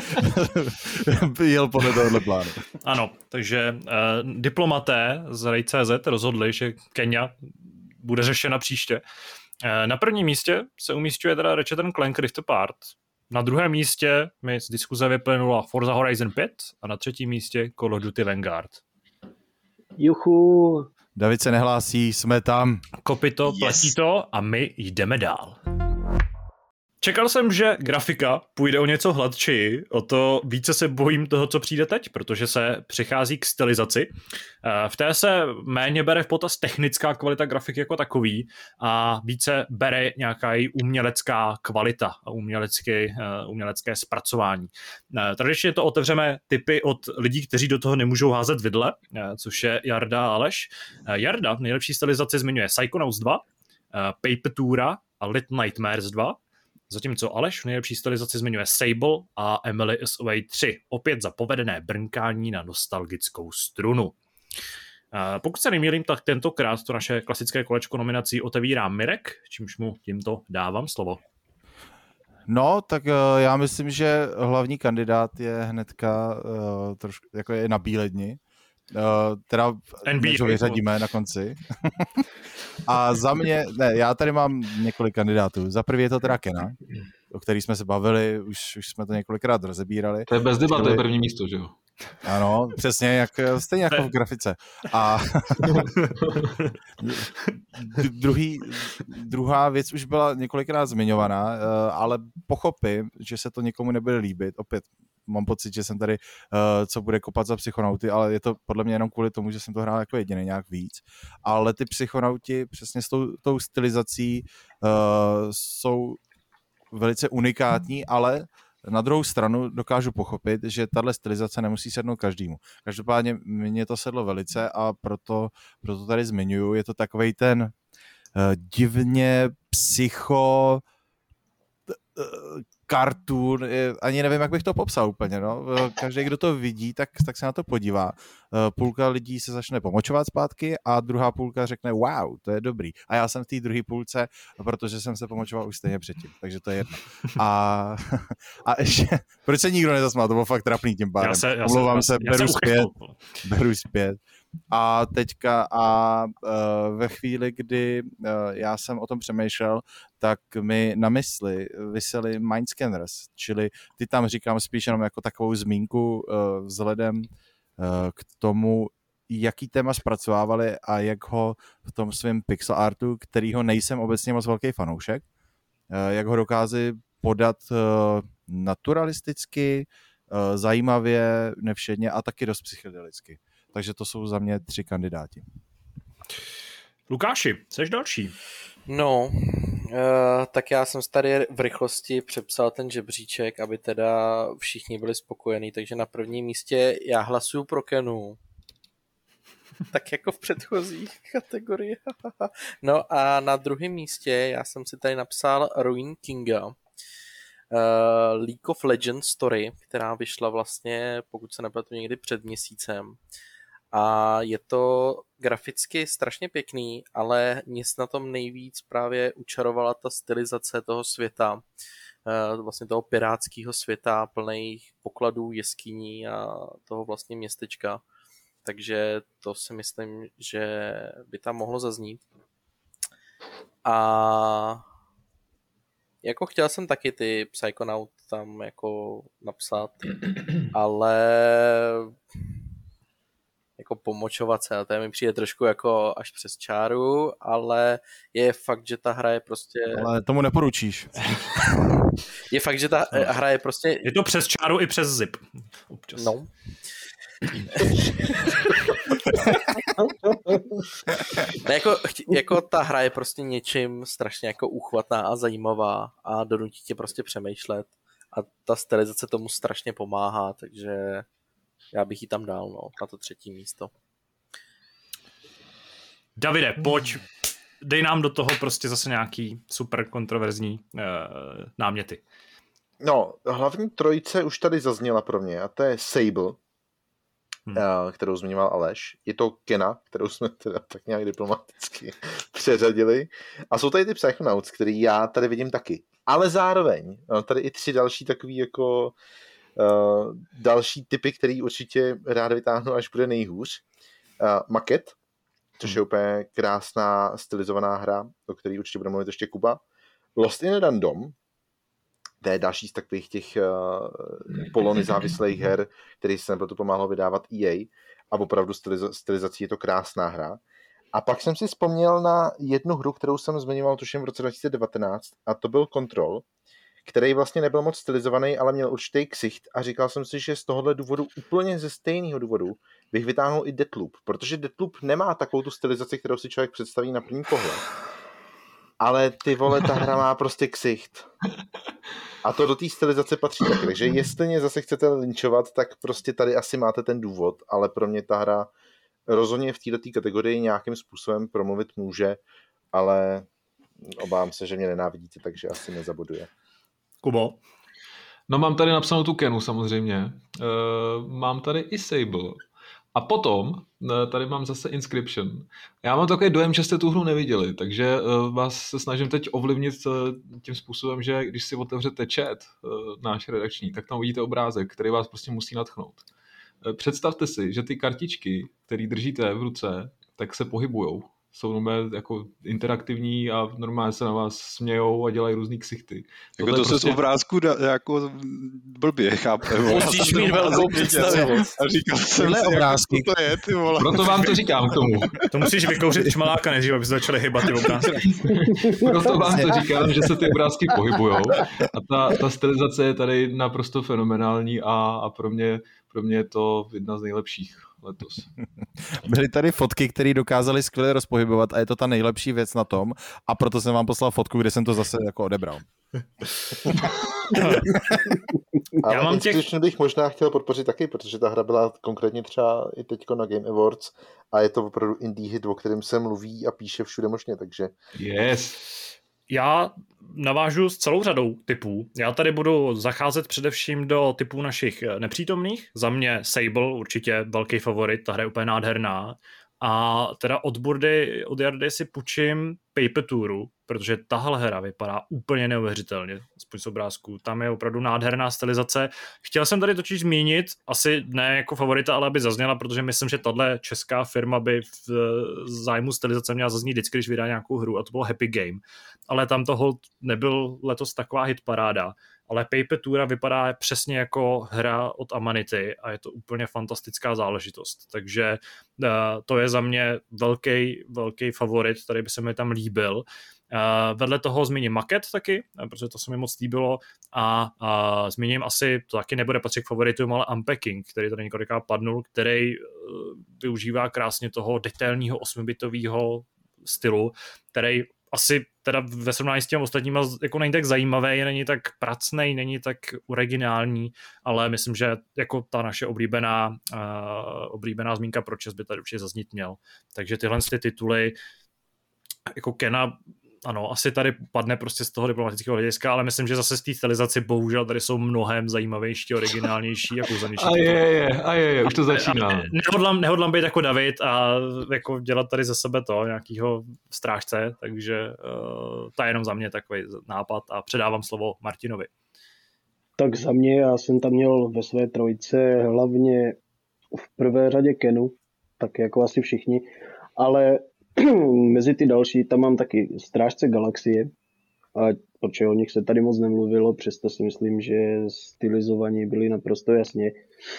jel podle tohohle plánu. Ano, takže diplomaté z Raid.cz rozhodli, že Kenya bude řešena příště. Na prvním místě se umísťuje teda Ratchet & Clank Rift Apart. Na druhém místě mi z diskuze vyplynula Forza Horizon 5 a na třetím místě Call of Duty Vanguard. Juchu, David se nehlásí, jsme tam. Kopito, platí to a my jdeme dál. Čekal jsem, že grafika půjde o něco hladčeji, o to více se bojím toho, co přijde teď, protože se přichází k stylizaci. V té se méně bere v potaz technická kvalita grafiky jako takový a více bere nějaká její umělecká kvalita a umělecké zpracování. Tradičně to otevřeme tipy od lidí, kteří do toho nemůžou házet vidle, což je Jarda a Aleš. Jarda v nejlepší stylizaci zmiňuje Psychonauts 2, Paper Toura a Little Nightmares 2, zatímco Aleš v nejlepší stylizaci zmiňuje Sable a Emily is Away 3, opět za povedené brnkání na nostalgickou strunu. Pokud se nemýlím, tak tentokrát to naše klasické kolečko nominací otevírá Mirek, čímž mu tímto dávám slovo. No, tak já myslím, že hlavní kandidát je hnedka trošku jako je na bíledni. Teda než ho vyřadíme na konci. A za mě, já tady mám několik kandidátů. Za prvý je to teda Kena, o který jsme se bavili, už jsme to několikrát rozebírali. To je bez debat, to je první místo, že jo? Ano, přesně, stejně jako v grafice. A druhá věc už byla několikrát zmiňovaná, ale pochopím, že se to někomu nebude líbit. Opět mám pocit, že jsem tady, co bude kopat za Psychonauty, ale je to podle mě jenom kvůli tomu, že jsem to hrál jako jediný nějak víc. Ale ty Psychonauti přesně s tou stylizací jsou velice unikátní, ale na druhou stranu dokážu pochopit, že tahle stylizace nemusí sednout každému. Každopádně mně to sedlo velice a proto tady zmiňuju. Je to takovej ten divně psycho cartoon, ani nevím, jak bych to popsal úplně, no. Každý, kdo to vidí, tak se na to podívá. Půlka lidí se začne pomočovat zpátky a druhá půlka řekne wow, to je dobrý. A já jsem v té druhé půlce, protože jsem se pomočoval už stejně předtím, takže to je jedno. A ještě, proč se nikdo nezasmál, to bylo fakt trapný tím pádem. Omlouvám se, beru zpět. A teďka ve chvíli, kdy já jsem o tom přemýšlel, tak mi na mysli visely Mindscanners, čili ty tam říkám spíš jenom jako takovou zmínku vzhledem k tomu, jaký téma zpracovávali a jak ho v tom svém pixel artu, kterýho nejsem obecně moc velký fanoušek, jak ho dokázali podat naturalisticky, zajímavě, nevšedně a taky dost psychedelicky. Takže to jsou za mě 3 kandidáti. Lukáši, seš další. No, tak já jsem tady v rychlosti přepsal ten žebříček, aby teda všichni byli spokojení, takže na prvním místě já hlasuju pro Kenu. Tak jako v předchozích kategorii. No a na druhém místě já jsem si tady napsal Ruin Kinga. League of Legends story, která vyšla vlastně, pokud se nepletu, někdy před měsícem. A je to graficky strašně pěkný, ale mě na tom nejvíc právě učarovala ta stylizace toho světa, vlastně toho pirátského světa, plných pokladů, jeskyní a toho vlastně městečka. Takže to si myslím, že by tam mohlo zaznít. A jako chtěl jsem taky ty Psychonaut tam jako napsat, ale jako pomočovat se, a to mi přijde trošku jako až přes čáru, ale je fakt, že ta hra je prostě... Ale tomu neporučíš. Je fakt, že ta hra je prostě... Je to přes čáru i přes zip. Občas. No. Ne, jako ta hra je prostě něčím strašně jako úchvatná a zajímavá a donutí tě prostě přemýšlet a ta stylizace tomu strašně pomáhá, takže já bych ji tam dal, no, na to 3. místo. Davide, pojď, dej nám do toho prostě zase nějaký super kontroverzní náměty. No, hlavní trojice už tady zazněla pro mě a to je Sable, kterou zmiňoval Aleš. Je to Kena, kterou jsme teda tak nějak diplomaticky přeřadili. A jsou tady ty Psychonauts, který já tady vidím taky. Ale zároveň tady i 3 další takový jako další typy, který určitě rád vytáhnu, až bude nejhůř. Maquette, což je úplně krásná stylizovaná hra, o který určitě bude mluvit ještě Kuba. Lost in Random, to je další z takových těch polonezávislých her, který se proto pomáhalo vydávat EA a opravdu stylizací je to krásná hra. A pak jsem si vzpomněl na jednu hru, kterou jsem zmiňoval tuším v roce 2019 a to byl Control, který vlastně nebyl moc stylizovaný, ale měl určitý ksicht a říkal jsem si, že z tohohle důvodu, úplně ze stejného důvodu, bych vytáhnul i Deathloop, protože Deathloop nemá takovou tu stylizaci, kterou si člověk představí na první pohled. Ale ty vole, ta hra má prostě ksicht. A to do té stylizace patří taky. Takže jestli mě zase chcete linčovat, tak prostě tady asi máte ten důvod, ale pro mě ta hra rozhodně v této kategorii nějakým způsobem promluvit může, ale obávám se, že mě nenávidíte, takže asi nezaboduje. Kubo? No mám tady napsanou tu Kenu samozřejmě. Mám tady i Sable. A potom tady mám zase Inscription. Já mám takový dojem, že jste tu hru neviděli, takže vás se snažím teď ovlivnit tím způsobem, že když si otevřete chat náš redakční, tak tam uvidíte obrázek, který vás prostě musí nadchnout. Představte si, že ty kartičky, které držíte v ruce, tak se pohybujou. Jsou normálně jako interaktivní a normálně se na vás smějou a dělají různý ksichty. Jako to se z obrázku jako blbě, chápe. Musíš mít velkou představivost. A říkal jsem si, obrázky. to je, ty vole. Proto vám to říkám k tomu. To musíš vykouřit čmaláka nejdřív, aby se začaly hybat ty obrázky. Proto vám to říkám, že se ty obrázky pohybujou. A ta stylizace je tady naprosto fenomenální a pro mě je to jedna z nejlepších letos. Byly tady fotky, které dokázaly skvěle rozpohybovat a je to ta nejlepší věc na tom a proto jsem vám poslal fotku, kde jsem to zase jako odebral. Ale Inscription bych možná chtěl podpořit taky, protože ta hra byla konkrétně třeba i teďko na Game Awards a je to opravdu indie hit, o kterém se mluví a píše všude možně, takže... Yes. Já navážu s celou řadou typů. Já tady budu zacházet především do typů našich nepřítomných. Za mě Sable, určitě velký favorit, ta hra je úplně nádherná. A teda od Jardy si půjčím Paper Touru, protože tahle hra vypadá úplně neuvěřitelně, aspoň z obrázků. Tam je opravdu nádherná stylizace. Chtěl jsem tady totiž zmínit, asi ne jako favorita, ale aby zazněla, protože myslím, že tahle česká firma by v zájmu stylizace měla zaznít vždycky, když vydá nějakou hru, a to bylo Happy Game. Ale tam to hold nebyl letos taková hitparáda. Ale Paper Toura vypadá přesně jako hra od Amanity a je to úplně fantastická záležitost. Takže to je za mě velký favorit, který by se mi tam líbil. Vedle toho zmíním Maquette taky, protože to se mi moc líbilo a zmíním asi, to taky nebude patřit k favoritům, ale Unpacking, který tady několikrát padnul, který využívá krásně toho detailního 8bitového stylu, který asi teda ve srovnání s těmi ostatníma jako není tak zajímavý, není tak pracnej, není tak originální, ale myslím, že jako ta naše oblíbená zmínka pro čas by tady určitě zaznít měl. Takže tyhle ty tituly jako Kena, ano, asi tady padne prostě z toho diplomatického hlediska, ale myslím, že zase z té stylizaci bohužel tady jsou mnohem zajímavější, originálnější a kouzelnější. A je, už to začíná. Nehodlám být jako David a jako dělat tady ze sebe to, nějakýho strážce, takže to je jenom za mě takový nápad a předávám slovo Martinovi. Tak za mě, já jsem tam měl ve své trojice hlavně v prvé řadě Kenu, tak jako asi všichni, ale mezi ty další tam mám taky Strážce galaxie, a protože o nich se tady moc nemluvilo, přesto si myslím, že stylizovaní byli naprosto jasně.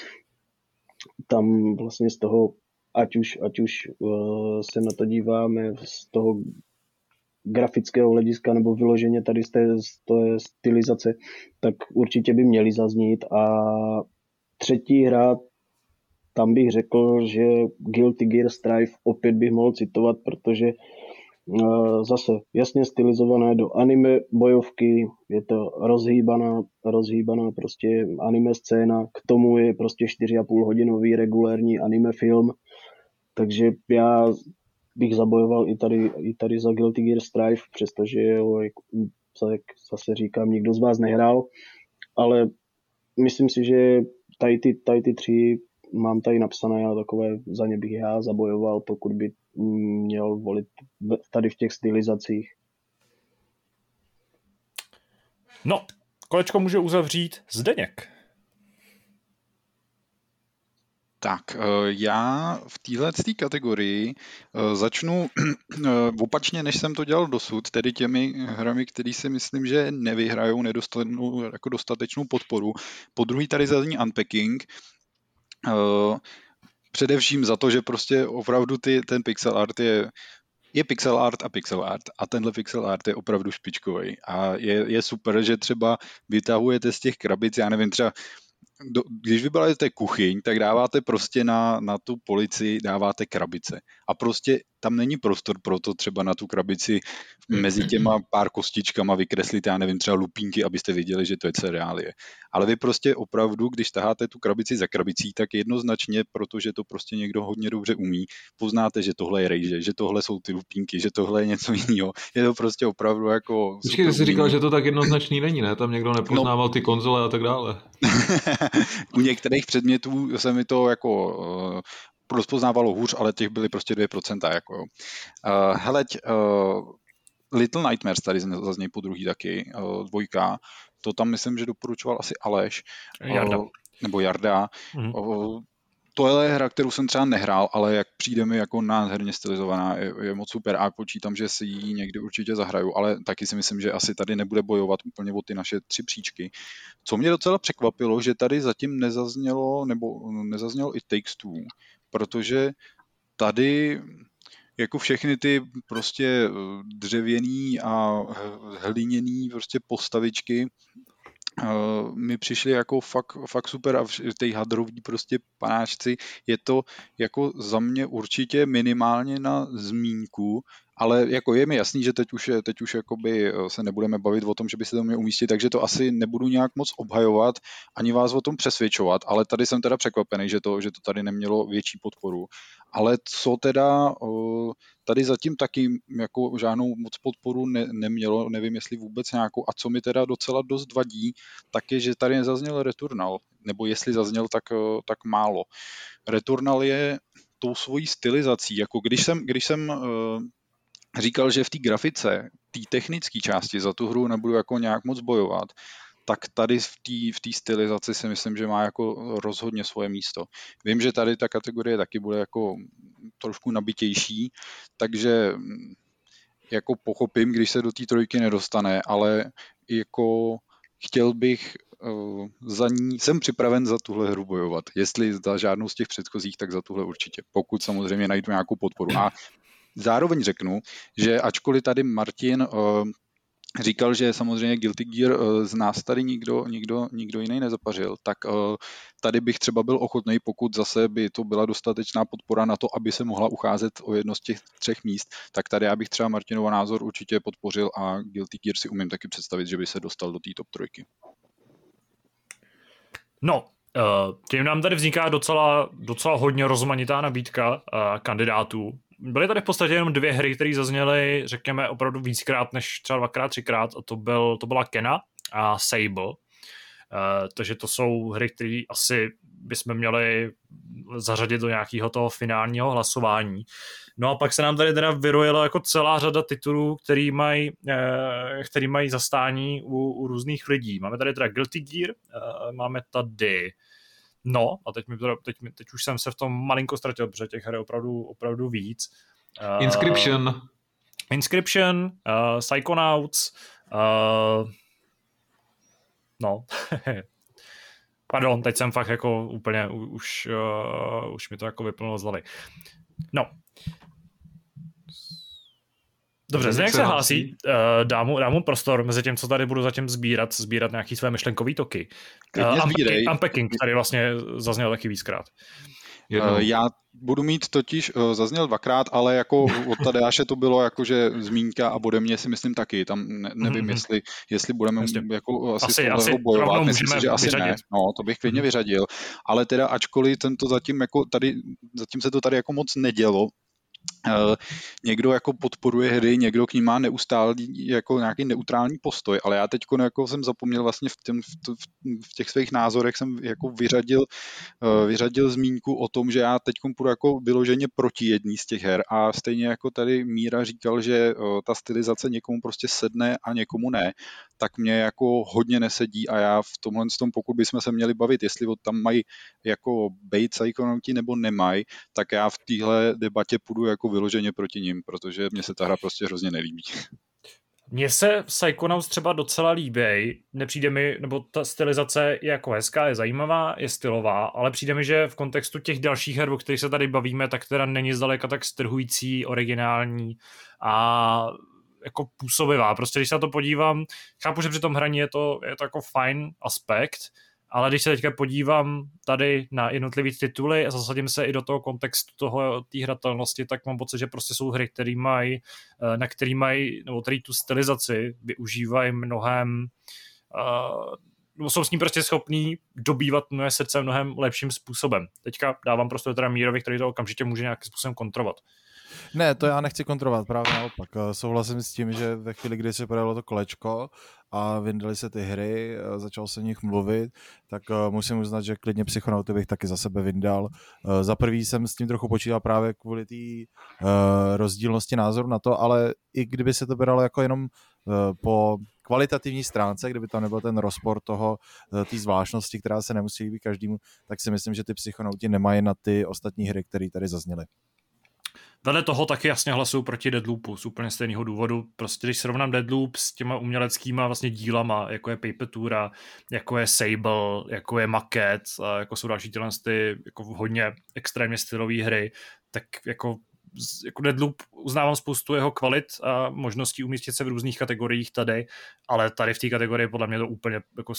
Tam vlastně z toho, ať už se na to díváme z toho grafického hlediska nebo vyloženě tady z té stylizace, tak určitě by měli zaznít. A třetí hra, tam bych řekl, že Guilty Gear Strive opět bych mohl citovat, protože Zase jasně stylizované do anime bojovky, je to rozhýbaná prostě anime scéna, k tomu je prostě 4,5 hodinový regulérní anime film, takže já bych zabojoval i tady za Guilty Gear Strive, přestože jak zase říkám, nikdo z vás nehrál, ale myslím si, že tady ty tři mám tady napsané a takové za ně bych já zabojoval, pokud by měl volit tady v těch stylizacích. No, kolečko může uzavřít Zdeněk. Tak, já v téhle kategorii začnu opačně, než jsem to dělal dosud, tedy těmi hrami, který si myslím, že nevyhrajou, nedostanou jako dostatečnou podporu. Po druhý tady zazní Unpacking, především za to, že prostě opravdu ten pixel art je pixel art a tenhle pixel art je opravdu špičkový a je super, že třeba vytahujete z těch krabic, já nevím, třeba když vybavíte kuchyň, tak dáváte prostě na tu polici, dáváte krabice. A prostě tam není prostor pro to třeba na tu krabici mezi těma pár kostičkama vykreslit, já nevím, třeba lupínky, abyste viděli, že to je cereálie. Ale vy prostě opravdu, když taháte tu krabici za krabicí, tak jednoznačně, protože to prostě někdo hodně dobře umí, poznáte, že tohle je rejže, že tohle jsou ty lupínky, že tohle je něco jiného. Je to prostě opravdu jako... Počkej, ty jsi říkal, že to tak jednoznačný není, ne? Tam někdo nepoznával ty konzole a tak dále. U některých předmětů se mi to jako rozpoznávalo hůř, ale těch byly prostě 2%. Jako. Heleď, Little Nightmares tady zazněj po druhý taky, 2. To tam myslím, že doporučoval asi Aleš. Nebo Jarda. To je hra, kterou jsem třeba nehrál, ale jak přijde mi jako nádherně stylizovaná, je moc super a počítám, že si ji někdy určitě zahraju, ale taky si myslím, že asi tady nebude bojovat úplně o ty naše 3 příčky. Co mě docela překvapilo, že tady zatím nezaznělo i Takes-Two, protože tady jako všechny ty prostě dřevěný a hliněný prostě postavičky mi přišli jako fakt super a tej hadrový prostě panáčci, je to jako za mě určitě minimálně na zmínku, ale jako je mi jasný, že teď už jakoby se nebudeme bavit o tom, že by se to mělo umístit, takže to asi nebudu nějak moc obhajovat, ani vás o tom přesvědčovat, ale tady jsem teda překvapený, že to tady nemělo větší podporu. Ale co teda tady zatím taky jako žádnou moc podporu nemělo, nevím jestli vůbec nějakou, a co mi teda docela dost vadí, tak je, že tady nezazněl Returnal, nebo jestli zazněl, tak málo. Returnal je tou svojí stylizací, jako když jsem říkal, že v té grafice, té technické části za tu hru nebudu jako nějak moc bojovat, tak tady v té stylizaci si myslím, že má jako rozhodně svoje místo. Vím, že tady ta kategorie taky bude jako trošku nabitější, takže jako pochopím, když se do té 3 nedostane, ale jako chtěl bych jsem připraven za tuhle hru bojovat. Jestli za žádnou z těch předchozích, tak za tuhle určitě. Pokud samozřejmě najdu nějakou podporu. A zároveň řeknu, že ačkoliv tady Martin říkal, že samozřejmě Guilty Gear z nás tady nikdo jiný nezapařil, tak tady bych třeba byl ochotný, pokud zase by to byla dostatečná podpora na to, aby se mohla ucházet o jedno z těch 3 míst, tak tady já bych třeba Martinova názor určitě podpořil a Guilty Gear si umím taky představit, že by se dostal do té top 3. No, tím nám tady vzniká docela hodně rozmanitá nabídka kandidátů. Byly tady v podstatě jenom 2 hry, které zazněly, řekněme, opravdu víckrát než třeba 2x, 3x, a to byla Kena a Sable. Takže to jsou hry, které asi bychom měli zařadit do nějakého toho finálního hlasování. No a pak se nám tady teda vyrojila jako celá řada titulů, který mají zastání u různých lidí. Máme tady teda Guilty Gear, máme tady a teď už jsem se v tom malinko ztratil, protože těch her je opravdu víc. Inscription, Psychonauts, pardon, teď jsem fakt jako úplně, už mi to jako vyplnilo z hlavy. No. Dobře, Zdeněk se hlásí, dám mu prostor mezi tím, co tady budu zatím sbírat nějaký své myšlenkový toky. Unpacking tady vlastně zazněl taky víckrát. Já budu mít totiž, zazněl dvakrát, ale jako od Tadeáše to bylo jakože zmínka a ode mě si myslím taky. Tam nevím, jestli budeme jako asi z tohohle bojovat. Myslím si, že asi vyřadit. Ne. No, to bych klidně vyřadil. Ale teda ačkoliv tento zatím se to tady jako moc nedělo, někdo jako podporuje hry, někdo k ním má neustálý jako nějaký neutrální postoj, ale já teď jako jsem zapomněl vlastně v těch svých názorech jsem jako vyřadil zmínku o tom, že já teď půjdu jako vyloženě proti jedný z těch her a stejně jako tady Míra říkal, že ta stylizace někomu prostě sedne a někomu ne, tak mě jako hodně nesedí a já v tomhle pokud bychom se měli bavit, jestli tam mají jako bejt psychonauti nebo nemají, tak já v téhle debatě půjdu jako vyloženě proti nim, protože mně se ta hra prostě hrozně nelíbí. Mně se Psychonauts třeba docela líbí, nepřijde mi, nebo ta stylizace je jako hezká, je zajímavá, je stylová, ale přijde mi, že v kontextu těch dalších her, o kterých se tady bavíme, tak teda není zdaleka tak strhující, originální a jako působivá. Prostě když se na to podívám, chápu, že při tom hraní je to jako fajn aspekt, ale když se teďka podívám tady na jednotlivý tituly a zasadím se i do toho kontextu té hratelnosti, tak mám pocit, že prostě jsou hry, na který mají, nebo který tu stylizaci využívají mnohem, jsou s ním prostě schopní dobývat moje srdce mnohem lepším způsobem. Teďka dávám prostě teda Mírovi, který to okamžitě může nějakým způsobem kontrolovat. Ne, to já nechci kontrolovat, právě naopak. Souhlasím s tím, že ve chvíli, kdy se podalo to kolečko a vyndaly se ty hry, začal se o nich mluvit, tak musím uznat, že klidně Psychonauty bych taky za sebe vyndal. Za prvý jsem s tím trochu počítal právě kvůli té rozdílnosti názoru na to, ale i kdyby se to bralo jako jenom po kvalitativní stránce, kdyby tam nebyl ten rozpor té zvláštnosti, která se nemusí líbit každému, tak si myslím, že ty Psychonauti nemají na ty ostatní hry, které tady zazněly. Vedle toho taky jasně hlasuju proti Deadloopu z úplně stejného důvodu. Prostě když srovnám Deadloop s těma uměleckýma vlastně dílama, jako je Paper Tura, jako je Sable, jako je Maquette, a jako jsou další ty jako hodně extrémně stylové hry, tak jako Deadloop uznávám spoustu jeho kvalit a možností umístit se v různých kategoriích tady, ale tady v té kategorii podle mě to úplně jako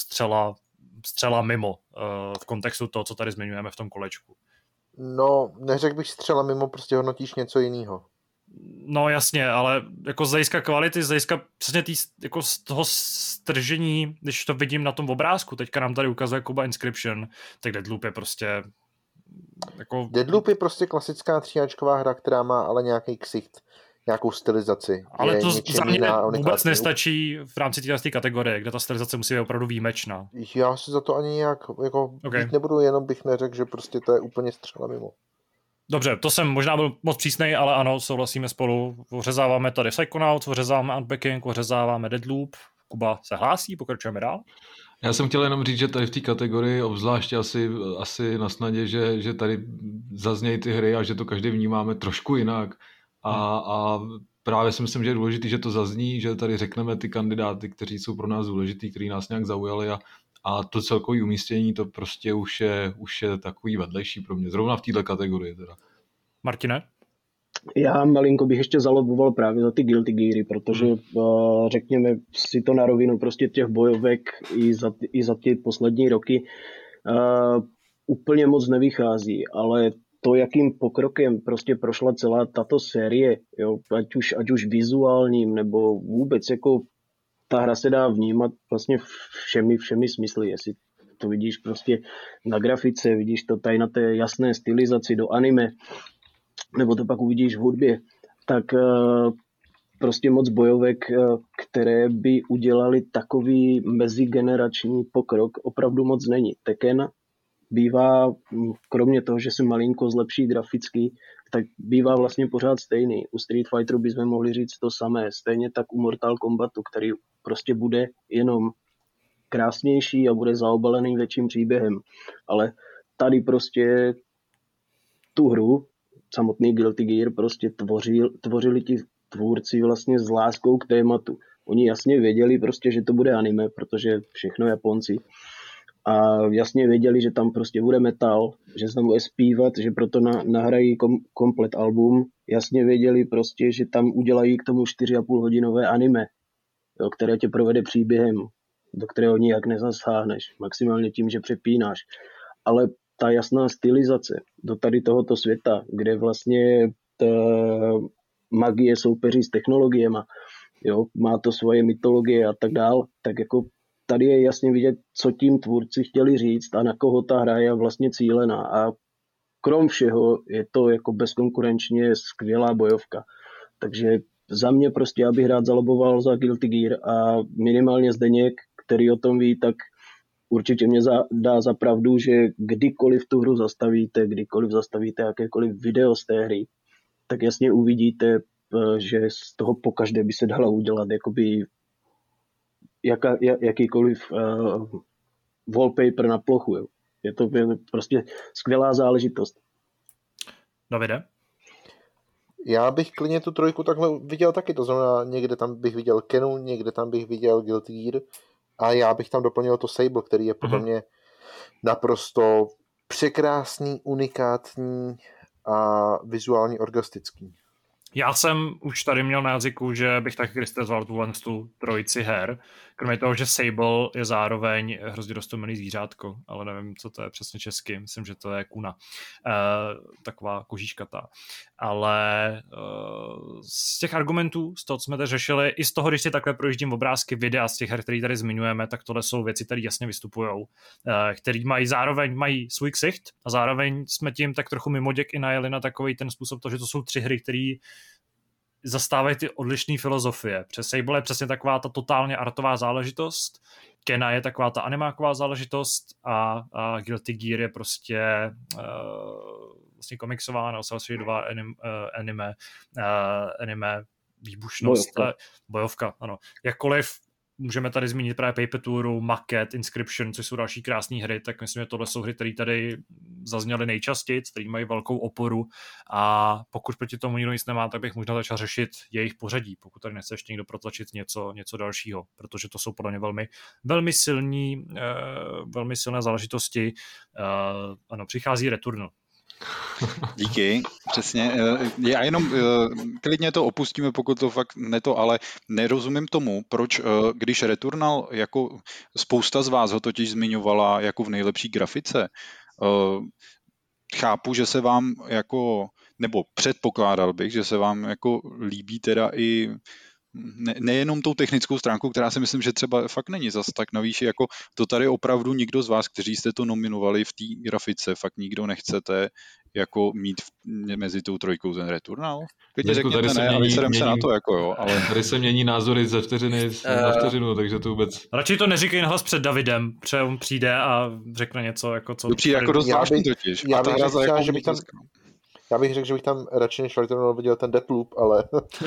střela mimo v kontextu toho, co tady zmiňujeme v tom kolečku. No, neřekl bych střela mimo, prostě hodnotíš něco jiného. No jasně, ale jako z hlediska kvality, z hlediska přesně jako z toho stržení, když to vidím na tom obrázku, teďka nám tady ukazuje Kuba Inscription, tak Deadloop je prostě jako... Deadloop je prostě klasická tříáčková hra, která má ale nějaký ksicht, nějakou stylizaci. Ale to za mě vůbec nestačí v rámci té kategorie, kde ta stylizace musí být opravdu výjimečná. Já si za to ani nějak jako nebudu, jenom bych neřekl, že prostě to je úplně střela mimo. Dobře, to jsem možná byl moc přísnej, ale ano, souhlasíme spolu. Ořezáváme tady Psychonauts, ořezáváme Unpacking, ořezáváme Deadloop. Kuba se hlásí, pokračujeme dál. Já jsem chtěl jenom říct, že tady v té kategorii obzvláště asi na snadě, že tady zaznějí ty hry a že to každý vnímáme trošku jinak. A právě si myslím, že je důležité, že to zazní, že tady řekneme ty kandidáty, kteří jsou pro nás důležitý, kteří nás nějak zaujali a to celkové umístění, to prostě už je takový vedlejší pro mě, zrovna v této kategorii teda. Martine? Já malinko bych ještě zaloboval právě za ty Guilty Geary, protože řekněme si to na rovinu, prostě těch bojovek i za ty poslední roky úplně moc nevychází, ale to, jakým pokrokem prostě prošla celá tato série, jo, ať už vizuálním, nebo vůbec jako ta hra se dá vnímat vlastně všemi smysly, jestli to vidíš prostě na grafice, vidíš to tady na té jasné stylizaci do anime, nebo to pak uvidíš v hudbě, tak prostě moc bojovek, které by udělali takový mezigenerační pokrok, opravdu moc není. Tekken bývá, kromě toho, že se malinko zlepší graficky, tak bývá vlastně pořád stejný. U Street Fighteru bychom mohli říct to samé. Stejně tak u Mortal Kombatu, který prostě bude jenom krásnější a bude zaobalený větším příběhem. Ale tady prostě tu hru, samotný Guilty Gear, prostě tvořili ti tvůrci vlastně s láskou k tématu. Oni jasně věděli prostě, že to bude anime, protože všechno Japonci. A jasně věděli, že tam prostě bude metal, že se tam bude zpívat, že proto nahrají komplet album. Jasně věděli prostě, že tam udělají k tomu 4,5 hodinové anime, jo, které tě provede příběhem, do kterého nijak nezasáhneš, maximálně tím, že přepínáš. Ale ta jasná stylizace do tady tohoto světa, kde vlastně ta magie soupeří s technologiemi, jo, má to svoje mytologie a tak dál, tak jako tady je jasně vidět, co tím tvůrci chtěli říct a na koho ta hra je vlastně cílená. A krom všeho je to jako bezkonkurenčně skvělá bojovka. Takže za mě prostě, abych rád zaloboval za Guilty Gear a minimálně Zdeněk, který o tom ví, tak určitě mě dá za pravdu, že kdykoliv tu hru zastavíte jakékoliv video z té hry, tak jasně uvidíte, že z toho pokaždé by se dala udělat jakoby jakýkoliv wallpaper na plochu. Jo. Je to prostě skvělá záležitost. Davide? Já bych klidně tu trojku takhle viděl taky, to znamená někde tam bych viděl Kenu, někde tam bych viděl Guilty Gear a já bych tam doplnil to Sable, který je podle mě naprosto překrásný, unikátní a vizuálně orgastický. Já jsem už tady měl na jazyku, že bych taky krystalizoval tu trojici her. Kromě toho, že Sable je zároveň hrozně roztomilý zvířátko, ale nevím, co to je přesně česky. Myslím, že to je kuna. Taková kožíškatá. Ale z těch argumentů, z toho, co jsme tady řešili, i z toho, když si takhle projíždím obrázky, videa z těch her, které tady zmiňujeme, tak tohle jsou věci, které jasně vystupují, které zároveň mají svůj ksicht a zároveň jsme tím tak trochu mimoděk i najeli na takový ten způsob, to, že to jsou 3 hry, které zastávají ty odlišné filozofie. Přes Sable je přesně taková ta totálně artová záležitost, Kena je taková ta animáková záležitost a Guilty Gear je prostě vlastně komiksová, nebo soustředědová anime výbušnost, bojovka, ano. Jakkoliv můžeme tady zmínit právě Paper Touru, Maquette, Inscription, což jsou další krásné hry, tak myslím, že tohle jsou hry, které tady zazněly nejčastěji, které mají velkou oporu a pokud proti tomu nikdo nic nemá, tak bych možná začal řešit jejich pořadí, pokud tady nechce ještě někdo protlačit něco dalšího, protože to jsou podle mě velmi silné záležitosti. Ano, přichází Returnal. Díky, přesně. Já jenom klidně to opustíme, pokud to fakt ale nerozumím tomu, proč, když Returnal, jako spousta z vás ho totiž zmiňovala jako v nejlepší grafice, chápu, že se vám jako, nebo předpokládal bych, že se vám jako líbí teda i nejenom tou technickou stránkou, která si myslím, že třeba fakt není zas tak navýši, jako to tady opravdu nikdo z vás, kteří jste to nominovali v té grafice, fakt nikdo nechcete jako mít mezi tou trojkou ten Returnal? Klidně řekněte ne a vyserem se na to, jako jo. Ale tady se mění názory ze vteřiny na vteřinu, takže to vůbec... Radši to neříkej nahlas před Davidem, protože on přijde a řekne něco, jako co... To přijde jako dost zvláštní totiž. Já bych řekl, že bych tam radši než Returnal viděl ten Deathloop, ale...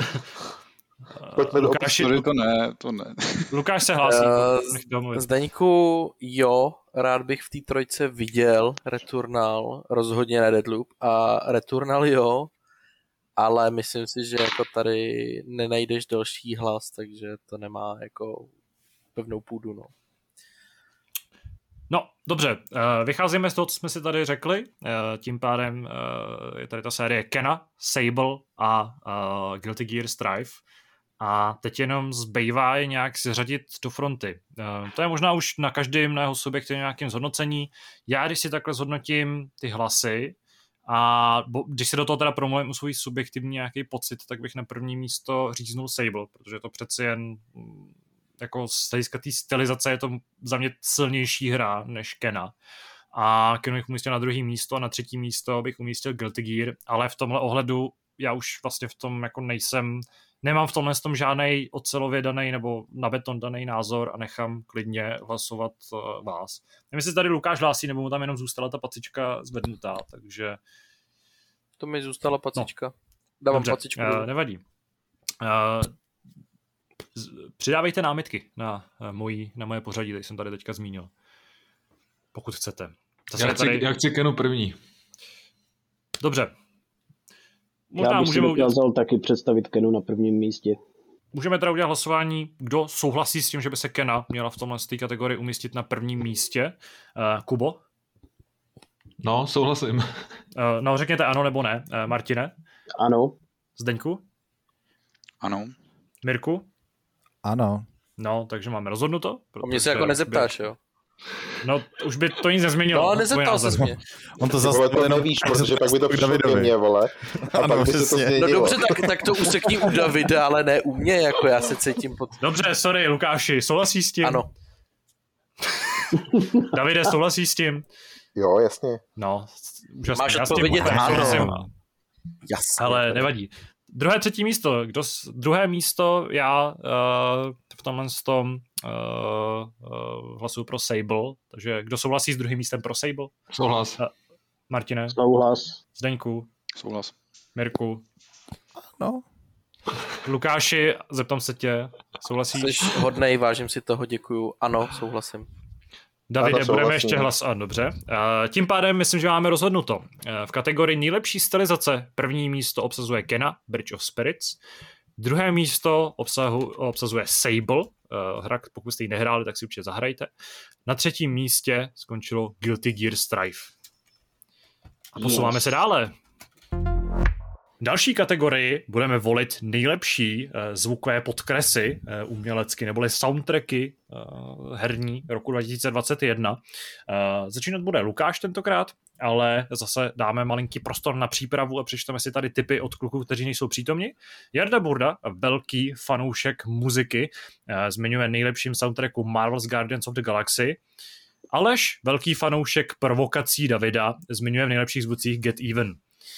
Lukáši, to ne. Lukáš se hlásí. Zdeňku, jo, rád bych v té trojce viděl Returnal, rozhodně ne Deathloop, a Returnal jo, ale myslím si, že jako tady nenajdeš další hlas, takže to nemá jako pevnou půdu, no. No, dobře, vycházíme z toho, co jsme si tady řekli, tím pádem je tady ta série Kena, Sable a Guilty Gear Strive. A teď jenom zbývá je nějak seřadit do fronty. To je možná už na každém jeho subjektivním nějakém zhodnocení. Já, když si takhle zhodnotím ty hlasy a když si do toho teda promluvím o svůj subjektivní nějaký pocit, tak bych na první místo říznul Sable, protože to přeci jen jako z hlediska té stylizace je to za mě silnější hra než Kena. A Kenu bych umístil na druhé místo a na třetí místo bych umístil Guilty Gear, ale v tomhle ohledu já už vlastně v tom jako nemám v tomhle tom žádnej ocelově daný nebo na beton daný názor a nechám klidně hlasovat vás. Nevím, jestli tady Lukáš hlásí, nebo mu tam jenom zůstala ta pacička zvednutá, takže... To mi zůstala pacička. No. Dávám dobře, pacičku. Nevadí. Přidávejte námitky na moje pořadí, který jsem tady teďka zmínil. Pokud chcete. Já chci Kenu první. Dobře. Já bych si dokázal taky představit Kenu na prvním místě. Můžeme teda udělat hlasování, kdo souhlasí s tím, že by se Kena měla v tomhle té kategorii umístit na prvním místě. Kubo? No, souhlasím. No, řekněte ano nebo ne. Martine? Ano. Zdeňku? Ano. Mirku? Ano. No, takže máme rozhodnuto. O mě se jako nezeptáš, jo? No, už by to nic nezměnilo. No, nezeptal se mě. On to Vole, to nevíš, protože pak by to přišlo ke mně, vole. A Ano, pak by se to přesně. změnilo. No dobře, tak to usekni u Davida, ale ne u mě, jako já se cítím pod... Dobře, sorry, Lukáši, souhlasí s tím? Ano. Davide, souhlasí s tím? Jo, jasně. No, úžasně. Máš Já s tím odpovědět úplně ano. souhlasím. Jasně. Ale nevadí. Třetí místo. Druhé místo, já v tomhle tom hlasuju pro Sable, takže kdo souhlasí s druhým místem pro Sable? Souhlas. Martine, Souhlas. Zdeňku, Souhlas. Mirku, No, Lukáši, zeptám se tě, souhlasíš? Jsi hodnej, vážím si toho, děkuju. Ano, souhlasím. Davide, Ano, budeme souhlasím. ještě hlasovat, dobře. Tím pádem myslím, že máme rozhodnuto. V kategorii nejlepší stylizace první místo obsazuje Kena, Bridge of Spirits. Druhé místo obsazuje Sable, hra, pokud jste ji nehráli, tak si určitě zahrajte. Na třetím místě skončilo Guilty Gear Strive. A posouváme se dále. V další kategorii budeme volit nejlepší zvukové podkresy umělecky, neboli soundtracky herní roku 2021. Začínat bude Lukáš tentokrát, ale zase dáme malinký prostor na přípravu a přečteme si tady tipy od kluků, kteří nejsou přítomni. Jarda Burda, velký fanoušek muziky, zmiňuje nejlepším soundtracku Marvel's Guardians of the Galaxy. Aleš, velký fanoušek provokací Davida, zmiňuje v nejlepších zvucích Get Even.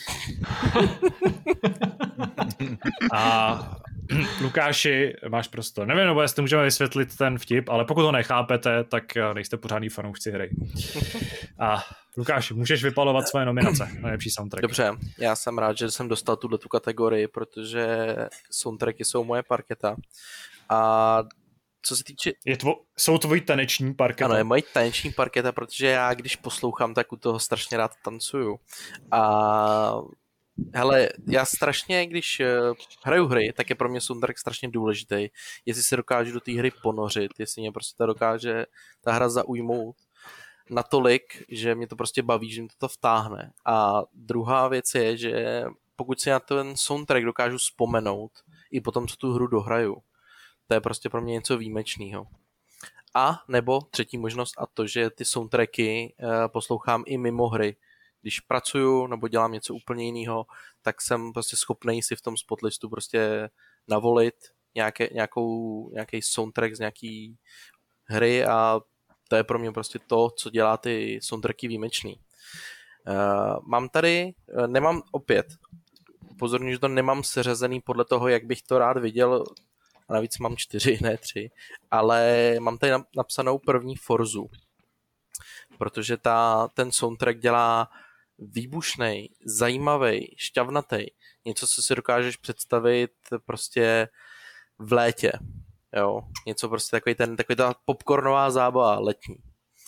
A Lukáši, máš prostor. Nevím, nebo jestli můžeme vysvětlit ten vtip, ale pokud ho nechápete, tak nejste pořádný fanoušci hry. A Lukáši, můžeš vypalovat svoje nominace na nejlepší soundtrack. Dobře, já jsem rád, že jsem dostal tu kategorii, protože soundtracky jsou moje parketa. A co se týče... Jsou tvojí taneční parketa? Ano, je moje taneční parketa, protože já, když poslouchám, tak u toho strašně rád tancuju. A hele, já strašně, když hraju hry, tak je pro mě soundtrack strašně důležitý. Jestli se dokážu do té hry ponořit, jestli mě prostě ta dokáže ta hra zaujmout natolik, že mě to prostě baví, že mě to vtáhne. A druhá věc je, že pokud si na ten soundtrack dokážu vzpomenout i potom, co tu hru dohraju, to je prostě pro mě něco výjimečného. A nebo třetí možnost a to, že ty soundtracky poslouchám i mimo hry. Když pracuju nebo dělám něco úplně jiného, tak jsem prostě schopný si v tom spotlistu prostě navolit nějaký soundtrack z nějaký hry a to je pro mě prostě to, co dělá ty soundtracky výjimečný. Mám tady, nemám opět, upozorňuji, že to nemám seřazený podle toho, jak bych to rád viděl, a navíc mám 4, ne 3, ale mám tady napsanou první Forzu, protože ten soundtrack dělá výbušnej, zajímavý, šťavnatý, něco, co si dokážeš představit prostě v létě, jo, něco prostě takový ta popcornová zábava letní.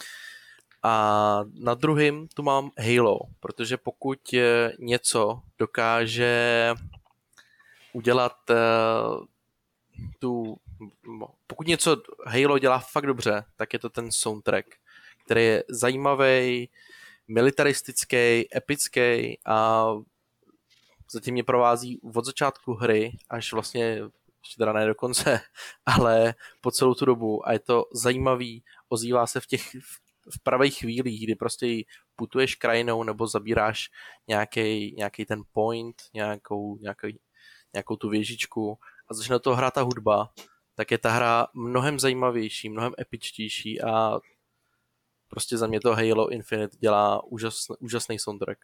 A na druhým tu mám Halo, protože pokud něco dokáže udělat pokud něco Halo dělá fakt dobře, tak je to ten soundtrack, který je zajímavý, militaristický, epický a zatím mě provází od začátku hry až vlastně, ještě teda ne do konce, ale po celou tu dobu a je to zajímavý, ozývá se v pravých chvílích, kdy prostě putuješ krajinou nebo zabíráš nějaký ten point, nějakou tu věžičku a začne to hrát ta hudba, tak je ta hra mnohem zajímavější, mnohem epičtější a prostě za mě to Halo Infinite dělá úžasný soundtrack.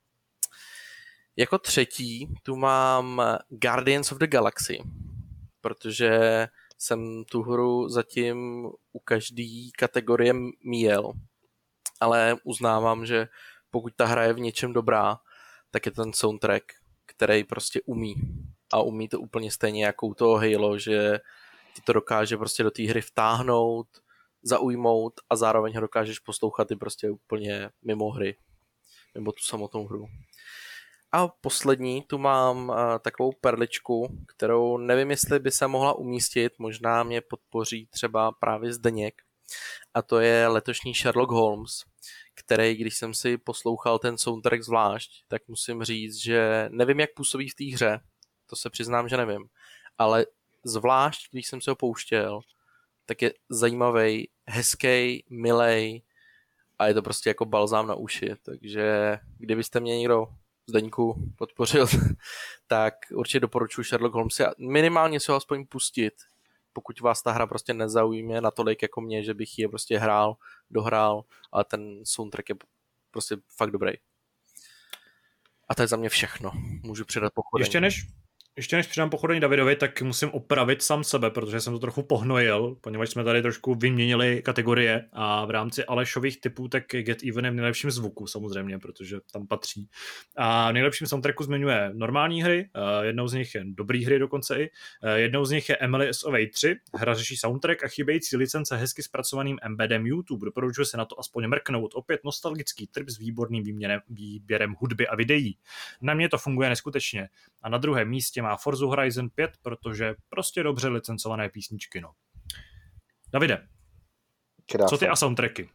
Jako třetí tu mám Guardians of the Galaxy, protože jsem tu hru zatím u každé kategorie míjel, ale uznávám, že pokud ta hra je v něčem dobrá, tak je ten soundtrack, který prostě umí. A umí to úplně stejně jako u toho Halo, že ti to dokáže prostě do té hry vtáhnout, zaujmout a zároveň ho dokážeš poslouchat i prostě úplně mimo hry, mimo tu samotnou hru. A poslední, tu mám takovou perličku, kterou nevím, jestli by se mohla umístit, možná mě podpoří třeba právě Zdeněk. A to je letošní Sherlock Holmes, který, když jsem si poslouchal ten soundtrack zvlášť, tak musím říct, že nevím, jak působí v té hře, to se přiznám, že nevím, ale zvlášť, když jsem se ho pouštěl, tak je zajímavý, hezký, milej a je to prostě jako balzám na uši, takže kdybyste mě někdo Zdeňku podpořil, tak určitě doporučuji Sherlock Holmes a minimálně si ho aspoň pustit, pokud vás ta hra prostě nezaujme natolik jako mě, že bych ji prostě dohrál, ale ten soundtrack je prostě fakt dobrý. A to je za mě všechno. Můžu předat pochodení. Ještě než přidám pochodení Davidovi, tak musím opravit sám sebe, protože jsem to trochu pohnojil, poněvadž jsme tady trošku vyměnili kategorie a v rámci Alešových typů tak Get Even je v nejlepším zvuku samozřejmě, protože tam patří. A v nejlepším soundtracku zmiňuje normální hry, jednou z nich je dobrý hry dokonce i, jednou z nich je Emily SOV 3, hra řeší soundtrack a chybějící licence hezky zpracovaným embedem YouTube. Doporučuje se na to aspoň mrknout. Opět nostalgický trip s výborným výběrem hudby a videí. Na mě to funguje neskutečně. A na druhém místě má Forza Horizon 5, protože prostě dobře licencované písničky, no. Davide, Krása. Co ty a soundtracky?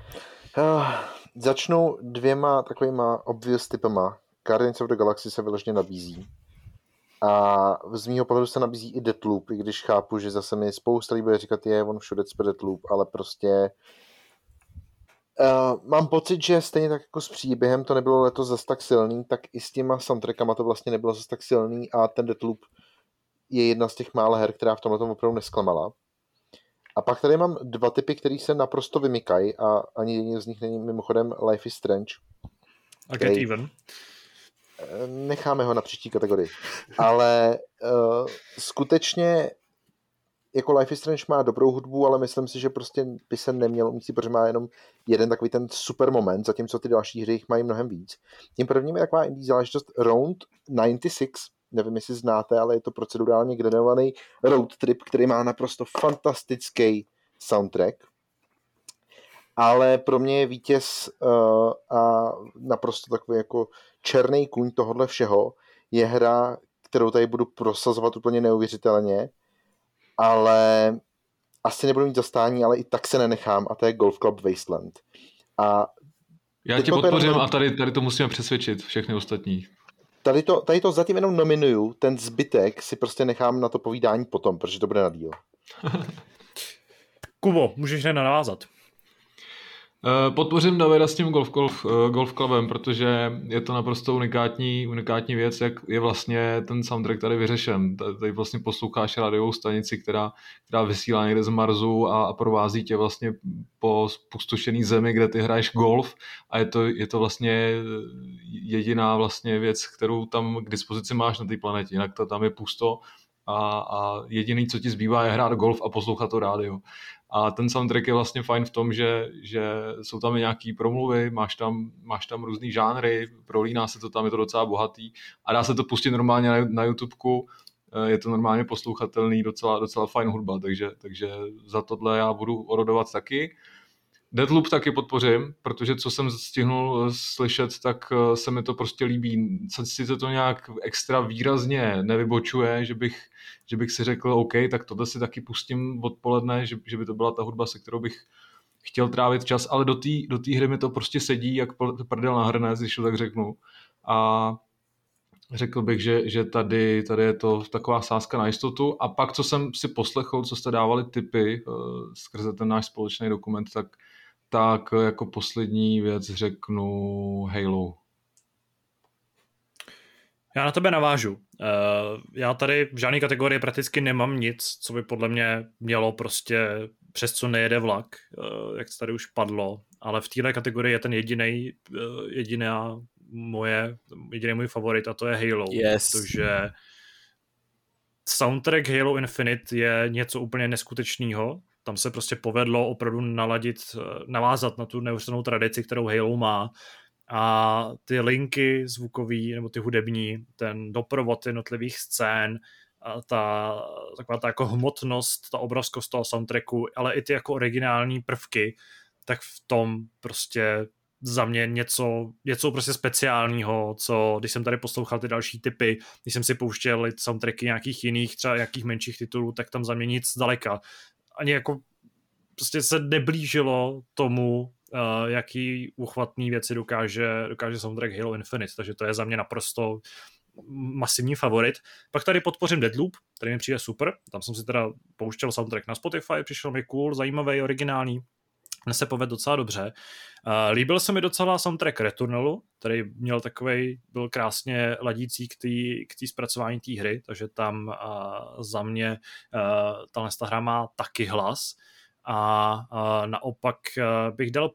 Začnu 2 takovýma obvious typama. Guardians of the Galaxy se vyloženě nabízí. A z mýho pohledu se nabízí i Deathloop, i když chápu, že zase mi spousta lidí bude říkat, on všude cpe Deathloop, ale prostě mám pocit, že stejně tak jako s příběhem to nebylo letos zas tak silný, tak i s těma soundtrackama to vlastně nebylo zas tak silný a ten Deathloop je jedna z těch mála her, která v tomhle opravdu nesklamala. A pak tady mám 2 typy, které se naprosto vymykají a ani jediný z nich není mimochodem Life is Strange. A Get Even. Necháme ho na příští kategorii. Ale skutečně jako Life is Strange má dobrou hudbu, ale myslím si, že prostě by se neměl umístit, protože má jenom jeden takový ten super moment, zatímco ty další hry jich mají mnohem víc. Tím prvním je taková indie záležitost Round 96, nevím, jestli znáte, ale je to procedurálně generovaný road trip, který má naprosto fantastický soundtrack. Ale pro mě je vítěz a naprosto takový jako černý kůň tohohle všeho je hra, kterou tady budu prosazovat úplně neuvěřitelně, ale asi nebudu mít zastání, ale i tak se nenechám a to je Golf Club Wasteland. A já tě podpořím a tady to musíme přesvědčit všechny ostatní. Tady to zatím jenom nominuju, ten zbytek si prostě nechám na to povídání potom, protože to bude na díl. Kubo, můžeš hned navázat. Podpořím Davida s tím Golf Clubem, protože je to naprosto unikátní věc, jak je vlastně ten soundtrack tady vyřešen. Tady vlastně posloucháš rádiovou stanici, která vysílá někde z Marsu a provází tě vlastně po spustošený zemi, kde ty hraješ golf a je to vlastně jediná vlastně věc, kterou tam k dispozici máš na té planetě, jinak to tam je pusto a jediný, co ti zbývá, je hrát golf a poslouchat to rádio. A ten soundtrack je vlastně fajn v tom, že jsou tam i nějaký promluvy, máš tam různý žánry, prolíná se to tam, je to docela bohatý a dá se to pustit normálně na YouTubeku, je to normálně poslouchatelný, docela fajn hudba, takže za tohle já budu orodovat taky. Deathloop taky podpořím, protože co jsem stihnul slyšet, tak se mi to prostě líbí. Sice to nějak extra výrazně nevybočuje, že bych si řekl, OK, tak tohle si taky pustím odpoledne, že by to byla ta hudba, se kterou bych chtěl trávit čas, ale do té hry mi to prostě sedí, jak prdel na hrnec, když to tak řeknu. A řekl bych, že tady je to taková sázka na jistotu. A pak, co jsem si poslechl, co jste dávali tipy skrze ten náš společný dokument, tak jako poslední věc řeknu Halo. Já na tebe navážu. Já tady v žádné kategorii prakticky nemám nic, co by podle mě mělo prostě přes co nejede vlak, jak to tady už padlo, ale v téhle kategorii je ten jediný můj favorit a to je Halo, yes. Protože soundtrack Halo Infinite je něco úplně neskutečného. Tam se prostě povedlo opravdu navázat na tu neuvěřitelnou tradici, kterou Halo má. A ty linky zvukový nebo ty hudební, ten doprovod jednotlivých scén, a taková ta jako hmotnost, ta obrovskost toho soundtracku, ale i ty jako originální prvky, tak v tom prostě za mě něco prostě speciálního, co když jsem tady poslouchal ty další typy, když jsem si pouštěl soundtracky nějakých jiných, třeba nějakých menších titulů, tak tam za mě nic zdaleka. Ani jako prostě se neblížilo tomu, jaký uchvatný věci dokáže soundtrack Halo Infinite, takže to je za mě naprosto masivní favorit. Pak tady podpořím Deathloop, který mi přijde super, tam jsem si teda pouštěl soundtrack na Spotify, přišel mi cool, zajímavý, originální, dnes se povedl docela dobře. Líbil se mi docela soundtrack Returnalu, který měl takovej, byl krásně ladící k té zpracování té hry, takže tam za mě ta hra má taky hlas. A naopak bych dal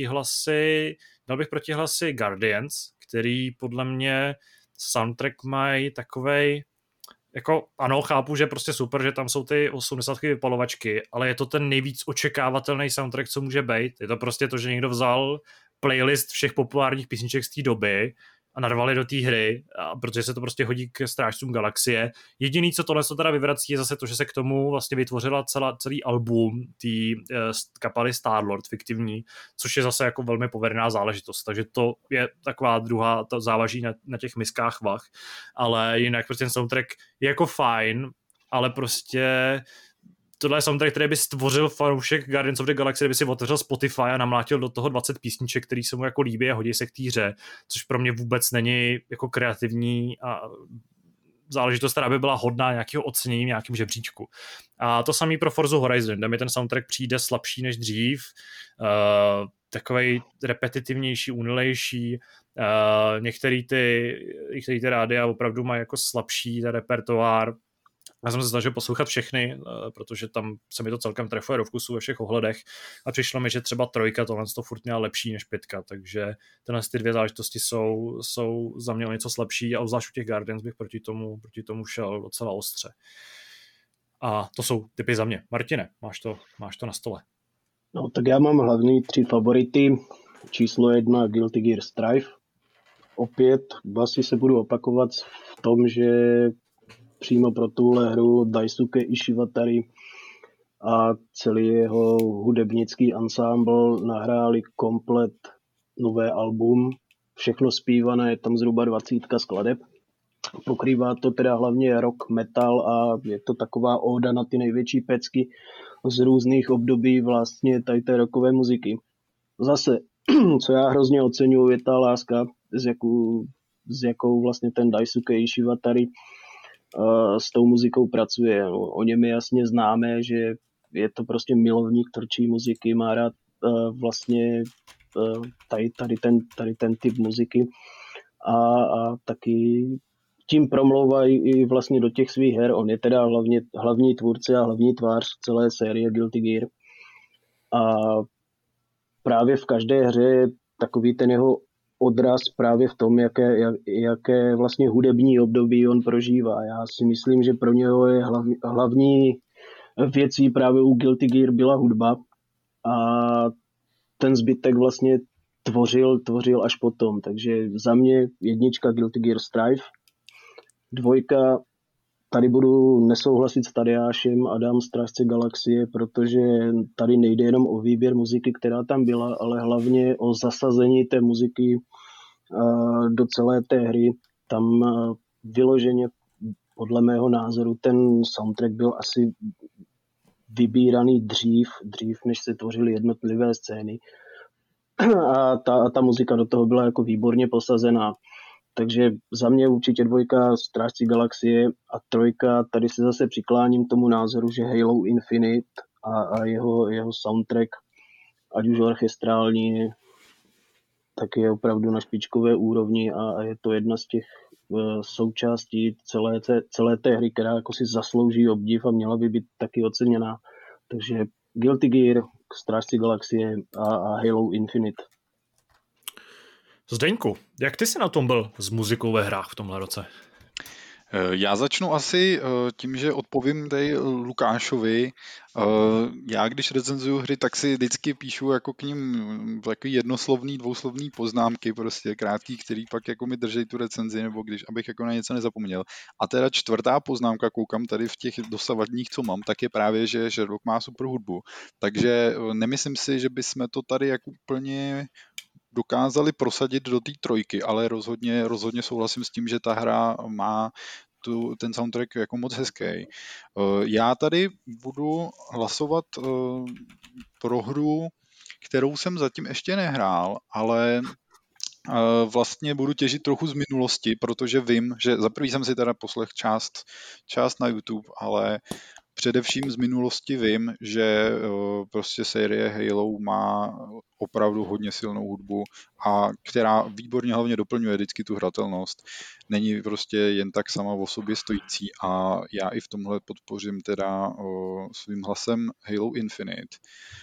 protihlasy Guardians, který podle mě soundtrack mají takovej, jako ano, chápu, že prostě super, že tam jsou ty 80 vypalovačky, ale je to ten nejvíc očekávatelný soundtrack, co může být. Je to prostě to, že někdo vzal playlist všech populárních písniček z té doby a narvali do té hry, protože se to prostě hodí k Strážcům galaxie. Jediný, co tohle teda vyvrací, je zase to, že se k tomu vlastně vytvořila celý album té kapely Star-Lord fiktivní, což je zase jako velmi povedená záležitost. Takže to je taková druhá, to závaží na těch miskách vah. Ale jinak prostě ten soundtrack je jako fajn, ale prostě tohle je soundtrack, který by stvořil fanoušek Guardians of the Galaxy, kdyby si otevřel Spotify a namlátil do toho 20 písniček, který se mu jako líbí a hodí se k té hře, což pro mě vůbec není jako kreativní a záležitost, která by byla hodná nějakého ocenění v nějakém žebříčku. A to samý pro Forza Horizon, kde mi ten soundtrack přijde slabší než dřív, takovej repetitivnější, unilejší, některé ty rádia opravdu mají jako slabší ten repertoár. Já jsem se snažil poslouchat všechny, protože tam se mi to celkem trefuje do vkusu ve všech ohledech a přišlo mi, že třeba 3 tohle to furt měla lepší než 5, takže tyhle ty dvě záležitosti jsou za mě o něco slabší a obzvlášť u těch Guardians bych proti tomu šel docela ostře. A to jsou tipy za mě. Martine, máš to na stole. No, tak já mám hlavní 3 favority. Číslo 1 Guilty Gear Strive. Opět asi se budu opakovat v tom, že přímo pro tuhle hru Daisuke Ishiwatari a celý jeho hudebnický ansámbl nahráli komplet nové album. Všechno zpívané, je tam zhruba 20 skladeb. Pokrývá to teda hlavně rock, metal a je to taková óda na ty největší pecky z různých období vlastně tady té rockové muziky. Zase, co já hrozně oceňuji, je ta láska, s jakou vlastně ten Daisuke Ishiwatari s tou muzikou pracuje. O něm je jasně známé, že je to prostě milovník tvrdší muziky, má rád vlastně tady ten typ muziky a taky tím promlouvají i vlastně do těch svých her. On je teda hlavní tvůrce a hlavní tvář celé série Guilty Gear. A právě v každé hře je takový ten jeho odraz právě v tom, jaké vlastně hudební období on prožívá. Já si myslím, že pro něho je hlavní věcí právě u Guilty Gear byla hudba a ten zbytek vlastně tvořil až potom. Takže za mě 1 Guilty Gear Strive, 2 tady budu nesouhlasit s Tadeášem a dám Strážce galaxie, protože tady nejde jenom o výběr muziky, která tam byla, ale hlavně o zasazení té muziky do celé té hry. Tam vyloženě podle mého názoru ten soundtrack byl asi vybíraný dřív než se tvořily jednotlivé scény. A ta muzika do toho byla jako výborně posazená. Takže za mě určitě 2 Strážci galaxie a 3 tady se zase přikláním tomu názoru, že Halo Infinite a jeho soundtrack, ať už orchestrální, tak je opravdu na špičkové úrovni a je to jedna z těch součástí celé té hry, která jako si zaslouží obdiv a měla by být taky oceněná. Takže Guilty Gear, Strážci galaxie a Halo Infinite. Zdeňku, jak ty jsi na tom byl s muzikou ve hrách v tomhle roce? Já začnu asi tím, že odpovím tady Lukášovi. Já když recenzuju hry, tak si vždycky píšu jako k ním takový jednoslovný, dvouslovný poznámky, prostě krátký, který pak jako mi drží tu recenzi, nebo abych jako na něco nezapomněl. A teda 4. poznámka, koukám tady v těch dosavadních, co mám, tak je právě, že Sherlock má super hudbu. Takže nemyslím si, že bychom to tady jako úplně dokázali prosadit do té 3, ale rozhodně souhlasím s tím, že ta hra má ten soundtrack jako moc hezký. Já tady budu hlasovat pro hru, kterou jsem zatím ještě nehrál, ale vlastně budu těžit trochu z minulosti, protože vím, že za prvý jsem si teda poslech část na YouTube, ale především z minulosti vím, že prostě série Halo má opravdu hodně silnou hudbu a která výborně hlavně doplňuje vždycky tu hratelnost. Není prostě jen tak sama o sobě stojící a já i v tomhle podpořím teda svým hlasem Halo Infinite.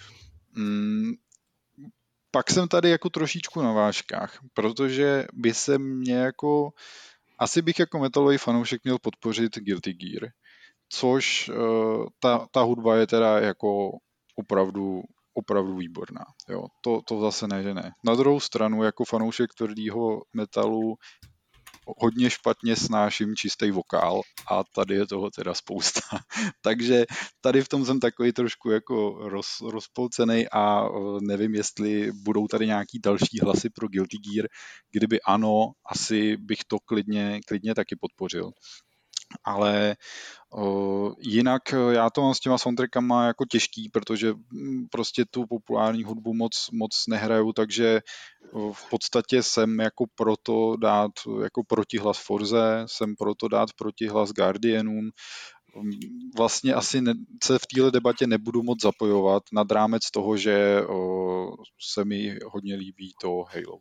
Pak jsem tady jako trošičku na vážkách, protože by se mě jako asi bych jako metalový fanoušek měl podpořit Guilty Gear, což ta hudba je teda jako opravdu výborná. Jo, to zase ne, že ne. Na druhou stranu, jako fanoušek tvrdýho metalu hodně špatně snáším čistý vokál a tady je toho teda spousta. Takže tady v tom jsem takový trošku jako rozpolcený a nevím, jestli budou tady nějaký další hlasy pro Guilty Gear. Kdyby ano, asi bych to klidně taky podpořil. Ale jinak já to mám s těma soundtrackama jako těžký, protože prostě tu populární hudbu moc nehraju, takže v podstatě jsem jako proto dát jako protihlas Forze, jsem proto dát protihlas Guardianům. Vlastně asi se v téhle debatě nebudu moc zapojovat nad rámec toho, že se mi hodně líbí to Halo.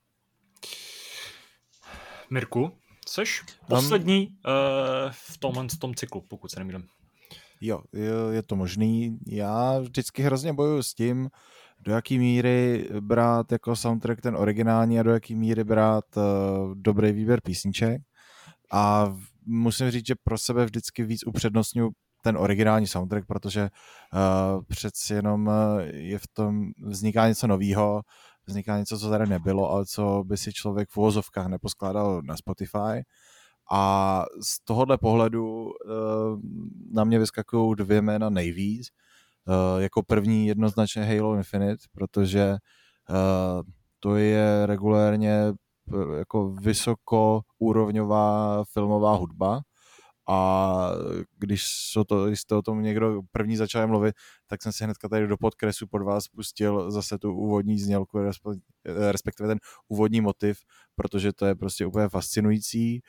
Mirku, seš poslední v tom cyklu, pokud se nemýlím. Jo, je to možný. Já vždycky hrozně bojuju s tím, do jaký míry brát jako soundtrack ten originální a do jaký míry brát dobrý výběr písniček. A musím říct, že pro sebe vždycky víc upřednostňuji ten originální soundtrack, protože přeci jenom je v tom vzniká něco novýho, vzniká něco, co tady nebylo, ale co by si člověk v uvozovkách neposkládal na Spotify. A z tohohle pohledu na mě vyskakují dvě jména nejvíc. Jako první jednoznačně Halo Infinite, protože to je regulérně jako vysokoúrovňová filmová hudba a když jste o tom někdo první začal mluvit, tak jsem si hnedka tady do podkresu pod vás pustil zase tu úvodní znělku, respektive ten úvodní motiv, protože to je prostě úplně fascinující.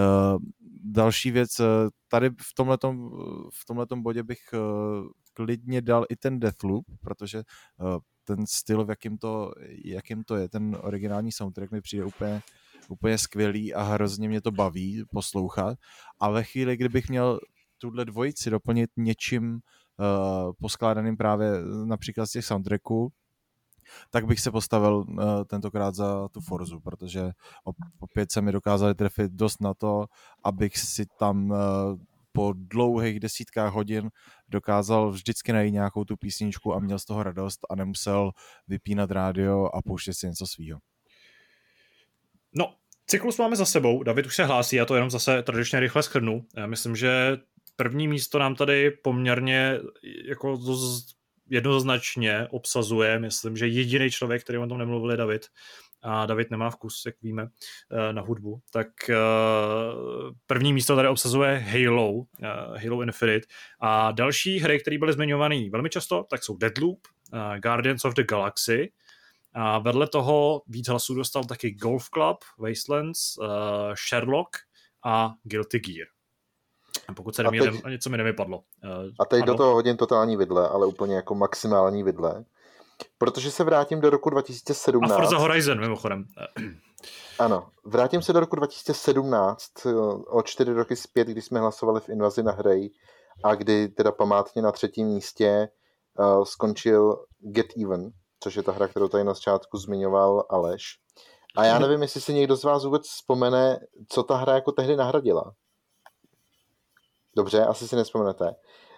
Další věc, tady v tomhletom bodě bych klidně dal i ten Deathloop, protože ten styl, v jakým to je, ten originální soundtrack mi přijde úplně skvělý a hrozně mě to baví poslouchat. A ve chvíli, kdybych měl tuhle dvojici doplnit něčím poskládaným právě například z těch soundtracků, tak bych se postavil tentokrát za tu Forzu, protože opět se mi dokázali trefit dost na to, abych si tam po dlouhých desítkách hodin dokázal vždycky najít nějakou tu písničku a měl z toho radost a nemusel vypínat rádio a pouštět si něco svýho. No, cyklus máme za sebou, David už se hlásí, já to jenom zase tradičně rychle shrnu. Já myslím, že první místo nám tady poměrně jako jednoznačně obsazuje, myslím, že jediný člověk, který o tom nemluvil, je David. A David nemá vkus, jak víme, na hudbu. Tak první místo tady obsazuje Halo Infinite. A další hry, které byly zmiňované velmi často, tak jsou Deathloop, Guardians of the Galaxy. A vedle toho víc hlasů dostal taky Golf Club, Wastelands, Sherlock a Guilty Gear. A pokud se nemýlím, něco mi nevypadlo. A teď do toho hodím totální vidle, ale úplně jako maximální vidle. Protože se vrátím do roku 2017. A Forza Horizon, mimochodem. Ano, vrátím se do roku 2017, o 4 roky zpět, kdy jsme hlasovali v Invazi na hry a kdy teda památně na 3. místě skončil Get Even, což je ta hra, kterou tady na začátku zmiňoval Aleš. A já nevím, jestli si někdo z vás vůbec vzpomene, co ta hra jako tehdy nahradila. Dobře, asi si nevzpomenete.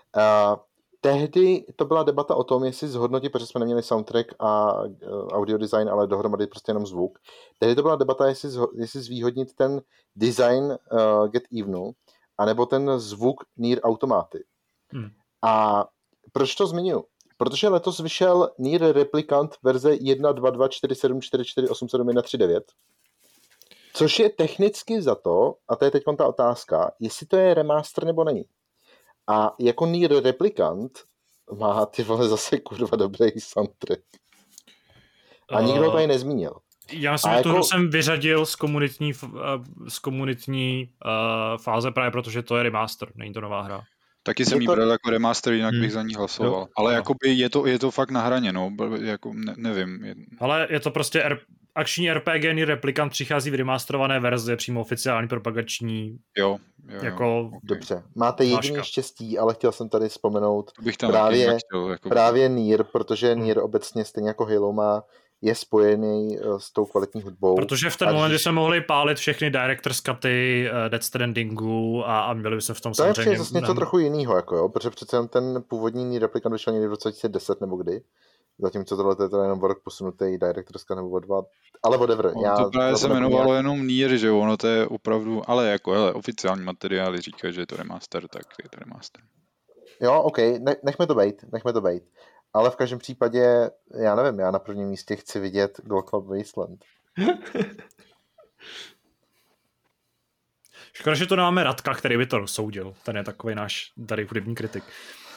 Tehdy to byla debata o tom, jestli zhodnotit, protože jsme neměli soundtrack a audio design, ale dohromady prostě jenom zvuk. Tehdy to byla debata, jestli zvýhodnit ten design Get Evenu, anebo ten zvuk Nier Automaty. A proč to zmiňuji? Protože letos vyšel Nier Replicant verze 1.2.2.4744.87139, což je technicky za to, a to je teď ta otázka, jestli to je remaster nebo není. A jako Nier Replicant má ty vole zase kurva dobrý soundtrack. A nikdo to tady nezmínil. Já myslím, že tu hru jsem vyřadil z komunitní fáze právě protože to je remaster, není to nová hra. Taky jsem jí bral jako remaster, jinak bych za ní hlasoval. Jo. Ale jakoby je to fakt na hraně, no. Jako, nevím. Ale je to prostě akční RPG, Replikant přichází v remasterované verzi, přímo oficiální propagační. Jo. Jako dobře. Máte jediný štěstí, ale chtěl jsem tady vzpomenout jako... právě Nier, protože Nier obecně stejně jako Halo je spojený s tou kvalitní hudbou. Protože v ten moment, kdy jsme mohli pálit všechny director's cuty Death Strandingu a měli bychom v tom samozřejmě... To je zase něco trochu jinýho, jako jo, protože přece ten původní Replikant vyšel někdy v roce 2010 nebo kdy, zatímco tohle je jenom o rok posunutý director's cut nebo o 2, ale whatever. To právě se jmenovalo jenom Nier, že ono to je opravdu, ale jako oficiální materiály říkají, že je to remaster, tak je to remaster. Jo, ok, nechme to bejt. Ale v každém případě, já nevím, já na prvním místě chci vidět Golf Club Wasteland. Škoda, že to nemáme Radka, který by to rozsoudil. Ten je takový náš tady hudební kritik.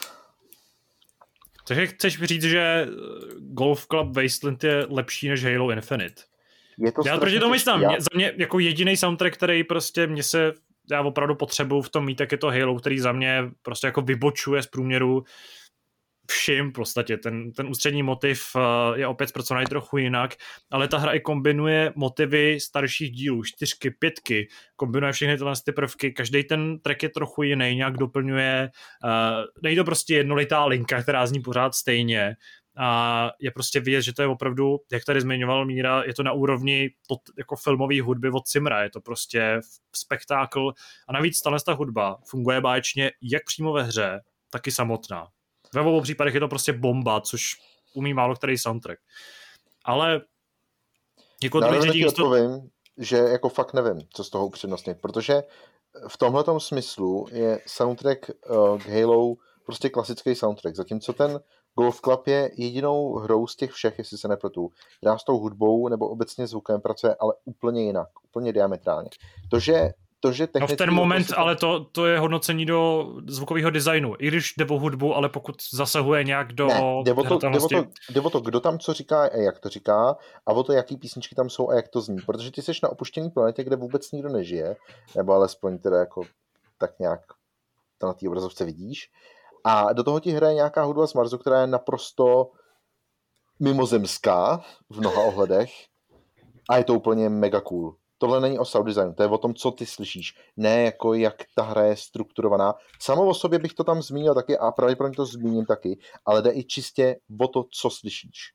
Takže chceš říct, že Golf Club Wasteland je lepší než Halo Infinite? Já proti tomu myslím, za mě jako jediný soundtrack, který prostě já opravdu potřebuju v tom mít, tak je to Halo, který za mě prostě jako vybočuje z průměru všim v podstatě. Ten ústřední motiv je opět zpracovaný trochu jinak, ale ta hra i kombinuje motivy starších dílů, 4, 5, kombinuje všechny tyhle prvky, každý ten track je trochu jiný, nějak doplňuje, není to prostě jednolitá linka, která zní pořád stejně. A je prostě vidět, že to je opravdu, jak tady zmiňoval Míra, je to na úrovni jako filmové hudby od Cimra, je to prostě spektákl a navíc ta hudba funguje báječně jak přímo ve hře, tak i samotná. Ve obou případech je to prostě bomba, což umí málo který soundtrack. Ale jako odpovím, že jako fakt nevím, co z toho upřednostnit, protože v tomhletom smyslu je soundtrack k Halo prostě klasický soundtrack, zatímco ten Golf Club je jedinou hrou z těch všech, jestli se nepletu, která s tou hudbou nebo obecně zvukem pracuje, ale úplně jinak, úplně diametrálně. To, že v ten moment, ale to je hodnocení do zvukového designu. I když jde o hudbu, ale pokud zasahuje nějak do jde o to, kdo tam co říká a jak to říká a o to, jaký písničky tam jsou a jak to zní. Protože ty jsi na opuštěný planetě, kde vůbec nikdo nežije, nebo alespoň teda jako tak nějak to na té obrazovce vidíš. A do toho ti hraje nějaká hudba z Marsu, která je naprosto mimozemská v mnoha ohledech a je to úplně mega cool. Tohle není o sound designu, to je o tom, co ty slyšíš. Ne jako jak ta hra je strukturovaná. Samo o sobě bych to tam zmínil taky a pravděpodobně to zmíním taky, ale jde i čistě o to, co slyšíš.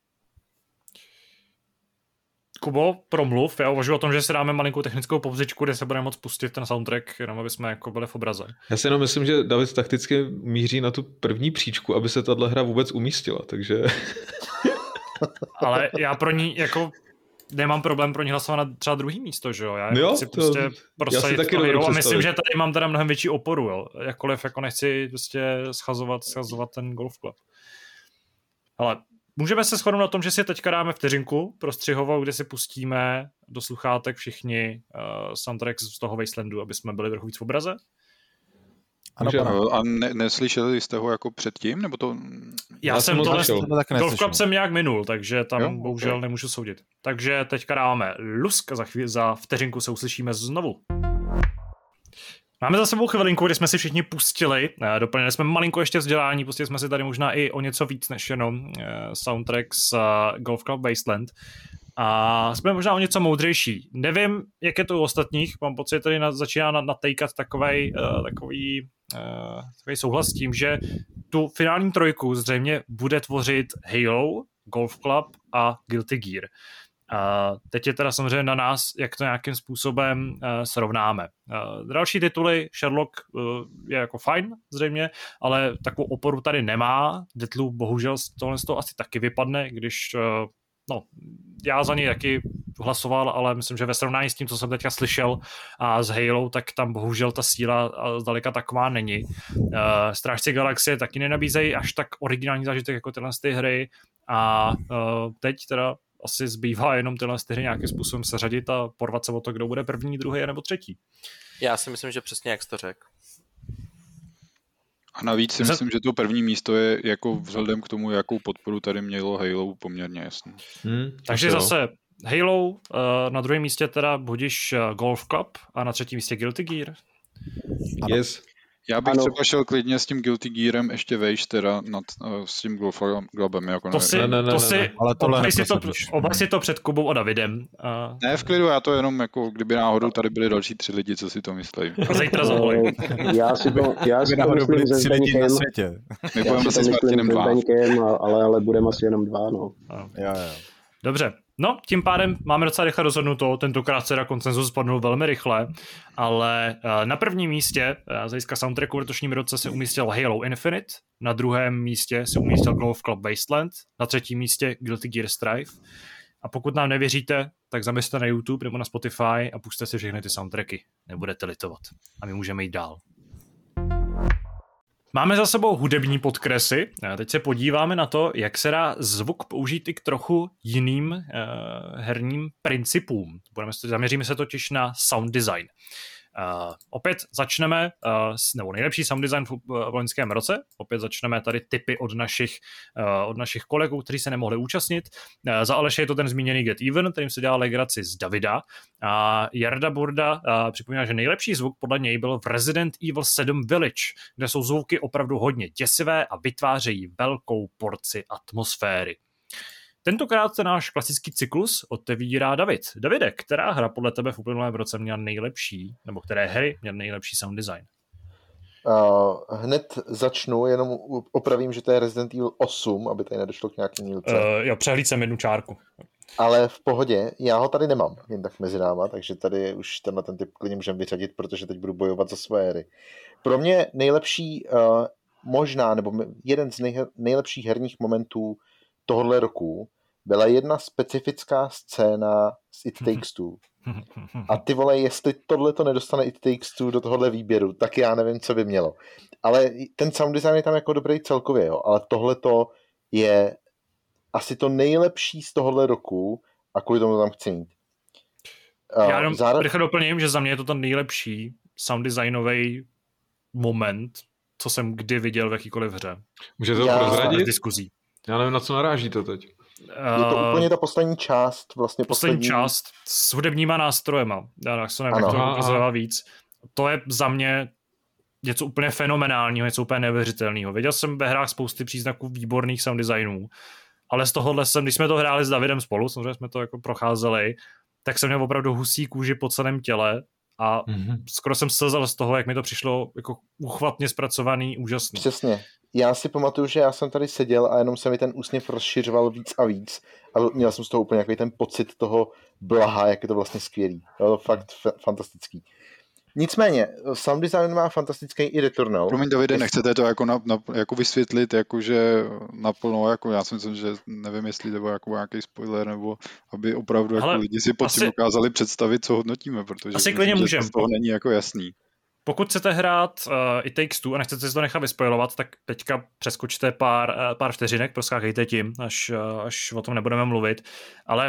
Kubo, promluv. Já uvažuji o tom, že si dáme malinkou technickou povzičku, kde se budeme moct pustit ten soundtrack, jenom aby jsme jako byli v obraze. Já si jenom myslím, že David takticky míří na tu první příčku, aby se tahle hra vůbec umístila, takže... Ale já pro ní jako nemám problém pro ní hlasovat na třeba druhý místo, že jo? Já chci prostě prosadit to Halo a myslím, že tady mám teda mnohem větší oporu, jo? Jakkoliv jako nechci prostě schazovat ten Golf Club. Ale můžeme se shodnout na tom, že si teďka dáme vteřinku prostřihovou, kde si pustíme do sluchátek všichni soundtrack z toho Wastelandu, aby jsme byli trochu víc v obraze? A neslyšeli jste ho jako předtím? Nebo to... Já jsem Golf Club jsem nějak minul, takže tam bohužel nemůžu soudit. Takže teďka dáme lusk, za vteřinku se uslyšíme znovu. Máme za sebou chvilinku, kdy jsme si všichni pustili, doplnili jsme malinko ještě vzdělání, pustili jsme si tady možná i o něco víc než jenom soundtrack z Golf Club Wasteland. A jsme možná o něco moudřejší. Nevím, jak je to u ostatních, mám pocit, že tady začíná natejkat takový souhlas s tím, že tu finální trojku zřejmě bude tvořit Halo, Golf Club a Guilty Gear. Teď je teda samozřejmě na nás, jak to nějakým způsobem srovnáme. Další tituly, Sherlock je jako fajn zřejmě, ale takovou oporu tady nemá. Deathloop bohužel tohle z toho asi taky vypadne, když já za něj taky hlasoval, ale myslím, že ve srovnání s tím, co jsem teďka slyšel a s Halo, tak tam bohužel ta síla zdaleka taková není. Strážci galaxie taky nenabízejí až tak originální zážitek jako tyhle ty hry a teď teda asi zbývá jenom tyhle hry nějakým způsobem seřadit a porvat se o to, kdo bude první, druhý nebo třetí. Já si myslím, že přesně jak jsi to řekl. A navíc si myslím, že to první místo je jako vzhledem k tomu, jakou podporu tady mělo Halo, poměrně jasný. Takže zase Halo, na druhém místě teda budíš Golf Club a na třetím místě Guilty Gear. Yes. Já bych Ano. třeba šel klidně s tím Guilty Gearem ještě vejš teda s tím Golf Clubem. Jako To si, Ale tohle oba si to před Kubou a Davidem. Ne, v klidu, já to jenom jako, kdyby náhodou tady byli další 3 lidi, co si to myslí. A zítra zavolej. Já si to myslím se Zdeňkem. na světě. My Já budeme si si to s Martinem myslím se 2. Zdeňkem, ale budeme asi jenom 2, no. Jo. Dobře, no tím pádem máme docela rychle rozhodnuto, tentokrát se konsenzus spadnul velmi rychle, ale na prvním místě z hlediska soundtracku v letošním roce se umístil Halo Infinite, na druhém místě se umístil Golf Club Wasteland, na třetím místě Guilty Gear Strive a pokud nám nevěříte, tak zaměřte na YouTube nebo na Spotify a pusťte si všechny ty soundtracky, nebudete litovat a my můžeme jít dál. Máme za sebou hudební podkresy. Teď se podíváme na to, jak se dá zvuk použít i k trochu jiným herním principům. Zaměříme se totiž na sound design. Opět začneme, nebo nejlepší sound design v loňském roce. Opět začneme tady tipy od našich kolegů, kteří se nemohli účastnit. Za Aleše je to ten zmíněný Get Even, kterým se dělá legraci z Davida. A Jarda Burda připomíná, že nejlepší zvuk podle něj byl v Resident Evil 7 Village, kde jsou zvuky opravdu hodně děsivé a vytvářejí velkou porci atmosféry. Tentokrát se náš klasický cyklus otevírá David. Davide, která hra podle tebe v uplynulém roce měla nejlepší, nebo které hry měly nejlepší sound design? Hned začnu, jenom opravím, že to je Resident Evil 8, aby tady nedošlo k nějaký mýlce. Jo, přehlíd jsem jednu čárku. Ale v pohodě, já ho tady nemám, jen tak mezi náma, takže tady už ten typ klidně můžeme vyřadit, protože teď budu bojovat za své hry. Pro mě nejlepší, možná, nebo jeden z nejlepších herních momentů tohohle roku byla jedna specifická scéna z It Takes Two. A ty vole, jestli tohle to nedostane It Takes Two do tohohle výběru, tak já nevím, co by mělo. Ale ten sound design je tam jako dobrý celkově, jo. Ale tohle to je asi to nejlepší z tohohle roku a kvůli tomu tam chci mít. Já jenom rychle doplním, že za mě je to ten nejlepší sound designový moment, co jsem kdy viděl v jakýkoliv hře. Můžete to prozradit? Diskuzí. Já nevím, na co narážíte teď. Je to úplně ta poslední část. Vlastně poslední část s hudebníma nástrojema. Já se nevím, jak to ukazovalo víc. To je za mě něco úplně fenomenálního, něco úplně neuvěřitelného. Viděl jsem ve hrách spousty příznaků výborných sound designů, ale z tohohle když jsme to hráli s Davidem spolu, samozřejmě jsme to jako procházeli, tak jsem měl opravdu husí kůži po celém těle a skoro jsem slzal z toho, jak mi to přišlo jako úchvatně zpracovaný, úžasný. Přesně. Já si pamatuju, že já jsem tady seděl a jenom se mi ten úsměv rozšiřoval víc a víc a měl jsem z toho úplně nějaký ten pocit toho blaha, jak je to vlastně skvělý. Bylo to fakt fantastický. Nicméně, sound design má fantastický i Returnal. Promiň, Davide, nechcete to jako vysvětlit, jakože naplno, jako já si myslím, že nevím, jestli to jako nějaký spoiler, nebo aby opravdu jako lidi si pod tím dokázali představit, co hodnotíme, protože asi myslím, že to z toho není jako jasný. Pokud chcete hrát It Takes Two a nechcete si to nechat vyspoilovat, tak teďka přeskočte pár vteřinek, proskákejte tím, až o tom nebudeme mluvit. Ale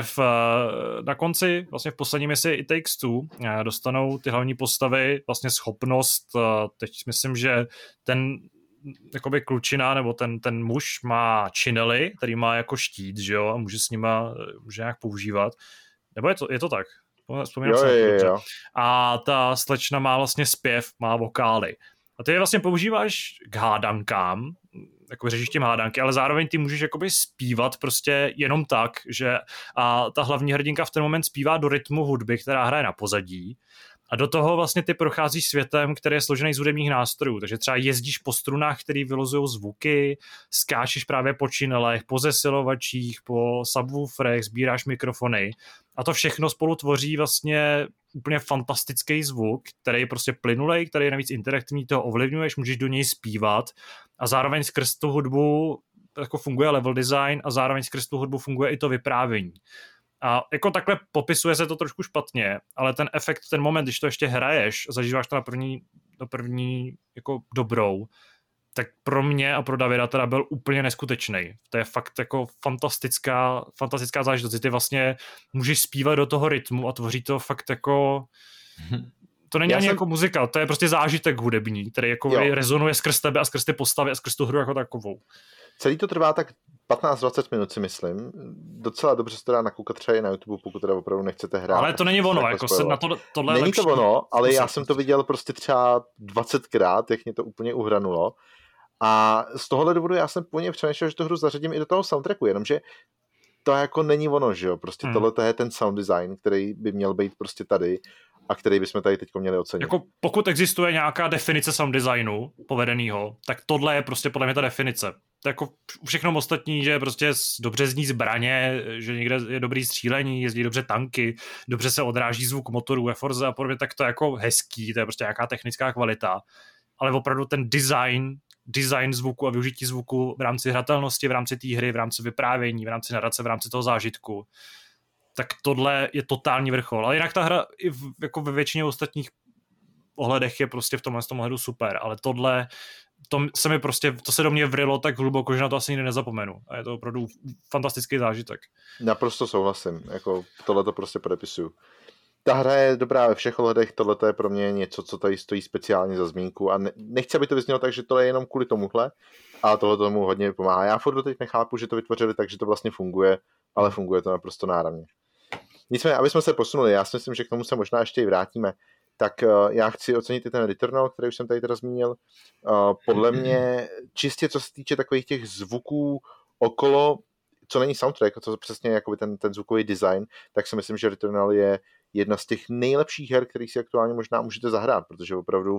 na konci, vlastně v poslední misi It Takes Two, dostanou ty hlavní postavy vlastně schopnost, teď myslím, že ten jakoby klučina, nebo ten muž má činely, který má jako štít, že jo, a může s nima nějak používat. Nebo je to tak? Vzpomínám se dobře. A ta slečna má vlastně zpěv, má vokály. A ty je vlastně používáš k hádankám, jako řešíš tím hádanky, ale zároveň ty můžeš jakoby zpívat prostě jenom tak, že a ta hlavní hrdinka v ten moment zpívá do rytmu hudby, která hraje na pozadí. A do toho vlastně ty procházíš světem, který je složený z hudebních nástrojů. Takže třeba jezdíš po strunách, které vylozují zvuky, skáčeš právě po činelech, po zesilovačích, po subwooferech, sbíráš mikrofony. A to všechno spolu tvoří vlastně úplně fantastický zvuk, který je prostě plynulej, který je navíc interaktivní, toho ovlivňuješ, můžeš do něj zpívat a zároveň skrz tu hudbu jako funguje level design a zároveň skrz tu hudbu funguje i to vyprávění. A jako takhle popisuje se to trošku špatně, ale ten efekt, ten moment, když to ještě hraješ, zažíváš to na první jako dobrou, tak pro mě a pro Davida teda byl úplně neskutečný. To je fakt jako fantastická záležitost. Ty vlastně můžeš zpívat do toho rytmu a tvoří to fakt jako... To není ani jako muzika, to je prostě zážitek hudební, který jako rezonuje skrz tebe a skrz ty postavy a skrz tu hru jako takovou. Celý to trvá tak 15-20 minut, si myslím. Docela dobře se to dá nakoukat třeba i na YouTube, pokud teda opravdu nechcete hrát. Ale to není ono, jako se na tohle není lepší. to ono, ale já jsem to viděl prostě třeba 20krát, jak mě to úplně uhranulo. A z tohohle důvodu já jsem původně přemýšlel, že tu hru zařadím i do toho soundtracku, jenomže to jako není ono, že jo? Prostě tohle je ten sound design, který by měl být prostě tady a který bychom tady teď měli ocenit. Jako pokud existuje nějaká definice sound designu povedenýho, tak tohle je prostě podle mě ta definice. To jako všechno ostatní, že prostě dobře zní zbraně, že někde je dobrý střílení, jezdí dobře tanky, dobře se odráží zvuk motorů ve Forze a podobně, tak to je jako hezký, to je prostě nějaká technická kvalita. Ale opravdu ten design zvuku a využití zvuku v rámci hratelnosti, v rámci té hry, v rámci vyprávění, v rámci narace, v rámci toho zážitku, tak tohle je totální vrchol. Ale jinak ta hra i jako ve většině ostatních ohledech je prostě v tomhle ohledu super, ale tohle to se do mě vrilo tak hluboko, že na to asi nikdy nezapomenu. A je to opravdu fantastický zážitek. Naprosto souhlasím, jako tohle to prostě podepisuju. Ta hra je dobrá ve všech ohledech, tohle je pro mě něco, co tady stojí speciálně za zmínku a nechci, aby to vyznělo tak, že to je jenom kvůli tomuhle, ale tohle tomu hodně pomáhá. Já furt doteď nechápu, že to vytvořili tak, že to vlastně funguje, ale funguje to naprosto náramně. Nicméně, aby jsme se posunuli, já si myslím, že k tomu se možná ještě i vrátíme, tak já chci ocenit i ten Returnal, který už jsem tady teda zmínil. Podle mě čistě co se týče takových těch zvuků okolo, co není soundtrack, co přesně jakoby ten zvukový design, tak si myslím, že Returnal je jedna z těch nejlepších her, kterých si aktuálně možná můžete zahrát, protože opravdu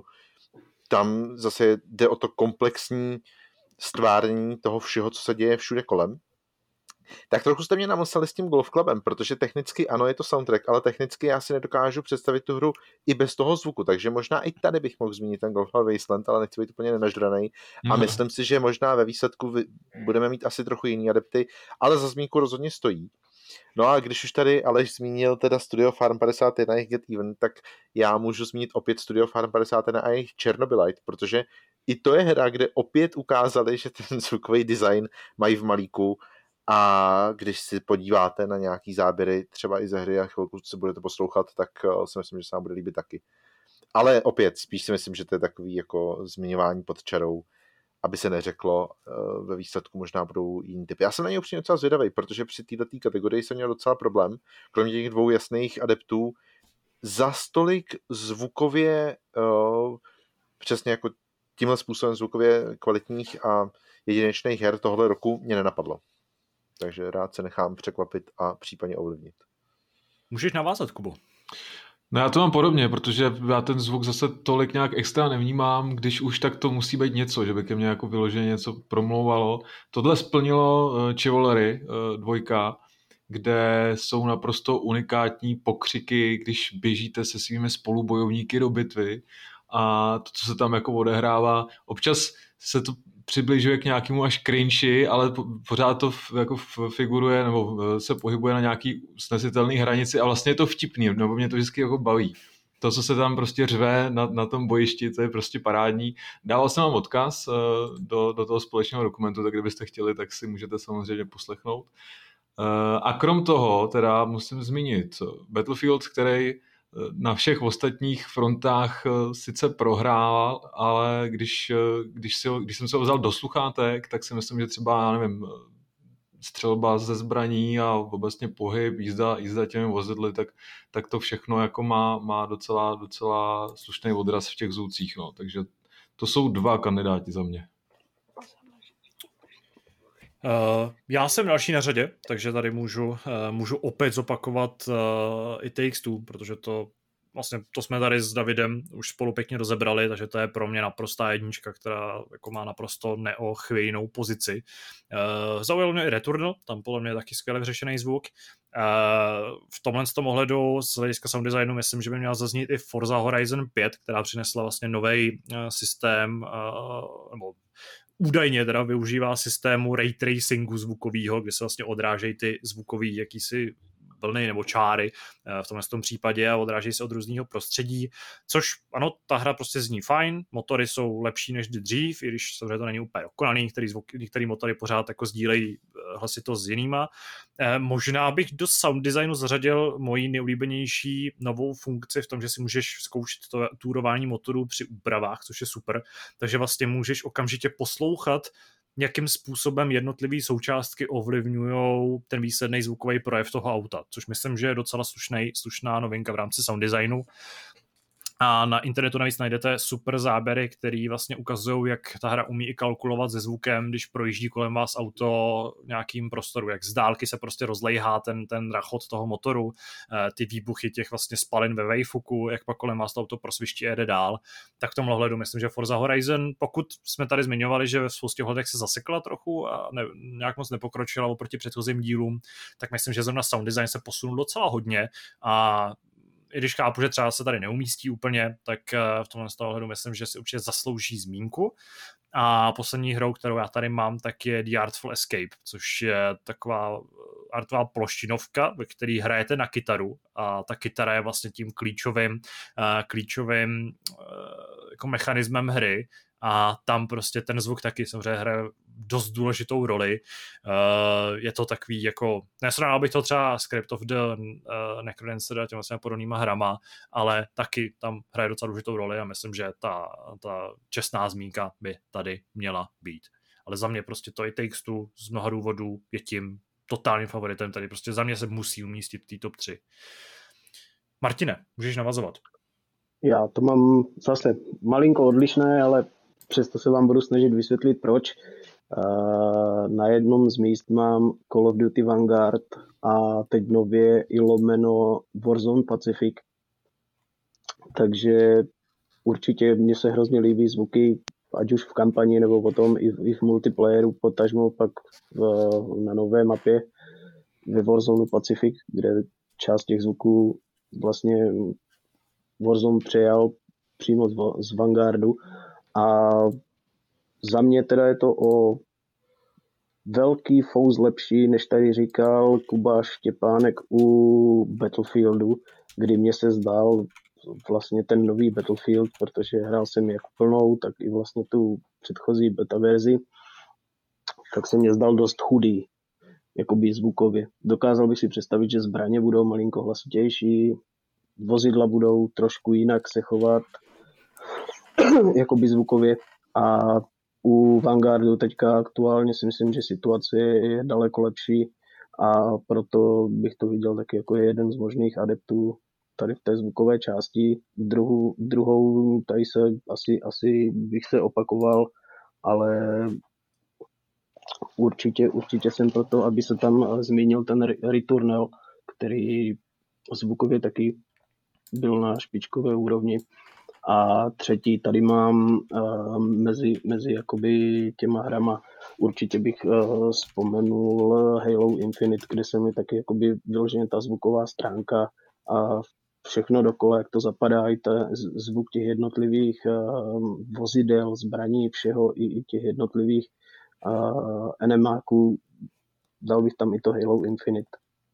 tam zase jde o to komplexní stvárnění toho všeho, co se děje všude kolem. Tak trochu jste mě namlsali s tím Golf Clubem, protože technicky ano, je to soundtrack, ale technicky já si nedokážu představit tu hru i bez toho zvuku, takže možná i tady bych mohl zmínit ten Golf Club Wasteland, ale nechci být úplně nenažranej a myslím si, že možná ve výsledku budeme mít asi trochu jiný adepty, ale za zmínku rozhodně stojí. No a když už tady Aleš zmínil teda Studio Farm 51 a jejich Get Even, tak já můžu zmínit opět Studio Farm 51 a jejich Chernobylite, protože i to je hra, kde opět ukázali, že ten zvukový design mají v malíku. A když si podíváte na nějaký záběry, třeba i ze hry a chvilku se budete poslouchat, tak si myslím, že se vám bude líbit taky. Ale opět, spíš si myslím, že to je takový jako zmiňování pod čarou, aby se neřeklo, ve výsledku možná budou jiný typy. Já jsem na něj upřímně docela zvědavý, protože při této kategorii jsem měl docela problém, kromě těch dvou jasných adeptů, za stolik zvukově, přesně jako tímhle způsobem zvukově kvalitních a jedinečných her tohle roku mě nenapadlo. Takže rád se nechám překvapit a případně ovlivnit. Můžeš navázat, Kubo. No já to mám podobně, protože já ten zvuk zase tolik nějak extra nevnímám, když už tak to musí být něco, že by ke mně jako vyloženě něco promlouvalo. Tohle splnilo Chivalry 2, kde jsou naprosto unikátní pokřiky, když běžíte se svými spolubojovníky do bitvy a to, co se tam jako odehrává. Občas se to přibližuje k nějakému až cringe, ale pořád to jako figuruje nebo se pohybuje na nějaký snesitelný hranici a vlastně je to vtipný, nebo mě to vždycky jako baví. To, co se tam prostě řve na tom bojišti, to je prostě parádní. Dával jsem vám odkaz do toho společného dokumentu, tak kdybyste chtěli, tak si můžete samozřejmě poslechnout. A krom toho teda musím zmínit Battlefield, který na všech ostatních frontách sice prohrál, ale když jsem se ho vzal do sluchátek, tak si myslím, že třeba, já nevím, střelba ze zbraní a obecně pohyb, jízda těmi vozidly, tak to všechno jako má docela slušný odraz v těch zvucích. No. Takže to jsou 2 kandidáti za mě. Já jsem další na řadě, takže tady můžu opět zopakovat i Takes-Two, protože to jsme tady s Davidem už spolu pěkně rozebrali, takže to je pro mě naprostá jednička, která jako má naprosto neochvějnou pozici. Zaujal mě i Returnal, tam podle mě je taky skvěle vyřešený zvuk. V tomhle ohledu z hlediska sound designu myslím, že by měl zaznít i Forza Horizon 5, která přinesla vlastně nový systém, nebo údajně teda využívá systému ray tracingu zvukového, kde se vlastně odrážejí ty zvukový jakýsi vlny nebo čáry v tomhle případě a odrážejí se od různého prostředí, což ano, ta hra prostě zní fajn, motory jsou lepší než dřív, i když samozřejmě to není úplně dokonalý, některý motory pořád jako sdílejí hlasitost s jinýma. Možná bych do sound designu zařadil moji nejoblíbenější novou funkci v tom, že si můžeš zkoušet to túrování motorů při úpravách, což je super, takže vlastně můžeš okamžitě poslouchat jakým způsobem jednotlivé součástky ovlivňují ten výsledný zvukový projev toho auta, což myslím, že je docela slušná novinka v rámci sound designu. A na internetu navíc najdete super záběry, které vlastně ukazují, jak ta hra umí i kalkulovat se zvukem, když projíždí kolem vás auto nějakým prostoru, jak z dálky se prostě rozlejhá ten rachot toho motoru, ty výbuchy těch vlastně spalin ve wayfuku, jak pak kolem vás to auto prosviští a jede dál. Tak v tomhle hledu myslím, že Forza Horizon, pokud jsme tady zmiňovali, že ve spoustě hledech se zasekla trochu a nějak moc nepokročila oproti předchozím dílům, tak myslím, že zrovna sound design se posunul docela hodně a i když chápu, že třeba se tady neumístí úplně, tak v tomhle ohledu myslím, že si určitě zaslouží zmínku. A poslední hrou, kterou já tady mám, tak je The Artful Escape, což je taková artová ploštinovka, ve které hrajete na kytaru a ta kytara je vlastně tím klíčovým jako mechanismem hry a tam prostě ten zvuk taky samozřejmě hraje dost důležitou roli. Je to takový jako, nesrovnal bych to třeba s Crypt of the Necrodancer a těma vlastně podobnýma hrama, ale taky tam hraje docela důležitou roli a myslím, že ta čestná zmínka by tady měla být. Ale za mě prostě to i Takes Two z mnoha důvodů je tím totálním favoritem, tady prostě za mě se musí umístit v té top 3. Martine, můžeš navazovat? Já to mám zase malinko odlišné, ale přesto se vám budu snažit vysvětlit, proč. Na jednom z míst mám Call of Duty Vanguard a teď nově i lomeno Warzone Pacific. Takže určitě mně se hrozně líbí zvuky, ať už v kampani nebo potom i v multiplayeru, potažmo pak na nové mapě ve Warzone Pacific, kde část těch zvuků vlastně Warzone přejal přímo z Vanguardu a za mě teda je to o velký fous lepší, než tady říkal Kuba Štěpánek u Battlefieldu, kdy mě se zdál vlastně ten nový Battlefield, protože hrál jsem jak plnou, tak i vlastně tu předchozí beta verzi, tak se mě zdal dost chudý, jakoby zvukově. Dokázal bych si představit, že zbraně budou malinko hlasitější, vozidla budou trošku jinak se chovat, jakoby zvukově a u Vanguardu teďka aktuálně si myslím, že situace je daleko lepší a proto bych to viděl taky jako jeden z možných adeptů tady v té zvukové části. Druhou tady se asi bych se opakoval, ale určitě jsem proto, aby se tam zmínil ten Returnal, který zvukově taky byl na špičkové úrovni. A třetí tady mám mezi jakoby těma hrama, určitě bych vzpomenul Halo Infinite, kde se mi taky jakoby vyloženě ta zvuková stránka a všechno dokola, jak to zapadá, i ten zvuk těch jednotlivých vozidel, zbraní, všeho, i těch jednotlivých enemáků, dal bych tam i to Halo Infinite.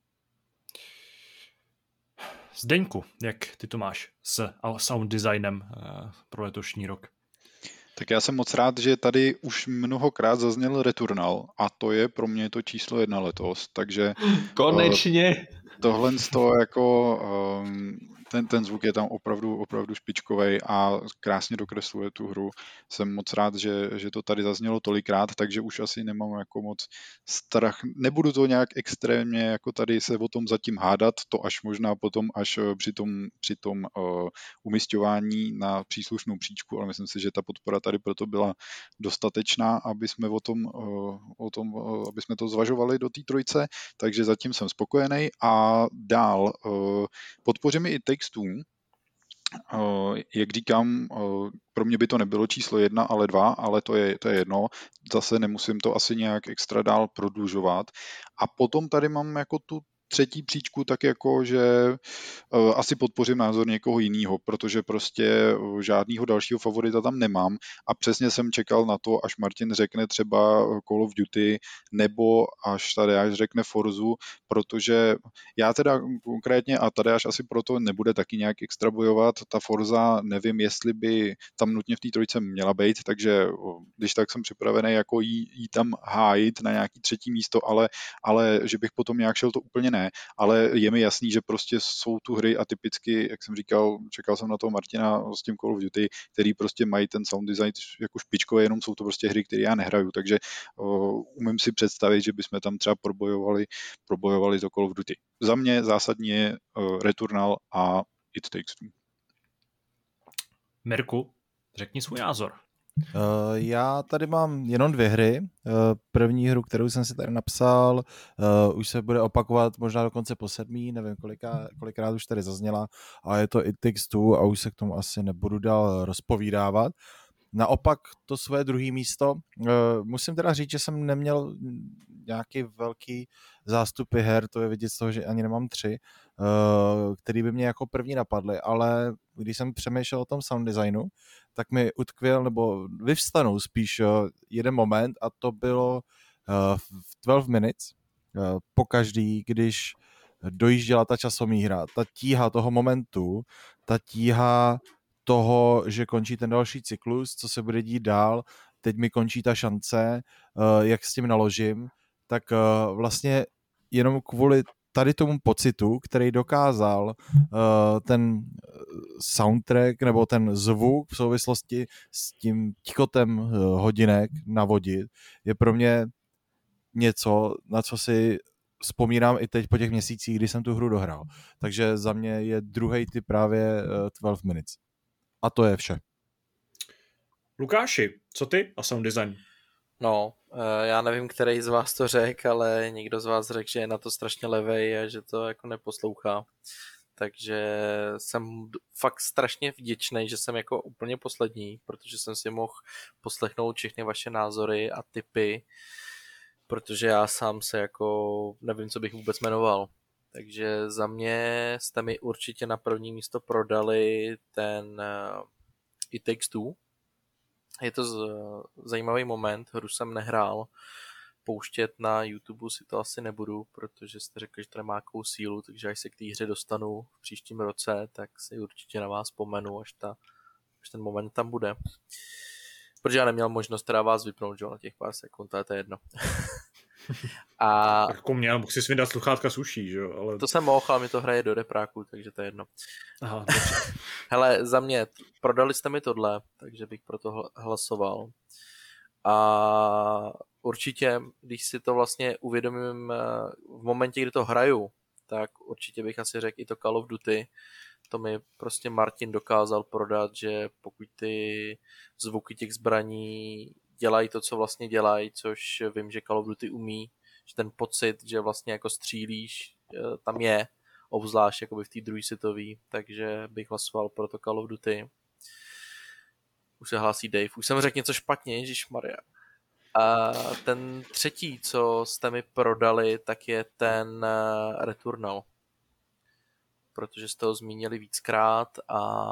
Zdeňku, jak ty to máš s sound designem pro letošní rok? Tak já jsem moc rád, že tady už mnohokrát zazněl Returnal a to je pro mě to číslo 1 letos, takže konečně tohle z toho jako ten zvuk je tam opravdu špičkovej a krásně dokresluje tu hru. Jsem moc rád, že to tady zaznělo tolikrát, takže už asi nemám jako moc strach. Nebudu to nějak extrémně jako tady se o tom zatím hádat, to až možná potom až při tom umisťování na příslušnou příčku, ale myslím si, že ta podpora tady proto byla dostatečná, aby jsme aby jsme to zvažovali do té trojce, takže zatím jsem spokojený a dál podpořím i Takes Two. Jak říkám, pro mě by to nebylo číslo 1, ale 2, ale to je jedno. Zase nemusím to asi nějak extra dál prodlužovat. A potom tady mám jako tu třetí příčku, tak jako, že asi podpořím názor někoho jiného, protože prostě žádného dalšího favorita tam nemám a přesně jsem čekal na to, až Martin řekne třeba Call of Duty nebo až Tadeáš řekne Forzu, protože já teda konkrétně a Tadeáš asi proto nebude taky nějak extra bojovat, ta Forza nevím, jestli by tam nutně v té trojce měla být, takže když tak jsem připravený jako jí tam hájit na nějaký třetí místo, ale že bych potom nějak šel, to úplně ne. ne, ale je mi jasný, že prostě jsou tu hry a typicky, jak jsem říkal, čekal jsem na toho Martina s tím Call of Duty, který prostě mají ten sound design jako špičkový, jenom jsou to prostě hry, které já nehraju, takže umím si představit, že bychom tam třeba probojovali to Call of Duty. Za mě zásadní je Returnal a It Takes Two. Mirku, řekni svůj názor. Já tady mám jenom 2 hry. První hru, kterou jsem si tady napsal, už se bude opakovat možná dokonce po 7, nevím kolikrát už tady zazněla, a je to It Takes Two a už se k tomu asi nebudu dál rozpovídávat. Naopak to svoje druhé místo, musím teda říct, že jsem neměl nějaký velký zástupy her, to je vidět z toho, že ani nemám 3, který by mě jako první napadly, ale když jsem přemýšlel o tom sound designu, tak mi utkvěl, nebo vyvstanou spíš jeden moment, a to bylo v 12 Minutes, pokaždý, když dojížděla ta časomíra, ta tíha toho momentu, ta tíha toho, že končí ten další cyklus, co se bude dít dál, teď mi končí ta šance, jak s tím naložím, tak vlastně jenom kvůli tady tomu pocitu, který dokázal ten soundtrack nebo ten zvuk v souvislosti s tím tichotem hodinek navodit, je pro mě něco, na co si vzpomínám i teď po těch měsících, kdy jsem tu hru dohrál. Takže za mě je druhý typ právě 12 Minutes. A to je vše. Lukáši, co ty a sound design? No, já nevím, který z vás to řekl, ale někdo z vás řekl, že je na to strašně levej a že to jako neposlouchá. Takže jsem fakt strašně vděčný, že jsem jako úplně poslední, protože jsem si mohl poslechnout všechny vaše názory a tipy, protože já sám se jako nevím, co bych vůbec jmenoval. Takže za mě jste mi určitě na první místo prodali ten It Takes Two. Je to zajímavý moment, hru jsem nehrál, pouštět na YouTube si to asi nebudu, protože jste řekli, že to nemá jakou sílu, takže až se k té hře dostanu v příštím roce, tak si určitě na vás vzpomenu, až ten moment tam bude. Protože já neměl možnost teda vás vypnout, že na těch pár sekund, to je jedno. A tak jako měl, mohl si vydat sluchátka z uší, že jo? Ale... To jsem mohl, ale mi to hraje do repráku, takže to je jedno. Aha, hele, za mě, prodali jste mi tohle, takže bych pro to hlasoval. A určitě, když si to vlastně uvědomím v momentě, kdy to hraju, tak určitě bych asi řekl i to Call of Duty. To mi prostě Martin dokázal prodat, že pokud ty zvuky těch zbraní dělají to, co vlastně dělají, což vím, že Call of Duty umí, že ten pocit, že vlastně jako střílíš, tam je, obzvlášť jakoby v té druhé světové, takže bych hlasoval pro to Call of Duty. Už se hlásí Dave. Už jsem řekl něco špatně, ježišmarja. A ten třetí, co jste mi prodali, tak je ten Returnal. Protože jste ho zmínili víckrát a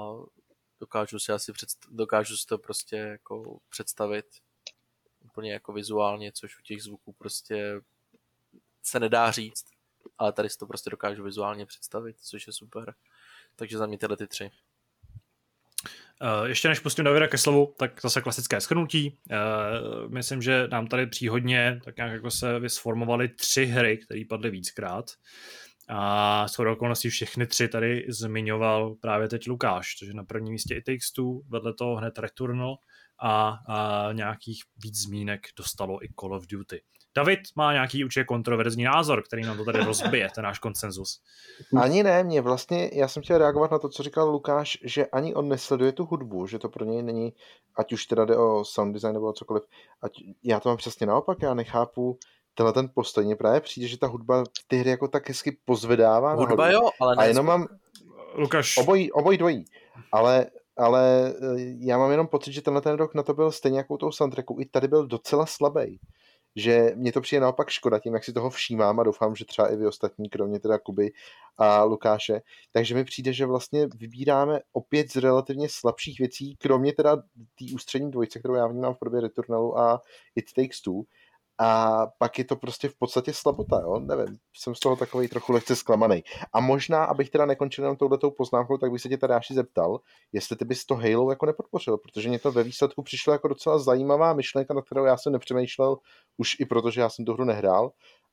dokážu si to prostě jako představit úplně jako vizuálně, což u těch zvuků prostě se nedá říct, ale tady si to prostě dokážu vizuálně představit, což je super. Takže za mě tyhle ty 3. Ještě než pustím Davida ke slovu, tak zase klasické shrnutí. Myslím, že nám tady příhodně tak nějak jako se vysformovaly 3 hry, které padly víckrát. A shodou okolností všechny 3 tady zmiňoval právě teď Lukáš, takže na prvním místě It Takes Two, vedle toho hned Returnal a nějakých víc zmínek dostalo i Call of Duty. David má nějaký určitě kontroverzní názor, který nám to tady rozbije, ten náš konsenzus. Ani ne, já jsem chtěl reagovat na to, co říkal Lukáš, že ani on nesleduje tu hudbu, že to pro něj není, ať už teda jde o sound design nebo o cokoliv. Já to mám přesně naopak, já nechápu tenhle ten postoj. Mně právě přijde, že ta hudba ty hry jako tak hezky pozvedává. Hudba jo, ale ne. A jenom mám Lukáš. Obojí dvojí. Ale já mám jenom pocit, že tenhle ten rok na to byl stejně jako u toho soundtracku. I tady byl docela slabý. Že mně to přijde naopak škoda tím, jak si toho všímám a doufám, že třeba i vy ostatní, kromě teda Kuby a Lukáše. Takže mi přijde, že vlastně vybíráme opět z relativně slabších věcí, kromě teda té ústřední dvojce, kterou já vnímám v podobě Returnalu a It Takes Two. A pak je to prostě v podstatě slabota, jo? Nevím, jsem z toho takovej trochu lehce zklamaný. A možná, abych teda nekončil jenom touhletou poznámkou, tak bych se tě tady Tadáši zeptal, jestli ty bys to Halo jako nepodpořil, protože mě to ve výsledku přišlo jako docela zajímavá myšlenka, na kterou já jsem nepřemýšlel, už i protože já jsem tu hru nehrál,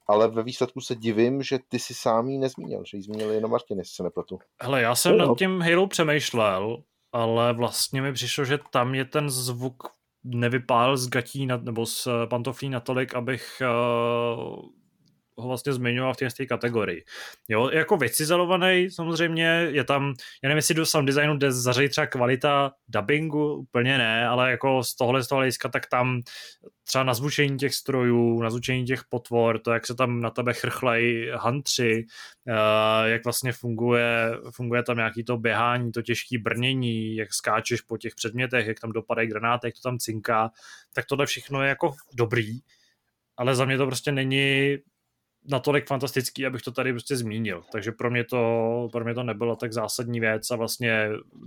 ale ve výsledku se divím, že ty si sám ji nezmínil, že ji zmínil jenom Martin, jestli se nepletu. Hele, já jsem nad tím Halo přemýšlel, ale vlastně mi přišlo, že tam je ten zvuk nevypálil z gatí nebo z pantoflí natolik, abych ho vlastně zmiňoval v té kategorii. Jo, jako vycizelovaný samozřejmě je tam, já nevím, jestli do sound designu jde zařadit třeba kvalita dubbingu, úplně ne, ale jako z toho hlediska, tak tam třeba nazvučení těch strojů, nazvučení těch potvor, to, jak se tam na tebe chrchlají huntři, jak vlastně funguje tam nějaký to běhání, to těžké brnění, jak skáčeš po těch předmětech, jak tam dopadají granáty, jak to tam cinká, tak tohle všechno je jako dobrý, ale za mě to prostě není natolik fantastický, abych to tady prostě zmínil. Takže pro mě to nebyla tak zásadní věc a vlastně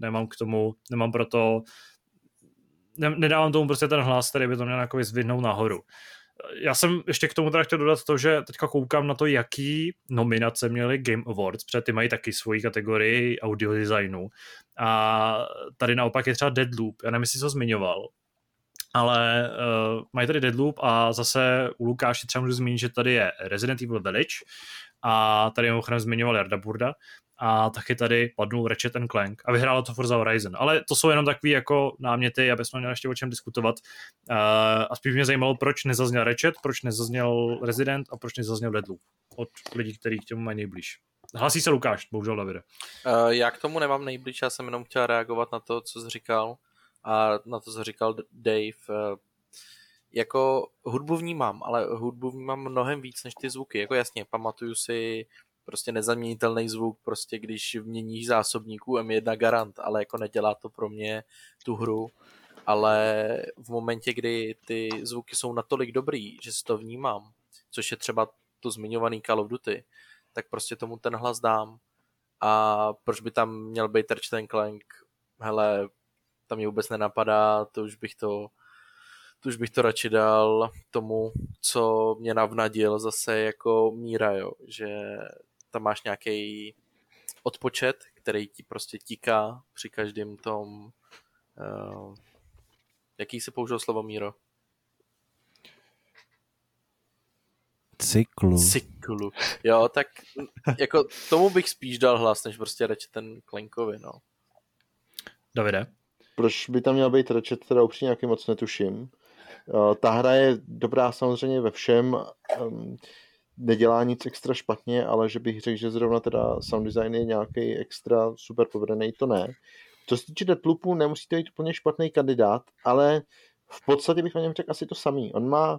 nedávám tomu prostě ten hlas, který by to měl jako vyzdvihnout nahoru. Já jsem ještě k tomu teda chtěl dodat to, že teďka koukám na to, jaký nominace měly Game Awards, protože ty mají taky svoji kategorii audio designu. A tady naopak je třeba Deadloop, já nevím, jestli jsi ho zmiňoval, ale mají tady Deadloop a zase u Lukáše třeba můžu zmínit, že tady je Resident Evil Village a tady mimochodem zmiňoval Jarda Burda a taky tady padnul Ratchet & Clank a vyhrálo to Forza Horizon. Ale to jsou jenom takový jako náměty, aby jsme měli ještě o čem diskutovat. A spíš mě zajímalo, proč nezazněl Ratchet, proč nezazněl Resident a proč nezazněl Deadloop od lidí, kteří k tomu mají nejblíž. Hlasí se Lukáš, bohužel Davide. Já k tomu nemám nejblíž, já jsem jenom chtěl reagovat na to, co jsi říkal. A na to, co říkal Dave, jako hudbu vnímám, ale hudbu vnímám mnohem víc než ty zvuky. Jako jasně, pamatuju si prostě nezaměnitelný zvuk, prostě když vměníš zásobníků M1 Garant, ale jako nedělá to pro mě tu hru. Ale v momentě, kdy ty zvuky jsou natolik dobrý, že si to vnímám, což je třeba to zmiňovaný Call of Duty, tak prostě tomu ten hlas dám. A proč by tam měl být Ratchet & Clank? Hele, tam mě vůbec nenapadá, to už bych to radši dal tomu, co mě navnadil zase jako Míra, jo, že tam máš nějaký odpočet, který ti prostě tiká při každém tom jaký se použil slovo, Míro? Cyklu. Jo, tak jako tomu bych spíš dal hlas, než prostě Ratchet & Clankovi, no. Davide? Proč by tam měl být Ratchet, teda upřímně nějaký moc netuším. Ta hra je dobrá samozřejmě ve všem, nedělá nic extra špatně, ale že bych řekl, že zrovna teda sound design je nějaký extra super povedený, to ne. Co se týče Deathloopu, nemusí to být úplně špatný kandidát, ale v podstatě bych o něm řekl asi to samý. On má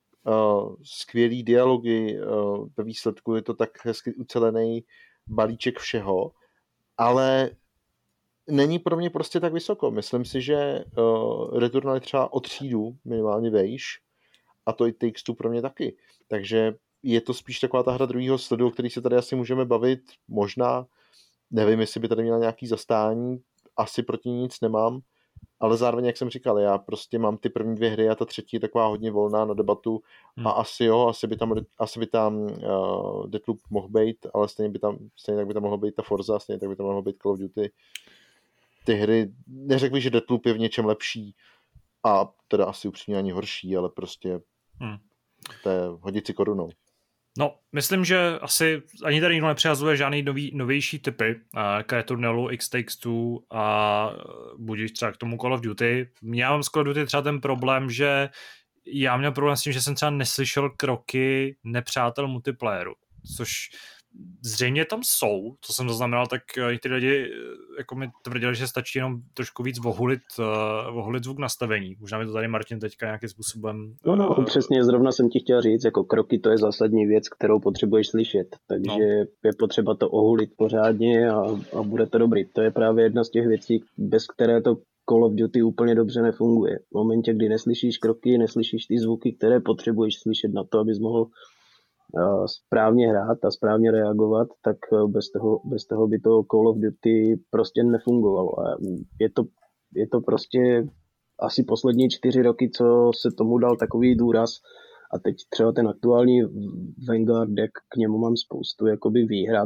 skvělý dialogy, ve výsledku je to tak hezky ucelený balíček všeho, ale není pro mě prostě tak vysoko. Myslím si, že Returnal je třeba o třídu minimálně vejš a to i Takes-Two pro mě taky. Takže je to spíš taková ta hra druhého sledu, o který se tady asi můžeme bavit. Možná, nevím, jestli by tady měla nějaký zastání, asi proti ní nic nemám, ale zároveň, jak jsem říkal, já prostě mám ty první dvě hry a ta třetí je taková hodně volná na debatu a asi by tam Deathloop mohl být, ale stejně tak by tam mohlo být ta Forza, stejně tak by tam mohlo být Call of Duty. Ty hry, neřekl bych, že Deathloop je v něčem lepší a teda asi upřímně ani horší, ale prostě to je hodit si korunou. No, myslím, že asi ani tady nikdo nepřihazuje žádný novější typy k Returnalu, X Takes Two a budíš třeba k tomu Call of Duty. Já mám s Call of Duty třeba ten problém, že já měl problém s tím, že jsem třeba neslyšel kroky nepřátel multiplayeru, což zřejmě tam jsou, co jsem zaznamenal, tak někteří lidi jako mi tvrdili, že stačí jenom trošku víc vohulit zvuk nastavení. Možná mi to tady Martin teďka nějakým způsobem... No, přesně, zrovna jsem ti chtěl říct, jako kroky to je zásadní věc, kterou potřebuješ slyšet, takže je potřeba to ohulit pořádně a bude to dobrý. To je právě jedna z těch věcí, bez které to Call of Duty úplně dobře nefunguje. V momentě, kdy neslyšíš kroky, neslyšíš ty zvuky, které potřebuješ slyšet na to, abys mohl správně hrát a správně reagovat, tak bez toho by to Call of Duty prostě nefungovalo. A je to prostě asi poslední 4 roky, co se tomu dal takový důraz a teď třeba ten aktuální Vanguard, jak k němu mám spoustu jakoby výhrad,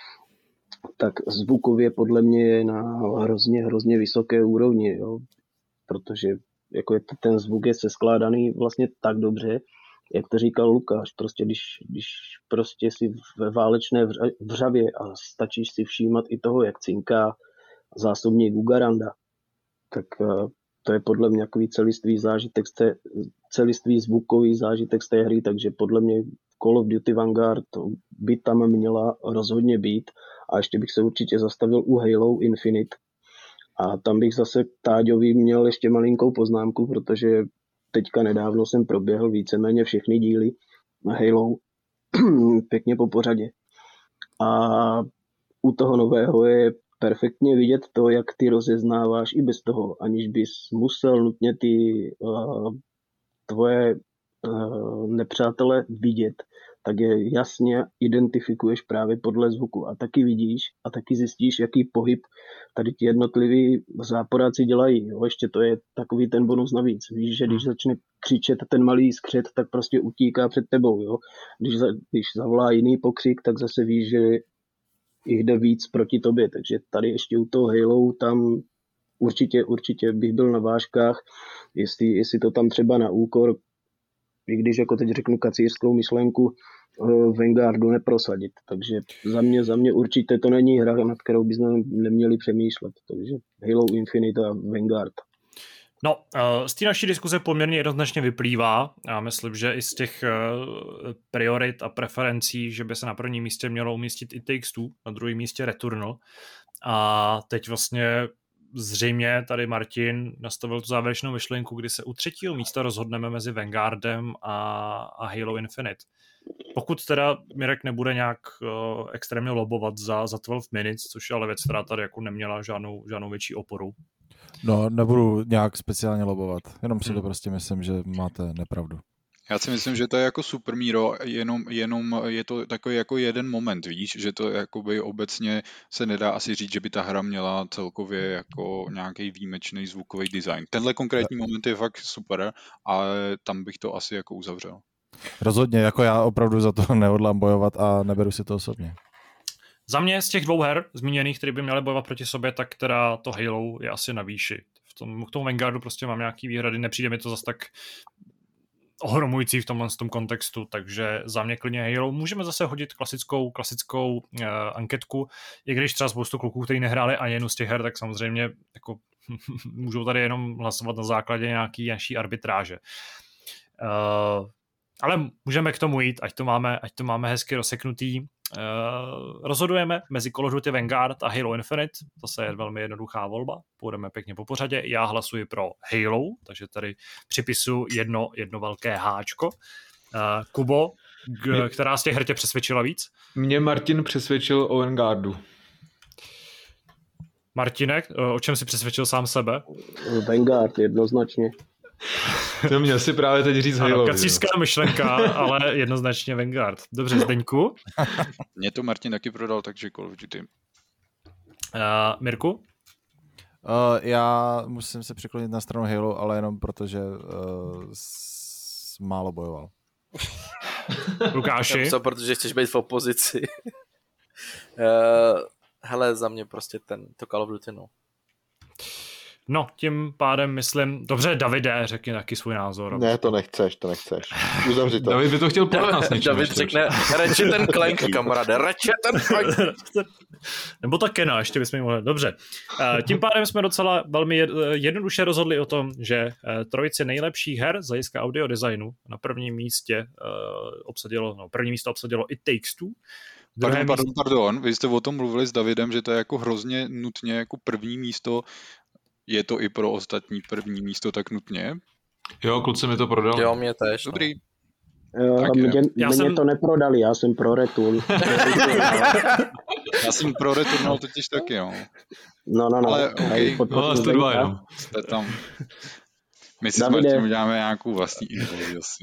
tak zvukově podle mě je na hrozně vysoké úrovni, jo? Protože jako ten zvuk je seskládaný vlastně tak dobře, jak to říkal Lukáš, prostě když prostě si ve válečné vřavě a stačíš si všímat i toho, jak cinká zásobník u Garanda, tak to je podle mě takový celistvý zvukový zážitek z té hry, takže podle mě Call of Duty Vanguard to by tam měla rozhodně být. A ještě bych se určitě zastavil u Halo Infinite. A tam bych zase Táďovi měl ještě malinkou poznámku, protože teďka nedávno jsem proběhl víceméně všechny díly na Halo pěkně po pořadě. A u toho nového je perfektně vidět to, jak ty rozeznáváš i bez toho, aniž bys musel nutně ty tvoje nepřátele vidět, tak je jasně identifikuješ právě podle zvuku a taky vidíš a taky zjistíš, jaký pohyb tady ti jednotliví záporáci dělají. Jo? Ještě to je takový ten bonus navíc. Víš, že když začne křičet ten malý skřet, tak prostě utíká před tebou. Jo? Když zavolá jiný pokřik, tak zase víš, že jich jde víc proti tobě. Takže tady ještě u toho Halo tam určitě bych byl na vážkách, jestli to tam třeba na úkor, i když jako teď řeknu kacířskou myšlenku, Vanguardu neprosadit. Takže za mě určitě to není hra, nad kterou bychom neměli přemýšlet. Takže Halo Infinite a Vanguard. No, z té naší diskuze poměrně jednoznačně vyplývá, a myslím, že i z těch priorit a preferencí, že by se na prvním místě mělo umístit i Takes-Two, na druhém místě Returnal. A teď vlastně zřejmě tady Martin nastavil tu závěrečnou myšlenku, kdy se u třetího místa rozhodneme mezi Vanguardem a Halo Infinite. Pokud teda Mirek nebude nějak extrémně lobovat za 12 minutes, což je ale věc, která tady jako neměla žádnou větší oporu. No, nebudu nějak speciálně lobovat, jenom si to prostě myslím, že máte nepravdu. Já si myslím, že to je jako super, Míro, jenom je to takový jako jeden moment, víš, že to jakoby obecně se nedá asi říct, že by ta hra měla celkově jako nějaký výjimečný zvukový design. Tenhle konkrétní moment je fakt super, ale tam bych to asi jako uzavřel. Rozhodně, jako já opravdu za to nehodlám bojovat a neberu si to osobně. Za mě z těch dvou her zmíněných, které by měly bojovat proti sobě, tak teda to Halo je asi na výši. K tomu Vanguardu prostě mám nějaký výhrady, nepřijde mi to zas tak ohromující v tomhle kontextu, takže za mě klidně Halo. Můžeme zase hodit klasickou anketku, i když třeba spoustu kluků, kteří nehráli ani jednu z těch her, tak samozřejmě jako můžou tady jenom hlasovat na základě nějaký naší arbitráže. Ale můžeme k tomu jít, ať to máme hezky rozseknutý. Rozhodujeme mezi Call of Duty Vanguard a Halo Infinite, zase je velmi jednoduchá volba, půjdeme pěkně po pořadě, já hlasuji pro Halo, takže tady připisu jedno velké háčko. Kubo, která z těch her tě přesvědčila víc? Mě Martin přesvědčil o Vanguardu. Martinek, o čem jsi přesvědčil sám sebe? Vanguard, jednoznačně. To měl si právě teď říct Halo. Kacířská myšlenka, ale jednoznačně Vanguard. Dobře, Zdeňku? Mě to Martin taky prodal, takže Call of Duty. Mirku? Já musím se přiklonit na stranu Halo, ale jenom protože málo bojoval. Lukáši? Protože chceš být v opozici. Hele, za mě prostě to Call of Duty, no. No, tím pádem myslím... Dobře, Davide, řekni taky svůj názor. Ne, to nechceš. Uzavři to. David by to chtěl po nás něčím. David řekne, reči ten Clank, kamaráde, reči ten Clank. Nebo ta Kena, ještě bychom ji mohli. Dobře. Tím pádem jsme docela velmi jednoduše rozhodli o tom, že trojici nejlepších her z hlediska audio designu na prvním místě první místo obsadilo i Takes-Two. Pardon, vy jste o tom mluvili s Davidem, že to je jako hrozně nutně jako první místo. Je to i pro ostatní první místo tak nutně? Jo, kluci mi to prodali. Jo, mě tež. Dobrý. Mě to neprodali, já jsem pro Return. Já jsem pro Returnal totiž taky, jo. No. Ale okay. No, jste dva jenom. Jste tam. My si s Martinem uděláme nějakou vlastní involví asi.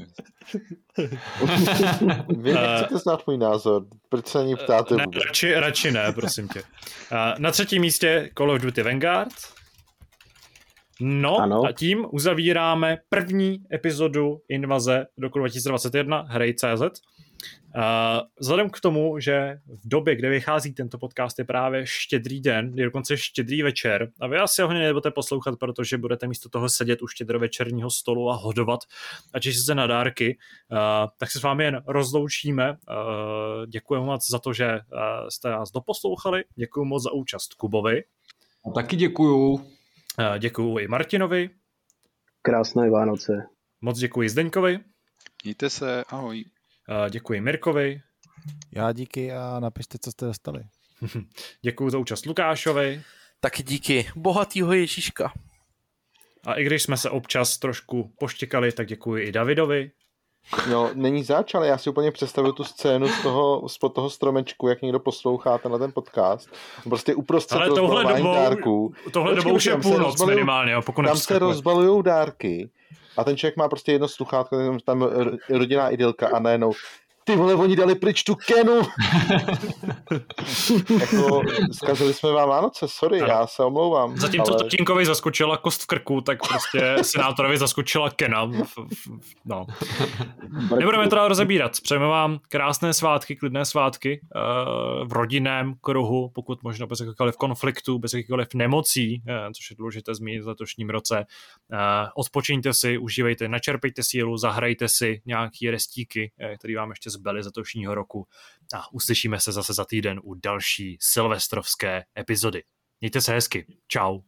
Vy nechcete znát můj názor, proč se ani ptáte vůbec? Radši ne, prosím tě. Na třetím místě Call of Duty Vanguard. No Ano. a tím uzavíráme první epizodu Invaze roku 2021 Hrej.cz. Vzhledem k tomu, že v době, kdy vychází tento podcast, je právě štědrý den, je dokonce štědrý večer a vy asi ho nebudete poslouchat, protože budete místo toho sedět u štědrovečerního stolu a hodovat a těšit se na dárky, tak se s vámi jen rozloučíme. Děkuji moc za to, že jste nás doposlouchali, děkuji moc za účast Kubovi. A taky děkuju. Děkuji i Martinovi. Krásné Vánoce. Moc děkuji Zdeňkovi. Mějte se, ahoj. Děkuji Mirkovi. Já díky a napište, co jste dostali. Děkuji za účast Lukášovi. Taky díky. Bohatýho Ježíška. A i když jsme se občas trošku poštěkali, tak děkuji i Davidovi. No, není zač, ale já si úplně představuju tu scénu spod toho stromečku, jak někdo poslouchá ten podcast. Prostě uprostřed rozbalování dárků. Tohle dobou už je půlnoc minimálně, pokud tam se rozbalujou dárky a ten člověk má prostě jedno sluchátko, tam rodinná idylka a najednou ty vole, oni dali pryč tu Kenu. Jako, zkazili jsme vám Vánoce, sorry, já se omlouvám. Zatímco tatínkovi zaskočila kost v krku, tak prostě senátorovi zaskočila Kena. No. Nebudeme to dál rozebírat. Přejeme vám krásné svátky, klidné svátky v rodinném kruhu, pokud možno bez jakéhokoliv konfliktu, bez jakýchkoliv nemocí, což je důležité zmínit v letošním roce. Odpočiňte si, užívejte, načerpejte sílu, zahrajte si nějaký restíky, který vám ještě zbyly z letošního roku a uslyšíme se zase za týden u další silvestrovské epizody. Mějte se hezky. Čau.